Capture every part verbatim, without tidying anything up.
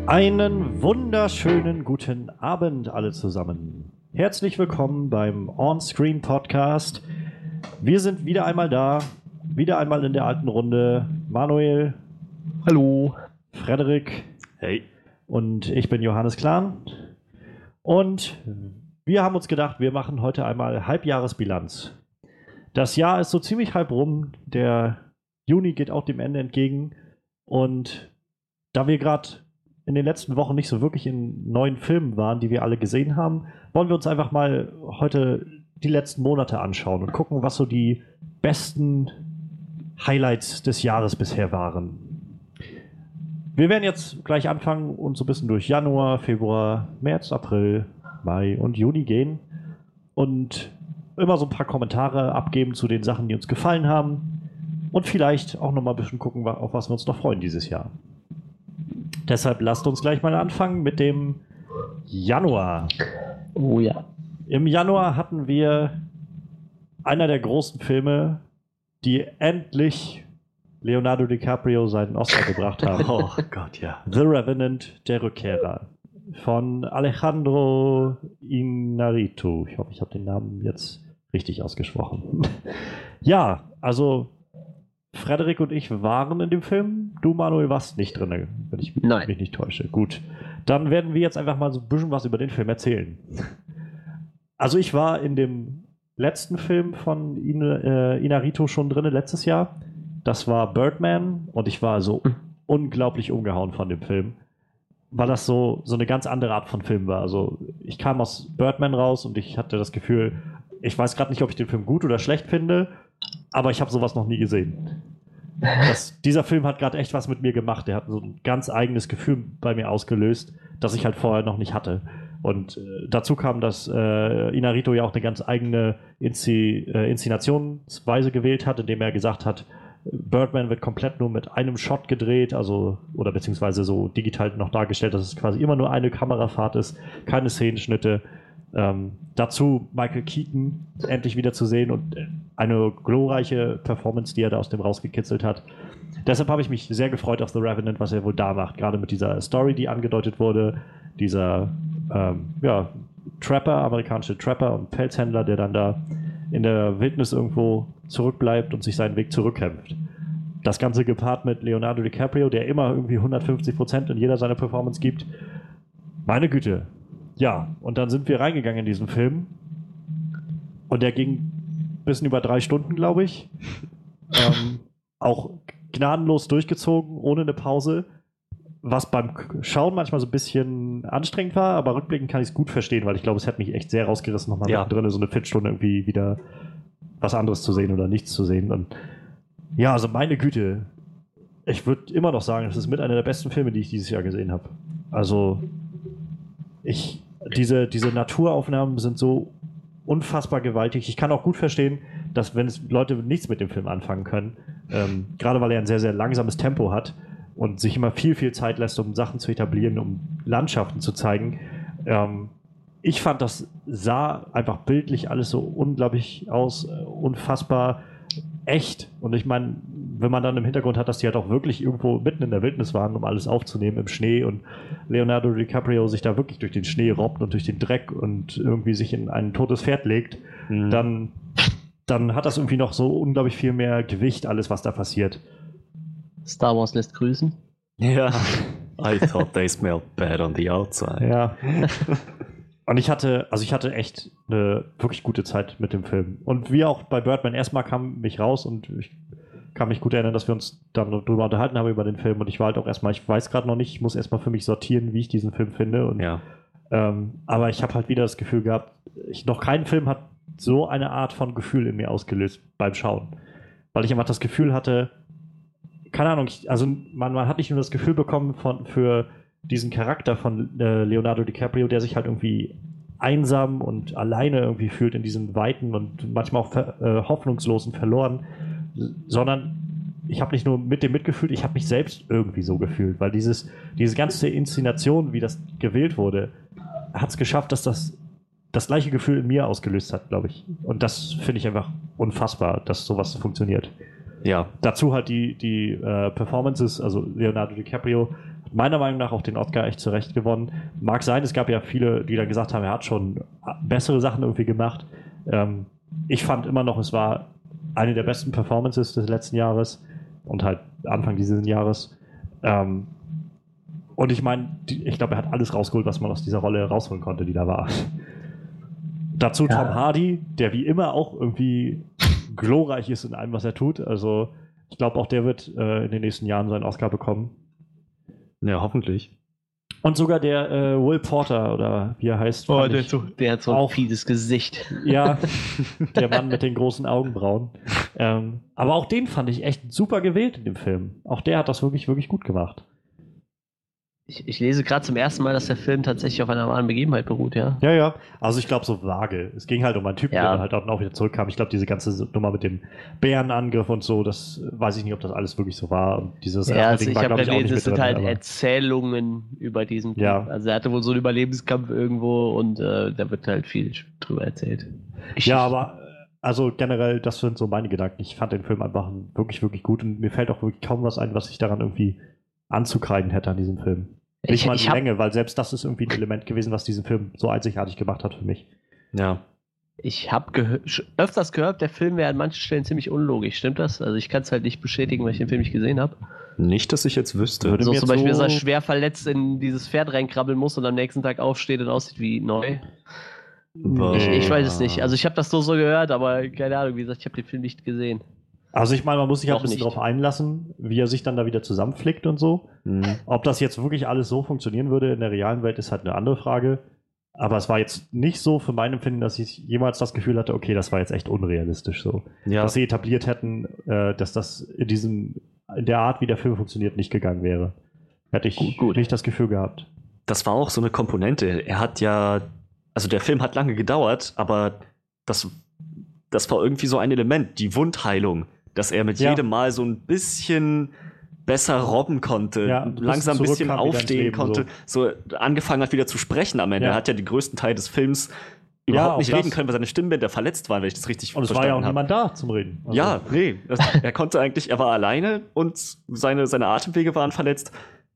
Einen wunderschönen guten Abend alle zusammen. Herzlich willkommen beim On-Screen Podcast. Wir sind wieder einmal da, wieder einmal in der alten Runde. Manuel. Hallo. Frederik. Hey. Und ich bin Johannes Klahn. Und wir haben uns gedacht, wir machen heute einmal Halbjahresbilanz. Das Jahr ist so ziemlich halb rum. Der Juni geht auch dem Ende entgegen. Und da wir gerade in den letzten Wochen nicht so wirklich in neuen Filmen waren, die wir alle gesehen haben, wollen wir uns einfach mal heute die letzten Monate anschauen und gucken, was so die besten Highlights des Jahres bisher waren. Wir werden jetzt gleich anfangen und so ein bisschen durch Januar, Februar, März, April, Mai und Juni gehen und immer so ein paar Kommentare abgeben zu den Sachen, die uns gefallen haben und vielleicht auch nochmal ein bisschen gucken, auf was wir uns noch freuen dieses Jahr. Deshalb lasst uns gleich mal anfangen mit dem Januar. Oh ja. Im Januar hatten wir einer der großen Filme, die endlich Leonardo DiCaprio seinen Oscar gebracht haben. Oh Gott, ja. The Revenant, der Rückkehrer von Alejandro Iñárritu. Ich hoffe, ich habe den Namen jetzt richtig ausgesprochen. Ja, also Frederik und ich waren in dem Film. Du, Manuel, warst nicht drin, wenn ich Nein. mich nicht täusche. Gut. Dann werden wir jetzt einfach mal so ein bisschen was über den Film erzählen. Also ich war in dem letzten Film von In, äh, Iñárritu schon drin, letztes Jahr. Das war Birdman und ich war so unglaublich umgehauen von dem Film, weil das so, so eine ganz andere Art von Film war. Also ich kam aus Birdman raus und ich hatte das Gefühl, ich weiß gerade nicht, ob ich den Film gut oder schlecht finde, aber ich habe sowas noch nie gesehen. Das, dieser Film hat gerade echt was mit mir gemacht. Der hat so ein ganz eigenes Gefühl bei mir ausgelöst, das ich halt vorher noch nicht hatte. Und äh, dazu kam, dass äh, Iñárritu ja auch eine ganz eigene Inszi- äh, Inszenationsweise gewählt hat, indem er gesagt hat, Birdman wird komplett nur mit einem Shot gedreht, also oder beziehungsweise so digital noch dargestellt, dass es quasi immer nur eine Kamerafahrt ist, keine Szenenschnitte. Ähm, dazu Michael Keaton endlich wieder zu sehen und eine glorreiche Performance, die er da aus dem rausgekitzelt hat. Deshalb habe ich mich sehr gefreut auf The Revenant, was er wohl da macht, gerade mit dieser Story, die angedeutet wurde, dieser ähm, ja, Trapper, amerikanische Trapper und Pelzhändler, der dann da in der Wildnis irgendwo zurückbleibt und sich seinen Weg zurückkämpft. Das Ganze gepaart mit Leonardo DiCaprio, der immer irgendwie hundertfünfzig Prozent in jeder seiner Performance gibt. Meine Güte. Ja, und dann sind wir reingegangen in diesen Film und der ging ein bisschen über drei Stunden, glaube ich. ähm, auch gnadenlos durchgezogen, ohne eine Pause. Was beim Schauen manchmal so ein bisschen anstrengend war, aber rückblickend kann ich es gut verstehen, weil ich glaube, es hat mich echt sehr rausgerissen, nochmal ja. drin so eine Viertelstunde irgendwie wieder was anderes zu sehen oder nichts zu sehen. Und ja, also meine Güte, ich würde immer noch sagen, das ist mit einer der besten Filme, die ich dieses Jahr gesehen habe. Also ich, diese, diese Naturaufnahmen sind so unfassbar gewaltig. Ich kann auch gut verstehen, dass wenn es Leute nichts mit dem Film anfangen können, ähm, gerade weil er ein sehr, sehr langsames Tempo hat und sich immer viel, viel Zeit lässt, um Sachen zu etablieren, um Landschaften zu zeigen. Ähm, ich fand, das sah einfach bildlich alles so unglaublich aus, äh, unfassbar echt. Und ich meine, wenn man dann im Hintergrund hat, dass die halt auch wirklich irgendwo mitten in der Wildnis waren, um alles aufzunehmen im Schnee und Leonardo DiCaprio sich da wirklich durch den Schnee robbt und durch den Dreck und irgendwie sich in ein totes Pferd legt, mhm. dann, dann hat das irgendwie noch so unglaublich viel mehr Gewicht, alles, was da passiert. Star Wars lässt grüßen. Ja. I thought they smelled bad on the outside. Ja. Und ich hatte, also ich hatte echt eine wirklich gute Zeit mit dem Film. Und wie auch bei Birdman, erstmal kam mich raus und ich kann mich gut erinnern, dass wir uns darüber unterhalten haben über den Film. Und ich war halt auch erstmal, ich weiß gerade noch nicht, ich muss erstmal für mich sortieren, wie ich diesen Film finde. Und, ja. ähm, aber ich habe halt wieder das Gefühl gehabt, ich, noch kein Film hat so eine Art von Gefühl in mir ausgelöst beim Schauen. Weil ich einfach das Gefühl hatte, keine Ahnung, ich, also man, man hat nicht nur das Gefühl bekommen von, für diesen Charakter von äh, Leonardo DiCaprio, der sich halt irgendwie einsam und alleine irgendwie fühlt in diesem weiten und manchmal auch ver, äh, hoffnungslosen verloren, sondern ich habe nicht nur mit dem mitgefühlt, ich habe mich selbst irgendwie so gefühlt, weil dieses, diese ganze Inszenation, wie das gewählt wurde, hat es geschafft, dass das das gleiche Gefühl in mir ausgelöst hat, glaube ich. Und das finde ich einfach unfassbar, dass sowas funktioniert. Ja, dazu halt die, die äh, Performances, also Leonardo DiCaprio hat meiner Meinung nach auch den Oscar echt zurecht gewonnen. Mag sein, es gab ja viele, die dann gesagt haben, er hat schon bessere Sachen irgendwie gemacht. Ähm, ich fand immer noch, es war eine der besten Performances des letzten Jahres und halt Anfang dieses Jahres. Ähm, und ich meine, ich glaube, er hat alles rausgeholt, was man aus dieser Rolle rausholen konnte, die da war. Dazu Ja. Tom Hardy, der wie immer auch irgendwie glorreich ist in allem, was er tut. Also ich glaube, auch der wird äh, in den nächsten Jahren seinen Oscar bekommen. Ja, hoffentlich. Und sogar der äh, Will Porter, oder wie er heißt. Oh, fand der, ich- so, der hat so ein auch- fieses Gesicht. Ja, der Mann mit den großen Augenbrauen. Ähm, aber auch den fand ich echt super gewählt in dem Film. Auch der hat das wirklich, wirklich gut gemacht. Ich, ich lese gerade zum ersten Mal, dass der Film tatsächlich auf einer wahren Begebenheit beruht, ja. Ja, ja. Also ich glaube so vage. Es ging halt um einen Typen, Ja. der dann halt auch auch wieder zurückkam. Ich glaube, diese ganze Nummer mit dem Bärenangriff und so, das äh, weiß ich nicht, ob das alles wirklich so war. Und dieses Ja, also Rache-Ding ich war, habe glaub auch gelesen, nicht es mit sind drin, halt aber- Erzählungen über diesen Ja. Typ. Also er hatte wohl so einen Überlebenskampf irgendwo und äh, da wird halt viel drüber erzählt. Ich, Ja, aber äh, also generell, das sind so meine Gedanken. Ich fand den Film einfach wirklich, wirklich gut und mir fällt auch wirklich kaum was ein, was ich daran irgendwie anzukreiden hätte an diesem Film. Nicht ich, mal ich die hab, Länge, weil selbst das ist irgendwie ein Element gewesen, was diesen Film so einzigartig gemacht hat für mich. Ja. ich habe gehö sch- öfters gehört, der Film wäre an manchen Stellen ziemlich unlogisch. Stimmt das? Also ich kann es halt nicht bestätigen, weil ich den Film nicht gesehen habe. Nicht, dass ich jetzt wüsste. Würde So mir zum Beispiel, dass so- er schwer verletzt in dieses Pferd reinkrabbeln muss und am nächsten Tag aufsteht und aussieht wie neu. Ich, ich weiß es nicht. Also ich habe das so so gehört, aber keine Ahnung, wie gesagt, ich habe den Film nicht gesehen. Also ich meine, man muss sich auch Noch ein bisschen nicht. drauf einlassen, wie er sich dann da wieder zusammenflickt und so. Hm. Ob das jetzt wirklich alles so funktionieren würde in der realen Welt, ist halt eine andere Frage. Aber es war jetzt nicht so für mein Empfinden, dass ich jemals das Gefühl hatte, okay, das war jetzt echt unrealistisch so. Ja, Dass sie etabliert hätten, äh, dass das in diesem, in der Art, wie der Film funktioniert, nicht gegangen wäre. Hätte ich Gut, gut. nicht das Gefühl gehabt. das war auch so eine Komponente. Er hat ja, also der Film hat lange gedauert, aber das, das war irgendwie so ein Element, die Wundheilung, dass er mit Ja. jedem Mal so ein bisschen besser robben konnte, Ja, ein bisschen langsam ein bisschen zurückkam wieder ins aufstehen Leben, konnte, so. angefangen hat wieder zu sprechen am Ende. Ja. Er hat ja den größten Teil des Films Ja, überhaupt auch nicht das. reden können, weil seine Stimmbänder verletzt waren, wenn ich das richtig Und es war verstanden ja auch habe. niemand da zum Reden. Also- Ja, nee. Das, er konnte eigentlich, er war alleine und seine, seine Atemwege waren verletzt.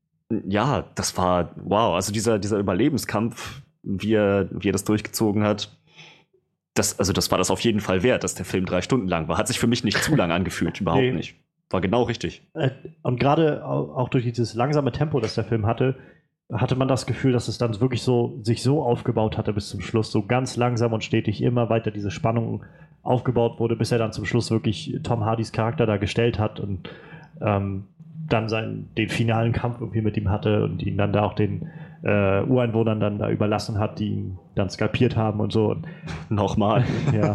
Ja, das war, wow, also dieser, dieser Überlebenskampf, wie er, wie er das durchgezogen hat, das, also das war das auf jeden Fall wert, dass der Film drei Stunden lang war. Hat sich für mich nicht zu lang angefühlt, überhaupt Nee. nicht. War genau richtig. Äh, Und gerade au- auch durch dieses langsame Tempo, das der Film hatte, hatte man das Gefühl, dass es dann wirklich so sich so aufgebaut hatte bis zum Schluss, so ganz langsam und stetig immer weiter diese Spannung aufgebaut wurde, bis er dann zum Schluss wirklich Tom Hardys Charakter da gestellt hat und ähm, dann seinen, den finalen Kampf irgendwie mit ihm hatte und ihn dann da auch den äh, Ureinwohnern dann da überlassen hat, die ihn dann skalpiert haben und so. Und, Nochmal. ja.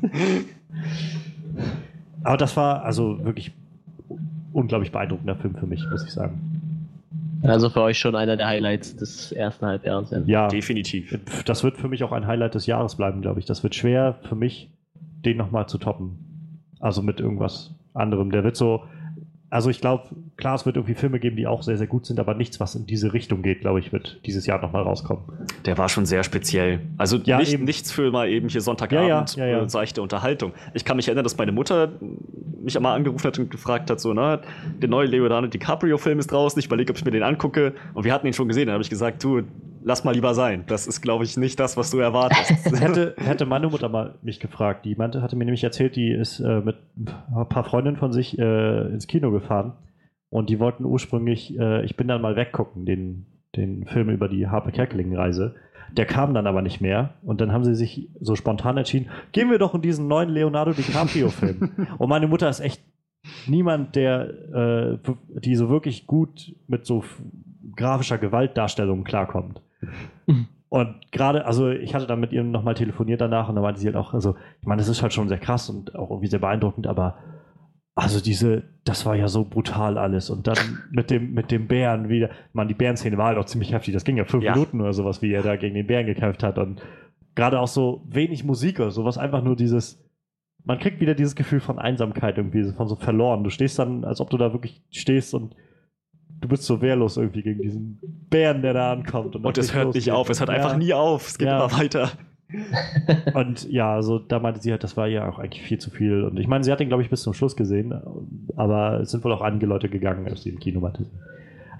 Aber das war also wirklich unglaublich beeindruckender Film für mich, muss ich sagen. Also für euch schon einer der Highlights des ersten Halbjahres. Ja. Ja, Definitiv. das wird für mich auch ein Highlight des Jahres bleiben, glaube ich. Das wird schwer für mich, den nochmal zu toppen. Also mit irgendwas anderem. Der wird so, also ich glaube, klar, es wird irgendwie Filme geben, die auch sehr, sehr gut sind, aber nichts, was in diese Richtung geht, glaube ich, wird dieses Jahr nochmal rauskommen. Der war schon sehr speziell. Also Ja, nicht, eben. nichts für mal eben hier Sonntagabend Ja, ja, ja, ja. äh, seichte Unterhaltung. Ich kann mich erinnern, dass meine Mutter mich einmal angerufen hat und gefragt hat, so, na, der neue Leonardo DiCaprio-Film ist draußen, ich überlege, ob ich mir den angucke. Und wir hatten ihn schon gesehen. Dann habe ich gesagt, du, lass mal lieber sein. Das ist, glaube ich, nicht das, was du erwartest. hätte, hätte meine Mutter mal mich gefragt, die meinte, hatte mir nämlich erzählt, die ist äh, mit ein paar Freundinnen von sich äh, ins Kino gefahren und die wollten ursprünglich, äh, ich bin dann mal weggucken, den, den Film über die Harpe Kerkeling-Reise. Der kam dann aber nicht mehr und dann haben sie sich so spontan entschieden, gehen wir doch in diesen neuen Leonardo DiCaprio-Film. Und meine Mutter ist echt niemand, der äh, die so wirklich gut mit so f- grafischer Gewaltdarstellung klarkommt. Und gerade, also ich hatte dann mit ihr nochmal telefoniert danach und da meinte sie halt auch, also ich meine, das ist halt schon sehr krass und auch irgendwie sehr beeindruckend, aber also diese, das war ja so brutal alles und dann mit dem, mit dem Bären wieder, man, die Bärenszene war halt auch ziemlich heftig, das ging ja fünf Ja. Minuten oder sowas, wie er da gegen den Bären gekämpft hat und gerade auch so wenig Musik oder sowas, einfach nur dieses, man kriegt wieder dieses Gefühl von Einsamkeit irgendwie, von so verloren. Du stehst dann, als ob du da wirklich stehst und du bist so wehrlos irgendwie gegen diesen Bären, der da ankommt. Und es dann hört nicht losgeht. auf. Es hört Ja. einfach nie auf. Es geht Ja. immer weiter. Und ja, also da meinte sie halt, das war ja auch eigentlich viel zu viel. Und ich meine, sie hat den, glaube ich, bis zum Schluss gesehen, aber es sind wohl auch einige Leute gegangen, als sie im Kino meinte.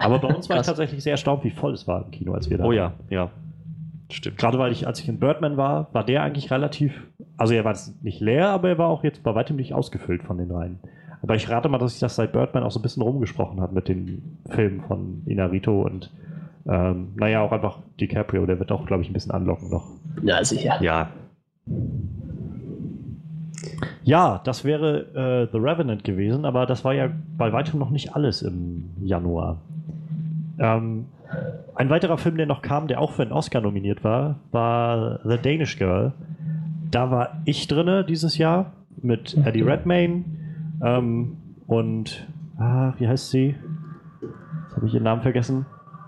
Aber bei uns war ich Krass. tatsächlich sehr erstaunt, wie voll es war im Kino, als wir da Oh waren. ja, ja. Stimmt. Gerade weil ich, als ich in Birdman war, war der eigentlich relativ, also er war jetzt nicht leer, aber er war auch jetzt bei weitem nicht ausgefüllt von den Reihen. Aber ich rate mal, dass sich das seit Birdman auch so ein bisschen rumgesprochen hat mit den Filmen von Inarritu und ähm, naja, auch einfach DiCaprio, der wird auch, glaube ich, ein bisschen anlocken noch. Ja, sicher. Ja. Ja, das wäre äh, The Revenant gewesen, aber das war ja bei weitem noch nicht alles im Januar. Ähm, ein weiterer Film, der noch kam, der auch für einen Oscar nominiert war, war The Danish Girl. Da war ich drinne dieses Jahr mit Eddie Redmayne ähm, und ah, wie heißt sie? Jetzt habe ich ihren Namen vergessen.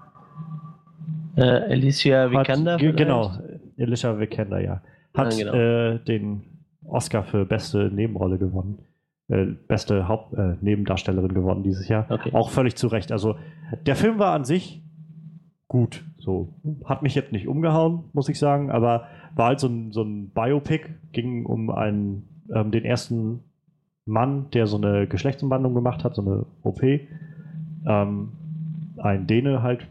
Äh, Alicia Vikander? Hat, ge- vielleicht? genau, Alicia Vikander, ja. Hat Ja, genau. äh, den Oscar für beste Nebenrolle gewonnen. Äh, beste Haupt äh, Nebendarstellerin gewonnen dieses Jahr. Okay. Auch völlig zu Recht. Also der Film war an sich gut. So hat mich jetzt nicht umgehauen, muss ich sagen, aber war halt so ein, so ein Biopic. Ging um einen ähm, den ersten Mann, der so eine Geschlechtsumwandlung gemacht hat, so eine O P. Ähm, ein Däne halt.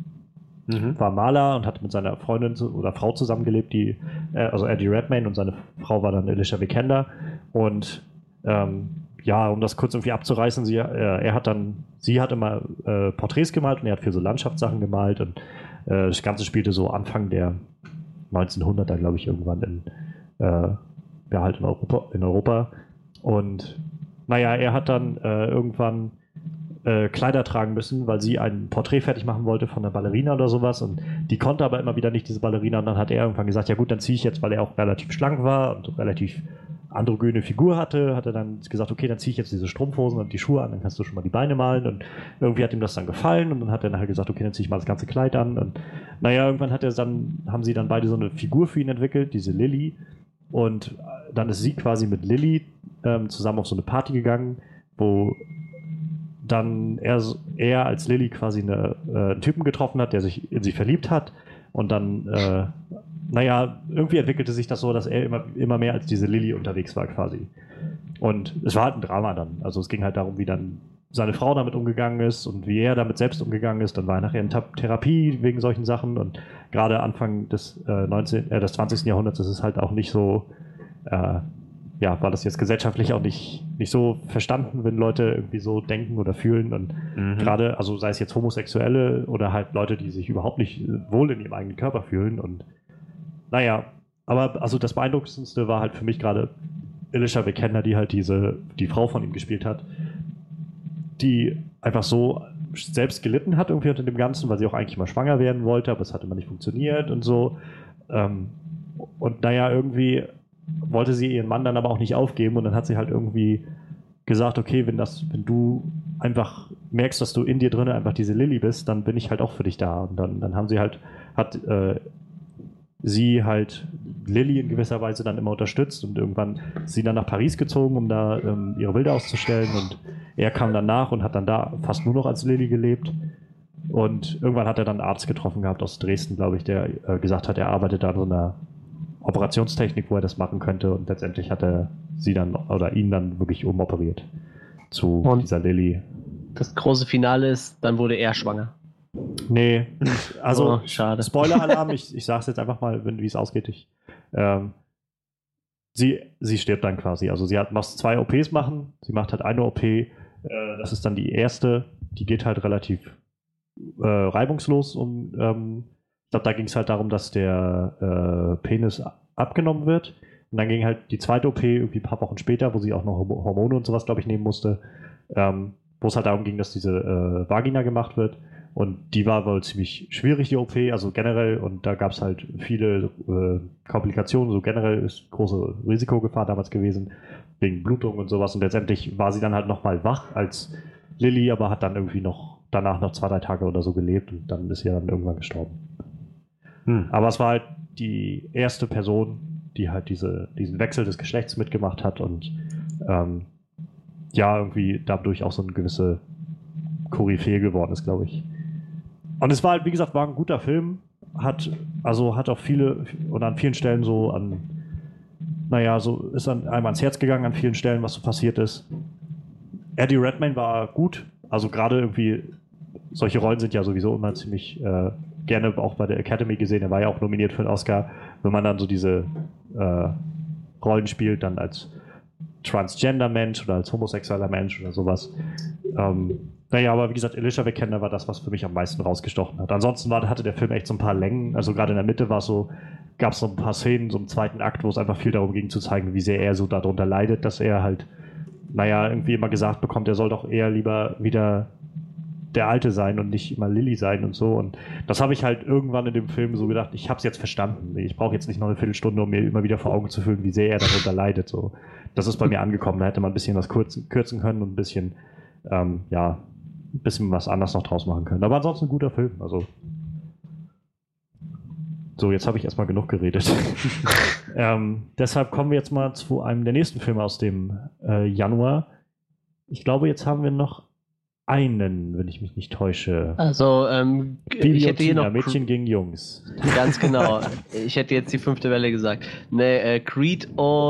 Mhm. War Maler und hat mit seiner Freundin zu, oder Frau zusammengelebt, die, äh, also Eddie Redmayne, und seine Frau war dann Alicia Vikander. Und ähm, ja, um das kurz irgendwie abzureißen, sie, äh, er hat dann, sie hat immer äh, Porträts gemalt und er hat für so Landschaftssachen gemalt und äh, das Ganze spielte so Anfang der neunzehnhunderter, glaube ich, irgendwann in, äh, ja, halt in Europa, in Europa. Und naja, er hat dann äh, irgendwann Äh, Kleider tragen müssen, weil sie ein Porträt fertig machen wollte von einer Ballerina oder sowas und die konnte aber immer wieder nicht, diese Ballerina, und dann hat er irgendwann gesagt, ja gut, dann ziehe ich jetzt, weil er auch relativ schlank war und relativ androgyne Figur hatte, hat er dann gesagt, okay, dann ziehe ich jetzt diese Strumpfhosen und die Schuhe an, dann kannst du schon mal die Beine malen und irgendwie hat ihm das dann gefallen und dann hat er nachher gesagt, okay, dann ziehe ich mal das ganze Kleid an und naja, irgendwann hat er dann, haben sie dann beide so eine Figur für ihn entwickelt, diese Lilly, und dann ist sie quasi mit Lilly ähm, zusammen auf so eine Party gegangen, wo dann er, er als Lilly quasi eine, äh, einen Typen getroffen hat, der sich in sie verliebt hat. Und dann, äh, naja, irgendwie entwickelte sich das so, dass er immer, immer mehr als diese Lilly unterwegs war quasi. Und es war halt ein Drama dann. Also es ging halt darum, wie dann seine Frau damit umgegangen ist und wie er damit selbst umgegangen ist. Dann war er nachher in Therapie wegen solchen Sachen. Und gerade Anfang des, äh, neunzehnten, äh, des zwanzigsten Jahrhunderts ist es halt auch nicht so... Äh, ja, war das jetzt gesellschaftlich auch nicht, nicht so verstanden, wenn Leute irgendwie so denken oder fühlen und Mhm. gerade, also sei es jetzt Homosexuelle oder halt Leute, die sich überhaupt nicht wohl in ihrem eigenen Körper fühlen und naja, aber also das Beeindruckendste war halt für mich gerade Alicia Vikander, die halt diese, die Frau von ihm gespielt hat, die einfach so selbst gelitten hat irgendwie unter dem Ganzen, weil sie auch eigentlich mal schwanger werden wollte, aber es hat immer nicht funktioniert und so. Ähm, und naja, irgendwie wollte sie ihren Mann dann aber auch nicht aufgeben und dann hat sie halt irgendwie gesagt, okay, wenn das, wenn du einfach merkst, dass du in dir drin einfach diese Lilly bist, dann bin ich halt auch für dich da. Und dann, dann haben sie halt, hat äh, sie halt Lilly in gewisser Weise dann immer unterstützt und irgendwann ist sie dann nach Paris gezogen, um da ähm, ihre Bilder auszustellen und er kam dann nach und hat dann da fast nur noch als Lilly gelebt. Und irgendwann hat er dann einen Arzt getroffen gehabt aus Dresden, glaube ich, der äh, gesagt hat, er arbeitet da an so einer Operationstechnik, wo er das machen könnte und letztendlich hat er sie dann oder ihn dann wirklich umoperiert zu Und dieser Lilly. Das große Finale ist, dann wurde er schwanger. Nee, also Oh, schade. Spoiler-Alarm, ich, ich sage es jetzt einfach mal, wenn, wie es ausgeht. Ich, ähm, sie, sie stirbt dann quasi. Also sie hat, muss zwei O Ps machen. Sie macht halt eine O P. Äh, das ist dann die erste. Die geht halt relativ äh, reibungslos. Und ähm, ich glaube, da ging es halt darum, dass der äh, Penis abgenommen wird. Und dann ging halt die zweite O P irgendwie ein paar Wochen später, wo sie auch noch Hormone und sowas, glaube ich, nehmen musste. Ähm, wo es halt darum ging, dass diese äh, Vagina gemacht wird. Und die war wohl ziemlich schwierig, die O P, also generell. Und da gab es halt viele äh, Komplikationen. So generell ist große Risikogefahr damals gewesen, wegen Blutung und sowas. Und letztendlich war sie dann halt nochmal wach als Lilly, aber hat dann irgendwie noch danach noch zwei, drei Tage oder so gelebt. Und dann ist sie dann irgendwann gestorben. Hm. Aber es war halt die erste Person, die halt diese, diesen Wechsel des Geschlechts mitgemacht hat und ähm, ja, irgendwie dadurch auch so eine gewisse Koryphäe geworden ist, glaube ich. Und es war halt, wie gesagt, war ein guter Film. Hat, also hat auch viele und an vielen Stellen so an, naja, so ist an, einem ans Herz gegangen an vielen Stellen, was so passiert ist. Eddie Redmayne war gut. Also gerade irgendwie solche Rollen sind ja sowieso immer ziemlich äh, gerne auch bei der Academy gesehen. Er war ja auch nominiert für den Oscar. Wenn man dann so diese äh, Rollen spielt, dann als Transgender-Mensch oder als homosexueller Mensch oder sowas. Ähm, naja, aber wie gesagt, Elisha Vikander war das, was für mich am meisten rausgestochen hat. Ansonsten war, hatte der Film echt so ein paar Längen. Also gerade in der Mitte war es so, gab es so ein paar Szenen, so im zweiten Akt, wo es einfach viel darum ging zu zeigen, wie sehr er so darunter leidet, dass er halt, naja, irgendwie immer gesagt bekommt, er soll doch eher lieber wieder der Alte sein und nicht immer Lilly sein und so. Und das habe ich halt irgendwann in dem Film so gedacht, ich habe es jetzt verstanden. Ich brauche jetzt nicht noch eine Viertelstunde, um mir immer wieder vor Augen zu fühlen, wie sehr er darunter leidet. So. Das ist bei mir angekommen. Da hätte man ein bisschen was kürzen, kürzen können und ein bisschen, ähm, ja, ein bisschen was anderes noch draus machen können. Aber ansonsten ein guter Film. Also. So, jetzt habe ich erstmal genug geredet. ähm, deshalb kommen wir jetzt mal zu einem der nächsten Filme aus dem äh, Januar. Ich glaube, jetzt haben wir noch einen, wenn ich mich nicht täusche. Also, ähm, Bibi ich hätte hier Tina, noch Mädchen gegen Jungs. Ganz genau. Ich hätte jetzt die fünfte Welle gesagt. Nee, äh, Creed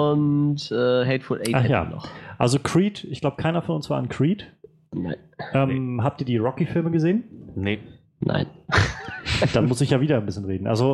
und äh, Hateful Eight Ach hätte ja. ich noch. Also Creed, ich glaube, keiner von uns war an Creed. Nein. Ähm, nee. Habt ihr die Rocky-Filme gesehen? Nee. Nein. Dann muss ich ja wieder ein bisschen reden. Also,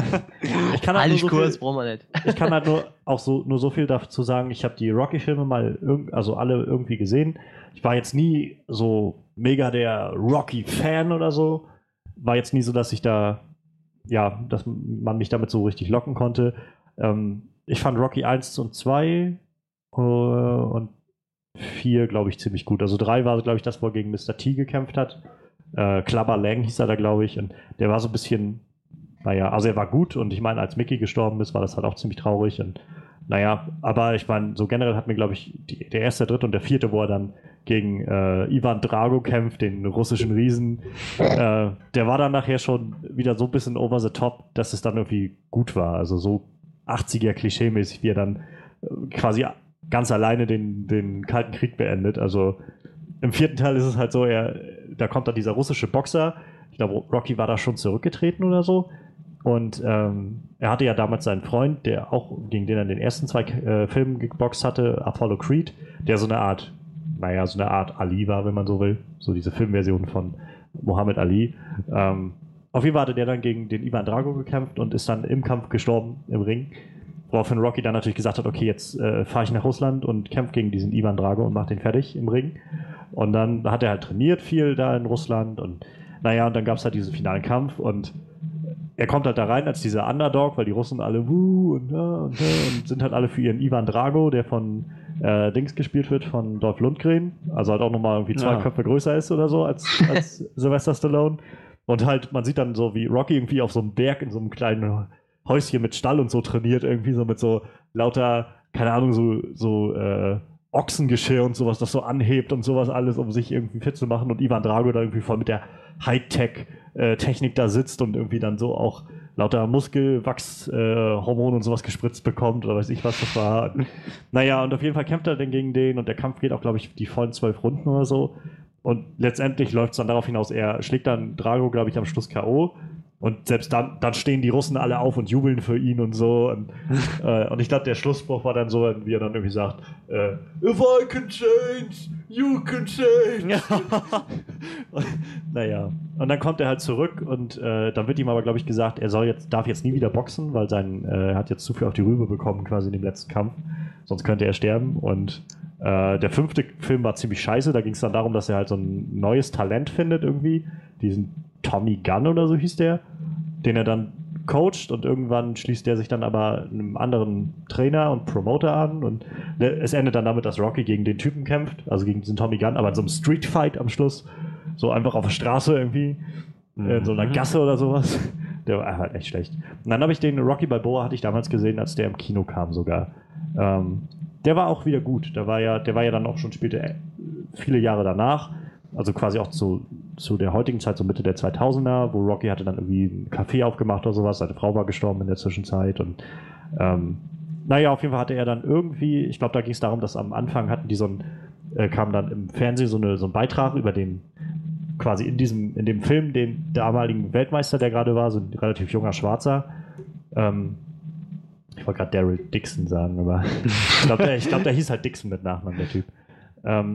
ich kann halt, nur so, kurz, viel, brauchen wir nicht. ich kann halt nur auch so, nur so viel dazu sagen, ich habe die Rocky-Filme mal, irg- also alle irgendwie gesehen. Ich war jetzt nie so mega der Rocky-Fan oder so. War jetzt nie so, dass ich da, ja, dass man mich damit so richtig locken konnte. Ähm, ich fand Rocky eins und zwei äh, und vier, glaube ich, ziemlich gut. Also drei war, glaube ich, das, wo er gegen Mister T gekämpft hat. Äh, Clubber Lang hieß er da, glaube ich. Und der war so ein bisschen, naja, also er war gut. Und ich meine, als Mickey gestorben ist, war das halt auch ziemlich traurig. Und naja, aber ich meine, so generell hat mir, glaube ich, die, der erste, der dritte und der vierte, wo er dann gegen äh, Ivan Drago kämpft, den russischen Riesen, äh, der war dann nachher schon wieder so ein bisschen over the top, dass es dann irgendwie gut war. Also so achtziger Klischee-mäßig, wie er dann äh, quasi ganz alleine den, den Kalten Krieg beendet. Also im vierten Teil ist es halt so, er, da kommt dann dieser russische Boxer, ich glaube, Rocky war da schon zurückgetreten oder so. Und ähm, er hatte ja damals seinen Freund, der auch, gegen den er in den ersten zwei äh, Filmen geboxt hatte, Apollo Creed, der so eine Art, naja, so eine Art Ali war, wenn man so will. So diese Filmversion von Muhammad Ali. Ähm, auf jeden Fall hatte der dann gegen den Ivan Drago gekämpft und ist dann im Kampf gestorben, im Ring. Woraufhin Rocky dann natürlich gesagt hat, okay, jetzt äh, fahre ich nach Russland und kämpfe gegen diesen Ivan Drago und mache den fertig im Ring. Und dann hat er halt trainiert viel da in Russland und naja, und dann gab es halt diesen finalen Kampf und er kommt halt da rein als dieser Underdog, weil die Russen alle wuh und, ja, und, ja, und sind halt alle für ihren Ivan Drago, der von äh, Dings gespielt wird, von Dolph Lundgren, also halt auch nochmal irgendwie zwei ja. Köpfe größer ist oder so als, als Sylvester Stallone. Und halt, man sieht dann so, wie Rocky irgendwie auf so einem Berg in so einem kleinen Häuschen mit Stall und so trainiert, irgendwie so mit so lauter, keine Ahnung, so, so äh, Ochsengeschirr und sowas, das so anhebt und sowas alles, um sich irgendwie fit zu machen und Ivan Drago da irgendwie voll mit der Hightech-Technik da sitzt und irgendwie dann so auch lauter Muskelwachshormone äh, und sowas gespritzt bekommt oder weiß ich was das war. Naja, und auf jeden Fall kämpft er dann gegen den und der Kampf geht auch, glaube ich, die vollen zwölf Runden oder so. Und letztendlich läuft es dann darauf hinaus, er schlägt dann Drago, glaube ich, am Schluss K O. Und selbst dann, dann stehen die Russen alle auf und jubeln für ihn und so. Und, äh, und ich glaube, der Schlussspruch war dann so, wie er dann irgendwie sagt, äh, If I can change, you can change. und, naja, und dann kommt er halt zurück und äh, dann wird ihm aber, glaube ich, gesagt, er soll jetzt, darf jetzt nie wieder boxen, weil sein, äh, er hat jetzt zu viel auf die Rübe bekommen quasi in dem letzten Kampf. Sonst könnte er sterben. Und äh, der fünfte Film war ziemlich scheiße. Da ging es dann darum, dass er halt so ein neues Talent findet irgendwie. Diesen Tommy Gunn oder so hieß der, den er dann coacht und irgendwann schließt er sich dann aber einem anderen Trainer und Promoter an und es endet dann damit, dass Rocky gegen den Typen kämpft, also gegen diesen Tommy Gunn, aber in so einem Streetfight am Schluss, so einfach auf der Straße irgendwie, mhm. in so einer Gasse oder sowas. Der war halt echt schlecht. Und dann habe ich den Rocky Balboa, hatte ich damals gesehen, als der im Kino kam sogar. Ähm, der war auch wieder gut. Der war ja, der war ja dann auch schon später, viele Jahre danach, also quasi auch zu, zu der heutigen Zeit, so Mitte der zweitausender, wo Rocky hatte dann irgendwie ein Café aufgemacht oder sowas, seine Frau war gestorben in der Zwischenzeit und ähm, naja, auf jeden Fall hatte er dann irgendwie, ich glaube, da ging es darum, dass am Anfang hatten die so ein, äh, kam dann im Fernsehen so, eine, so ein Beitrag über den, quasi in diesem, in dem Film, den damaligen Weltmeister, der gerade war, so ein relativ junger Schwarzer, ähm, ich wollte gerade Daryl Dixon sagen, aber ich glaube, der, glaub, der hieß halt Dixon mit Nachnamen, der Typ. Ähm,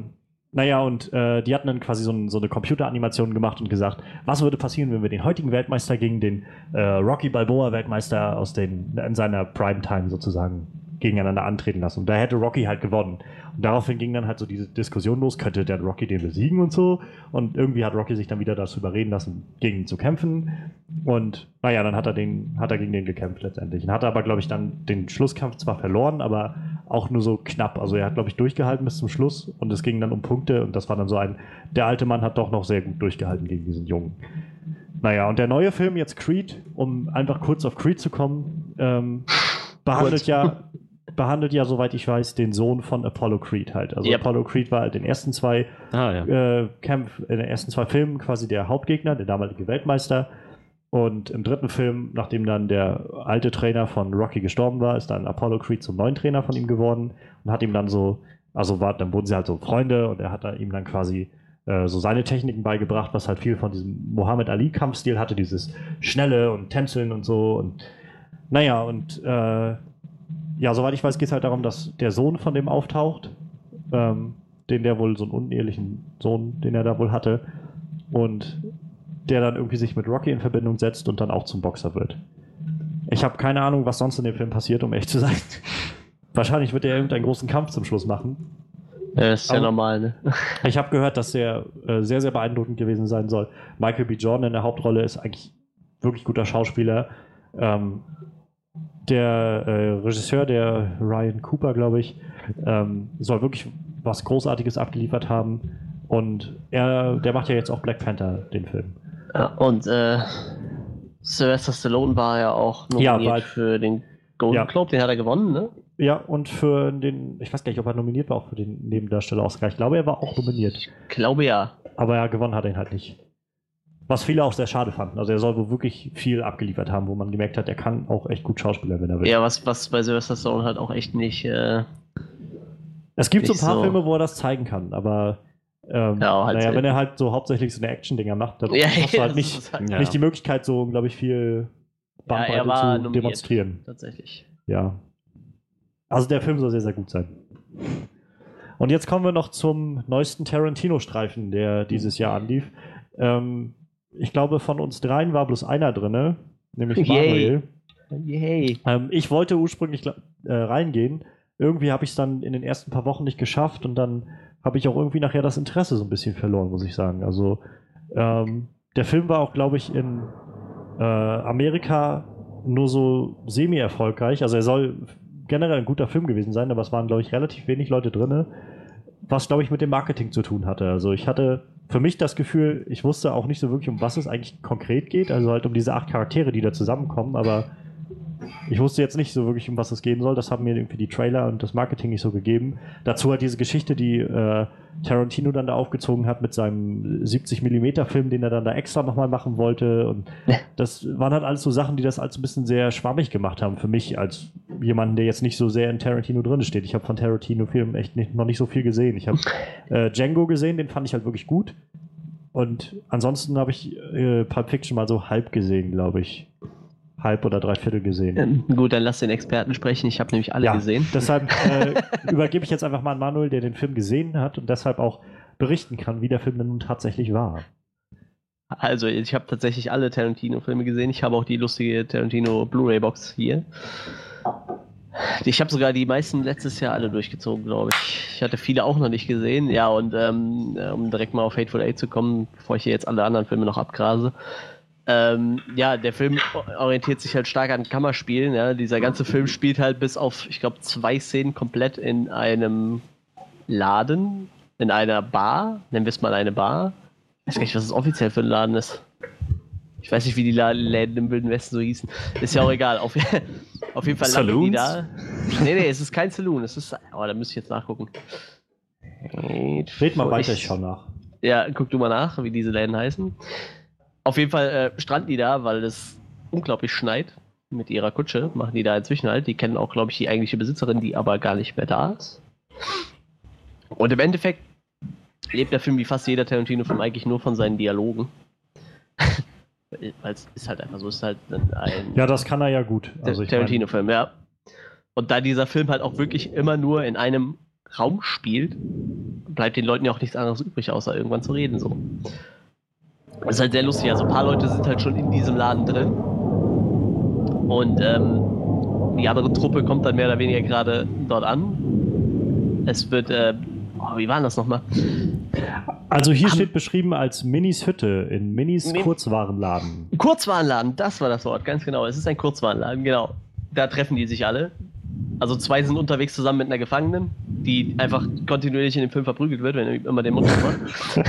naja, und äh, die hatten dann quasi so, ein, so eine Computeranimation gemacht und gesagt, was würde passieren, wenn wir den heutigen Weltmeister gegen den äh, Rocky Balboa Weltmeister aus den, in seiner Primetime sozusagen gegeneinander antreten lassen. Und da hätte Rocky halt gewonnen. Und daraufhin ging dann halt so diese Diskussion los, könnte der Rocky den besiegen und so. Und irgendwie hat Rocky sich dann wieder dazu überreden lassen, gegen ihn zu kämpfen. Und naja, dann hat er, den, hat er gegen den gekämpft letztendlich. Und hat aber, glaube ich, dann den Schlusskampf zwar verloren, aber auch nur so knapp. Also er hat, glaube ich, durchgehalten bis zum Schluss. Und es ging dann um Punkte. Und das war dann so ein, der alte Mann hat doch noch sehr gut durchgehalten gegen diesen Jungen. Naja, und der neue Film jetzt Creed, um einfach kurz auf Creed zu kommen, ähm, behandelt ja... behandelt ja, soweit ich weiß, den Sohn von Apollo Creed halt. Also yep. Apollo Creed war in den ersten zwei ah, ja. äh, Kampf, in den ersten zwei Filmen quasi der Hauptgegner, der damalige Weltmeister. Und im dritten Film, nachdem dann der alte Trainer von Rocky gestorben war, ist dann Apollo Creed zum neuen Trainer von ihm geworden und hat ihm dann so, also war, dann wurden sie halt so Freunde und er hat dann ihm dann quasi äh, so seine Techniken beigebracht, was halt viel von diesem Muhammad Ali Kampfstil hatte, dieses Schnelle und Tänzeln und so. Und naja, und äh, ja, soweit ich weiß, geht es halt darum, dass der Sohn von dem auftaucht, ähm, den der wohl so einen unehelichen Sohn, den er da wohl hatte, und der dann irgendwie sich mit Rocky in Verbindung setzt und dann auch zum Boxer wird. Ich habe keine Ahnung, was sonst in dem Film passiert, um echt zu sein. Wahrscheinlich wird er irgendeinen großen Kampf zum Schluss machen. Ja, das ist ja normal, ne? Ich habe gehört, dass der äh, sehr, sehr beeindruckend gewesen sein soll. Michael B. Jordan in der Hauptrolle ist eigentlich wirklich guter Schauspieler. Ähm, Der äh, Regisseur, der Ryan Cooper, glaube ich, ähm, soll wirklich was Großartiges abgeliefert haben. Und er, der macht ja jetzt auch Black Panther, den Film. Ja, und äh, Sylvester Stallone war ja auch nominiert ja, für den Golden ja. Globe, den hat er gewonnen, ne? Ja, und für den, ich weiß gar nicht, ob er nominiert war, auch für den Nebendarsteller-Oscar. Ich glaube, er war auch nominiert. Ich glaube ja. Aber ja, gewonnen hat er ihn halt nicht. Was viele auch sehr schade fanden. Also er soll wohl wirklich viel abgeliefert haben, wo man gemerkt hat, er kann auch echt gut Schauspieler, wenn er will. Ja, was, was bei Sylvester Stallone halt auch echt nicht... Äh, es gibt so ein paar so. Filme, wo er das zeigen kann, aber ähm, ja, halt naja, wenn er halt so hauptsächlich so eine Action-Dinger macht, dann ja, hast du halt nicht, halt, nicht ja. die Möglichkeit, so, glaube ich, viel Bandbreite ja, zu demonstrieren. Tatsächlich. Ja. Also der Film soll sehr, sehr gut sein. Und jetzt kommen wir noch zum neuesten Tarantino-Streifen, der dieses Jahr anlief. Ähm, Ich glaube, von uns dreien war bloß einer drin, nämlich Manuel. Yay. Ähm, ich wollte ursprünglich äh, reingehen. Irgendwie habe ich es dann in den ersten paar Wochen nicht geschafft und dann habe ich auch irgendwie nachher das Interesse so ein bisschen verloren, muss ich sagen. Also ähm, der Film war auch, glaube ich, in äh, Amerika nur so semi-erfolgreich. Also er soll generell ein guter Film gewesen sein, aber es waren, glaube ich, relativ wenig Leute drin, was, glaube ich, mit dem Marketing zu tun hatte. Also ich hatte für mich das Gefühl, ich wusste auch nicht so wirklich, um was es eigentlich konkret geht, also halt um diese acht Charaktere, die da zusammenkommen, aber ich wusste jetzt nicht so wirklich, um was es gehen soll. Das haben mir irgendwie die Trailer und das Marketing nicht so gegeben. Dazu halt diese Geschichte, die äh, Tarantino dann da aufgezogen hat mit seinem siebzig Millimeter Film, den er dann da extra nochmal machen wollte. Und das waren halt alles so Sachen, die das alles ein bisschen sehr schwammig gemacht haben für mich, als jemanden, der jetzt nicht so sehr in Tarantino drin steht. Ich habe von Tarantino-Filmen echt nicht, noch nicht so viel gesehen. Ich habe äh, Django gesehen, den fand ich halt wirklich gut. Und ansonsten habe ich äh, Pulp Fiction mal so halb gesehen, glaube ich. Halb oder dreiviertel gesehen. Ähm, gut, dann lass den Experten sprechen. Ich habe nämlich alle ja, gesehen. Deshalb äh, übergebe ich jetzt einfach mal an Manuel, der den Film gesehen hat und deshalb auch berichten kann, wie der Film denn nun tatsächlich war. Also, ich habe tatsächlich alle Tarantino-Filme gesehen. Ich habe auch die lustige Tarantino Blu-ray-Box hier. Ich habe sogar die meisten letztes Jahr alle durchgezogen, glaube ich. Ich hatte viele auch noch nicht gesehen. Ja, und ähm, um direkt mal auf Hateful Eight zu kommen, bevor ich hier jetzt alle anderen Filme noch abgrase. Ähm, ja, der Film orientiert sich halt stark an Kammerspielen. Ja. Dieser ganze Film spielt halt bis auf, ich glaube, zwei Szenen komplett in einem Laden, in einer Bar. Nennen wir es mal eine Bar. Ich weiß gar nicht, was es offiziell für ein Laden ist. Ich weiß nicht, wie die Läden im Wilden Westen so hießen. Ist ja auch egal. Auf, auf jeden Fall landen die da. Nee, nee, es ist kein Saloon. Es ist. Oh, da müsste ich jetzt nachgucken. Red mal weiter, ich schau nach. Ja, guck du mal nach, wie diese Läden heißen. Auf jeden Fall äh, stranden die da, weil es unglaublich schneit. Mit ihrer Kutsche machen die da inzwischen halt. Die kennen auch, glaube ich, die eigentliche Besitzerin, die aber gar nicht mehr da ist. Und im Endeffekt lebt der Film wie fast jeder Tarantino-Film eigentlich nur von seinen Dialogen. Weil es ist halt einfach so, es ist halt ein ja, das kann er ja gut. Also Tarantino-Film, ja. Und da dieser Film halt auch wirklich immer nur in einem Raum spielt, bleibt den Leuten ja auch nichts anderes übrig, außer irgendwann zu reden. So. Das ist halt sehr lustig. Also ein paar Leute sind halt schon in diesem Laden drin. Und ähm, die andere Truppe kommt dann mehr oder weniger gerade dort an. Es wird, äh, oh, wie war denn das nochmal? Also hier steht beschrieben als Minis Hütte in Minis Min- Kurzwarenladen. Kurzwarenladen, das war das Wort, ganz genau. Es ist ein Kurzwarenladen, genau. Da treffen die sich alle. Also zwei sind unterwegs zusammen mit einer Gefangenen, die einfach kontinuierlich in dem Film verprügelt wird, wenn er immer den Mund macht.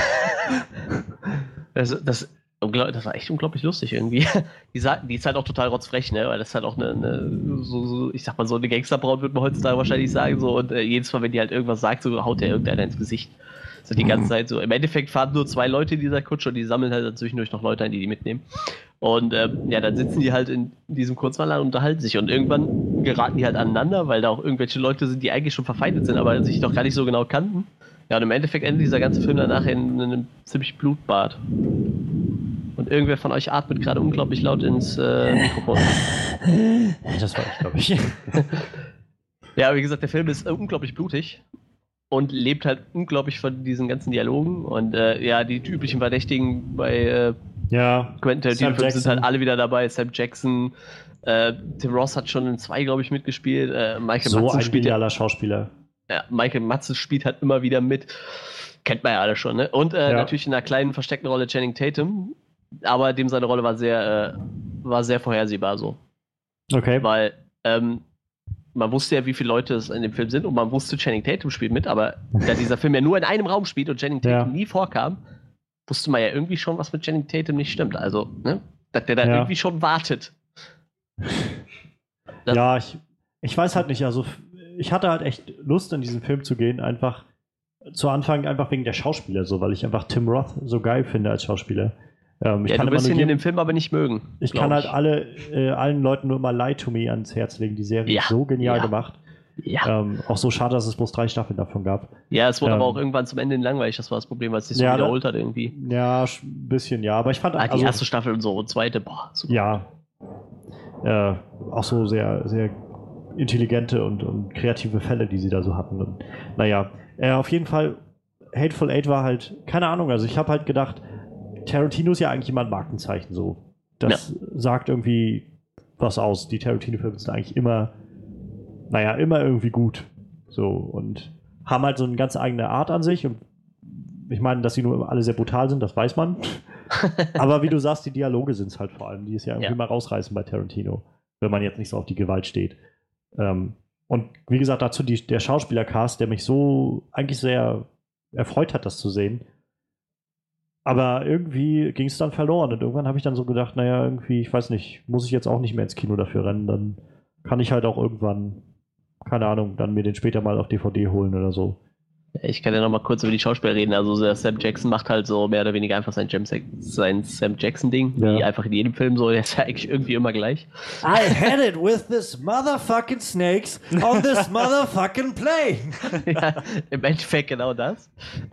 das, das, das war echt unglaublich lustig irgendwie. Die, die ist halt auch total rotzfrech, ne? Weil das ist halt auch eine, eine so, so, ich sag mal so eine Gangsterbraut, würde man heutzutage wahrscheinlich sagen. So. Und äh, jedes Mal, wenn die halt irgendwas sagt, so haut der irgendeiner ins Gesicht. So die ganze Zeit so. Im Endeffekt fahren nur zwei Leute in dieser Kutsche und die sammeln halt zwischendurch noch Leute ein, die die mitnehmen. Und ähm, ja, dann sitzen die halt in diesem Kurzwarenladen und unterhalten sich. Und irgendwann geraten die halt aneinander, weil da auch irgendwelche Leute sind, die eigentlich schon verfeindet sind, aber sich doch gar nicht so genau kannten. Ja, und im Endeffekt endet dieser ganze Film danach in einem ziemlich Blutbad. Und irgendwer von euch atmet gerade unglaublich laut ins äh, Mikrofon. Das war ich, glaube ich. Ja, wie gesagt, der Film ist äh, unglaublich blutig. Und lebt halt unglaublich von diesen ganzen Dialogen. Und äh, ja, die üblichen Verdächtigen bei äh, ja, Quentin Tarantino sind halt alle wieder dabei. Sam Jackson, äh, Tim Ross hat schon in zwei, glaube ich, mitgespielt. Äh, Michael so Madsen ein spielt genialer Schauspieler. Ja, Michael Madsen spielt halt immer wieder mit. Kennt man ja alle schon, ne? Und äh, ja. natürlich in einer kleinen versteckten Rolle Channing Tatum. Aber dem seine Rolle war sehr, äh, war sehr vorhersehbar so. Okay. Weil, ähm, man wusste ja, wie viele Leute es in dem Film sind und man wusste, Channing Tatum spielt mit, aber da dieser Film ja nur in einem Raum spielt und Channing Tatum ja. nie vorkam, wusste man ja irgendwie schon, was mit Channing Tatum nicht stimmt. Also, ne? Dass der da ja. irgendwie schon wartet. Das ja, ich, ich weiß halt nicht, also ich hatte halt echt Lust, in diesen Film zu gehen, einfach zu Anfang einfach wegen der Schauspieler so, weil ich einfach Tim Roth so geil finde als Schauspieler. Ähm, ich ja, kann du wirst ihn jeden, in dem Film aber nicht mögen. Ich kann halt alle, äh, allen Leuten nur mal Lie to Me ans Herz legen. Die Serie ja. ist so genial ja. gemacht. Ja. Ähm, auch so schade, dass es bloß drei Staffeln davon gab. Ja, es wurde ähm, aber auch irgendwann zum Ende langweilig. Das war das Problem, weil es sich so ja, wiederholt hat irgendwie. Ja, ein bisschen, ja. Aber ich fand ah, die also, erste Staffel und so und zweite, boah. Super. Ja. Äh, auch so sehr, sehr intelligente und, und kreative Fälle, die sie da so hatten. Und, naja, äh, auf jeden Fall, Hateful Eight war halt, keine Ahnung, also ich habe halt gedacht, Tarantino ist ja eigentlich immer ein Markenzeichen so. Das ja. sagt irgendwie was aus. Die Tarantino-Filme sind eigentlich immer, naja, immer irgendwie gut. So, und haben halt so eine ganz eigene Art an sich. Und ich meine, dass sie nur alle sehr brutal sind, das weiß man. Aber wie du sagst, die Dialoge sind es halt vor allem, die es ja irgendwie ja. mal rausreißen bei Tarantino, wenn man jetzt nicht so auf die Gewalt steht. Ähm, und wie gesagt, dazu die, der Schauspielercast, der mich so eigentlich sehr erfreut hat, das zu sehen. Aber irgendwie ging es dann verloren und irgendwann habe ich dann so gedacht, naja, irgendwie, ich weiß nicht, muss ich jetzt auch nicht mehr ins Kino dafür rennen, dann kann ich halt auch irgendwann, keine Ahnung, dann mir den später mal auf D V D holen oder so. Ich kann ja noch mal kurz über die Schauspieler reden. Also der Sam Jackson macht halt so mehr oder weniger einfach sein, James, sein Sam Jackson-Ding, ja. wie einfach in jedem Film so. Der ist ja eigentlich irgendwie immer gleich. I had it with this motherfucking snakes on this motherfucking plane. Ja, im Endeffekt genau das.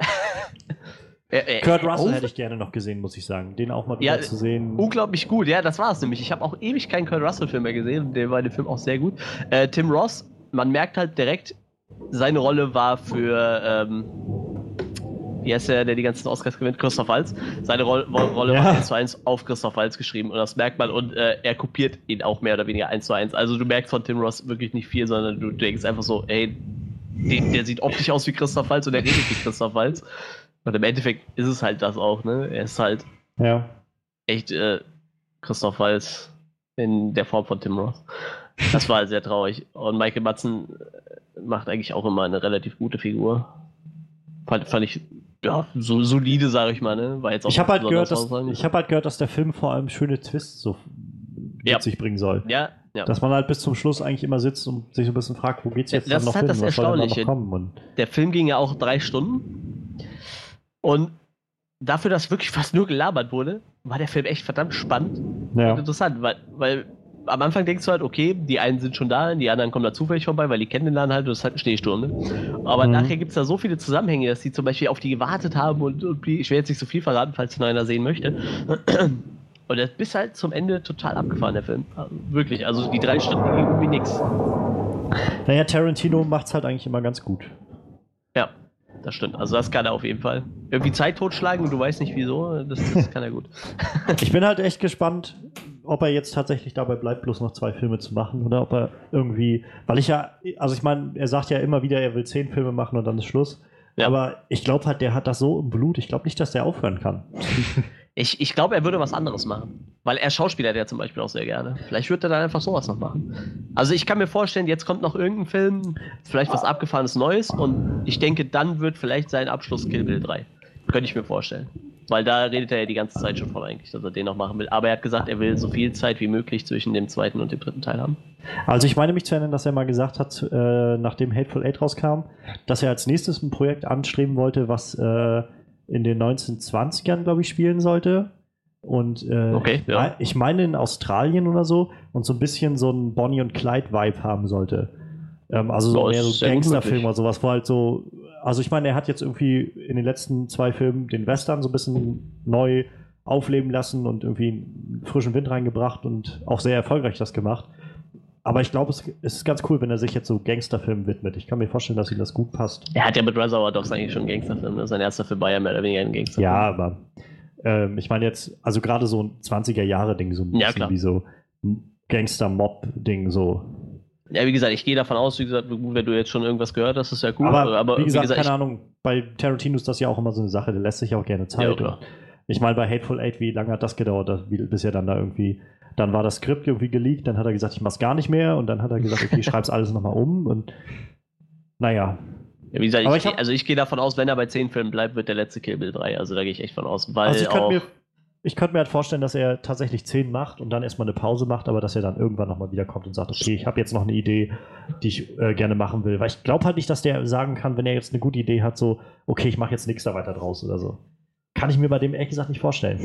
Äh, äh, Kurt Russell oh. hätte ich gerne noch gesehen, muss ich sagen. Den auch mal wieder ja, zu sehen. Unglaublich gut, ja, das war es nämlich. Ich habe auch ewig keinen Kurt Russell-Film mehr gesehen. Der war in dem Film auch sehr gut. Äh, Tim Ross, man merkt halt direkt, seine Rolle war für, ähm, wie heißt der, der die ganzen Oscars gewinnt? Christoph Waltz. Seine Rolle, Rolle ja. war eins zu eins auf Christoph Waltz geschrieben und das merkt man und äh, er kopiert ihn auch mehr oder weniger eins zu eins. Also du merkst von Tim Ross wirklich nicht viel, sondern du denkst einfach so, ey, der, der sieht optisch aus wie Christoph Waltz und der redet wie Christoph Waltz. Und im Endeffekt ist es halt das auch, ne? Er ist halt ja. echt äh, Christoph Waltz in der Form von Tim Roth. Das war halt sehr traurig. Und Michael Madsen macht eigentlich auch immer eine relativ gute Figur. Fand, fand ich, ja, so solide, sage ich mal, ne? War jetzt auch ich habe halt, gehört, dass, ich hab halt gehört, dass der Film vor allem schöne Twists so mit ja. sich bringen soll. Ja, ja. Dass man halt bis zum Schluss eigentlich immer sitzt und sich so ein bisschen fragt, wo geht's jetzt das dann noch halt hin? Das Was soll dann noch Erstaunliche. kommen? Und der Film ging ja auch drei Stunden. Und dafür, dass wirklich fast nur gelabert wurde, war der Film echt verdammt spannend ja. und interessant, weil, weil am Anfang denkst du halt, okay, die einen sind schon da, die anderen kommen da zufällig vorbei, weil die kennen den Laden halt und das ist halt eine Stehstunde. Aber mhm. nachher gibt es da so viele Zusammenhänge, dass die zum Beispiel auf die gewartet haben und, und ich will jetzt nicht so viel verraten, falls noch einer sehen möchte. Und das bis halt zum Ende total abgefahren, der Film. Also wirklich, also die drei Stunden ging irgendwie nix. Naja, Tarantino macht's halt eigentlich immer ganz gut. Ja. das stimmt. Also das kann er auf jeden Fall. Irgendwie Zeit totschlagen und du weißt nicht wieso, das, das kann er gut. Ich bin halt echt gespannt, ob er jetzt tatsächlich dabei bleibt, bloß noch zwei Filme zu machen oder ob er irgendwie, weil ich ja, also ich meine, er sagt ja immer wieder, er will zehn Filme machen und dann ist Schluss. Ja. Aber ich glaube halt, der hat das so im Blut, ich glaube nicht, dass der aufhören kann. Ich, ich glaube, er würde was anderes machen. Weil er Schauspieler der zum Beispiel auch sehr gerne. Vielleicht würde er dann einfach sowas noch machen. Also ich kann mir vorstellen, jetzt kommt noch irgendein Film, vielleicht was abgefahrenes Neues und ich denke, dann wird vielleicht sein Abschluss Kill Bill drei. Könnte ich mir vorstellen. Weil da redet er ja die ganze Zeit schon von eigentlich, dass er den noch machen will. Aber er hat gesagt, er will so viel Zeit wie möglich zwischen dem zweiten und dem dritten Teil haben. Also ich meine mich zu erinnern, dass er mal gesagt hat, äh, nachdem Hateful Eight rauskam, dass er als nächstes ein Projekt anstreben wollte, was äh, in den neunzehnhundertzwanzigern, glaube ich, spielen sollte. Und äh, okay, ja. ich meine in Australien oder so und so ein bisschen so einen Bonnie und Clyde-Vibe haben sollte. Ähm, also so mehr so Gangsterfilm oder sowas, wo halt so, also ich meine, er hat jetzt irgendwie in den letzten zwei Filmen den Western so ein bisschen neu aufleben lassen und irgendwie einen frischen Wind reingebracht und auch sehr erfolgreich das gemacht. Aber ich glaube, es ist ganz cool, wenn er sich jetzt so Gangsterfilmen widmet. Ich kann mir vorstellen, dass ihm das gut passt. Er hat ja mit Reservoir Dogs eigentlich schon einen Gangsterfilm. Das ist sein erster Film, war ja mehr oder weniger ein Gangsterfilm. Ja, aber ähm, ich meine jetzt, also gerade so ein zwanziger-Jahre-Ding, so ein ja, bisschen klar. wie so ein Gangster-Mob-Ding, so. Ja, wie gesagt, ich gehe davon aus, wie gesagt, wenn du jetzt schon irgendwas gehört hast, ist ja gut. Aber, aber wie gesagt, wie gesagt keine ich, Ahnung, bei Tarantino ist das ja auch immer so eine Sache, der lässt sich auch gerne Zeit. Ja, ich meine, bei Hateful Eight, wie lange hat das gedauert, bis er dann da irgendwie, dann war das Skript irgendwie geleakt, dann hat er gesagt, ich mach's gar nicht mehr und dann hat er gesagt, okay, ich schreib's alles nochmal um und naja. Ja, wie gesagt, aber ich, ich, hab, also ich gehe davon aus, wenn er bei zehn Filmen bleibt, wird der letzte Kill Bill drei, also da gehe ich echt von aus. Weil also ich könnte auch mir, ich könnte mir halt vorstellen, dass er tatsächlich zehn macht und dann erstmal eine Pause macht, aber dass er dann irgendwann nochmal wiederkommt und sagt, okay, ich habe jetzt noch eine Idee, die ich äh, gerne machen will. Weil ich glaube halt nicht, dass der sagen kann, wenn er jetzt eine gute Idee hat, so, okay, ich mache jetzt nichts da weiter draus oder so. Kann ich mir bei dem ehrlich gesagt nicht vorstellen.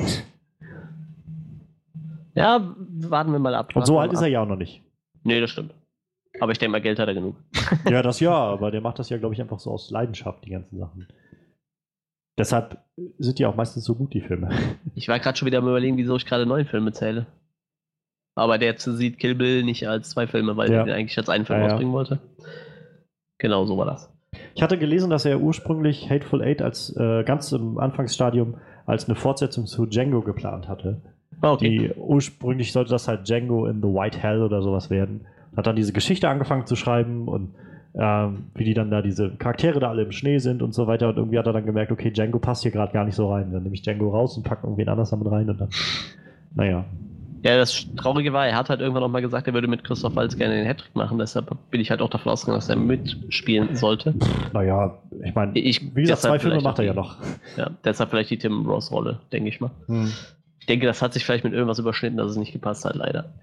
Ja, warten wir mal ab. Und so alt ist er ja auch noch nicht. Nee, das stimmt. Aber ich denke mal, Geld hat er genug. Ja, das ja, aber der macht das ja, glaube ich, einfach so aus Leidenschaft, die ganzen Sachen. Deshalb sind die auch meistens so gut, die Filme. Ich war gerade schon wieder am Überlegen, wieso ich gerade neun Filme zähle. Aber der sieht Kill Bill nicht als zwei Filme, weil ja. er den eigentlich als einen Film ja, rausbringen ja. wollte. Genau, so war das. Ich hatte gelesen, dass er ursprünglich Hateful Eight als äh, ganz im Anfangsstadium als eine Fortsetzung zu Django geplant hatte. Okay. Die ursprünglich sollte das halt Django in the White Hell oder sowas werden. Hat dann diese Geschichte angefangen zu schreiben und ähm, wie die dann da diese Charaktere da alle im Schnee sind und so weiter. Und irgendwie hat er dann gemerkt, okay, Django passt hier gerade gar nicht so rein. Dann nehme ich Django raus und packe irgendwen anders damit rein und dann, naja. Ja, das Traurige war, er hat halt irgendwann noch mal gesagt, er würde mit Christoph Waltz gerne den Hattrick machen. Deshalb bin ich halt auch davon ausgegangen, dass er mitspielen sollte. Naja, ich meine, wie gesagt, zwei Filme macht er ja noch. Ja, deshalb vielleicht die Tim Ross-Rolle, denke ich mal. Hm. Ich denke, das hat sich vielleicht mit irgendwas überschnitten, dass es nicht gepasst hat, leider.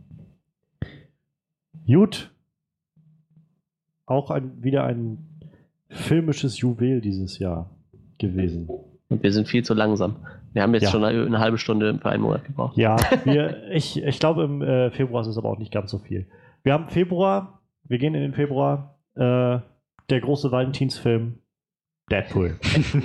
Gut. Auch ein, wieder ein filmisches Juwel dieses Jahr gewesen. Und wir sind viel zu langsam. Wir haben jetzt ja. schon eine, eine halbe Stunde für einen Monat gebraucht. Ja, wir, ich, ich glaube, im äh, Februar ist es aber auch nicht ganz so viel. Wir haben Februar, wir gehen in den Februar, äh, der große Valentinsfilm Deadpool.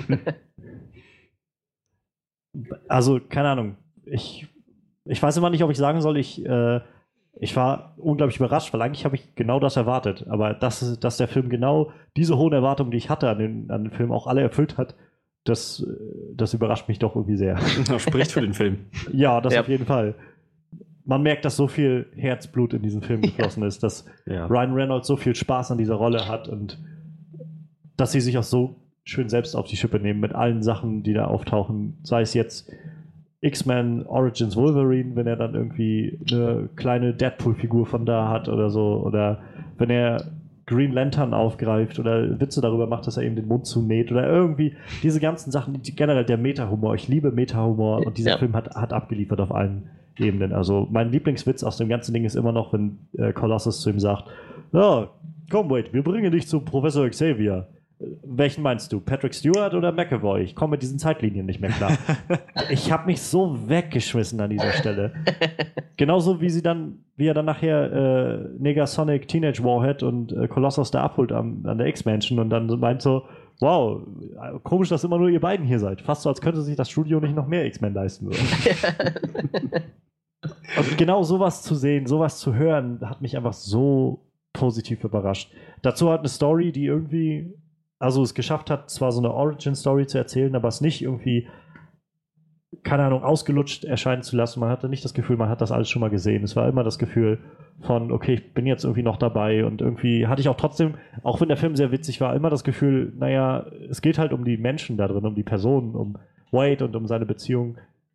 Also, keine Ahnung. Ich, ich weiß immer nicht, ob ich sagen soll, ich, äh, ich war unglaublich überrascht, weil eigentlich habe ich genau das erwartet. Aber dass, dass der Film genau diese hohen Erwartungen, die ich hatte an den, an den Film, auch alle erfüllt hat, das, das überrascht mich doch irgendwie sehr. Das spricht für den Film. Ja, das ja. auf jeden Fall. Man merkt, dass so viel Herzblut in diesen Film geflossen ist, dass ja. Ryan Reynolds so viel Spaß an dieser Rolle hat und dass sie sich auch so schön selbst auf die Schippe nehmen mit allen Sachen, die da auftauchen. Sei es jetzt X-Men Origins Wolverine, wenn er dann irgendwie eine kleine Deadpool-Figur von da hat oder so. Oder wenn er Green Lantern aufgreift oder Witze darüber macht, dass er eben den Mund zunäht oder irgendwie diese ganzen Sachen, die, generell der Meta-Humor. Ich liebe Meta-Humor und dieser ja. Film hat, hat abgeliefert auf allen Ebenen. Also mein Lieblingswitz aus dem ganzen Ding ist immer noch, wenn äh, Colossus zu ihm sagt, ja, komm Wade, wir bringen dich zu Professor Xavier. Welchen meinst du? Patrick Stewart oder McAvoy? Ich komme mit diesen Zeitlinien nicht mehr klar. Ich habe mich so weggeschmissen an dieser Stelle. Genauso wie sie dann, wie er dann nachher äh, Negasonic Teenage Warhead und äh, Colossus da abholt am, an der X-Mansion und dann meint so, wow, komisch, dass immer nur ihr beiden hier seid. Fast so, als könnte sich das Studio nicht noch mehr X-Men leisten würden. Und genau sowas zu sehen, sowas zu hören, hat mich einfach so positiv überrascht. Dazu hat eine Story, die irgendwie also es geschafft hat, zwar so eine Origin-Story zu erzählen, aber es nicht irgendwie, keine Ahnung, ausgelutscht erscheinen zu lassen. Man hatte nicht das Gefühl, man hat das alles schon mal gesehen. Es war immer das Gefühl von, okay, ich bin jetzt irgendwie noch dabei und irgendwie hatte ich auch trotzdem, auch wenn der Film sehr witzig war, immer das Gefühl, naja, es geht halt um die Menschen da drin, um die Personen, um Wade und um seine Beziehung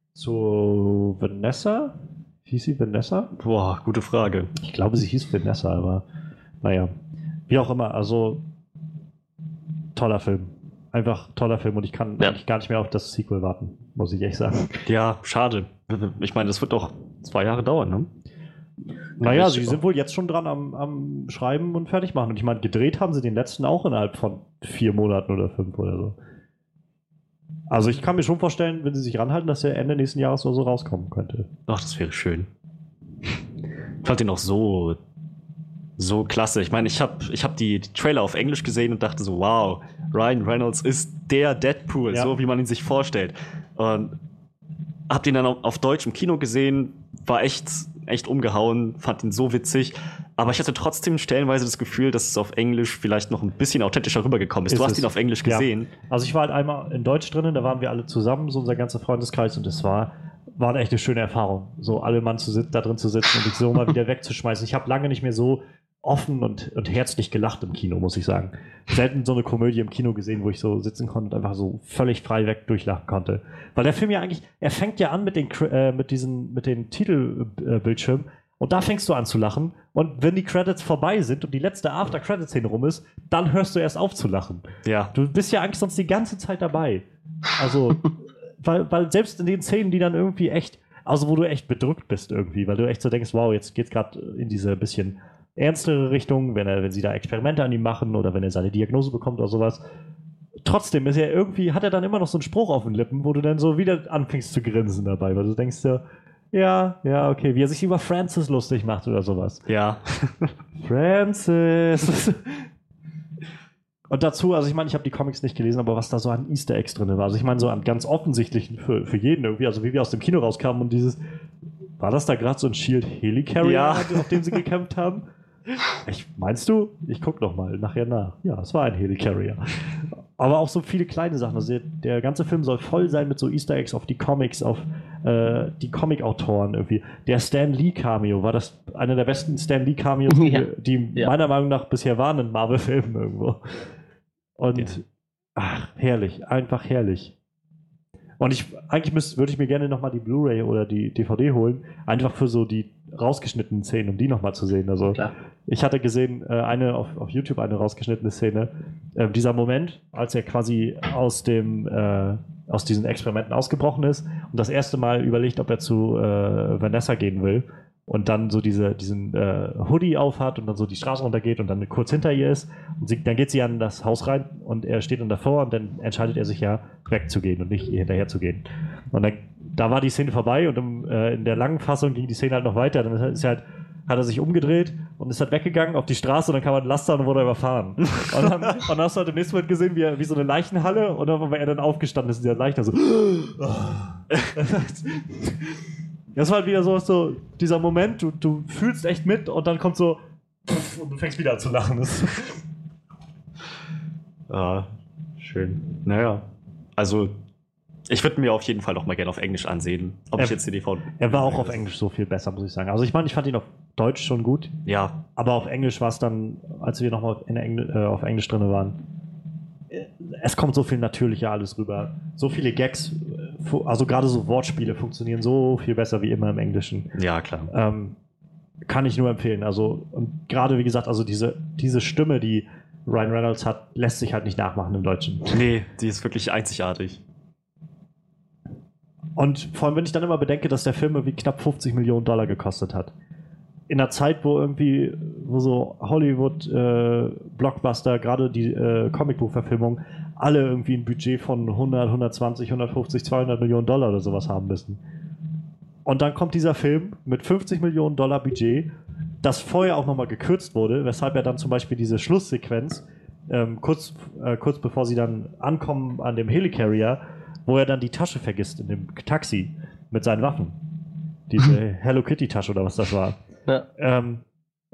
zu Vanessa. Hieß sie Vanessa? Boah, gute Frage. Ich glaube, sie hieß Vanessa, aber naja, wie auch immer, also toller Film. Einfach toller Film und ich kann Ja. eigentlich gar nicht mehr auf das Sequel warten, muss ich echt sagen. Ja, schade. Ich meine, das wird doch zwei Jahre dauern, ne? Naja, ich- sie sind wohl jetzt schon dran am, am Schreiben und fertig machen. Und ich meine, gedreht haben sie den letzten auch innerhalb von vier Monaten oder fünf oder so. Also ich kann mir schon vorstellen, wenn sie sich ranhalten, dass er Ende nächsten Jahres oder so rauskommen könnte. Ach, das wäre schön. Ich fand den auch so, so klasse. Ich meine, ich habe ich hab die, die Trailer auf Englisch gesehen und dachte so, wow, Ryan Reynolds ist der Deadpool, Ja. so wie man ihn sich vorstellt. Und hab den dann auf Deutsch im Kino gesehen, war echt, echt umgehauen, fand ihn so witzig. Aber ich hatte trotzdem stellenweise das Gefühl, dass es auf Englisch vielleicht noch ein bisschen authentischer rübergekommen ist. Ist du hast es. ihn auf Englisch Ja. gesehen. Also ich war halt einmal in Deutsch drinnen, da waren wir alle zusammen, so unser ganzer Freundeskreis und es war, war eine echt eine schöne Erfahrung, so alle Mann zu sit- da drin zu sitzen und sich so mal wieder wegzuschmeißen. Ich habe lange nicht mehr so offen und, und herzlich gelacht im Kino, muss ich sagen. Selten so eine Komödie im Kino gesehen, wo ich so sitzen konnte und einfach so völlig frei weg durchlachen konnte. Weil der Film ja eigentlich, er fängt ja an mit den, Cre- äh, mit diesen, mit den Titelbildschirmen und da fängst du an zu lachen und wenn die Credits vorbei sind und die letzte After-Credit-Szene rum ist, dann hörst du erst auf zu lachen. Ja. Du bist ja eigentlich sonst die ganze Zeit dabei. Also, weil, weil selbst in den Szenen, die dann irgendwie echt, also wo du echt bedrückt bist irgendwie, weil du echt so denkst, wow, jetzt geht's gerade in diese bisschen ernstere Richtung, wenn er, wenn sie da Experimente an ihm machen oder wenn er seine Diagnose bekommt oder sowas. Trotzdem ist er irgendwie, hat er dann immer noch so einen Spruch auf den Lippen, wo du dann so wieder anfängst zu grinsen dabei, weil du denkst ja, ja, ja, okay, wie er sich über Francis lustig macht oder sowas. Ja. Francis. Und dazu, also ich meine, ich habe die Comics nicht gelesen, aber was da so an Easter Eggs drin war, also ich meine so an ganz offensichtlichen für, für jeden irgendwie, also wie wir aus dem Kino rauskamen und dieses, war das da gerade so ein Shield Helicarrier, Ja. auf dem sie gekämpft haben? Ich, meinst du? Ich guck noch mal nachher nach. Ja, es war ein Helicarrier. Aber auch so viele kleine Sachen. Also der, der ganze Film soll voll sein mit so Easter Eggs auf die Comics, auf äh, die Comic-Autoren irgendwie. Der Stan Lee Cameo war das einer der besten Stan Lee Cameos, die, Ja. die Ja. meiner Meinung nach bisher waren in Marvel-Filmen irgendwo. Und Ja. ach, herrlich, einfach herrlich. Und ich, eigentlich müsste, würde ich mir gerne nochmal die Blu-ray oder die D V D holen, einfach für so die rausgeschnittenen Szenen, um die nochmal zu sehen. Also Klar. ich hatte gesehen, äh, eine auf, auf YouTube eine rausgeschnittene Szene. Äh, dieser Moment, als er quasi aus dem äh, aus diesen Experimenten ausgebrochen ist und das erste Mal überlegt, ob er zu äh, Vanessa gehen will und dann so diese, diesen äh, Hoodie aufhat und dann so die Straße runtergeht und dann kurz hinter ihr ist. Und sie, dann geht sie an das Haus rein und er steht dann davor und dann entscheidet er sich ja, wegzugehen und nicht ihr hinterher zu gehen. Und dann, da war die Szene vorbei und im, äh, in der langen Fassung ging die Szene halt noch weiter. Dann ist er halt, hat er sich umgedreht und ist halt weggegangen auf die Straße und dann kam ein Laster und wurde überfahren. Und dann, und dann hast du halt im nächsten Moment gesehen, wie, er, wie so eine Leichenhalle und dann war er dann aufgestanden ist, dieser Leichen so. Das war halt wieder so, so dieser Moment, du, du fühlst echt mit und dann kommt so und du fängst wieder an zu lachen. Das Ah, schön. Naja. Also, ich würde mir auf jeden Fall noch mal gerne auf Englisch ansehen. Ob Ähm, ich jetzt die D V D. er war auch auf Englisch so viel besser, muss ich sagen. Also ich meine, ich fand ihn auf Deutsch schon gut, Ja. aber auf Englisch war es dann, als wir nochmal Engl äh, auf Englisch drin waren, äh, es kommt so viel natürlicher alles rüber. So viele Gags, äh, fu- also gerade so Wortspiele funktionieren so viel besser wie immer im Englischen. Ja, klar. Ähm, kann ich nur empfehlen. Also, und gerade wie gesagt, also diese, diese Stimme, die Ryan Reynolds hat, lässt sich halt nicht nachmachen im Deutschen. Nee, die ist wirklich einzigartig. Und vor allem, wenn ich dann immer bedenke, dass der Film irgendwie knapp fünfzig Millionen Dollar gekostet hat. In einer Zeit, wo irgendwie, wo so Hollywood-Blockbuster, gerade die äh, Comicbuchverfilmung, alle irgendwie ein Budget von hundert, hundertzwanzig, hundertfünfzig, zweihundert Millionen Dollar oder sowas haben müssen. Und dann kommt dieser Film mit fünfzig Millionen Dollar Budget, das vorher auch nochmal gekürzt wurde, weshalb er dann zum Beispiel diese Schlusssequenz, ähm, kurz, äh, kurz bevor sie dann ankommen an dem Helicarrier, wo er dann die Tasche vergisst in dem Taxi mit seinen Waffen. Diese Hello Kitty Tasche oder was das war. Ja. Ähm,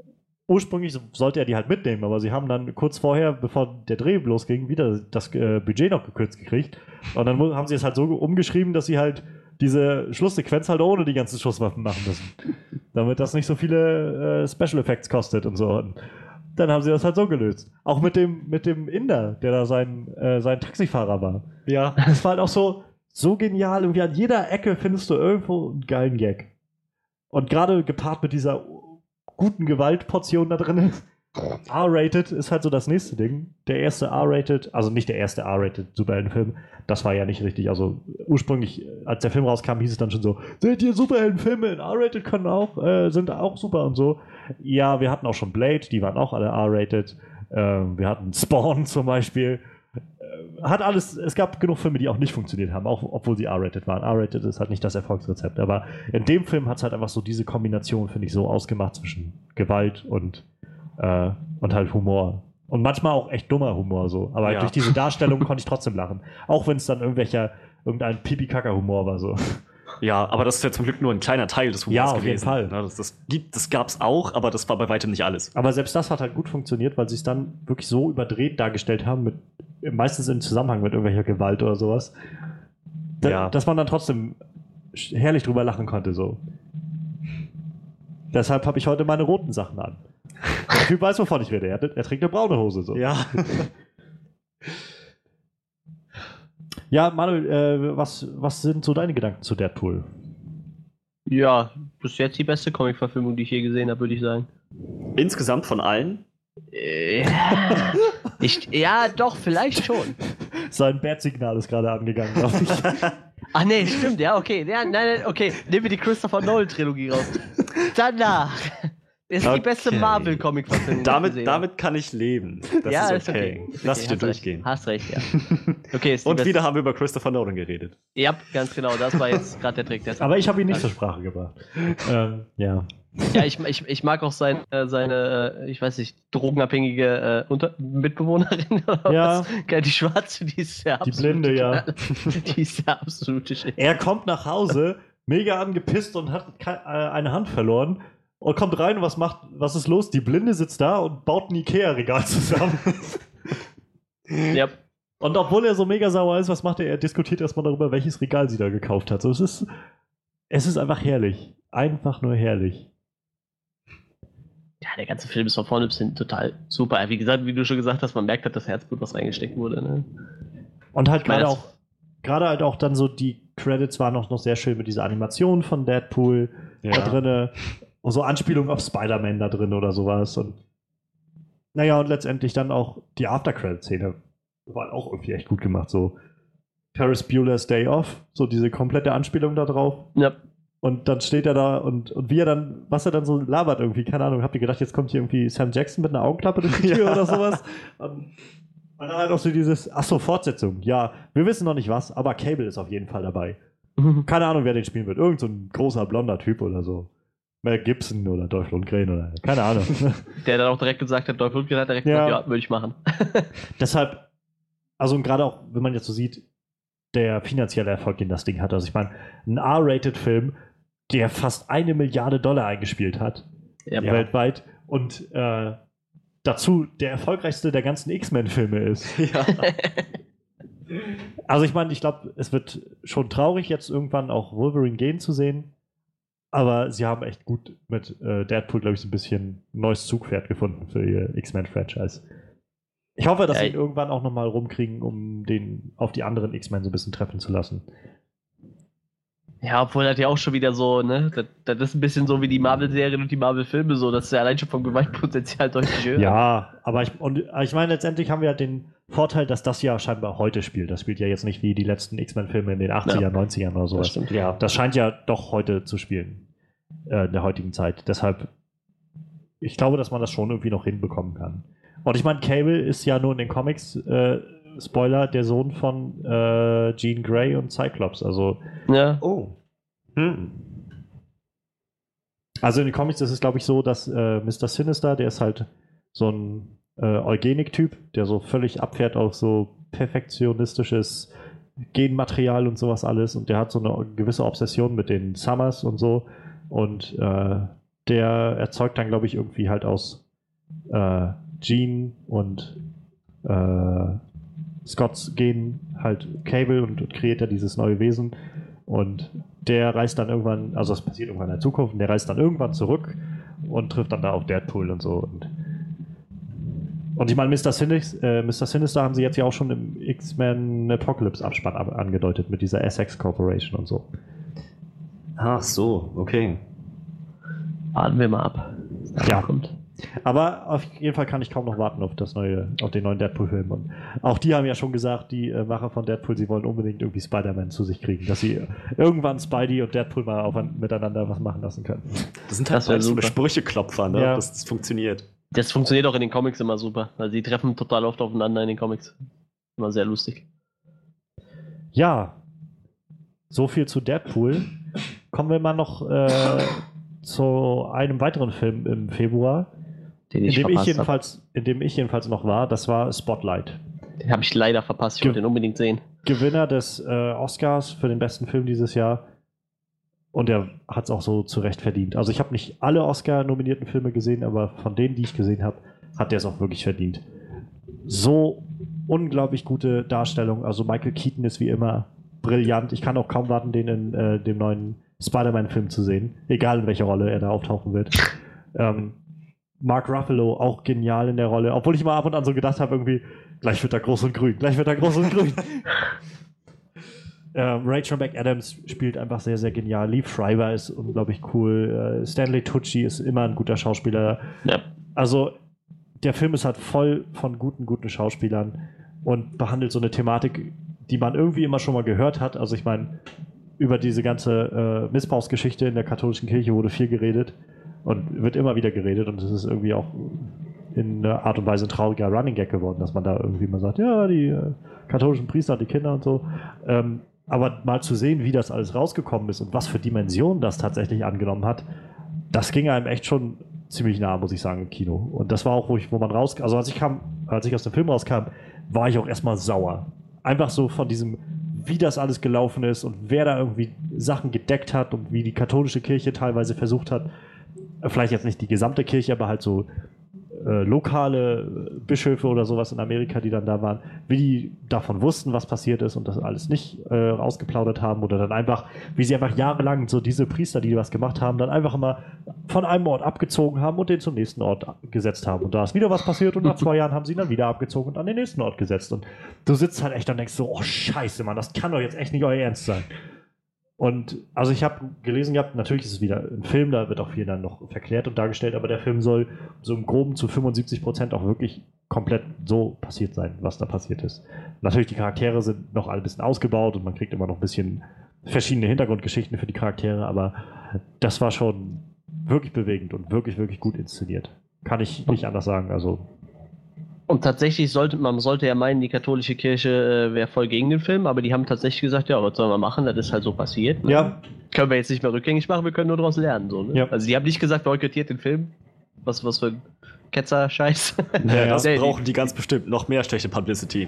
ursprünglich sollte er die halt mitnehmen, aber sie haben dann kurz vorher, bevor der Dreh losging, wieder das äh, Budget noch gekürzt gekriegt. Und dann haben sie es halt so umgeschrieben, dass sie halt diese Schlusssequenz halt ohne die ganzen Schusswaffen machen müssen. Damit das nicht so viele äh, Special Effects kostet und so. Und dann haben sie das halt so gelöst. Auch mit dem, mit dem Inder, der da sein, äh, sein Taxifahrer war. Ja. Das war halt auch so, so genial. Irgendwie an jeder Ecke findest du irgendwo einen geilen Gag. Und gerade gepaart mit dieser guten Gewaltportion da drin. R-rated ist halt so das nächste Ding. Der erste R-rated, also nicht der erste R-rated Superheldenfilm, das war ja nicht richtig. Also ursprünglich, als der Film rauskam, hieß es dann schon so, seht ihr, Superheldenfilme in R-rated können auch, äh, sind auch super und so. Ja, wir hatten auch schon Blade, die waren auch alle R-rated. Ähm, wir hatten Spawn zum Beispiel. Äh, hat alles, es gab genug Filme, die auch nicht funktioniert haben, auch obwohl sie R-rated waren. R-rated ist halt nicht das Erfolgsrezept, aber in dem Film hat es halt einfach so diese Kombination, finde ich, so ausgemacht zwischen Gewalt und äh, und halt Humor. Und manchmal auch echt dummer Humor so. Aber ja. durch diese Darstellung konnte ich trotzdem lachen. Auch wenn es dann irgendwelcher, irgendein Pipi-Kaka-Humor war so. Ja, aber das ist ja zum Glück nur ein kleiner Teil des Humors ja, auf gewesen. jeden Fall. Das, das, das gab es auch, aber das war bei weitem nicht alles. Aber selbst das hat halt gut funktioniert, weil sie es dann wirklich so überdreht dargestellt haben, mit, meistens im Zusammenhang mit irgendwelcher Gewalt oder sowas, da, ja. dass man dann trotzdem herrlich drüber lachen konnte. So. Deshalb habe ich heute meine roten Sachen an. Der Typ weiß, wovon ich rede. Er, er trägt eine braune Hose. So. Ja. Ja, Manuel, äh, was, was sind so deine Gedanken zu Deadpool? Ja, bis jetzt die beste Comic-Verfilmung, die ich je gesehen habe, würde ich sagen. Insgesamt von allen? Äh, ich, ja, doch, vielleicht schon. Sein Bat-Signal ist gerade angegangen, glaube ich. Ach nee, stimmt, ja, okay. Ja, nein, nein, okay. Nehmen wir die Christopher Nolan-Trilogie raus. Danach. Das ist okay. Die beste Marvel-Comic-Verfilmung. Damit, damit kann ich leben. Das ja, ist okay. okay. Lass okay, ich dir hast durchgehen. Recht. Hast recht, ja. Okay, ist Und beste. wieder haben wir über Christopher Nolan geredet. Ja, ganz genau. Das war jetzt gerade der Trick. Aber ich habe ihn nicht zur Sprache gebracht. ähm, ja. Ja, ich, ich, ich mag auch sein, äh, seine, äh, ich weiß nicht, drogenabhängige äh, Unter Mitbewohnerin oder ja. was? Die Schwarze, die ist ja absolut. Die Blinde, ja. Die ist ja absolut schön. Er kommt nach Hause, mega angepisst und hat eine Hand verloren. Und kommt rein und was macht, was ist los? Die Blinde sitzt da und baut ein Ikea-Regal zusammen. Ja. Und obwohl er so mega sauer ist, was macht er? Er diskutiert erstmal darüber, welches Regal sie da gekauft hat. So, es ist, es ist einfach herrlich. Einfach nur herrlich. Ja, der ganze Film ist von vorne bis hin total super. Wie gesagt, wie du schon gesagt hast, man merkt halt das Herzblut, was reingesteckt wurde. Ne? Und halt gerade auch, gerade halt auch dann so die Credits waren auch noch sehr schön mit dieser Animation von Deadpool ja. da drinne. Und so Anspielungen auf Spider-Man da drin oder sowas. Und naja, und letztendlich dann auch die After-Credit-Szene war auch irgendwie echt gut gemacht. So Ferris Bueller's Day Off, so diese komplette Anspielung da drauf. Ja. Und dann steht er da und, und wie er dann, was er dann so labert irgendwie, keine Ahnung, habt ihr gedacht, jetzt kommt hier irgendwie Sam Jackson mit einer Augenklappe durch die Tür ja. oder sowas? Und, und dann halt auch so dieses, achso, Fortsetzung. Ja, wir wissen noch nicht was, aber Cable ist auf jeden Fall dabei. Keine Ahnung, wer den spielen wird. Irgend so ein großer, blonder Typ oder so. Mel Gibson oder Dolph Lundgren oder keine Ahnung. Der dann auch direkt gesagt hat, Dolph Lundgren hat direkt ja. gesagt, ja, würde ich machen. Deshalb, also gerade auch, wenn man jetzt so sieht, der finanzielle Erfolg, den das Ding hat. Also ich meine, ein R-Rated-Film, der fast eine Milliarde Dollar eingespielt hat, ja, weltweit, und äh, dazu der erfolgreichste der ganzen X-Men-Filme ist. Ja. Also ich meine, ich glaube, es wird schon traurig, jetzt irgendwann auch Wolverine gehen zu sehen. Aber sie haben echt gut mit äh, Deadpool, glaube ich, so ein bisschen ein neues Zugpferd gefunden für ihr X-Men-Franchise. Ich hoffe, dass ja, sie ihn irgendwann auch nochmal rumkriegen, um den auf die anderen X-Men so ein bisschen treffen zu lassen. Ja, obwohl das ja auch schon wieder so, ne, das, das ist ein bisschen so wie die Marvel-Serien und die Marvel-Filme so, das ist ja allein schon vom Gewaltpotenzial deutlich höher. Ja, aber ich, und, ich meine, letztendlich haben wir ja den Vorteil, dass das ja scheinbar heute spielt. Das spielt ja jetzt nicht wie die letzten X-Men-Filme in den achtzigern, ja. neunzigern oder sowas. Das stimmt. Ja, das scheint ja doch heute zu spielen, äh, in der heutigen Zeit. Deshalb, ich glaube, dass man das schon irgendwie noch hinbekommen kann. Und ich meine, Cable ist ja nur in den Comics, äh, Spoiler, der Sohn von äh, Jean Grey und Cyclops. Also, ja. Oh. Hm. Also in den Comics ist es, glaube ich, so, dass äh, Mister Sinister, der ist halt so ein äh, Eugenik-Typ, der so völlig abfährt auf so perfektionistisches Genmaterial und sowas alles. Und der hat so eine gewisse Obsession mit den Summers und so. Und äh, der erzeugt dann, glaube ich, irgendwie halt aus äh, Jean und äh, Scott gehen halt Cable und, und kreiert ja dieses neue Wesen. Und der reist dann irgendwann, also das passiert irgendwann in der Zukunft, und der reist dann irgendwann zurück und trifft dann da auf Deadpool und so. Und, und ich meine, Mister Sinister, äh, Mister Sinister haben sie jetzt ja auch schon im X-Men Apocalypse Abspann ab- angedeutet mit dieser Essex Corporation und so. Ach so, okay. Warten wir mal ab. was Ja. kommt. Aber auf jeden Fall kann ich kaum noch warten auf das neue, auf den neuen Deadpool-Film. Und auch die haben ja schon gesagt, die äh, Macher von Deadpool, sie wollen unbedingt irgendwie Spider-Man zu sich kriegen, dass sie irgendwann Spidey und Deadpool mal auf, miteinander was machen lassen können. Das sind halt Das wär so eine super. Sprücheklopfer, ne? Ja. Das, das funktioniert. Das funktioniert auch in den Comics immer super. Also die treffen total oft aufeinander in den Comics. Immer sehr lustig. Ja, so viel zu Deadpool. Kommen wir mal noch äh, zu einem weiteren Film im Februar, Den in ich dem ich, verpasst habe. jedenfalls, in dem ich jedenfalls noch war. Das war Spotlight. Den habe ich leider verpasst. Ich Ge- wollte den unbedingt sehen. Gewinner des äh, Oscars für den besten Film dieses Jahr. Und er hat es auch so zu Recht verdient. Also ich habe nicht alle Oscar-nominierten Filme gesehen, aber von denen, die ich gesehen habe, hat er es auch wirklich verdient. So unglaublich gute Darstellung. Also Michael Keaton ist wie immer brillant. Ich kann auch kaum warten, den in äh, dem neuen Spider-Man-Film zu sehen. Egal in welcher Rolle er da auftauchen wird. Ähm, Mark Ruffalo auch genial in der Rolle. Obwohl ich mal ab und an so gedacht habe, irgendwie, gleich wird er groß und grün. Gleich wird er groß und grün. Ähm, Rachel McAdams spielt einfach sehr, sehr genial. Lee Schreiber ist unglaublich cool. Äh, Stanley Tucci ist immer ein guter Schauspieler. Ja. Also, der Film ist halt voll von guten, guten Schauspielern und behandelt so eine Thematik, die man irgendwie immer schon mal gehört hat. Also, ich meine, über diese ganze äh, Missbrauchsgeschichte in der katholischen Kirche wurde viel geredet und wird immer wieder geredet, und es ist irgendwie auch in einer Art und Weise ein trauriger Running Gag geworden, dass man da irgendwie mal sagt, ja, die äh, katholischen Priester, die Kinder und so. Ähm, aber mal zu sehen, wie das alles rausgekommen ist und was für Dimensionen das tatsächlich angenommen hat, das ging einem echt schon ziemlich nah, muss ich sagen, im Kino. Und das war auch, wo ich, wo man raus, also als ich kam, als ich aus dem Film rauskam, war ich auch erstmal sauer. Einfach so von diesem, wie das alles gelaufen ist und wer da irgendwie Sachen gedeckt hat und wie die katholische Kirche teilweise versucht hat, vielleicht jetzt nicht die gesamte Kirche, aber halt so äh, lokale Bischöfe oder sowas in Amerika, die dann da waren, wie die davon wussten, was passiert ist und das alles nicht äh, rausgeplaudert haben, oder dann einfach, wie sie einfach jahrelang so diese Priester, die was gemacht haben, dann einfach immer von einem Ort abgezogen haben und den zum nächsten Ort gesetzt haben. Und da ist wieder was passiert und nach zwei Jahren haben sie ihn dann wieder abgezogen und an den nächsten Ort gesetzt. Und du sitzt halt echt und denkst so, oh Scheiße, Mann, das kann doch jetzt echt nicht euer Ernst sein. Und also ich habe gelesen gehabt, natürlich ist es wieder ein Film, da wird auch viel dann noch verklärt und dargestellt, aber der Film soll so im Groben zu fünfundsiebzig Prozent auch wirklich komplett so passiert sein, was da passiert ist. Natürlich, die Charaktere sind noch alle ein bisschen ausgebaut und man kriegt immer noch ein bisschen verschiedene Hintergrundgeschichten für die Charaktere, aber das war schon wirklich bewegend und wirklich, wirklich gut inszeniert. Kann ich nicht anders sagen, also Und tatsächlich sollte man sollte ja meinen, die katholische Kirche äh, wäre voll gegen den Film, aber die haben tatsächlich gesagt, ja, was sollen wir machen, das ist halt so passiert. Ne? ja, Können wir jetzt nicht mehr rückgängig machen, wir können nur daraus lernen. So, ne? Ja. Also die haben nicht gesagt, boykottiert den Film. Was, was für ein Ketzer-Scheiß. Ja, das Nee, brauchen die ganz bestimmt noch mehr schlechte Publicity.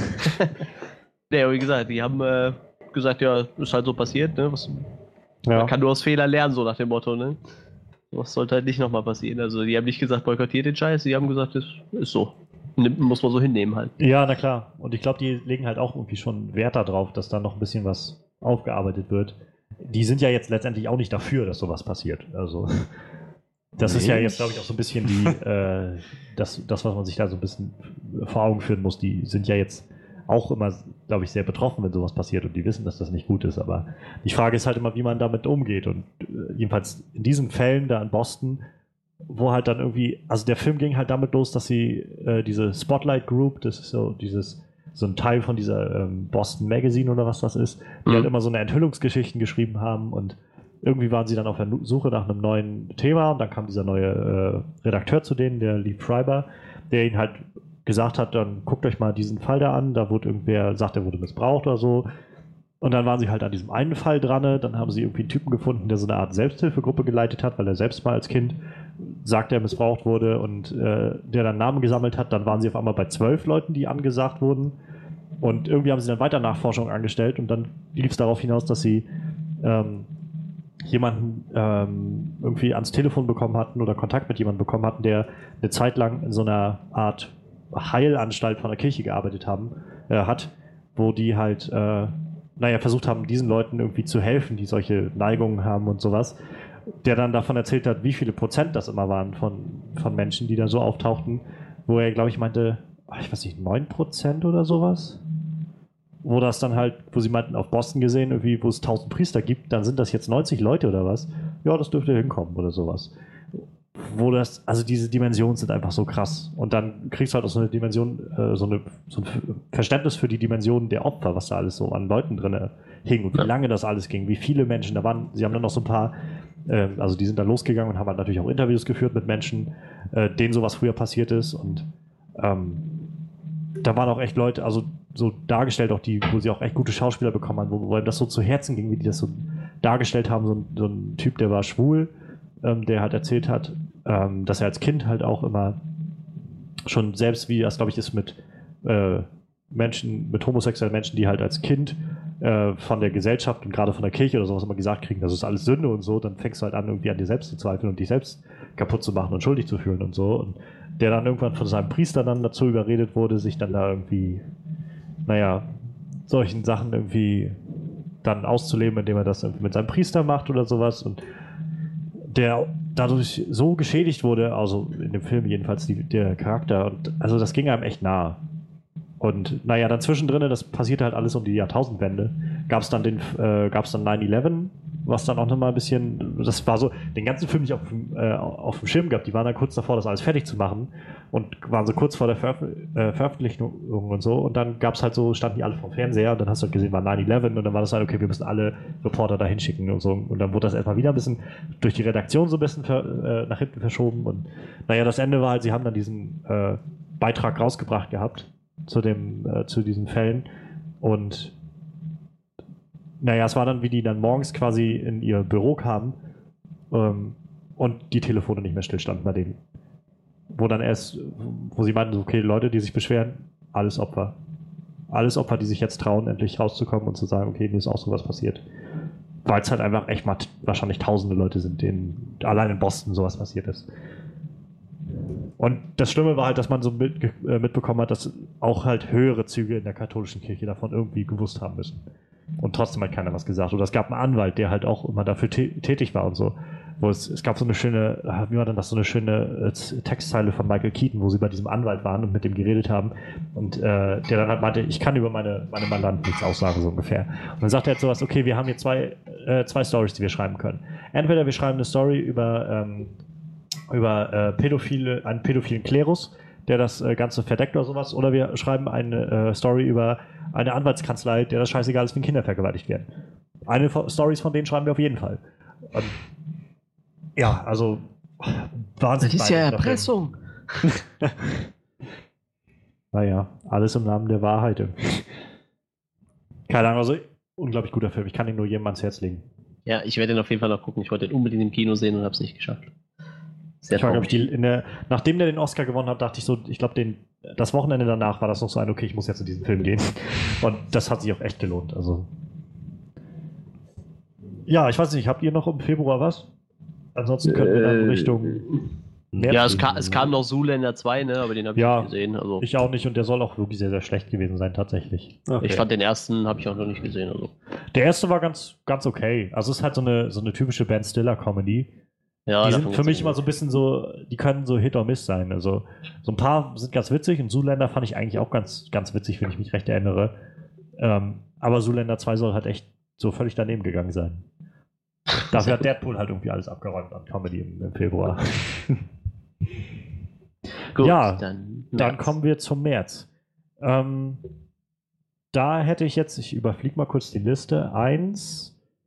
Nee, wie gesagt, die haben äh, gesagt, ja, ist halt so passiert, ne? Was, ja. Man kann nur aus Fehlern lernen, so nach dem Motto, ne? Was sollte halt nicht nochmal passieren. Also die haben nicht gesagt, boykottiert den Scheiß, die haben gesagt, das ist so. Nimmt, muss man so hinnehmen halt. Ja, na klar. Und ich glaube, die legen halt auch irgendwie schon Wert darauf, dass da noch ein bisschen was aufgearbeitet wird. Die sind ja jetzt letztendlich auch nicht dafür, dass sowas passiert. Also, das ist ja jetzt, glaube ich, auch so ein bisschen die, äh, das, das, was man sich da so ein bisschen vor Augen führen muss. Die sind ja jetzt auch immer, glaube ich, sehr betroffen, wenn sowas passiert, und die wissen, dass das nicht gut ist. Aber die Frage ist halt immer, wie man damit umgeht. Und äh, jedenfalls in diesen Fällen da in Boston, wo halt dann irgendwie, also der Film ging halt damit los, dass sie äh, diese Spotlight Group, das ist so dieses, so ein Teil von dieser ähm, Boston Magazine oder was das ist, die Mhm. halt immer so eine Enthüllungsgeschichten geschrieben haben, und irgendwie waren sie dann auf der Suche nach einem neuen Thema, und dann kam dieser neue äh, Redakteur zu denen, der Lee Schreiber, der ihnen halt gesagt hat, dann guckt euch mal diesen Fall da an, da wurde irgendwer, sagt, er wurde missbraucht oder so. Und dann waren sie halt an diesem einen Fall dran, dann haben sie irgendwie einen Typen gefunden, der so eine Art Selbsthilfegruppe geleitet hat, weil er selbst mal als Kind sagt, er missbraucht wurde, und äh, der dann Namen gesammelt hat. Dann waren sie auf einmal bei zwölf Leuten, die angesagt wurden. Und irgendwie haben sie dann weiter Nachforschung angestellt, und dann lief es darauf hinaus, dass sie ähm, jemanden ähm, irgendwie ans Telefon bekommen hatten oder Kontakt mit jemandem bekommen hatten, der eine Zeit lang in so einer Art Heilanstalt von der Kirche gearbeitet haben, äh, hat, wo die halt, äh, naja, versucht haben, diesen Leuten irgendwie zu helfen, die solche Neigungen haben und sowas, der dann davon erzählt hat, wie viele Prozent das immer waren von, von Menschen, die da so auftauchten, wo er, glaube ich, meinte, ich weiß nicht, neun Prozent oder sowas? Wo das dann halt, wo sie meinten, auf Boston gesehen, irgendwie, wo es tausend Priester gibt, dann sind das jetzt neunzig Leute oder was? Ja, das dürfte hinkommen oder sowas. Wo das, also diese Dimensionen sind einfach so krass. Und dann kriegst du halt auch so eine Dimension, äh, so, eine, so ein Verständnis für die Dimensionen der Opfer, was da alles so an Leuten drin hing und wie lange das alles ging, wie viele Menschen da waren. Sie haben dann noch so ein paar, äh, also die sind dann losgegangen und haben halt natürlich auch Interviews geführt mit Menschen, äh, denen sowas früher passiert ist. Und ähm, da waren auch echt Leute, also so dargestellt, auch die, wo sie auch echt gute Schauspieler bekommen haben, wo, wo das so zu Herzen ging, wie die das so dargestellt haben. So ein, so ein Typ, der war schwul, ähm, der halt erzählt hat, ähm, dass er als Kind halt auch immer schon selbst, wie das glaube ich ist mit äh, Menschen, mit homosexuellen Menschen, die halt als Kind äh, von der Gesellschaft und gerade von der Kirche oder sowas immer gesagt kriegen, das ist alles Sünde und so, dann fängst du halt an, irgendwie an dir selbst zu zweifeln und dich selbst kaputt zu machen und schuldig zu fühlen und so. Und der dann irgendwann von seinem Priester dann dazu überredet wurde, sich dann da irgendwie, naja, solchen Sachen irgendwie dann auszuleben, indem er das irgendwie mit seinem Priester macht oder sowas. Und der dadurch so geschädigt wurde, also in dem Film jedenfalls die, der Charakter, und also das ging einem echt nahe. Und naja, dann zwischendrin, das passierte halt alles um die Jahrtausendwende, gab es dann den, äh, gab es dann nine eleven, was dann auch nochmal ein bisschen, das war so, den ganzen Film nicht auf, äh, auf dem Schirm gehabt, die waren dann kurz davor, das alles fertig zu machen und waren so kurz vor der Veröf äh, Veröffentlichung und so, und dann gab es halt so, standen die alle vom Fernseher und dann hast du halt gesehen, war nine eleven und dann war das halt, okay, wir müssen alle Reporter da hinschicken und so, und dann wurde das erstmal wieder ein bisschen durch die Redaktion so ein bisschen ver, äh, nach hinten verschoben und naja, das Ende war halt, sie haben dann diesen äh, Beitrag rausgebracht gehabt zu dem, äh, zu diesen Fällen und naja, es war dann, wie die dann morgens quasi in ihr Büro kamen ähm, und die Telefone nicht mehr stillstanden bei denen. Wo dann erst, wo sie meinten, okay, Leute, die sich beschweren, alles Opfer. Alles Opfer, die sich jetzt trauen, endlich rauszukommen und zu sagen, okay, mir ist auch sowas passiert. Weil es halt einfach echt mal wahrscheinlich tausende Leute sind, denen allein in Boston sowas passiert ist. Und das Schlimme war halt, dass man so mit, äh, mitbekommen hat, dass auch halt höhere Züge in der katholischen Kirche davon irgendwie gewusst haben müssen. Und trotzdem hat keiner was gesagt. Oder es gab einen Anwalt, der halt auch immer dafür tätig war und so. Wo es, es gab so eine schöne, wie war denn das, so eine schöne äh, Textzeile von Michael Keaton, wo sie bei diesem Anwalt waren und mit dem geredet haben. Und äh, der dann halt meinte, ich kann über meine, meine Mandanten nichts aussagen, so ungefähr. Und dann sagt er jetzt sowas, okay, wir haben hier zwei, äh, zwei Storys, die wir schreiben können. Entweder wir schreiben eine Story über, ähm, über äh, Pädophile, einen pädophilen Klerus, der das äh, Ganze verdeckt oder sowas, oder wir schreiben eine äh, Story über eine Anwaltskanzlei, der das scheißegal ist, wenn Kinder vergewaltigt werden. Eine Stories von denen schreiben wir auf jeden Fall. Und ja, also wahnsinnig. Das ist ja Erpressung. Naja, alles im Namen der Wahrheit. Keine Ahnung, also unglaublich guter Film. Ich kann ihn nur jedem ans Herz legen. Ja, ich werde ihn auf jeden Fall noch gucken. Ich wollte ihn unbedingt im Kino sehen und habe es nicht geschafft. Sehr ich war, ich, die, in der, nachdem der den Oscar gewonnen hat, dachte ich so, ich glaube, das Wochenende danach war das noch so ein, okay, ich muss jetzt in diesen Film gehen. Und das hat sich auch echt gelohnt. Also. Ja, ich weiß nicht, habt ihr noch im Februar was? Ansonsten könnten wir dann Richtung März Ja, es, ka es kam noch Zoolander zwei, ne? Aber den habe ich ja, nicht gesehen. Also. Ich auch nicht, und der soll auch wirklich sehr, sehr schlecht gewesen sein, tatsächlich. Okay. Ich fand den ersten, habe ich auch noch nicht gesehen. Also. Der erste war ganz, ganz okay. Also es ist halt so eine, so eine typische Ben Stiller-Comedy. Ja, die sind für mich immer so ein bisschen so, die können so Hit or Miss sein. Also so ein paar sind ganz witzig und Zoolander fand ich eigentlich auch ganz, ganz witzig, wenn ich mich recht erinnere. Ähm, aber Zoolander zwei soll halt echt so völlig daneben gegangen sein. Dafür hat Deadpool halt irgendwie alles abgeräumt an Comedy im, im Februar. Gut, ja, dann, dann kommen wir zum März. Ähm, da hätte ich jetzt, ich überfliege mal kurz die Liste. Eins,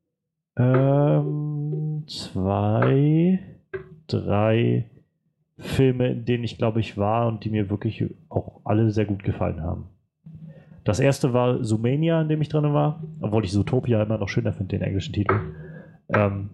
ähm, zwei, drei Filme, in denen ich glaube ich war und die mir wirklich auch alle sehr gut gefallen haben. Das erste war Zoomania, in dem ich drin war, obwohl ich Zootopia immer noch schöner finde, den englischen Titel. Ähm,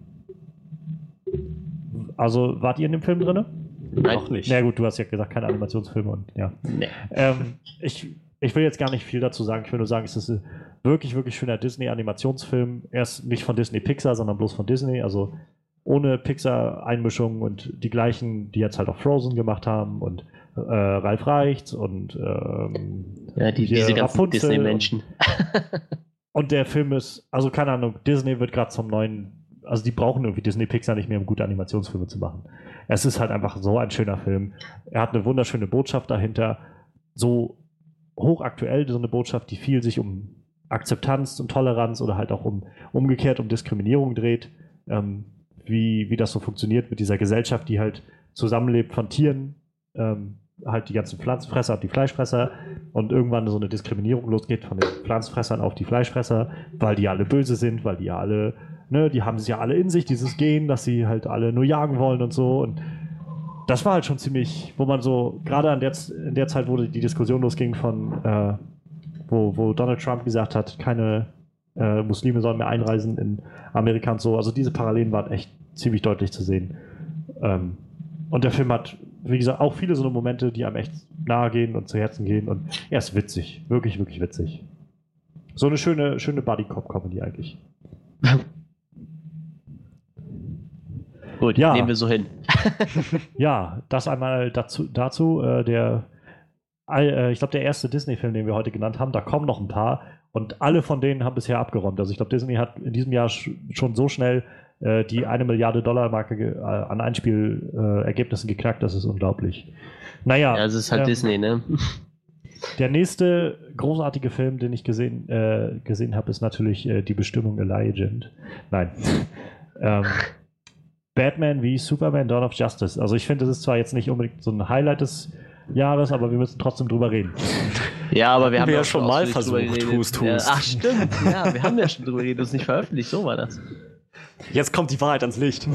also, wart ihr in dem Film drin? Nein, noch nicht. Na gut, du hast ja gesagt, keine Animationsfilme und ja. Nee. Ähm, ich, ich will jetzt gar nicht viel dazu sagen, ich will nur sagen, es ist wirklich, wirklich schöner Disney-Animationsfilm. Erst nicht von Disney Pixar, sondern bloß von Disney. Also ohne Pixar-Einmischung und die gleichen, die jetzt halt auch Frozen gemacht haben und äh, Ralf Reichts und ähm, ja, die, diese ganzen Disney-Menschen. Und, und der Film ist, also keine Ahnung, Disney wird gerade zum neuen, also die brauchen irgendwie Disney Pixar nicht mehr, um gute Animationsfilme zu machen. Es ist halt einfach so ein schöner Film. Er hat eine wunderschöne Botschaft dahinter. So hochaktuell, so eine Botschaft, die viel sich um Akzeptanz und Toleranz oder halt auch um umgekehrt um Diskriminierung dreht. Ähm, wie, wie das so funktioniert mit dieser Gesellschaft, die halt zusammenlebt von Tieren, ähm, halt die ganzen Pflanzenfresser und die Fleischfresser und irgendwann so eine Diskriminierung losgeht von den Pflanzenfressern auf die Fleischfresser, weil die alle böse sind, weil die ja alle, ne, die haben es ja alle in sich, dieses Gen, dass sie halt alle nur jagen wollen und so. Und das war halt schon ziemlich, wo man so, gerade an der, in der Zeit, wo die Diskussion losging von, äh, wo, wo Donald Trump gesagt hat, keine äh, Muslime sollen mehr einreisen in Amerika und so. Also diese Parallelen waren echt ziemlich deutlich zu sehen. Ähm, und der Film hat, wie gesagt, auch viele so eine Momente, die einem echt nahe gehen und zu Herzen gehen. Und er ist witzig. Wirklich, wirklich witzig. So eine schöne, schöne Buddy-Cop-Comedy eigentlich. Gut, ja. Nehmen wir so hin. Ja, das einmal dazu. dazu äh, der, äh, ich glaube, der erste Disney-Film, den wir heute genannt haben, da kommen noch ein paar. Und alle von denen haben bisher abgeräumt. Also ich glaube, Disney hat in diesem Jahr sch- schon so schnell äh, die eine Milliarde Dollar Marke ge- äh, an Einspielergebnissen äh, geknackt. Das ist unglaublich. Naja. Ja, es ist halt ähm, Disney, ne? Der nächste großartige Film, den ich gesehen, äh, gesehen habe, ist natürlich äh, Die Bestimmung Allegiant. Nein. ähm, Batman wie Superman Dawn of Justice. Also ich finde, das ist zwar jetzt nicht unbedingt so ein Highlight des Jahres, aber wir müssen trotzdem drüber reden. Ja, aber wir haben, wir ja ja schon mal versucht, tust, tust. Ja, ach stimmt, ja, wir haben ja schon drüber geredet, das ist nicht veröffentlicht, so war das. Jetzt kommt die Wahrheit ans Licht.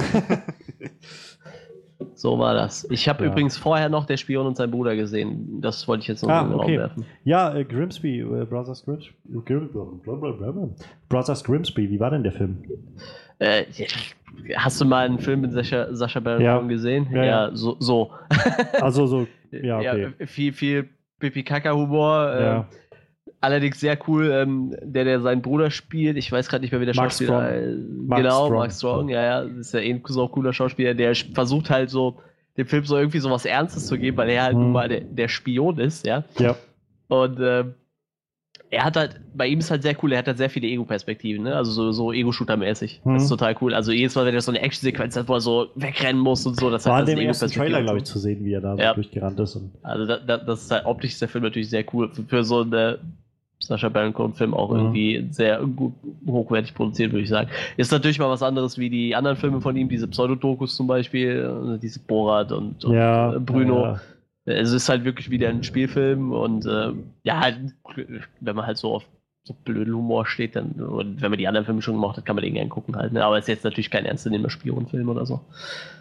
So war das. Ich habe ja. übrigens vorher noch Der Spion und sein Bruder gesehen, das wollte ich jetzt noch ah, in den okay. Raum werfen. Ja, äh, Grimsby, äh, Brothers Grimsby, Brothers Grimsby, wie war denn der Film? Äh, hast du mal einen Film mit Sascha, Sascha Baron ja. gesehen? Ja, ja, ja. so. so. Also so, ja, okay. Ja, viel, viel Pipi-Kaka-Humor. Ja. Äh, allerdings sehr cool, ähm, der, der seinen Bruder spielt. Ich weiß gerade nicht mehr, wie der Mark Schauspieler äh, Mark Genau, Strong. Mark Strong, ja, ja. Das ist ja eh ein so cooler Schauspieler, der versucht halt so, dem Film so irgendwie so was Ernstes zu geben, weil er halt hm. nun mal der, der Spion ist, ja. Ja. Und ähm, er hat halt, bei ihm ist halt sehr cool, er hat halt sehr viele Ego-Perspektiven, ne? Also so, so Ego-Shooter-mäßig. Hm. Das ist total cool. Also jedes Mal, wenn er so eine Action-Sequenz hat, wo er so wegrennen muss und so, das war hat in dem ersten Trailer, glaube ich, zu sehen, wie er da ja. so durchgerannt ist. Und also da, da, das ist halt optisch ist der Film natürlich sehr cool. Für, für so einen Sacha Baron Cohen-Film auch mhm. irgendwie sehr gut, hochwertig produziert, würde ich sagen. Ist natürlich mal was anderes wie die anderen Filme von ihm, diese Pseudodokus zum Beispiel, diese Borat und, und ja, Bruno. Ja. Es ist halt wirklich wieder ein Spielfilm und äh, ja, halt, wenn man halt so auf so blöden Humor steht, dann, und wenn man die anderen Filme schon gemacht hat, kann man den gerne gucken halt. Ne? Aber es ist jetzt natürlich kein ernstzunehmender Spionfilm oder so.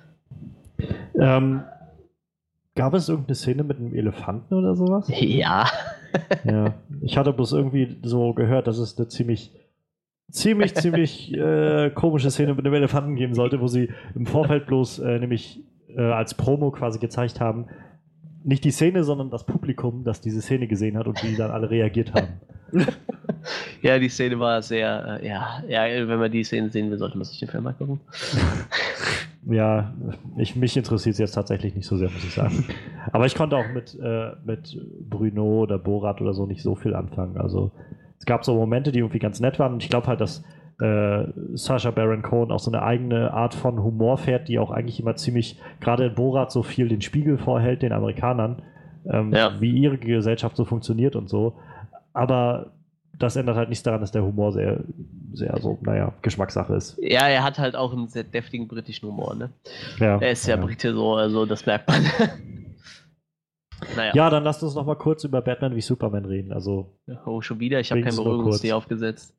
Ähm, gab es irgendeine Szene mit einem Elefanten oder sowas? Ja. Ja. Ich hatte bloß irgendwie so gehört, dass es eine ziemlich, ziemlich, ziemlich äh, komische Szene mit einem Elefanten geben sollte, wo sie im Vorfeld bloß äh, nämlich äh, als Promo quasi gezeigt haben, nicht die Szene, sondern das Publikum, das diese Szene gesehen hat und wie dann alle reagiert haben. Ja, die Szene war sehr, äh, ja, ja, wenn man die Szene sehen will, sollte man sich den Film mal gucken. Ja, ich, mich interessiert es jetzt tatsächlich nicht so sehr, muss ich sagen. Aber ich konnte auch mit, äh, mit Bruno oder Borat oder so nicht so viel anfangen. Also es gab so Momente, die irgendwie ganz nett waren und ich glaube halt, dass äh, Sacha Baron Cohen auch so eine eigene Art von Humor fährt, die auch eigentlich immer ziemlich, gerade in Borat so viel den Spiegel vorhält, den Amerikanern, ähm, ja. wie ihre Gesellschaft so funktioniert und so. Aber das ändert halt nichts daran, dass der Humor sehr, sehr so, naja, Geschmackssache ist. Ja, er hat halt auch einen sehr deftigen britischen Humor, ne? Ja, er ist ja, ja Brite so, also das merkt man. Naja. Ja, dann lasst uns noch mal kurz über Batman wie Superman reden. Also, oh, schon wieder? Ich habe kein Beruhigungstee aufgesetzt.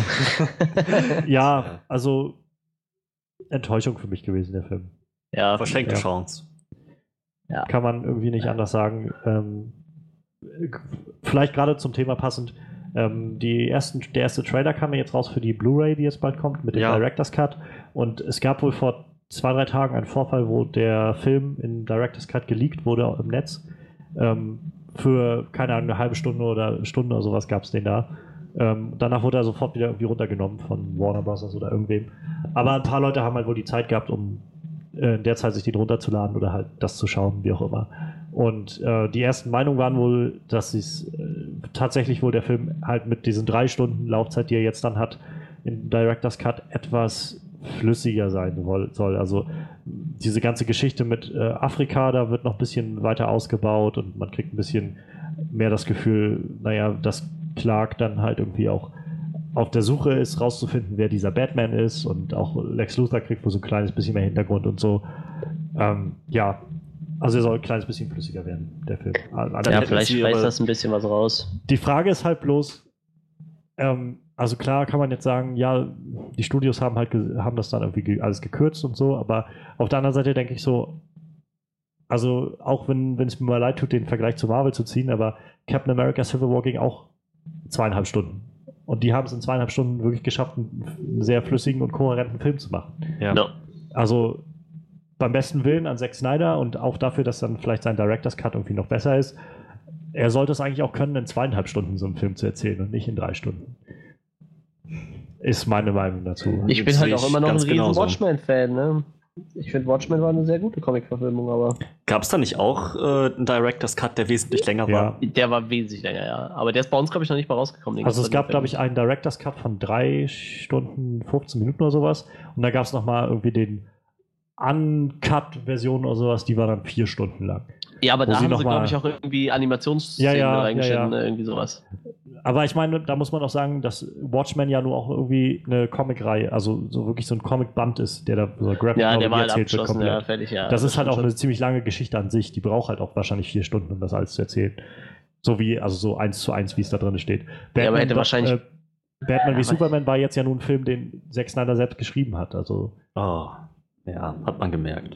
Ja, also Enttäuschung für mich gewesen, der Film. Ja, verschenkte ja. Chance. Ja. Kann man irgendwie nicht anders sagen. Ähm, vielleicht gerade zum Thema passend. Ähm, die ersten, der erste Trailer kam ja jetzt raus für die Blu-ray, die jetzt bald kommt, mit dem ja. Director's Cut. Und es gab wohl vor zwei, drei Tagen einen Vorfall, wo der Film in Director's Cut geleakt wurde im Netz. Ähm, für, keine Ahnung, eine halbe Stunde oder Stunde oder sowas gab es den da. Ähm, danach wurde er sofort wieder irgendwie runtergenommen von Warner Bros. Oder irgendwem. Aber ein paar Leute haben halt wohl die Zeit gehabt, um äh, in der Zeit sich den runterzuladen oder halt das zu schauen, wie auch immer. Und äh, die ersten Meinungen waren wohl, dass es äh, tatsächlich wohl der Film halt mit diesen drei Stunden Laufzeit, die er jetzt dann hat, im Director's Cut etwas flüssiger sein soll. Also diese ganze Geschichte mit äh, Afrika, da wird noch ein bisschen weiter ausgebaut und man kriegt ein bisschen mehr das Gefühl, naja, dass Clark dann halt irgendwie auch auf der Suche ist, rauszufinden, wer dieser Batman ist, und auch Lex Luthor kriegt wohl so ein kleines bisschen mehr Hintergrund und so. Ähm, ja, also er soll ein kleines bisschen flüssiger werden, der Film. Also ja, vielleicht reißt das ein bisschen was raus. Die Frage ist halt bloß, ähm, also klar kann man jetzt sagen, ja, die Studios haben halt haben das dann irgendwie alles gekürzt und so, aber auf der anderen Seite denke ich so, also auch wenn es mir mal leid tut, den Vergleich zu Marvel zu ziehen, aber Captain America Civil War ging auch zweieinhalb Stunden. Und die haben es in zweieinhalb Stunden wirklich geschafft, einen sehr flüssigen und kohärenten Film zu machen. Ja. No. Also beim besten Willen an Zack Snyder und auch dafür, dass dann vielleicht sein Director's Cut irgendwie noch besser ist, er sollte es eigentlich auch können, in zweieinhalb Stunden so einen Film zu erzählen und nicht in drei Stunden. Ist meine Meinung dazu. Ich bin halt auch immer noch ein riesen Watchmen-Fan, ne? Ich finde, Watchmen war eine sehr gute Comic-Verfilmung, aber... Gab es da nicht auch äh, einen Director's Cut, der wesentlich länger ja. war? Der war wesentlich länger, ja. Aber der ist bei uns, glaube ich, noch nicht mal rausgekommen. Also es gab, glaube ich, einen Director's Cut von drei Stunden, fünfzehn Minuten oder sowas. Und da gab es nochmal irgendwie den Uncut-Version oder sowas, die war dann vier Stunden lang. Ja, aber da haben sie, glaube ich, auch irgendwie Animationsszenen ja, ja, reingeschnitten, ja, ja. irgendwie sowas. Aber ich meine, da muss man auch sagen, dass Watchmen ja nur auch irgendwie eine Comic-Reihe, also so wirklich so ein Comic-Band ist, der da so Graphic ja, der Novel war halt erzählt wird komplett. Ja, fertig, ja. Das ist halt auch eine ziemlich lange Geschichte an sich. Die braucht halt auch wahrscheinlich vier Stunden, um das alles zu erzählen. So wie, also so eins zu eins, wie es da drin steht. Batman, ja, aber hätte wahrscheinlich... Äh, Batman ja, wie Superman war jetzt ja nun ein Film, den Zack Snyder selbst geschrieben hat. Also. Oh, ja, hat man gemerkt.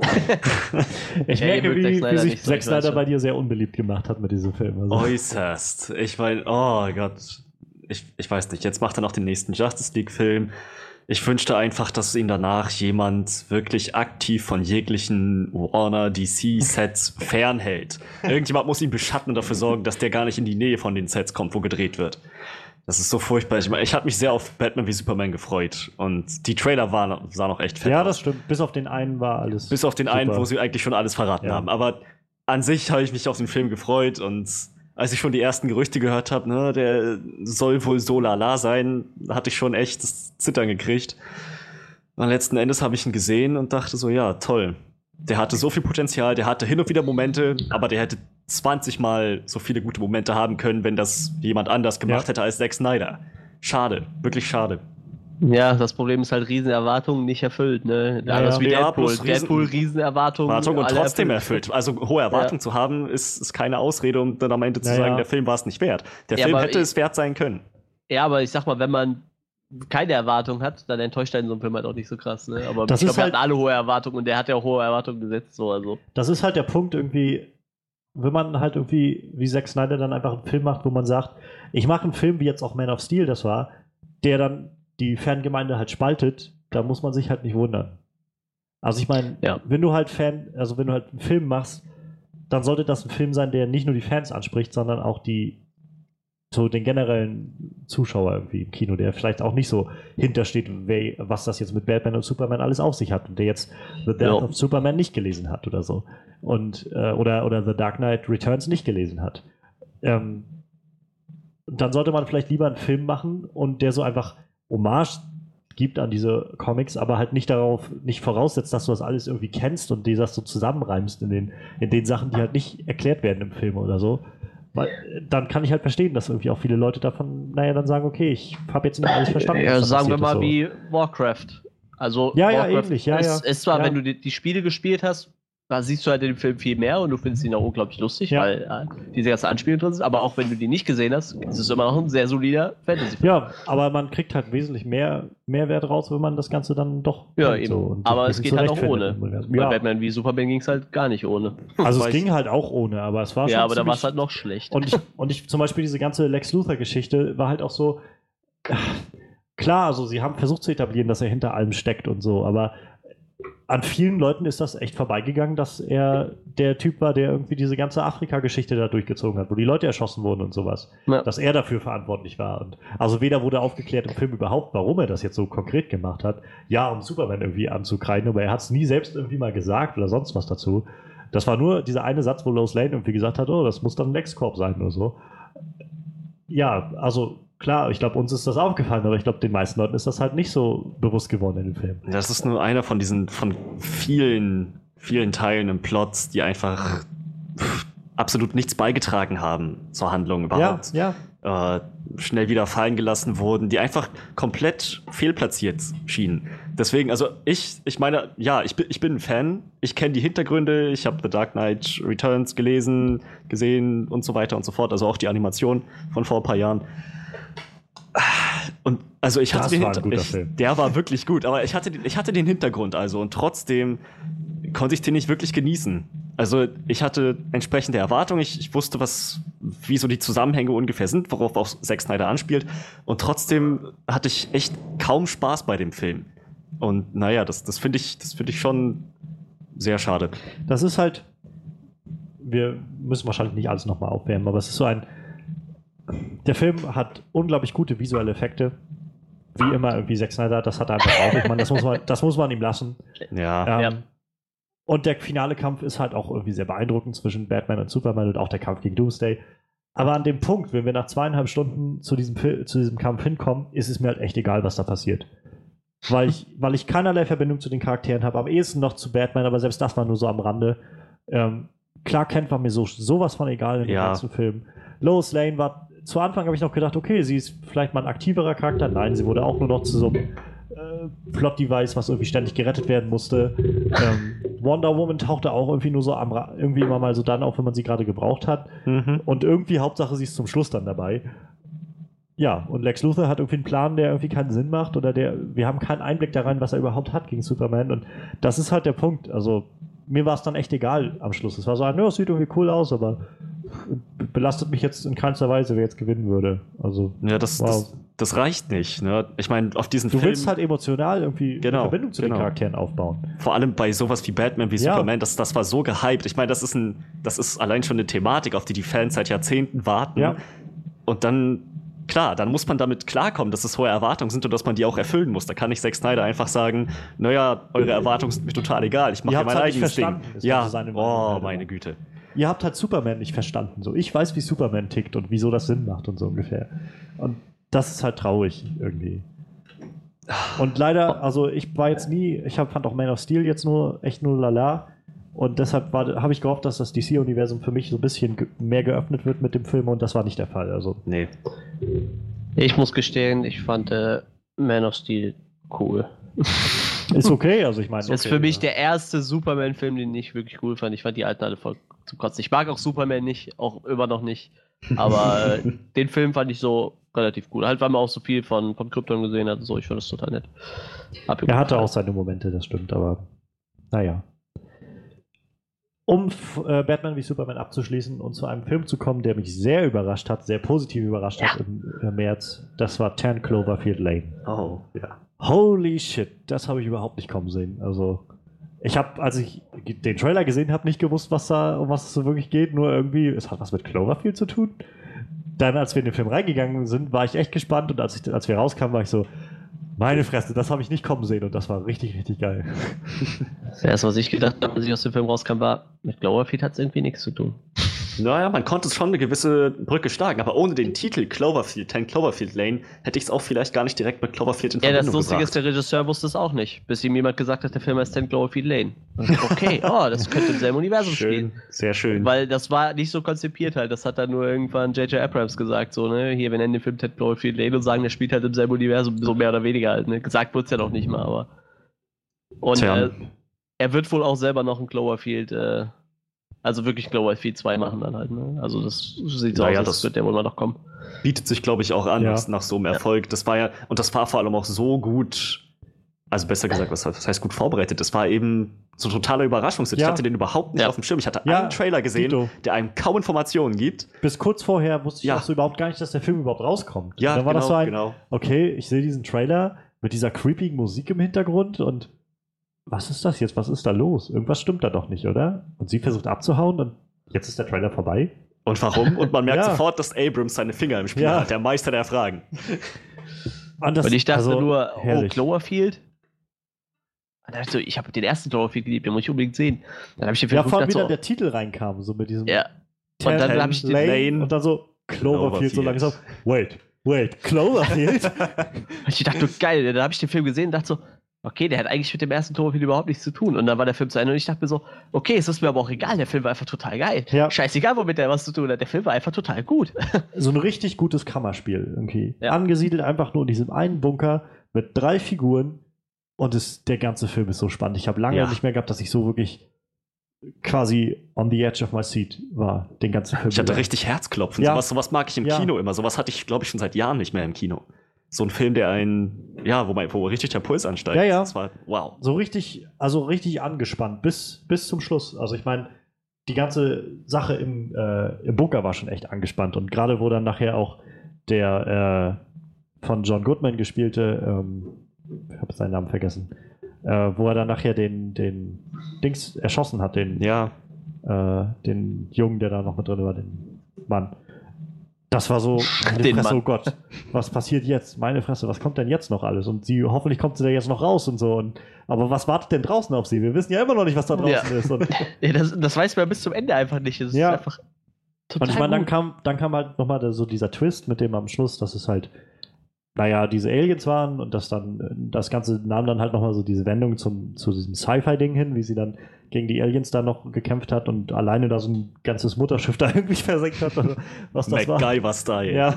Ich ja, merke, wie, wie sich Zack Snyder bei dir sehr unbeliebt gemacht hat mit diesem Film. Also. Äußerst. Ich meine, oh Gott. Ich, ich weiß nicht, jetzt macht er noch den nächsten Justice League-Film. Ich wünschte einfach, dass ihn danach jemand wirklich aktiv von jeglichen Warner D C-Sets fernhält. Irgendjemand muss ihn beschatten und dafür sorgen, dass der gar nicht in die Nähe von den Sets kommt, wo gedreht wird. Das ist so furchtbar. Ich, ich habe mich sehr auf Batman wie Superman gefreut. Und die Trailer waren, sahen noch echt fett Ja, aus. Das stimmt. Bis auf den einen war alles Bis auf den super. einen, wo sie eigentlich schon alles verraten ja. haben. Aber an sich habe ich mich auf den Film gefreut. Und als ich schon die ersten Gerüchte gehört habe, ne, der soll wohl so lala sein, hatte ich schon echt das Zittern gekriegt. Und letzten Endes habe ich ihn gesehen und dachte so, ja, toll. Der hatte so viel Potenzial, der hatte hin und wieder Momente, aber der hätte zwanzig Mal so viele gute Momente haben können, wenn das jemand anders gemacht ja. hätte als Zack Snyder. Schade, wirklich schade. Ja, das Problem ist halt Riesenerwartungen nicht erfüllt, ne? Ja, Anders ja. wie ja, Deadpool. Riesen, Deadpool Riesenerwartungen. Erwartungen und trotzdem erfüllt. erfüllt. Also hohe Erwartungen ja. zu haben, ist, ist keine Ausrede, um dann am Ende zu ja, sagen, ja. der Film war es nicht wert. Der ja, Film hätte ich, es wert sein können. Ja, aber ich sag mal, wenn man keine Erwartung hat, dann enttäuscht einen so ein Film halt auch nicht so krass, ne? Aber das ich glaube, halt, wir hatten alle hohe Erwartungen und der hat ja auch hohe Erwartungen gesetzt, so also. Das ist halt der Punkt irgendwie, wenn man halt irgendwie, wie Zack Snyder dann einfach einen Film macht, wo man sagt, ich mache einen Film, wie jetzt auch Man of Steel das war, der dann die Fangemeinde halt spaltet, da muss man sich halt nicht wundern. Also ich meine, ja. wenn du halt Fan, also wenn du halt einen Film machst, dann sollte das ein Film sein, der nicht nur die Fans anspricht, sondern auch die so den generellen Zuschauer irgendwie im Kino, der vielleicht auch nicht so hintersteht, was das jetzt mit Batman und Superman alles auf sich hat und der jetzt The Death ja. of Superman nicht gelesen hat oder so. Und, äh, oder, oder The Dark Knight Returns nicht gelesen hat. Ähm, dann sollte man vielleicht lieber einen Film machen und der so einfach Hommage gibt an diese Comics, aber halt nicht darauf, nicht voraussetzt, dass du das alles irgendwie kennst und dir das so zusammenreimst in den, in den Sachen, die halt nicht erklärt werden im Film oder so. Weil, dann kann ich halt verstehen, dass irgendwie auch viele Leute davon, naja, dann sagen, okay, ich habe jetzt nicht alles verstanden. Ja, sagen wir mal so. Wie Warcraft. Also ja, Warcraft ja, ähnlich, ja, ist, ja. ist zwar, ja. wenn du die, die Spiele gespielt hast, da siehst du halt in dem Film viel mehr und du findest ihn auch unglaublich lustig, ja. weil äh, diese ganze Anspielung drin ist. Aber auch wenn du die nicht gesehen hast, ist es immer noch ein sehr solider Fantasy-Film. Ja, aber man kriegt halt wesentlich mehr Mehrwert raus, wenn man das Ganze dann doch ja, eben. So und aber es geht halt auch ohne. Bei ja. Batman wie Superman ging es halt gar nicht ohne. Also es ging halt auch ohne, aber es war schon ja, aber da war es halt noch schlecht. Und ich, und ich zum Beispiel diese ganze Lex Luthor-Geschichte war halt auch so, klar, also sie haben versucht zu etablieren, dass er hinter allem steckt und so, aber an vielen Leuten ist das echt vorbeigegangen, dass er der Typ war, der irgendwie diese ganze Afrika-Geschichte da durchgezogen hat, wo die Leute erschossen wurden und sowas. Ja. Dass er dafür verantwortlich war. Und also weder wurde aufgeklärt im Film überhaupt, warum er das jetzt so konkret gemacht hat. Ja, um Superman irgendwie anzukreiden, aber er hat es nie selbst irgendwie mal gesagt oder sonst was dazu. Das war nur dieser eine Satz, wo Lois Lane irgendwie gesagt hat, oh, das muss dann LexCorp sein oder so. Ja, also klar, ich glaube, uns ist das aufgefallen, aber ich glaube, den meisten Leuten ist das halt nicht so bewusst geworden in dem Film. Das ist nur einer von diesen, von vielen, vielen Teilen im Plot, die einfach absolut nichts beigetragen haben zur Handlung überhaupt. Ja, ja. Äh, schnell wieder fallen gelassen wurden, die einfach komplett fehlplatziert schienen. Deswegen, also ich, ich meine, ja, ich bin, ich bin ein Fan, ich kenne die Hintergründe, ich habe The Dark Knight Returns gelesen, gesehen und so weiter und so fort, also auch die Animation von vor ein paar Jahren. Und also ich hatte das den war ein Hinter- guter ich, Film. Der war wirklich gut, aber ich hatte, ich hatte den Hintergrund also und trotzdem konnte ich den nicht wirklich genießen. Also ich hatte entsprechende Erwartungen, ich, ich wusste, was, wie so die Zusammenhänge ungefähr sind, worauf auch Zack Snyder anspielt, und trotzdem hatte ich echt kaum Spaß bei dem Film. Und naja, das, das finde ich, das finde ich schon sehr schade. Das ist halt, wir müssen wahrscheinlich nicht alles nochmal aufwärmen, aber es ist so ein, der Film hat unglaublich gute visuelle Effekte. Wie immer irgendwie Zack Snyder, das hat er einfach auch. Ich meine, das muss man, das muss man ihm lassen. Ja. Ähm, Ja. Und der finale Kampf ist halt auch irgendwie sehr beeindruckend zwischen Batman und Superman und auch der Kampf gegen Doomsday. Aber an dem Punkt, wenn wir nach zweieinhalb Stunden zu diesem, Fil- zu diesem Kampf hinkommen, ist es mir halt echt egal, was da passiert. Weil ich, weil ich keinerlei Verbindung zu den Charakteren habe. Am ehesten noch zu Batman, aber selbst das war nur so am Rande. Ähm, Clark Kent war mir so, sowas von egal in dem Ja. ganzen Film. Lois Lane war, zu Anfang habe ich noch gedacht, okay, sie ist vielleicht mal ein aktiverer Charakter. Nein, sie wurde auch nur noch zu so einem äh, Plot-Device, was irgendwie ständig gerettet werden musste. Ähm, Wonder Woman tauchte auch irgendwie nur so am Ra- irgendwie immer mal so dann auf, wenn man sie gerade gebraucht hat. Mhm. Und irgendwie Hauptsache, sie ist zum Schluss dann dabei. Ja, und Lex Luthor hat irgendwie einen Plan, der irgendwie keinen Sinn macht, oder der, wir haben keinen Einblick da rein, was er überhaupt hat gegen Superman, und das ist halt der Punkt. Also, mir war es dann echt egal am Schluss. Es war so, ja, es sieht irgendwie cool aus, aber belastet mich jetzt in keinster Weise, wer jetzt gewinnen würde. Also, Ja, das, wow. das, das reicht nicht. Ne? Ich meine, auf diesen Du Film, willst halt emotional irgendwie Genau, eine Verbindung zu genau. den Charakteren aufbauen. vor allem bei sowas wie Batman, wie Ja. Superman, das, das war so gehypt. Ich meine, das ist ein, das ist allein schon eine Thematik, auf die die Fans seit Jahrzehnten warten. Ja. Und dann, klar, dann muss man damit klarkommen, dass es hohe Erwartungen sind und dass man die auch erfüllen muss. Da kann nicht Zack Snyder einfach sagen, naja, eure Erwartungen sind mir total egal, ich mache Ihr ja habt's mein halt nicht eigenes Ding. verstanden, ist Ja, also seine Meinung oh, halt, meine aber- Güte. Ihr habt halt Superman nicht verstanden. So, ich weiß, wie Superman tickt und wieso das Sinn macht und so ungefähr. Und das ist halt traurig irgendwie. Und leider, also ich war jetzt nie, ich hab, fand auch Man of Steel jetzt nur echt nur lala. Und deshalb habe ich gehofft, dass das D C-Universum für mich so ein bisschen ge mehr geöffnet wird mit dem Film, und das war nicht der Fall. Also Nee. Ich muss gestehen, ich fand äh, Man of Steel cool. ist okay, also ich meine. Das ist okay, für mich ja. der erste Superman-Film, den ich wirklich cool fand. Ich fand die alten alle voll zum Kotzen. Ich mag auch Superman nicht, auch immer noch nicht. Aber äh, den Film fand ich so relativ cool. Halt, weil man auch so viel von, von Krypton gesehen hat und so. Ich fand das total nett. Hab mir Er gut hatte gefallen. auch seine Momente, das stimmt, aber naja. Um äh, Batman wie Superman abzuschließen und zu einem Film zu kommen, der mich sehr überrascht hat, sehr positiv überrascht Ja. hat im äh, März, das war zehn Cloverfield Lane. Oh, ja. Holy shit, das habe ich überhaupt nicht kommen sehen. Also, ich habe, als ich den Trailer gesehen habe, nicht gewusst, was da, um was es so wirklich geht, nur irgendwie, es hat was mit Cloverfield zu tun. Dann, als wir in den Film reingegangen sind, war ich echt gespannt, und als, ich, als wir rauskamen, war ich so, meine Fresse, das habe ich nicht kommen sehen, und das war richtig, richtig geil. Das erste, was ich gedacht habe, als ich aus dem Film rauskam, war, mit Cloverfield hat es irgendwie nichts zu tun. Naja, man konnte schon eine gewisse Brücke schlagen, aber ohne den Titel Cloverfield, zehn Cloverfield Lane, hätte ich es auch vielleicht gar nicht direkt mit Cloverfield in Ja, Verbindung das Lustige gebracht. ist, der Regisseur wusste es auch nicht, bis ihm jemand gesagt hat, der Film heißt zehn Cloverfield Lane. Und ich, okay, oh, das könnte im selben Universum Schön, spielen. sehr schön. Weil das war nicht so konzipiert halt. Das hat dann nur irgendwann J J Abrams gesagt, so, ne, hier, wir nennen den Film zehn Cloverfield Lane und sagen, der spielt halt im selben Universum, so mehr oder weniger halt, ne. Gesagt wurde es ja noch nicht mal, aber. Und Tja. äh, er wird wohl auch selber noch ein Cloverfield, äh, also wirklich Cloverfield zwei machen dann halt, ne. Also das sieht so Naja, aus, als das- wird der wohl mal noch kommen. Bietet sich, glaube ich, auch an, Ja. nach, nach so einem Erfolg. Das war ja, und das war vor allem auch so gut, also besser gesagt, was was heißt gut vorbereitet? Das war eben so ein totaler Überraschungshit. Ja. Ich hatte den überhaupt nicht Ja. auf dem Schirm. Ich hatte Ja, einen Trailer gesehen, Dito. der einem kaum Informationen gibt. Bis kurz vorher wusste ich Ja. auch so überhaupt gar nicht, dass der Film überhaupt rauskommt. Ja, Und dann war das so genau, ein, genau. okay, ich sehe diesen Trailer mit dieser creepy Musik im Hintergrund, und was ist das jetzt? Was ist da los? Irgendwas stimmt da doch nicht, oder? Und sie versucht abzuhauen und jetzt ist der Trailer vorbei. Und warum? Und man merkt Ja. sofort, dass Abrams seine Finger im Spiel Ja. hat, der Meister der Fragen. Und, das, Und ich dachte also, nur, oh, herrlich. Cloverfield? Und dann dachte ich so, ich habe den ersten Cloverfield geliebt, den muss ich unbedingt sehen. Dann habe ich den Film Ja, vor allem geguckt, wieder dachte der Titel reinkam, so mit diesem so, ja. Ten Und dann habe ich den Lane, Lane. und dann so Cloverfield, so Cloverfield. langsam. Wait, wait, Cloverfield? Und ich dachte, geil, dann habe ich den Film gesehen und dachte so, okay, der hat eigentlich mit dem ersten Cloverfield überhaupt nichts zu tun. Und dann war der Film zu Ende und ich dachte mir so, okay, es ist mir aber auch egal, der Film war einfach total geil. Ja. Scheißegal, womit der was zu tun hat, der Film war einfach total gut. So ein richtig gutes Kammerspiel irgendwie. Ja. Angesiedelt einfach nur in diesem einen Bunker mit drei Figuren und es, der ganze Film ist so spannend. Ich habe lange Ja. nicht mehr gehabt, dass ich so wirklich quasi on the edge of my seat war, den ganzen Film. Ich hatte über. richtig Herzklopfen. Ja. Sowas, sowas mag ich im Ja. Kino immer. Sowas hatte ich, glaube ich, schon seit Jahren nicht mehr im Kino. So ein Film, der einen, ja, wo, man, wo richtig der Puls ansteigt. Ja, ja. Das war, wow. So richtig, also richtig angespannt bis, bis zum Schluss. Also ich meine, die ganze Sache im, äh, im Bunker war schon echt angespannt. Und gerade wo dann nachher auch der äh, von John Goodman gespielte, ähm, ich habe seinen Namen vergessen, äh, wo er dann nachher den, den Dings erschossen hat, den, Ja, äh, den Jungen, der da noch mit drin war, den Mann. Das war so, meine Den Fresse, Mann. oh Gott, was passiert jetzt? Meine Fresse, was kommt denn jetzt noch alles? Und sie, hoffentlich kommt sie da jetzt noch raus und so. Und, aber was wartet denn draußen auf sie? Wir wissen ja immer noch nicht, was da draußen Ja. ist. Und, Ja, das, das weiß man bis zum Ende einfach nicht. Das Ja. ist einfach total und ich meine, dann gut. kam, dann kam halt nochmal so dieser Twist mit dem am Schluss, dass es halt, naja, diese Aliens waren und das dann, das Ganze nahm dann halt nochmal so diese Wendung zum, zu diesem Sci-Fi-Ding hin, wie sie dann gegen die Aliens da noch gekämpft hat und alleine da so ein ganzes Mutterschiff da irgendwie versenkt hat. Oder was das war. MacGyver-Style. Ja.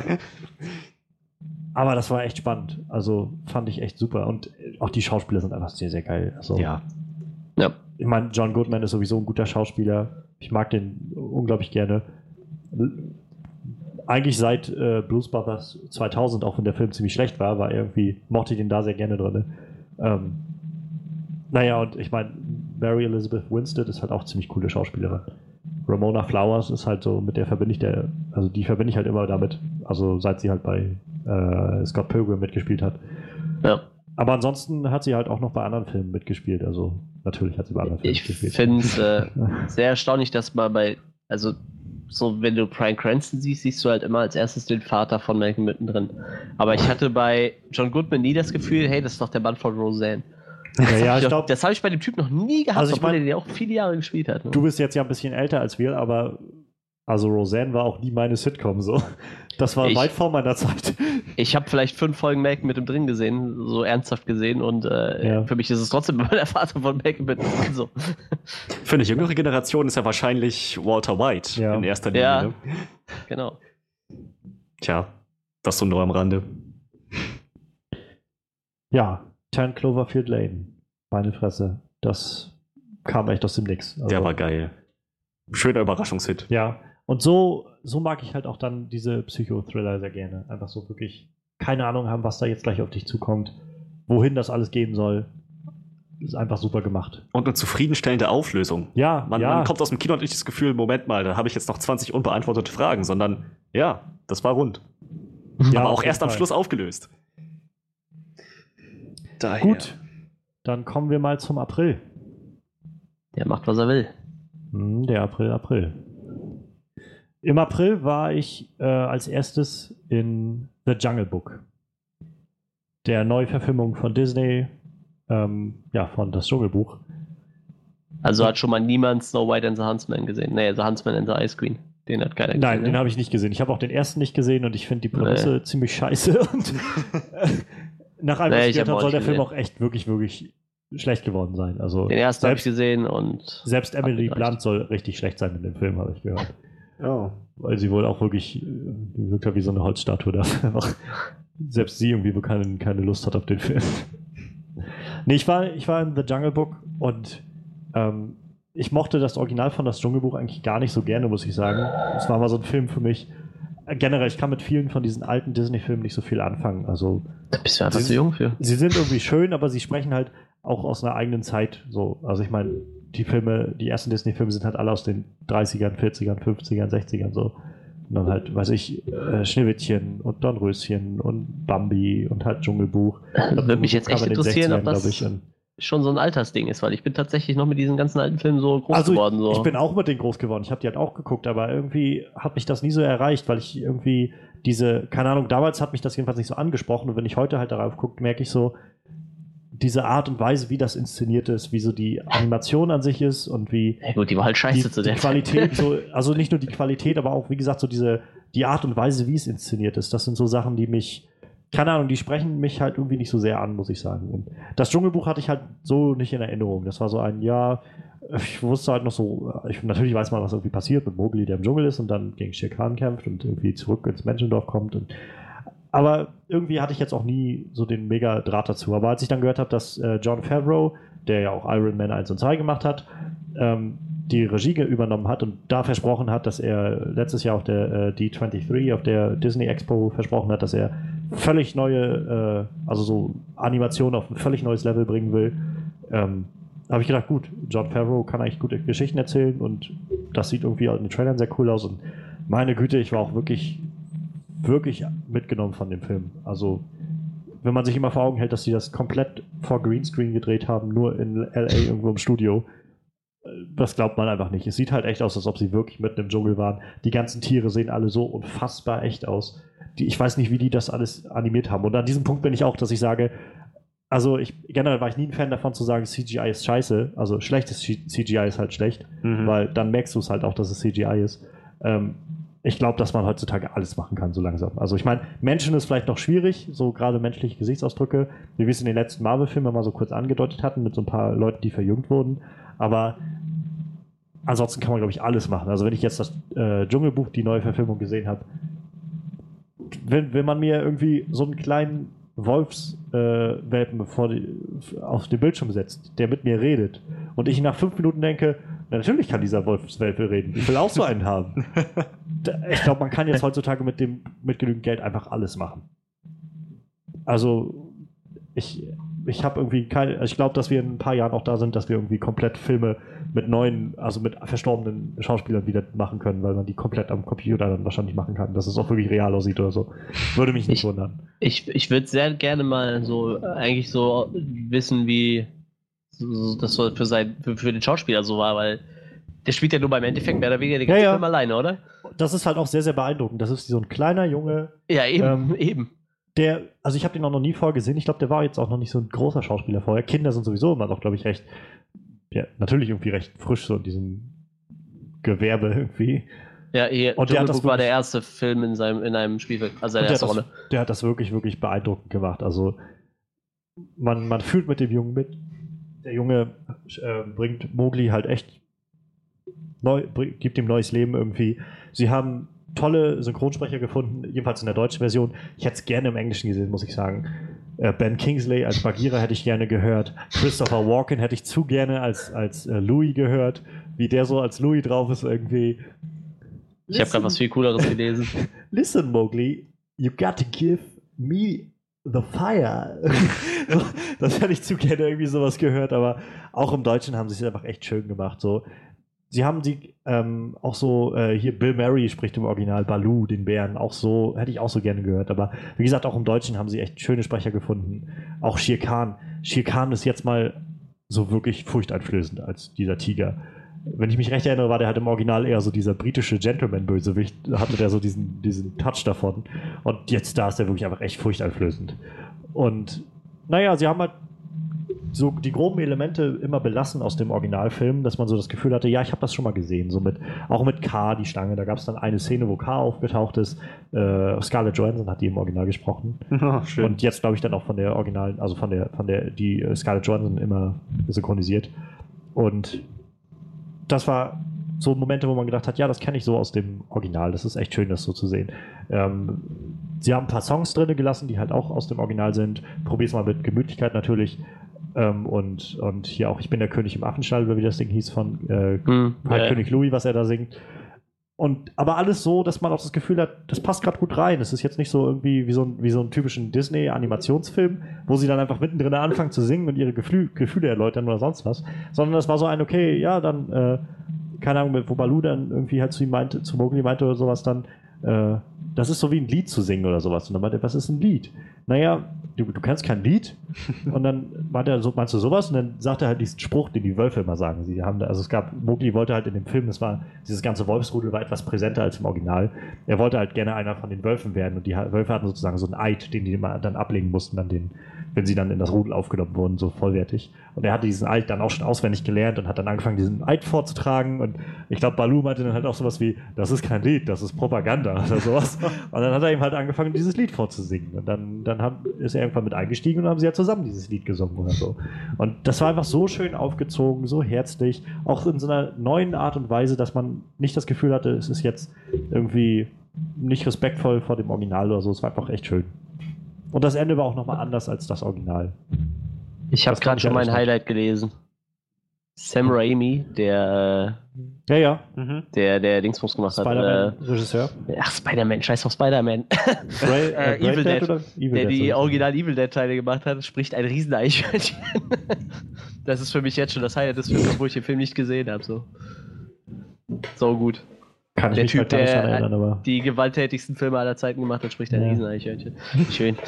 Aber das war echt spannend. Also fand ich echt super. Und auch die Schauspieler sind einfach sehr, sehr geil. Also, Ja. Ja. ich meine, John Goodman ist sowieso ein guter Schauspieler. Ich mag den unglaublich gerne. Eigentlich seit äh, Blues Brothers zweitausend, auch wenn der Film ziemlich schlecht war, war irgendwie, mochte ich den da sehr gerne drin. Ähm, naja, und ich meine, Mary Elizabeth Winstead ist halt auch ziemlich coole Schauspielerin. Ramona Flowers ist halt so, mit der verbinde ich der, also die verbinde ich halt immer damit, also seit sie halt bei äh, Scott Pilgrim mitgespielt hat. Ja. Aber ansonsten hat sie halt auch noch bei anderen Filmen mitgespielt, also natürlich hat sie bei anderen Filmen Ich mitgespielt. finde es äh, sehr erstaunlich, dass man bei, also so, wenn du Bryan Cranston siehst, siehst du halt immer als erstes den Vater von Malcolm mittendrin. Aber ich hatte bei John Goodman nie das Gefühl, hey, das ist doch der Mann von Roseanne. Ja, ja, ich Doch, glaube, das habe ich bei dem Typ noch nie gehabt, Also ich obwohl mein- der auch viele Jahre gespielt hat. Ne? du bist jetzt ja ein bisschen älter als wir, aber also Roseanne war auch nie meine Sitcom so. Das war Ich- weit vor meiner Zeit. Ich habe vielleicht fünf Folgen Malcolm mit ihm drin gesehen, so ernsthaft gesehen, und äh, Ja. für mich ist es trotzdem immer der Vater von Malcolm mittendrin. So. Für eine jüngere Generation ist ja wahrscheinlich Walter White Ja. in erster Linie. Ja. Ne? Genau. Tja, das so nur am Rande. Ja, Ten Cloverfield Lane. Meine Fresse. Das kam echt aus dem Nix. Also, Der war geil. Schöner Überraschungshit. Ja, und so, so mag ich halt auch dann diese Psychothriller sehr gerne. Einfach so wirklich keine Ahnung haben, was da jetzt gleich auf dich zukommt, wohin das alles gehen soll. Ist einfach super gemacht. Und eine zufriedenstellende Auflösung. Ja, Man, ja. man kommt aus dem Kino und nicht das Gefühl, Moment mal, da habe ich jetzt noch zwanzig unbeantwortete Fragen, sondern ja, das war rund. ja, Aber auf auch jeden erst am Fall. Schluss aufgelöst. Daher. Gut, dann kommen wir mal zum April. Der macht, was er will. Hm, der April, April. Im April war ich äh, als erstes in The Jungle Book. Der Neuverfilmung von Disney, ähm, ja, von Das Dschungelbuch. Also hat schon mal niemand Snow White and the Huntsman gesehen. Nee, The Huntsman and the Ice Queen. Den hat keiner Nein, gesehen. den ne? habe ich nicht gesehen. Ich habe auch den ersten nicht gesehen und ich finde die Prämisse ziemlich scheiße. Und nach allem, was Nee, ich ich gehört hab habe, auch soll der nicht Film gesehen. auch echt wirklich, wirklich schlecht geworden sein. Also Den ersten habe ich selbst, gesehen und selbst Emily Abgegleicht. Blunt soll richtig schlecht sein in dem Film, habe ich gehört. Oh. Weil sie wohl auch wirklich, äh, die wirkt ja wie so eine Holzstatue da. Einfach selbst sie irgendwie wohl keine, keine Lust hat auf den Film. Nee, ich war, ich war in The Jungle Book und ähm, ich mochte das Original von Das Dschungelbuch eigentlich gar nicht so gerne, muss ich sagen. Es war mal so ein Film für mich. Äh, Generell, ich kann mit vielen von diesen alten Disney-Filmen nicht so viel anfangen. Also, da bist du einfach Sie- zu jung für. sie sind irgendwie schön, aber sie sprechen halt auch aus einer eigenen Zeit. So, also ich meine, die Filme, die ersten Disney-Filme sind halt alle aus den dreißigern, vierzigern, fünfzigern, sechzigern so. Und dann halt, weiß ich, äh, Schneewittchen und Dornröschen und Bambi und halt Dschungelbuch. Das würde mich jetzt Kam echt in den interessieren, ob sechzigern, das, glaub ich, und- schon so ein Altersding ist, weil ich bin tatsächlich noch mit diesen ganzen alten Filmen so groß also geworden. So. Ich bin auch mit denen groß geworden. Ich habe die halt auch geguckt, aber irgendwie hat mich das nie so erreicht, weil ich irgendwie diese, keine Ahnung, damals hat mich das jedenfalls nicht so angesprochen und wenn ich heute halt darauf gucke, merke ich so, diese Art und Weise, wie das inszeniert ist, wie so die Animation an sich ist und wie ja, gut, die war halt scheiße die, zu der die Qualität, so, also nicht nur die Qualität, aber auch, wie gesagt, so diese, die Art und Weise, wie es inszeniert ist, das sind so Sachen, die mich, keine Ahnung, die sprechen mich halt irgendwie nicht so sehr an, muss ich sagen. Und das Dschungelbuch hatte ich halt so nicht in Erinnerung. Das war so ein, ja, ich wusste halt noch so, ich, natürlich weiß man, was irgendwie passiert mit Mowgli, der im Dschungel ist und dann gegen Shere Khan kämpft und irgendwie zurück ins Menschendorf kommt und aber irgendwie hatte ich jetzt auch nie so den mega Draht dazu. Aber als ich dann gehört habe, dass äh, Jon Favreau, der ja auch Iron Man eins und zwei gemacht hat, ähm, die Regie übernommen hat und da versprochen hat, dass er letztes Jahr auf der äh, D dreiundzwanzig, auf der Disney Expo versprochen hat, dass er völlig neue, äh, also so Animationen auf ein völlig neues Level bringen will, ähm, habe ich gedacht, gut, Jon Favreau kann eigentlich gute Geschichten erzählen und das sieht irgendwie in den Trailern sehr cool aus und meine Güte, ich war auch wirklich wirklich mitgenommen von dem Film. Also, wenn man sich immer vor Augen hält, dass sie das komplett vor Greenscreen gedreht haben, nur in L A irgendwo im Studio, das glaubt man einfach nicht. Es sieht halt echt aus, als ob sie wirklich mitten im Dschungel waren. Die ganzen Tiere sehen alle so unfassbar echt aus. Die, ich weiß nicht, wie die das alles animiert haben. Und an diesem Punkt bin ich auch, dass ich sage, also ich, generell war ich nie ein Fan davon zu sagen, C G I ist scheiße. Also schlechtes C G I ist halt schlecht, mhm. weil dann merkst du es halt auch, dass es C G I ist. Ähm, Ich glaube, dass man heutzutage alles machen kann, so langsam. Also ich meine, Menschen ist vielleicht noch schwierig, so gerade menschliche Gesichtsausdrücke, wie wir es in den letzten Marvel-Filmen mal so kurz angedeutet hatten, mit so ein paar Leuten, die verjüngt wurden. Aber ansonsten kann man, glaube ich, alles machen. Also wenn ich jetzt das äh, Dschungelbuch, die neue Verfilmung gesehen habe, wenn, wenn man mir irgendwie so einen kleinen Wolfswelpen äh, vor die, auf den Bildschirm setzt, der mit mir redet und ich nach fünf Minuten denke, natürlich kann dieser Wolfswelpe reden. Ich will auch so einen haben. Ich glaube, man kann jetzt heutzutage mit dem mit genügend Geld einfach alles machen. Also ich, ich habe irgendwie keine, ich glaube, dass wir in ein paar Jahren auch da sind, dass wir irgendwie komplett Filme mit neuen, also mit verstorbenen Schauspielern wieder machen können, weil man die komplett am Computer dann wahrscheinlich machen kann, dass es auch wirklich real aussieht oder so. Würde mich nicht ich, wundern. Ich, ich würde sehr gerne mal so eigentlich so wissen, wie das so für, sein, für, für den Schauspieler so war, weil der spielt ja nur beim Endeffekt mehr oder weniger den ganzen ja, ja. Film alleine, oder? Das ist halt auch sehr, sehr beeindruckend. Das ist so ein kleiner Junge. Ja, eben, ähm, eben. Der, also ich habe den auch noch nie vorher gesehen. Ich glaube, der war jetzt auch noch nicht so ein großer Schauspieler vorher. Kinder sind sowieso immer noch, glaube ich, recht, ja, natürlich irgendwie recht frisch so in diesem Gewerbe irgendwie. Ja, hier, und der hat das war der erste Film in seinem in einem Spielfilm, also seine erste Rolle. Das, der hat das wirklich, wirklich beeindruckend gemacht. Also man, man fühlt mit dem Jungen mit. Der Junge äh, bringt Mowgli halt echt neu, bring, gibt ihm neues Leben irgendwie. Sie haben tolle Synchronsprecher gefunden, jedenfalls in der deutschen Version. Ich hätte es gerne im Englischen gesehen, muss ich sagen. Äh, Ben Kingsley als Bagheera hätte ich gerne gehört. Christopher Walken hätte ich zu gerne als, als äh, Louis gehört. Wie der so als Louis drauf ist irgendwie. Ich habe gerade was viel Cooleres gelesen. Listen, Mowgli, you got to give me the fire. Das hätte ich zu gerne irgendwie sowas gehört, aber auch im Deutschen haben sie es einfach echt schön gemacht. So. Sie haben die ähm, auch so, äh, hier Bill Murray spricht im Original Baloo, den Bären, auch so, hätte ich auch so gerne gehört, aber wie gesagt, auch im Deutschen haben sie echt schöne Sprecher gefunden. Auch Shere Khan. Shere Khan ist jetzt mal so wirklich furchteinflößend als dieser Tiger. Wenn ich mich recht erinnere, war der halt im Original eher so dieser britische Gentleman-Bösewicht, hatte der so diesen, diesen Touch davon. Und jetzt da ist der wirklich einfach echt furchteinflößend. Und naja, sie haben halt so die groben Elemente immer belassen aus dem Originalfilm, dass man so das Gefühl hatte, ja, ich habe das schon mal gesehen. So mit, auch mit K, die Schlange. Da gab es dann eine Szene, wo K aufgetaucht ist. Äh, Scarlett Johansson hat die im Original gesprochen. Oh, schön. Und jetzt glaube ich dann auch von der originalen, also von der, von der, die Scarlett Johansson immer synchronisiert. Und das war so Momente, wo man gedacht hat, ja, das kenne ich so aus dem Original. Das ist echt schön, das so zu sehen. Ähm, sie haben ein paar Songs drin gelassen, die halt auch aus dem Original sind. Probier's mal mit Gemütlichkeit natürlich. Ähm, und, und hier auch Ich bin der König im Affenstall, oder wie das Ding hieß, von äh, hm, halt ja, König Louis, was er da singt. Und, aber alles so, dass man auch das Gefühl hat, das passt gerade gut rein. Es ist jetzt nicht so irgendwie wie so ein, wie so ein typischen Disney-Animationsfilm, wo sie dann einfach mittendrin anfangen zu singen und ihre Gefühle, Gefühle erläutern oder sonst was. Sondern das war so ein, okay, ja, dann, äh, keine Ahnung, wo Baloo dann irgendwie halt zu ihm meinte, zu Mowgli meinte oder sowas dann, äh, das ist so wie ein Lied zu singen oder sowas. Und dann meinte er, was ist ein Lied? Naja, du, du kennst kein Lied? Und dann meinte er, so, meinst du sowas? Und dann sagt er halt diesen Spruch, den die Wölfe immer sagen. Sie haben da, also es gab, Mowgli wollte halt in dem Film, das war, dieses ganze Wolfsrudel war etwas präsenter als im Original. Er wollte halt gerne einer von den Wölfen werden und die Wölfe hatten sozusagen so einen Eid, den die immer dann ablegen mussten, dann den, wenn sie dann in das Rudel aufgenommen wurden, so vollwertig. Und er hatte diesen Eid dann auch schon auswendig gelernt und hat dann angefangen, diesen Eid vorzutragen. Und ich glaube, Baloo meinte dann halt auch sowas wie, das ist kein Lied, das ist Propaganda oder sowas. Und dann hat er ihm halt angefangen, dieses Lied vorzusingen. Und dann, dann haben, ist er irgendwann mit eingestiegen und dann haben sie ja zusammen dieses Lied gesungen oder so. Und das war einfach so schön aufgezogen, so herzlich, auch in so einer neuen Art und Weise, dass man nicht das Gefühl hatte, es ist jetzt irgendwie nicht respektvoll vor dem Original oder so. Es war einfach echt schön. Und das Ende war auch nochmal anders als das Original. Ich habe gerade schon mein Highlight gelesen. Sam Raimi, der Ja, ja. Mhm. der, der Dingsbums gemacht hat. Spider-Man-Regisseur. Äh, ach, Spider-Man, scheiß auf Spider-Man. Ray, äh, äh, Evil Dead, oder? Evil der Dead, die so. Original Evil Dead-Teile gemacht hat, spricht ein Rieseneichhörnchen. Das ist für mich jetzt schon das Highlight des Films, obwohl ich den Film nicht gesehen habe. So, so gut. Kann ich Der mich Typ, halt gar nicht der dran erinnern, aber. die gewalttätigsten Filme aller Zeiten gemacht hat, spricht ein Ja. Rieseneichhörnchen. Schön.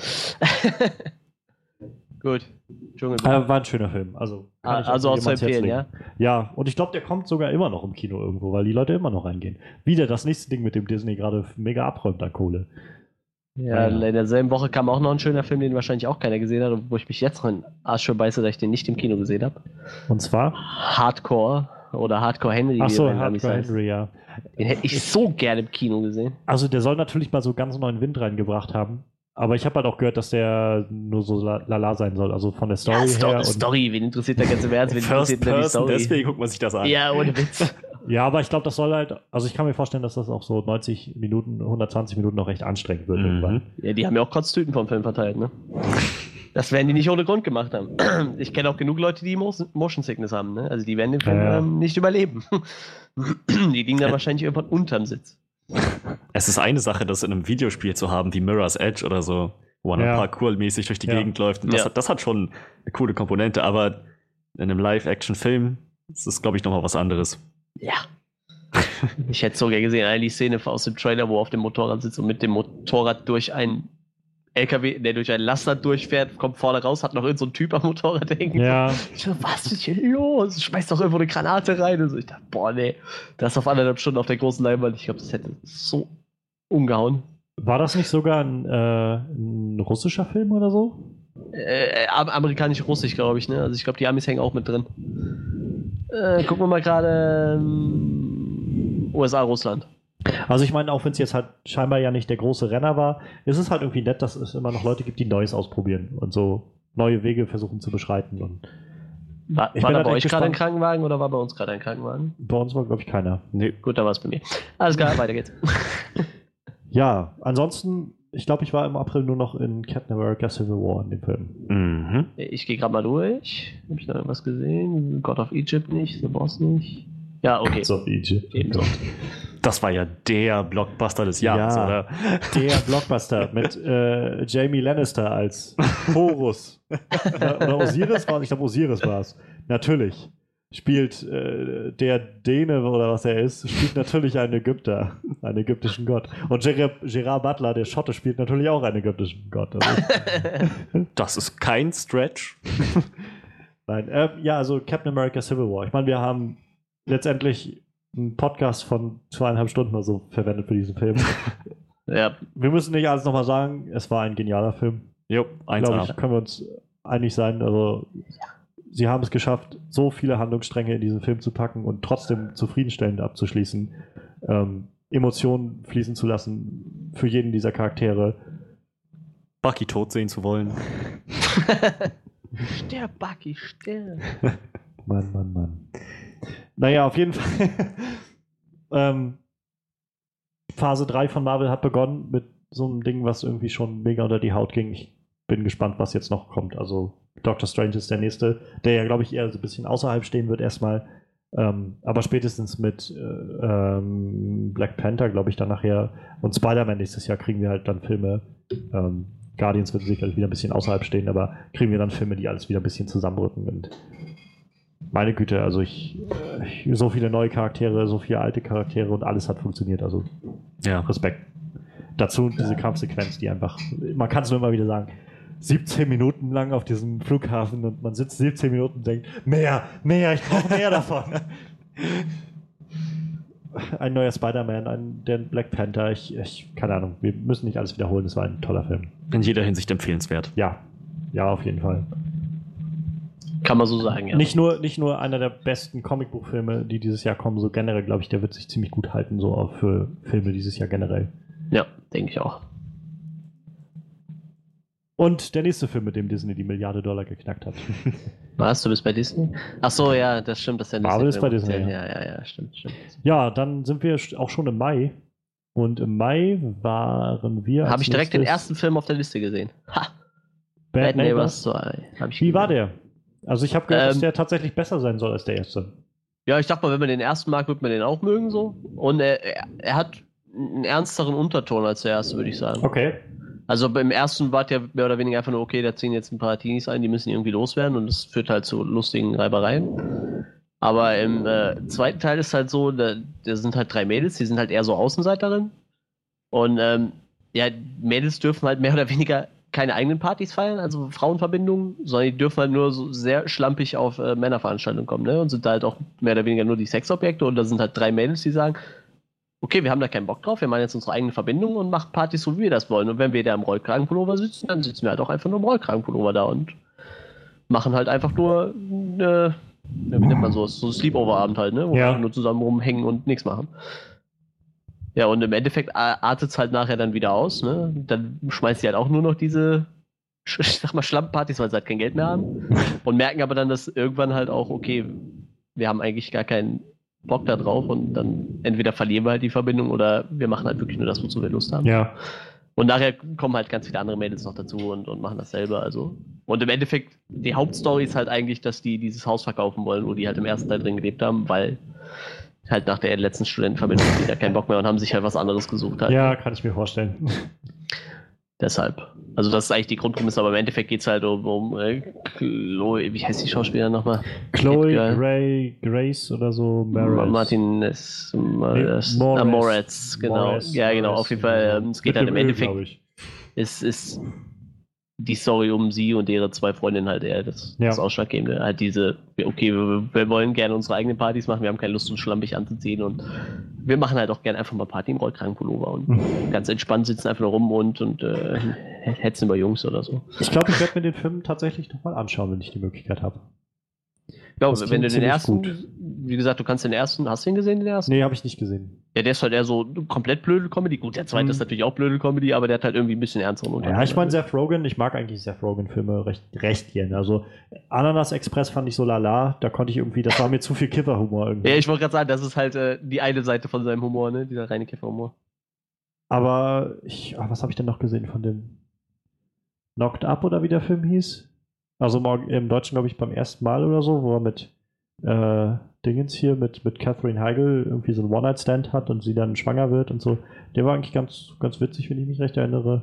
Gut. Dschungel. Äh, war ein schöner Film. Also, kann Ah, ich also auch zu jedem ans Herz empfehlen, legen. Ja, und ich glaube, der kommt sogar immer noch im Kino irgendwo, weil die Leute immer noch reingehen. Wieder das nächste Ding, mit dem Disney gerade mega abräumt an Kohle. Ja, Ja. in derselben Woche kam auch noch ein schöner Film, den wahrscheinlich auch keiner gesehen hat, wo ich mich jetzt noch in den Arsch für beiße, dass ich den nicht im Kino gesehen habe. Und zwar? Hardcore oder Hardcore Henry. Achso, wie er bei Amis Hardcore heißt. Henry, ja. Den hätte ich so gerne im Kino gesehen. Also, der soll natürlich mal so ganz neuen Wind reingebracht haben. Aber ich habe halt auch gehört, dass der nur so la- lala sein soll. Also von der Story Ja, Sto her. Und, Story, wen interessiert der ganze Ernst? Wen First interessiert denn die Person, Story? deswegen guckt man sich das an. Ja, ohne Witz. ja, aber ich glaube, das soll halt. Also, ich kann mir vorstellen, dass das auch so neunzig Minuten, hundertzwanzig Minuten noch recht anstrengend wird Mhm. irgendwann. Ja, die haben ja auch Kotztüten vom Film verteilt, ne? Das werden die nicht ohne Grund gemacht haben. Ich kenne auch genug Leute, die Motion Motion Sickness haben, ne? Also die werden den Film Ja, ja. ähm, nicht überleben. Die liegen dann wahrscheinlich irgendwann unterm Sitz. Es ist eine Sache, das in einem Videospiel zu haben, wie Mirror's Edge oder so, wo man Ja. parkour-mäßig durch die Ja. Gegend läuft. Und das, Ja. hat, das hat schon eine coole Komponente, aber in einem Live-Action-Film ist das, glaube ich, nochmal was anderes. Ja. Ich hätte so gerne gesehen, allein die Szene aus dem Trailer, wo er auf dem Motorrad sitzt und mit dem Motorrad durch einen L K W, der durch ein Laster durchfährt, kommt vorne raus, hat noch irgend so ein Typ am Motorrad hängen. Ja, Ich so, was ist hier los? Schmeißt doch irgendwo eine Granate rein. Und so. Ich dachte, boah, nee, das auf anderthalb Stunden auf der großen Leinwand. Ich glaube, das hätte so umgehauen. war das nicht sogar ein, äh, ein russischer Film oder so? Äh, am- amerikanisch-russisch, glaube ich, ne? Also ich glaube, die Amis hängen auch mit drin. Äh, gucken wir mal gerade ähm, U S A, Russland. Also ich meine, auch wenn es jetzt halt scheinbar ja nicht der große Renner war, ist es halt irgendwie nett, dass es immer noch Leute gibt, die Neues ausprobieren und so neue Wege versuchen zu beschreiten. Und War, Ich war bin da halt bei echt euch gerade ein gespannt. Krankenwagen oder war bei uns gerade ein Krankenwagen? bei uns war, glaube ich, keiner. Nee. Gut, da war es bei mir. Alles klar, weiter geht's. Ja, ansonsten, ich glaube, ich war im April nur noch in Captain America Civil War in dem Film. Mhm. Ich gehe gerade mal durch. Habe ich da irgendwas gesehen? God of Egypt nicht, The Boss nicht. Ja, okay. So, Egypt. Ebenso. Das war ja der Blockbuster des Jahres, Ja. oder? Der Blockbuster mit äh, Jamie Lannister als Horus. oder, oder Osiris war es? Ich glaube, Osiris war es. Natürlich. Spielt äh, der Däne oder was er ist, spielt natürlich einen Ägypter, einen ägyptischen Gott. Und Gerard, Gerard Butler, der Schotte, spielt natürlich auch einen ägyptischen Gott. Also, Das ist kein Stretch. nein, äh, ja, also Captain America Civil War. Ich meine, wir haben letztendlich einen Podcast von zweieinhalb Stunden oder so verwendet für diesen Film. Ja, Wir müssen nicht alles nochmal sagen, es war ein genialer Film. Jo, eins Glaube A. ich, können wir uns einig sein. Also, sie haben es geschafft, so viele Handlungsstränge in diesen Film zu packen und trotzdem zufriedenstellend abzuschließen, ähm, Emotionen fließen zu lassen für jeden dieser Charaktere. Bucky tot sehen zu wollen. Sterb, Bucky, sterb. Mann, Mann, Mann. Naja, auf jeden Fall. ähm, Phase drei von Marvel hat begonnen mit so einem Ding, was irgendwie schon mega unter die Haut ging. Ich bin gespannt, was jetzt noch kommt. Also Doctor Strange ist der nächste, der ja, glaube ich, eher so ein bisschen außerhalb stehen wird erstmal. Ähm, aber spätestens mit äh, ähm, Black Panther, glaube ich, dann nachher und Spider-Man nächstes Jahr kriegen wir halt dann Filme. Ähm, Guardians wird sicherlich wieder ein bisschen außerhalb stehen, aber kriegen wir dann Filme, die alles wieder ein bisschen zusammenrücken. Und meine Güte, also ich, äh, so viele neue Charaktere, so viele alte Charaktere und alles hat funktioniert. Also Ja. Respekt. Dazu diese Kampfsequenz, die einfach, man kann es nur immer wieder sagen, siebzehn Minuten lang auf diesem Flughafen und man sitzt siebzehn Minuten und denkt, mehr, mehr, ich brauche mehr davon. Ein neuer Spider-Man, ein der Black Panther, ich, ich, keine Ahnung, wir müssen nicht alles wiederholen, es war ein toller Film. In jeder Hinsicht empfehlenswert. Ja, ja, auf jeden Fall. Kann man so sagen, ja. Nicht nur, nicht nur einer der besten Comicbuchfilme, die dieses Jahr kommen, so generell, glaube ich, der wird sich ziemlich gut halten, so auch für Filme dieses Jahr generell. Ja, denke ich auch. Und der nächste Film, mit dem Disney die Milliarde Dollar geknackt hat. Warst du bist bei Disney? Ach so, ja, das stimmt. Das ist Marvel ist bei Disney. Ja, ja, ja, stimmt, stimmt. Ja, dann sind wir auch schon im Mai. Und im Mai waren wir. Habe ich direkt den ersten Film auf der Liste gesehen. Ha! Bad, Bad Neighbors zwei. Wie war der? Also ich habe gehört, ähm, dass der tatsächlich besser sein soll als der erste. Ja, ich dachte mal, wenn man den ersten mag, wird man den auch mögen so. Und er, er, er hat einen ernsteren Unterton als der erste, würde ich sagen. Okay. Also beim ersten war ja mehr oder weniger einfach nur, okay, da ziehen jetzt ein paar Teenies ein, die müssen irgendwie loswerden und das führt halt zu lustigen Reibereien. Aber im äh, zweiten Teil ist halt so, da, da sind halt drei Mädels, die sind halt eher so Außenseiterin. Und ähm, ja, Mädels dürfen halt mehr oder weniger keine eigenen Partys feiern, also Frauenverbindungen, sondern die dürfen halt nur so sehr schlampig auf äh, Männerveranstaltungen kommen, ne? Und sind da halt auch mehr oder weniger nur die Sexobjekte und da sind halt drei Mädels, die sagen, okay, wir haben da keinen Bock drauf, wir machen jetzt unsere eigene Verbindung und machen Partys, so wie wir das wollen. Und wenn wir da im Rollkragenpullover sitzen, dann sitzen wir halt auch einfach nur im Rollkragenpullover da und machen halt einfach nur, äh, wie nennt man sowas, so ein Sleepover-Abend halt, ne? Wo ja. wir nur zusammen rumhängen und nichts machen. Ja, und im Endeffekt artet es halt nachher dann wieder aus, ne? Dann schmeißt sie halt auch nur noch diese, ich sag mal, Schlammpartys, weil sie halt kein Geld mehr haben. Und merken aber dann, dass irgendwann halt auch, okay, wir haben eigentlich gar keinen Bock da drauf und dann entweder verlieren wir halt die Verbindung oder wir machen halt wirklich nur das, wozu wir Lust haben. Ja. Und nachher kommen halt ganz viele andere Mädels noch dazu und, und machen das selber. Also. Und im Endeffekt, die Hauptstory ist halt eigentlich, dass die dieses Haus verkaufen wollen, wo die halt im ersten Teil drin gelebt haben, weil halt nach der letzten Studentenverbindung hatten die da keinen Bock mehr und haben sich halt was anderes gesucht. Halt. Ja, kann ich mir vorstellen. Deshalb. Also das ist eigentlich die Grundprämisse, aber im Endeffekt geht es halt um, um äh, Chloe, wie heißt die Schauspielerin nochmal? Chloe Gray, Grace oder so, Maris. Martin ist, Moretz, Moretz, Moretz, genau. Moretz, ja, genau, Moretz, auf jeden Fall. Ähm, es geht halt im Endeffekt, es ist die Story um sie und ihre zwei Freundinnen halt eher das, ja. das Ausschlaggebende. Halt diese, okay, wir, wir wollen gerne unsere eigenen Partys machen, wir haben keine Lust, uns schlampig anzuziehen und wir machen halt auch gerne einfach mal Party im Rollkragenpullover und mhm. ganz entspannt sitzen einfach nur rum und, und äh, hetzen über Jungs oder so. Ich glaube, ich werde mir den Film tatsächlich nochmal anschauen, wenn ich die Möglichkeit habe. Ich glaube, wenn du den ersten, gut. Wie gesagt, du kannst den ersten, hast du ihn gesehen, den ersten? Nee, habe ich nicht gesehen. Ja, der ist halt eher so komplett blöde Comedy. Gut, der zweite mhm. ist natürlich auch blöde Comedy, aber der hat halt irgendwie ein bisschen ernsteren Unterton. Ja, ich meine, Seth Rogen, ich mag eigentlich Seth Rogen-Filme recht, recht gerne. Also, Ananas Express fand ich so lala, da konnte ich irgendwie, das war mir zu viel Kifferhumor irgendwie. Ja, ich wollte gerade sagen, das ist halt äh, die eine Seite von seinem Humor, ne, dieser reine Kifferhumor. Aber, ich, ach, was habe ich denn noch gesehen von dem Knocked Up oder wie der Film hieß? Also im Deutschen, glaube ich, beim ersten Mal oder so, wo er mit äh, Dingens hier, mit, mit Catherine Heigl irgendwie so einen One-Night-Stand hat und sie dann schwanger wird und so. Der war eigentlich ganz, ganz witzig, wenn ich mich recht erinnere.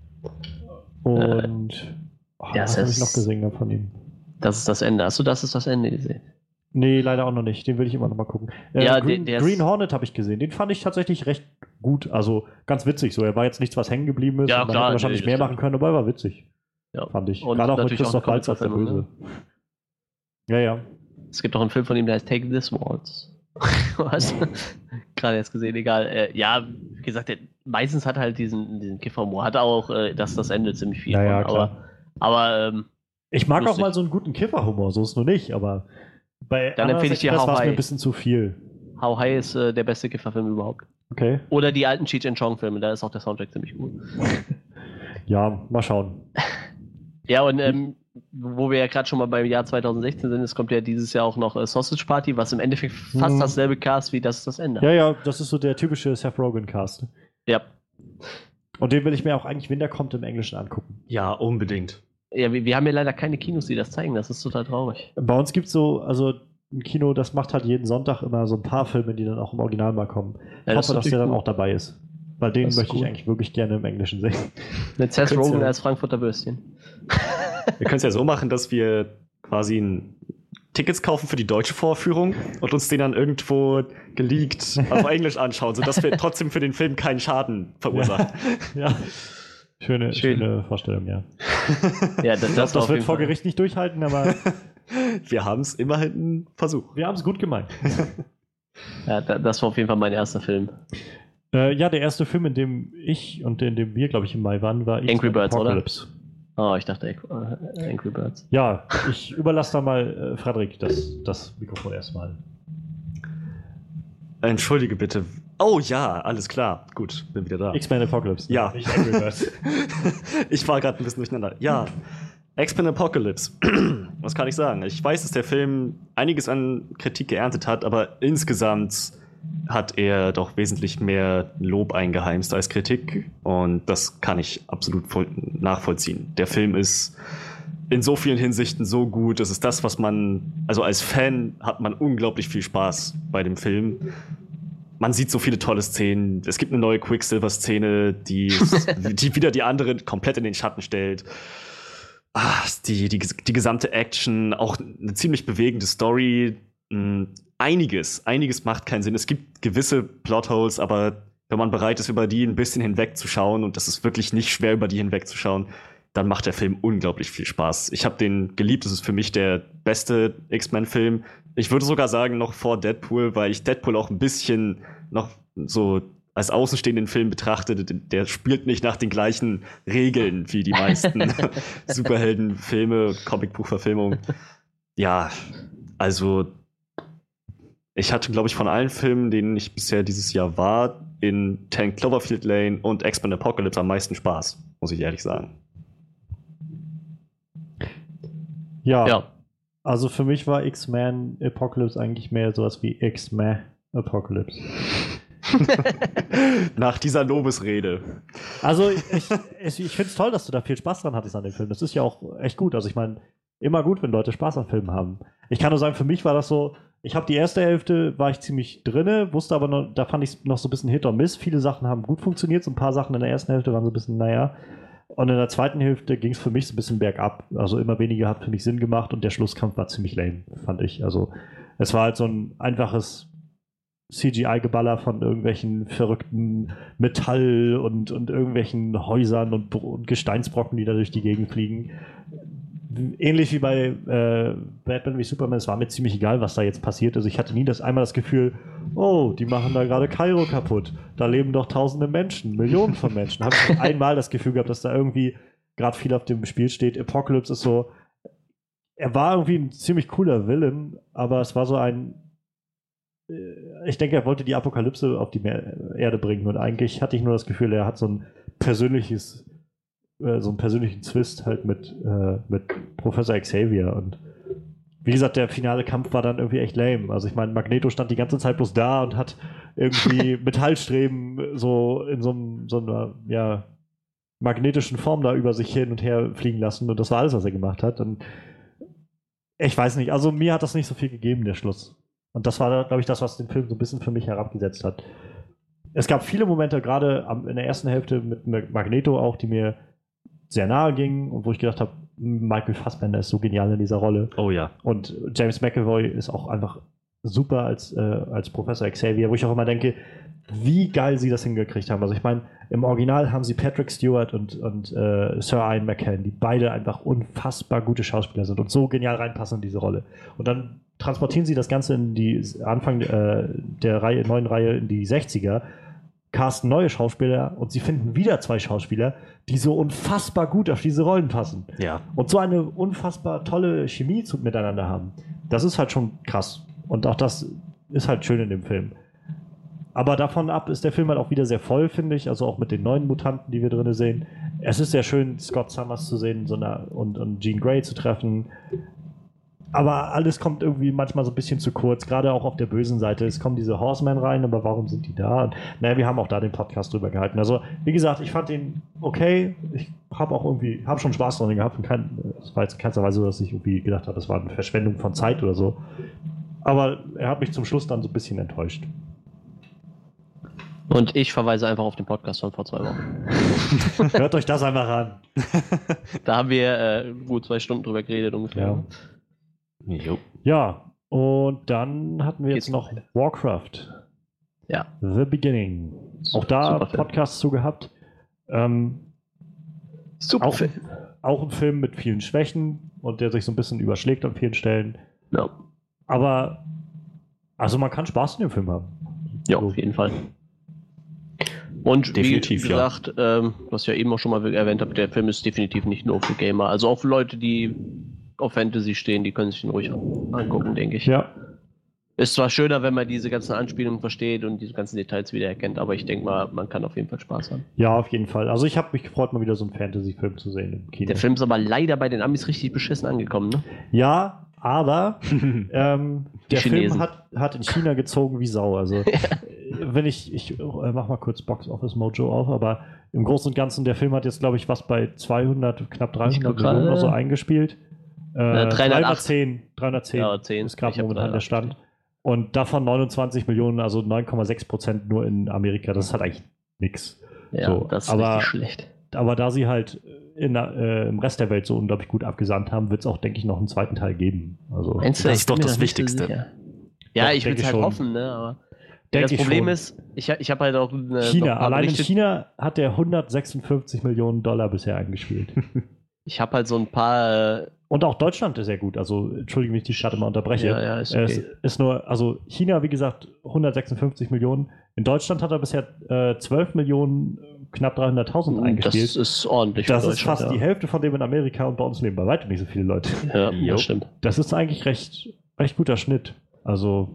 Und äh, oh, ja, was habe ich noch gesehen von ihm? Das ist das Ende. Hast du das ist das Ende gesehen? Nee, leider auch noch nicht. Den will ich immer noch mal gucken. Äh, ja, Green, der, der Green Hornet habe ich gesehen. Den fand ich tatsächlich recht gut. Also ganz witzig. So, er war jetzt nichts, was hängen geblieben ist. Ja, und man klar, hätte wahrscheinlich nee, mehr machen können, aber er war witzig. Ja. Fand ich. Und gerade auch mit Christoph Waltz als der Böse. Ne? Ja, ja. Es gibt auch einen Film von ihm, der heißt Take This Waltz. Was? Gerade erst gesehen, egal. Äh, ja, wie gesagt, der, meistens hat er halt diesen, diesen Kifferhumor. Hat auch äh, das, das Ende ziemlich viel. Ja, von, ja, aber aber ähm, ich mag lustig. Auch mal so einen guten Kifferhumor, so ist nur nicht, aber bei dann empfehle ich dir How war es High. mir ein bisschen zu viel. How High ist äh, der beste Kifferfilm überhaupt. Okay. Oder die alten Cheech and Chong Filme, da ist auch der Soundtrack ziemlich gut. Ja, mal schauen. Ja, und ähm, wo wir ja gerade schon mal beim Jahr zwanzig sechzehn sind, es kommt ja dieses Jahr auch noch äh, Sausage Party, was im Endeffekt fast hm. dasselbe Cast wie Das ist das Ende. Ja, ja, das ist so der typische Seth Rogen Cast. Ja. Und den will ich mir auch eigentlich, wenn der kommt, im Englischen angucken. Ja, unbedingt. Ja, wir, wir haben ja leider keine Kinos, die das zeigen, das ist total traurig. Bei uns gibt es so, also ein Kino, das macht halt jeden Sonntag immer so ein paar Filme, die dann auch im Original mal kommen. Ich ja, hoffe, das dass der dann cool. auch dabei ist. Weil den möchte cool. ich eigentlich wirklich gerne im Englischen sehen. Mit Seth Rogen ja als Frankfurter Würstchen. Wir können es ja so machen, dass wir quasi ein Tickets kaufen für die deutsche Vorführung und uns den dann irgendwo geleakt auf Englisch anschauen, sodass wir trotzdem für den Film keinen Schaden verursachen. Ja. ja. Schöne, Schön. schöne Vorstellung, ja. Ja, das, das, das auf wird jeden vor Fall. Gericht nicht durchhalten, aber wir haben es immerhin versucht. wir haben es gut gemeint. Ja, da- das war auf jeden Fall mein erster Film. Äh, ja, der erste Film, in dem ich und in dem wir, glaube ich, im Mai waren, war Angry Birds, oder? Apocalypse. Oh, ich dachte äh, Angry Birds. Ja, ich überlasse da mal äh, Frederik das, das Mikrofon erstmal. Entschuldige bitte. Oh ja, alles klar. Gut, bin wieder da. X-Men Apocalypse. Ja. Nicht Angry Birds. Ich war gerade ein bisschen durcheinander. Ja, X-Men Apocalypse. Was kann ich sagen? Ich weiß, dass der Film einiges an Kritik geerntet hat, aber insgesamt hat er doch wesentlich mehr Lob eingeheimst als Kritik. Und das kann ich absolut voll nachvollziehen. Der Film ist in so vielen Hinsichten so gut. Das ist das, was man, also als Fan hat man unglaublich viel Spaß bei dem Film. Man sieht so viele tolle Szenen. Es gibt eine neue Quicksilver-Szene, die, die wieder die andere komplett in den Schatten stellt. Ah, die, die, die gesamte Action, auch eine ziemlich bewegende Story. Einiges, einiges macht keinen Sinn. Es gibt gewisse Plotholes, aber wenn man bereit ist, über die ein bisschen hinwegzuschauen, und das ist wirklich nicht schwer, über die hinwegzuschauen, dann macht der Film unglaublich viel Spaß. Ich habe den geliebt. Das ist für mich der beste X-Men-Film. Ich würde sogar sagen, noch vor Deadpool, weil ich Deadpool auch ein bisschen noch so als außenstehenden Film betrachte. Der spielt nicht nach den gleichen Regeln wie die meisten Superheldenfilme, Comicbuchverfilmungen. Ja, also ich hatte, glaube ich, von allen Filmen, denen ich bisher dieses Jahr war, in ten Cloverfield Lane und X-Men Apocalypse am meisten Spaß, muss ich ehrlich sagen. Ja, Ja. also für mich war X-Men Apocalypse eigentlich mehr sowas wie X-Men Apocalypse. Nach dieser Lobesrede. Also ich, ich, ich finde es toll, dass du da viel Spaß dran hattest an dem Film. Das ist ja auch echt gut. Also ich meine, immer gut, wenn Leute Spaß an Filmen haben. Ich kann nur sagen, für mich war das so, ich habe die erste Hälfte, war ich ziemlich drinne, wusste aber noch, da fand ich es noch so ein bisschen Hit or Miss. Viele Sachen haben gut funktioniert, so ein paar Sachen in der ersten Hälfte waren so ein bisschen, naja. Und in der zweiten Hälfte ging es für mich so ein bisschen bergab. Also immer weniger hat für mich Sinn gemacht und der Schlusskampf war ziemlich lame, fand ich. Also es war halt so ein einfaches C G I-Geballer von irgendwelchen verrückten Metall und, und irgendwelchen Häusern und, und Gesteinsbrocken, die da durch die Gegend fliegen. Ähnlich wie bei äh, Batman wie Superman, es war mir ziemlich egal, was da jetzt passiert. Also ich hatte nie das einmal das Gefühl, oh, die machen da gerade Kairo kaputt. Da leben doch tausende Menschen, Millionen von Menschen. Habe ich einmal das Gefühl gehabt, dass da irgendwie gerade viel auf dem Spiel steht. Apocalypse ist so, er war irgendwie ein ziemlich cooler Villain, aber es war so ein, ich denke, er wollte die Apokalypse auf die Meer Erde bringen und eigentlich hatte ich nur das Gefühl, er hat so ein persönliches so einen persönlichen Twist halt mit, äh, mit Professor Xavier und wie gesagt, der finale Kampf war dann irgendwie echt lame. Also ich meine, Magneto stand die ganze Zeit bloß da und hat irgendwie Metallstreben so in so, einem, so einer ja, magnetischen Form da über sich hin und her fliegen lassen und das war alles, was er gemacht hat. Und ich weiß nicht, also mir hat das nicht so viel gegeben, der Schluss. Und das war, glaube ich, das, was den Film so ein bisschen für mich herabgesetzt hat. Es gab viele Momente, gerade in der ersten Hälfte mit Magneto auch, die mir sehr nahe gingen und wo ich gedacht habe, Michael Fassbender ist so genial in dieser Rolle. Oh ja. Und James McAvoy ist auch einfach super als, äh, als Professor Xavier, wo ich auch immer denke, wie geil sie das hingekriegt haben. Also ich meine, im Original haben sie Patrick Stewart und, und äh, Sir Ian McKellen, die beide einfach unfassbar gute Schauspieler sind und so genial reinpassen in diese Rolle. Und dann transportieren sie das Ganze in die Anfang äh, der Reihe, neuen Reihe in die sechziger, casten neue Schauspieler und sie finden wieder zwei Schauspieler, die so unfassbar gut auf diese Rollen passen. Ja. Und so eine unfassbar tolle Chemie zu, miteinander haben. Das ist halt schon krass. Und auch das ist halt schön in dem Film. Aber davon ab ist der Film halt auch wieder sehr voll, finde ich. Also auch mit den neuen Mutanten, die wir drin sehen. Es ist sehr schön, Scott Summers zu sehen so eine, und, und Jean Grey zu treffen. Aber alles kommt irgendwie manchmal so ein bisschen zu kurz, gerade auch auf der bösen Seite. Es kommen diese Horsemen rein, aber warum sind die da? Und, naja, wir haben auch da den Podcast drüber gehalten. Also, wie gesagt, ich fand den okay. Ich habe auch irgendwie, habe schon Spaß dran gehabt. Und kein, es war jetzt in keinster Weise so, dass ich irgendwie gedacht habe, das war eine Verschwendung von Zeit oder so. Aber er hat mich zum Schluss dann so ein bisschen enttäuscht. Und ich verweise einfach auf den Podcast von vor zwei Wochen. Hört euch das einfach an. Da haben wir äh, gut zwei Stunden drüber geredet ungefähr. Ja. Jo. Ja, und dann hatten wir jetzt Geht's noch weiter. Warcraft. Ja. The Beginning. Su- Auch da super Film. Podcasts zu gehabt. Ähm, Super auch, Film. auch ein Film mit vielen Schwächen und der sich so ein bisschen überschlägt an vielen Stellen. Ja. Aber, also man kann Spaß in dem Film haben. Ja, So. auf jeden Fall. Und Definitiv, wie ja. gesagt, ähm, was ich ja eben auch schon mal erwähnt habe, der Film ist definitiv nicht nur für Gamer. Also auch für Leute, die auf Fantasy stehen, die können sich ihn ruhig angucken, denke ich. Ja, Ist zwar schöner, wenn man diese ganzen Anspielungen versteht und diese ganzen Details wiedererkennt, aber ich denke mal, man kann auf jeden Fall Spaß haben. ja, auf jeden Fall. Also ich habe mich gefreut, mal wieder so einen Fantasy-Film zu sehen im Kino. Der Film ist aber leider bei den Amis richtig beschissen angekommen, ne? Ja, aber ähm, der Chinesen. Film hat, hat in China gezogen wie Sau. Also wenn ich, ich äh, mach mal kurz Box Office Mojo auf, aber im Großen und Ganzen, der Film hat jetzt, glaube ich, was bei zweihundert, knapp dreihundert guck Millionen gerade. oder so eingespielt. Äh, Ja, dreihundertacht. dreihundertzehn, dreihundertzehn Ja, zehn. ist gerade Ich hab momentan der dreihundertacht. Stand. Und davon neunundzwanzig Millionen, also neun Komma sechs Prozent nur in Amerika. Das ist halt eigentlich nix. Ja, So, das ist aber- richtig schlecht. Aber da sie halt in, äh, im Rest der Welt so unglaublich gut abgesandt haben, wird es auch, denke ich, noch einen zweiten Teil geben. Also, Meinst du, das ich ist doch bin mir das da nicht so Wichtigste. sicher. Ja, Doch, ich würde denke es halt schon. hoffen, ne? Aber ja, Denke das ich Problem schon. ist, ich, ich habe halt auch eine, noch China, ein paar allein in Berichte- China hat der hundertsechsundfünfzig Millionen Dollar bisher eingespielt. Ich habe halt so ein paar. Äh, Und auch Deutschland ist sehr gut. Also, entschuldige mich, die Stadt immer unterbreche. Ja, ja, ist Es okay. ist nur, also China, wie gesagt, hundertsechsundfünfzig Millionen. In Deutschland hat er bisher äh, zwölf Millionen, knapp dreihunderttausend das eingespielt. ist ordentlich. Das für ist fast Deutschland, die Hälfte von dem in Amerika und bei uns leben bei weitem nicht so viele Leute. Ja, ja Jo. das stimmt. Das ist eigentlich recht, recht guter Schnitt. Also,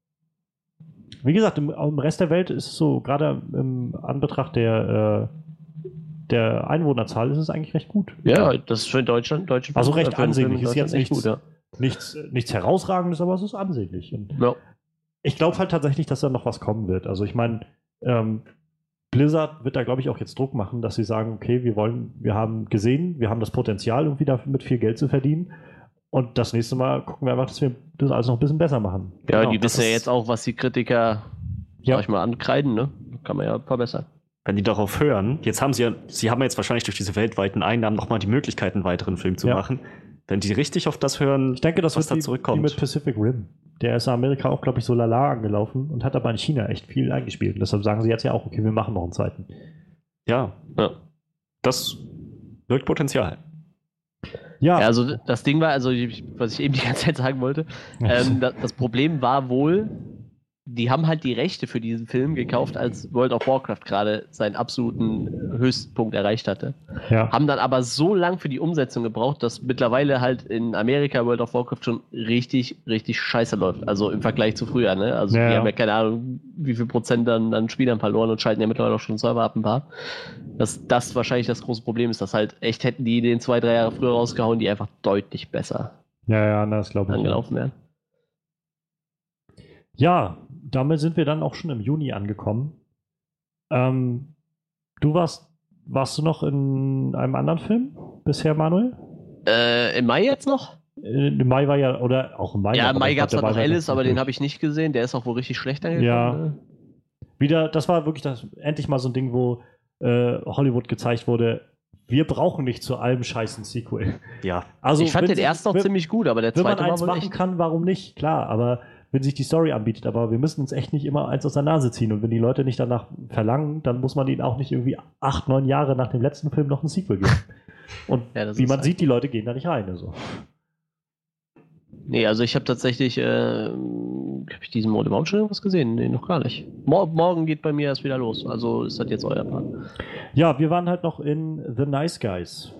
wie gesagt, im, im Rest der Welt ist es so, gerade im Anbetracht der, äh, der Einwohnerzahl ist es eigentlich recht gut. Ja, das ist für Deutschland, Deutschland Also recht für einen Film in ansehnlich. Ist Deutschland jetzt echt nichts, gut, ja. nichts, nichts Herausragendes, aber es ist ansehnlich. Und Ja. ich glaube halt tatsächlich, dass da noch was kommen wird. Also ich meine, ähm, Blizzard wird da, glaube ich, auch jetzt Druck machen, dass sie sagen, okay, wir wollen, wir haben gesehen, wir haben das Potenzial, irgendwie damit viel Geld zu verdienen. Und das nächste Mal gucken wir einfach, dass wir das alles noch ein bisschen besser machen. Ja, Genau, die das wissen ja ist- jetzt auch, was die Kritiker, Ja. sag ich mal, ankreiden, ne? Kann man ja verbessern. Wenn die darauf hören, jetzt haben sie ja, sie haben jetzt wahrscheinlich durch diese weltweiten Einnahmen nochmal die Möglichkeit, einen weiteren Film zu Ja. machen. Wenn die richtig auf das hören, Ich denke, das was wird da wie, wie zurückkommt. mit Pacific Rim. Der ist in Amerika auch, glaube ich, so lala angelaufen und hat aber in China echt viel eingespielt. Und deshalb sagen sie jetzt ja auch, okay, wir machen noch einen zweiten. Ja, Ja. das wirkt Potenzial. Ja, Ja, also das Ding war, also ich, was ich eben die ganze Zeit sagen wollte, ähm, das, das Problem war wohl, die haben halt die Rechte für diesen Film gekauft, als World of Warcraft gerade seinen absoluten Höchstpunkt erreicht hatte. ja. Haben dann aber so lang für die Umsetzung gebraucht, dass mittlerweile halt in Amerika World of Warcraft schon richtig, richtig scheiße läuft. Also im Vergleich zu früher, ne? Also Ja, die ja. haben ja keine Ahnung, wie viel Prozent dann an Spielern verloren und schalten ja mittlerweile auch schon Server ab ein paar. Dass das wahrscheinlich das große Problem ist, dass halt echt hätten die den zwei, drei Jahre früher rausgehauen, die einfach deutlich besser Ja, ja, das glaube ich. angelaufen wären. Ja, damit sind wir dann auch schon im Juni angekommen. Ähm, du warst, warst du noch in einem anderen Film bisher, Manuel? Äh, im Mai jetzt noch? Äh, Im Mai war ja, oder auch im Mai. Ja, noch, im aber Mai ich gab es glaub, halt der noch war Alice, noch aber den durch. habe ich nicht gesehen. Der ist auch wohl richtig schlecht angekommen. Ja. Ne? Wieder, das war wirklich das, endlich mal so ein Ding, wo äh, Hollywood gezeigt wurde, wir brauchen nicht zu allem scheißen Sequel. Ja, Also, Ich fand wenn den sich- ersten auch wenn, ziemlich gut, aber der Wenn man zweite war eins wohl machen echt. kann, warum nicht? Klar, aber wenn sich die Story anbietet, aber wir müssen uns echt nicht immer eins aus der Nase ziehen. Und wenn die Leute nicht danach verlangen, dann muss man ihnen auch nicht irgendwie acht, neun Jahre nach dem letzten Film noch ein Sequel geben. Und Ja, das wie ist man halt- sieht, die Leute gehen da nicht rein. Also. Nee, also ich habe tatsächlich, äh, habe ich diesen Monat überhaupt schon irgendwas gesehen? Nee, noch gar nicht. Mor morgen geht bei mir erst wieder los, also ist das jetzt euer Part. Ja, wir waren halt noch in The Nice Guys.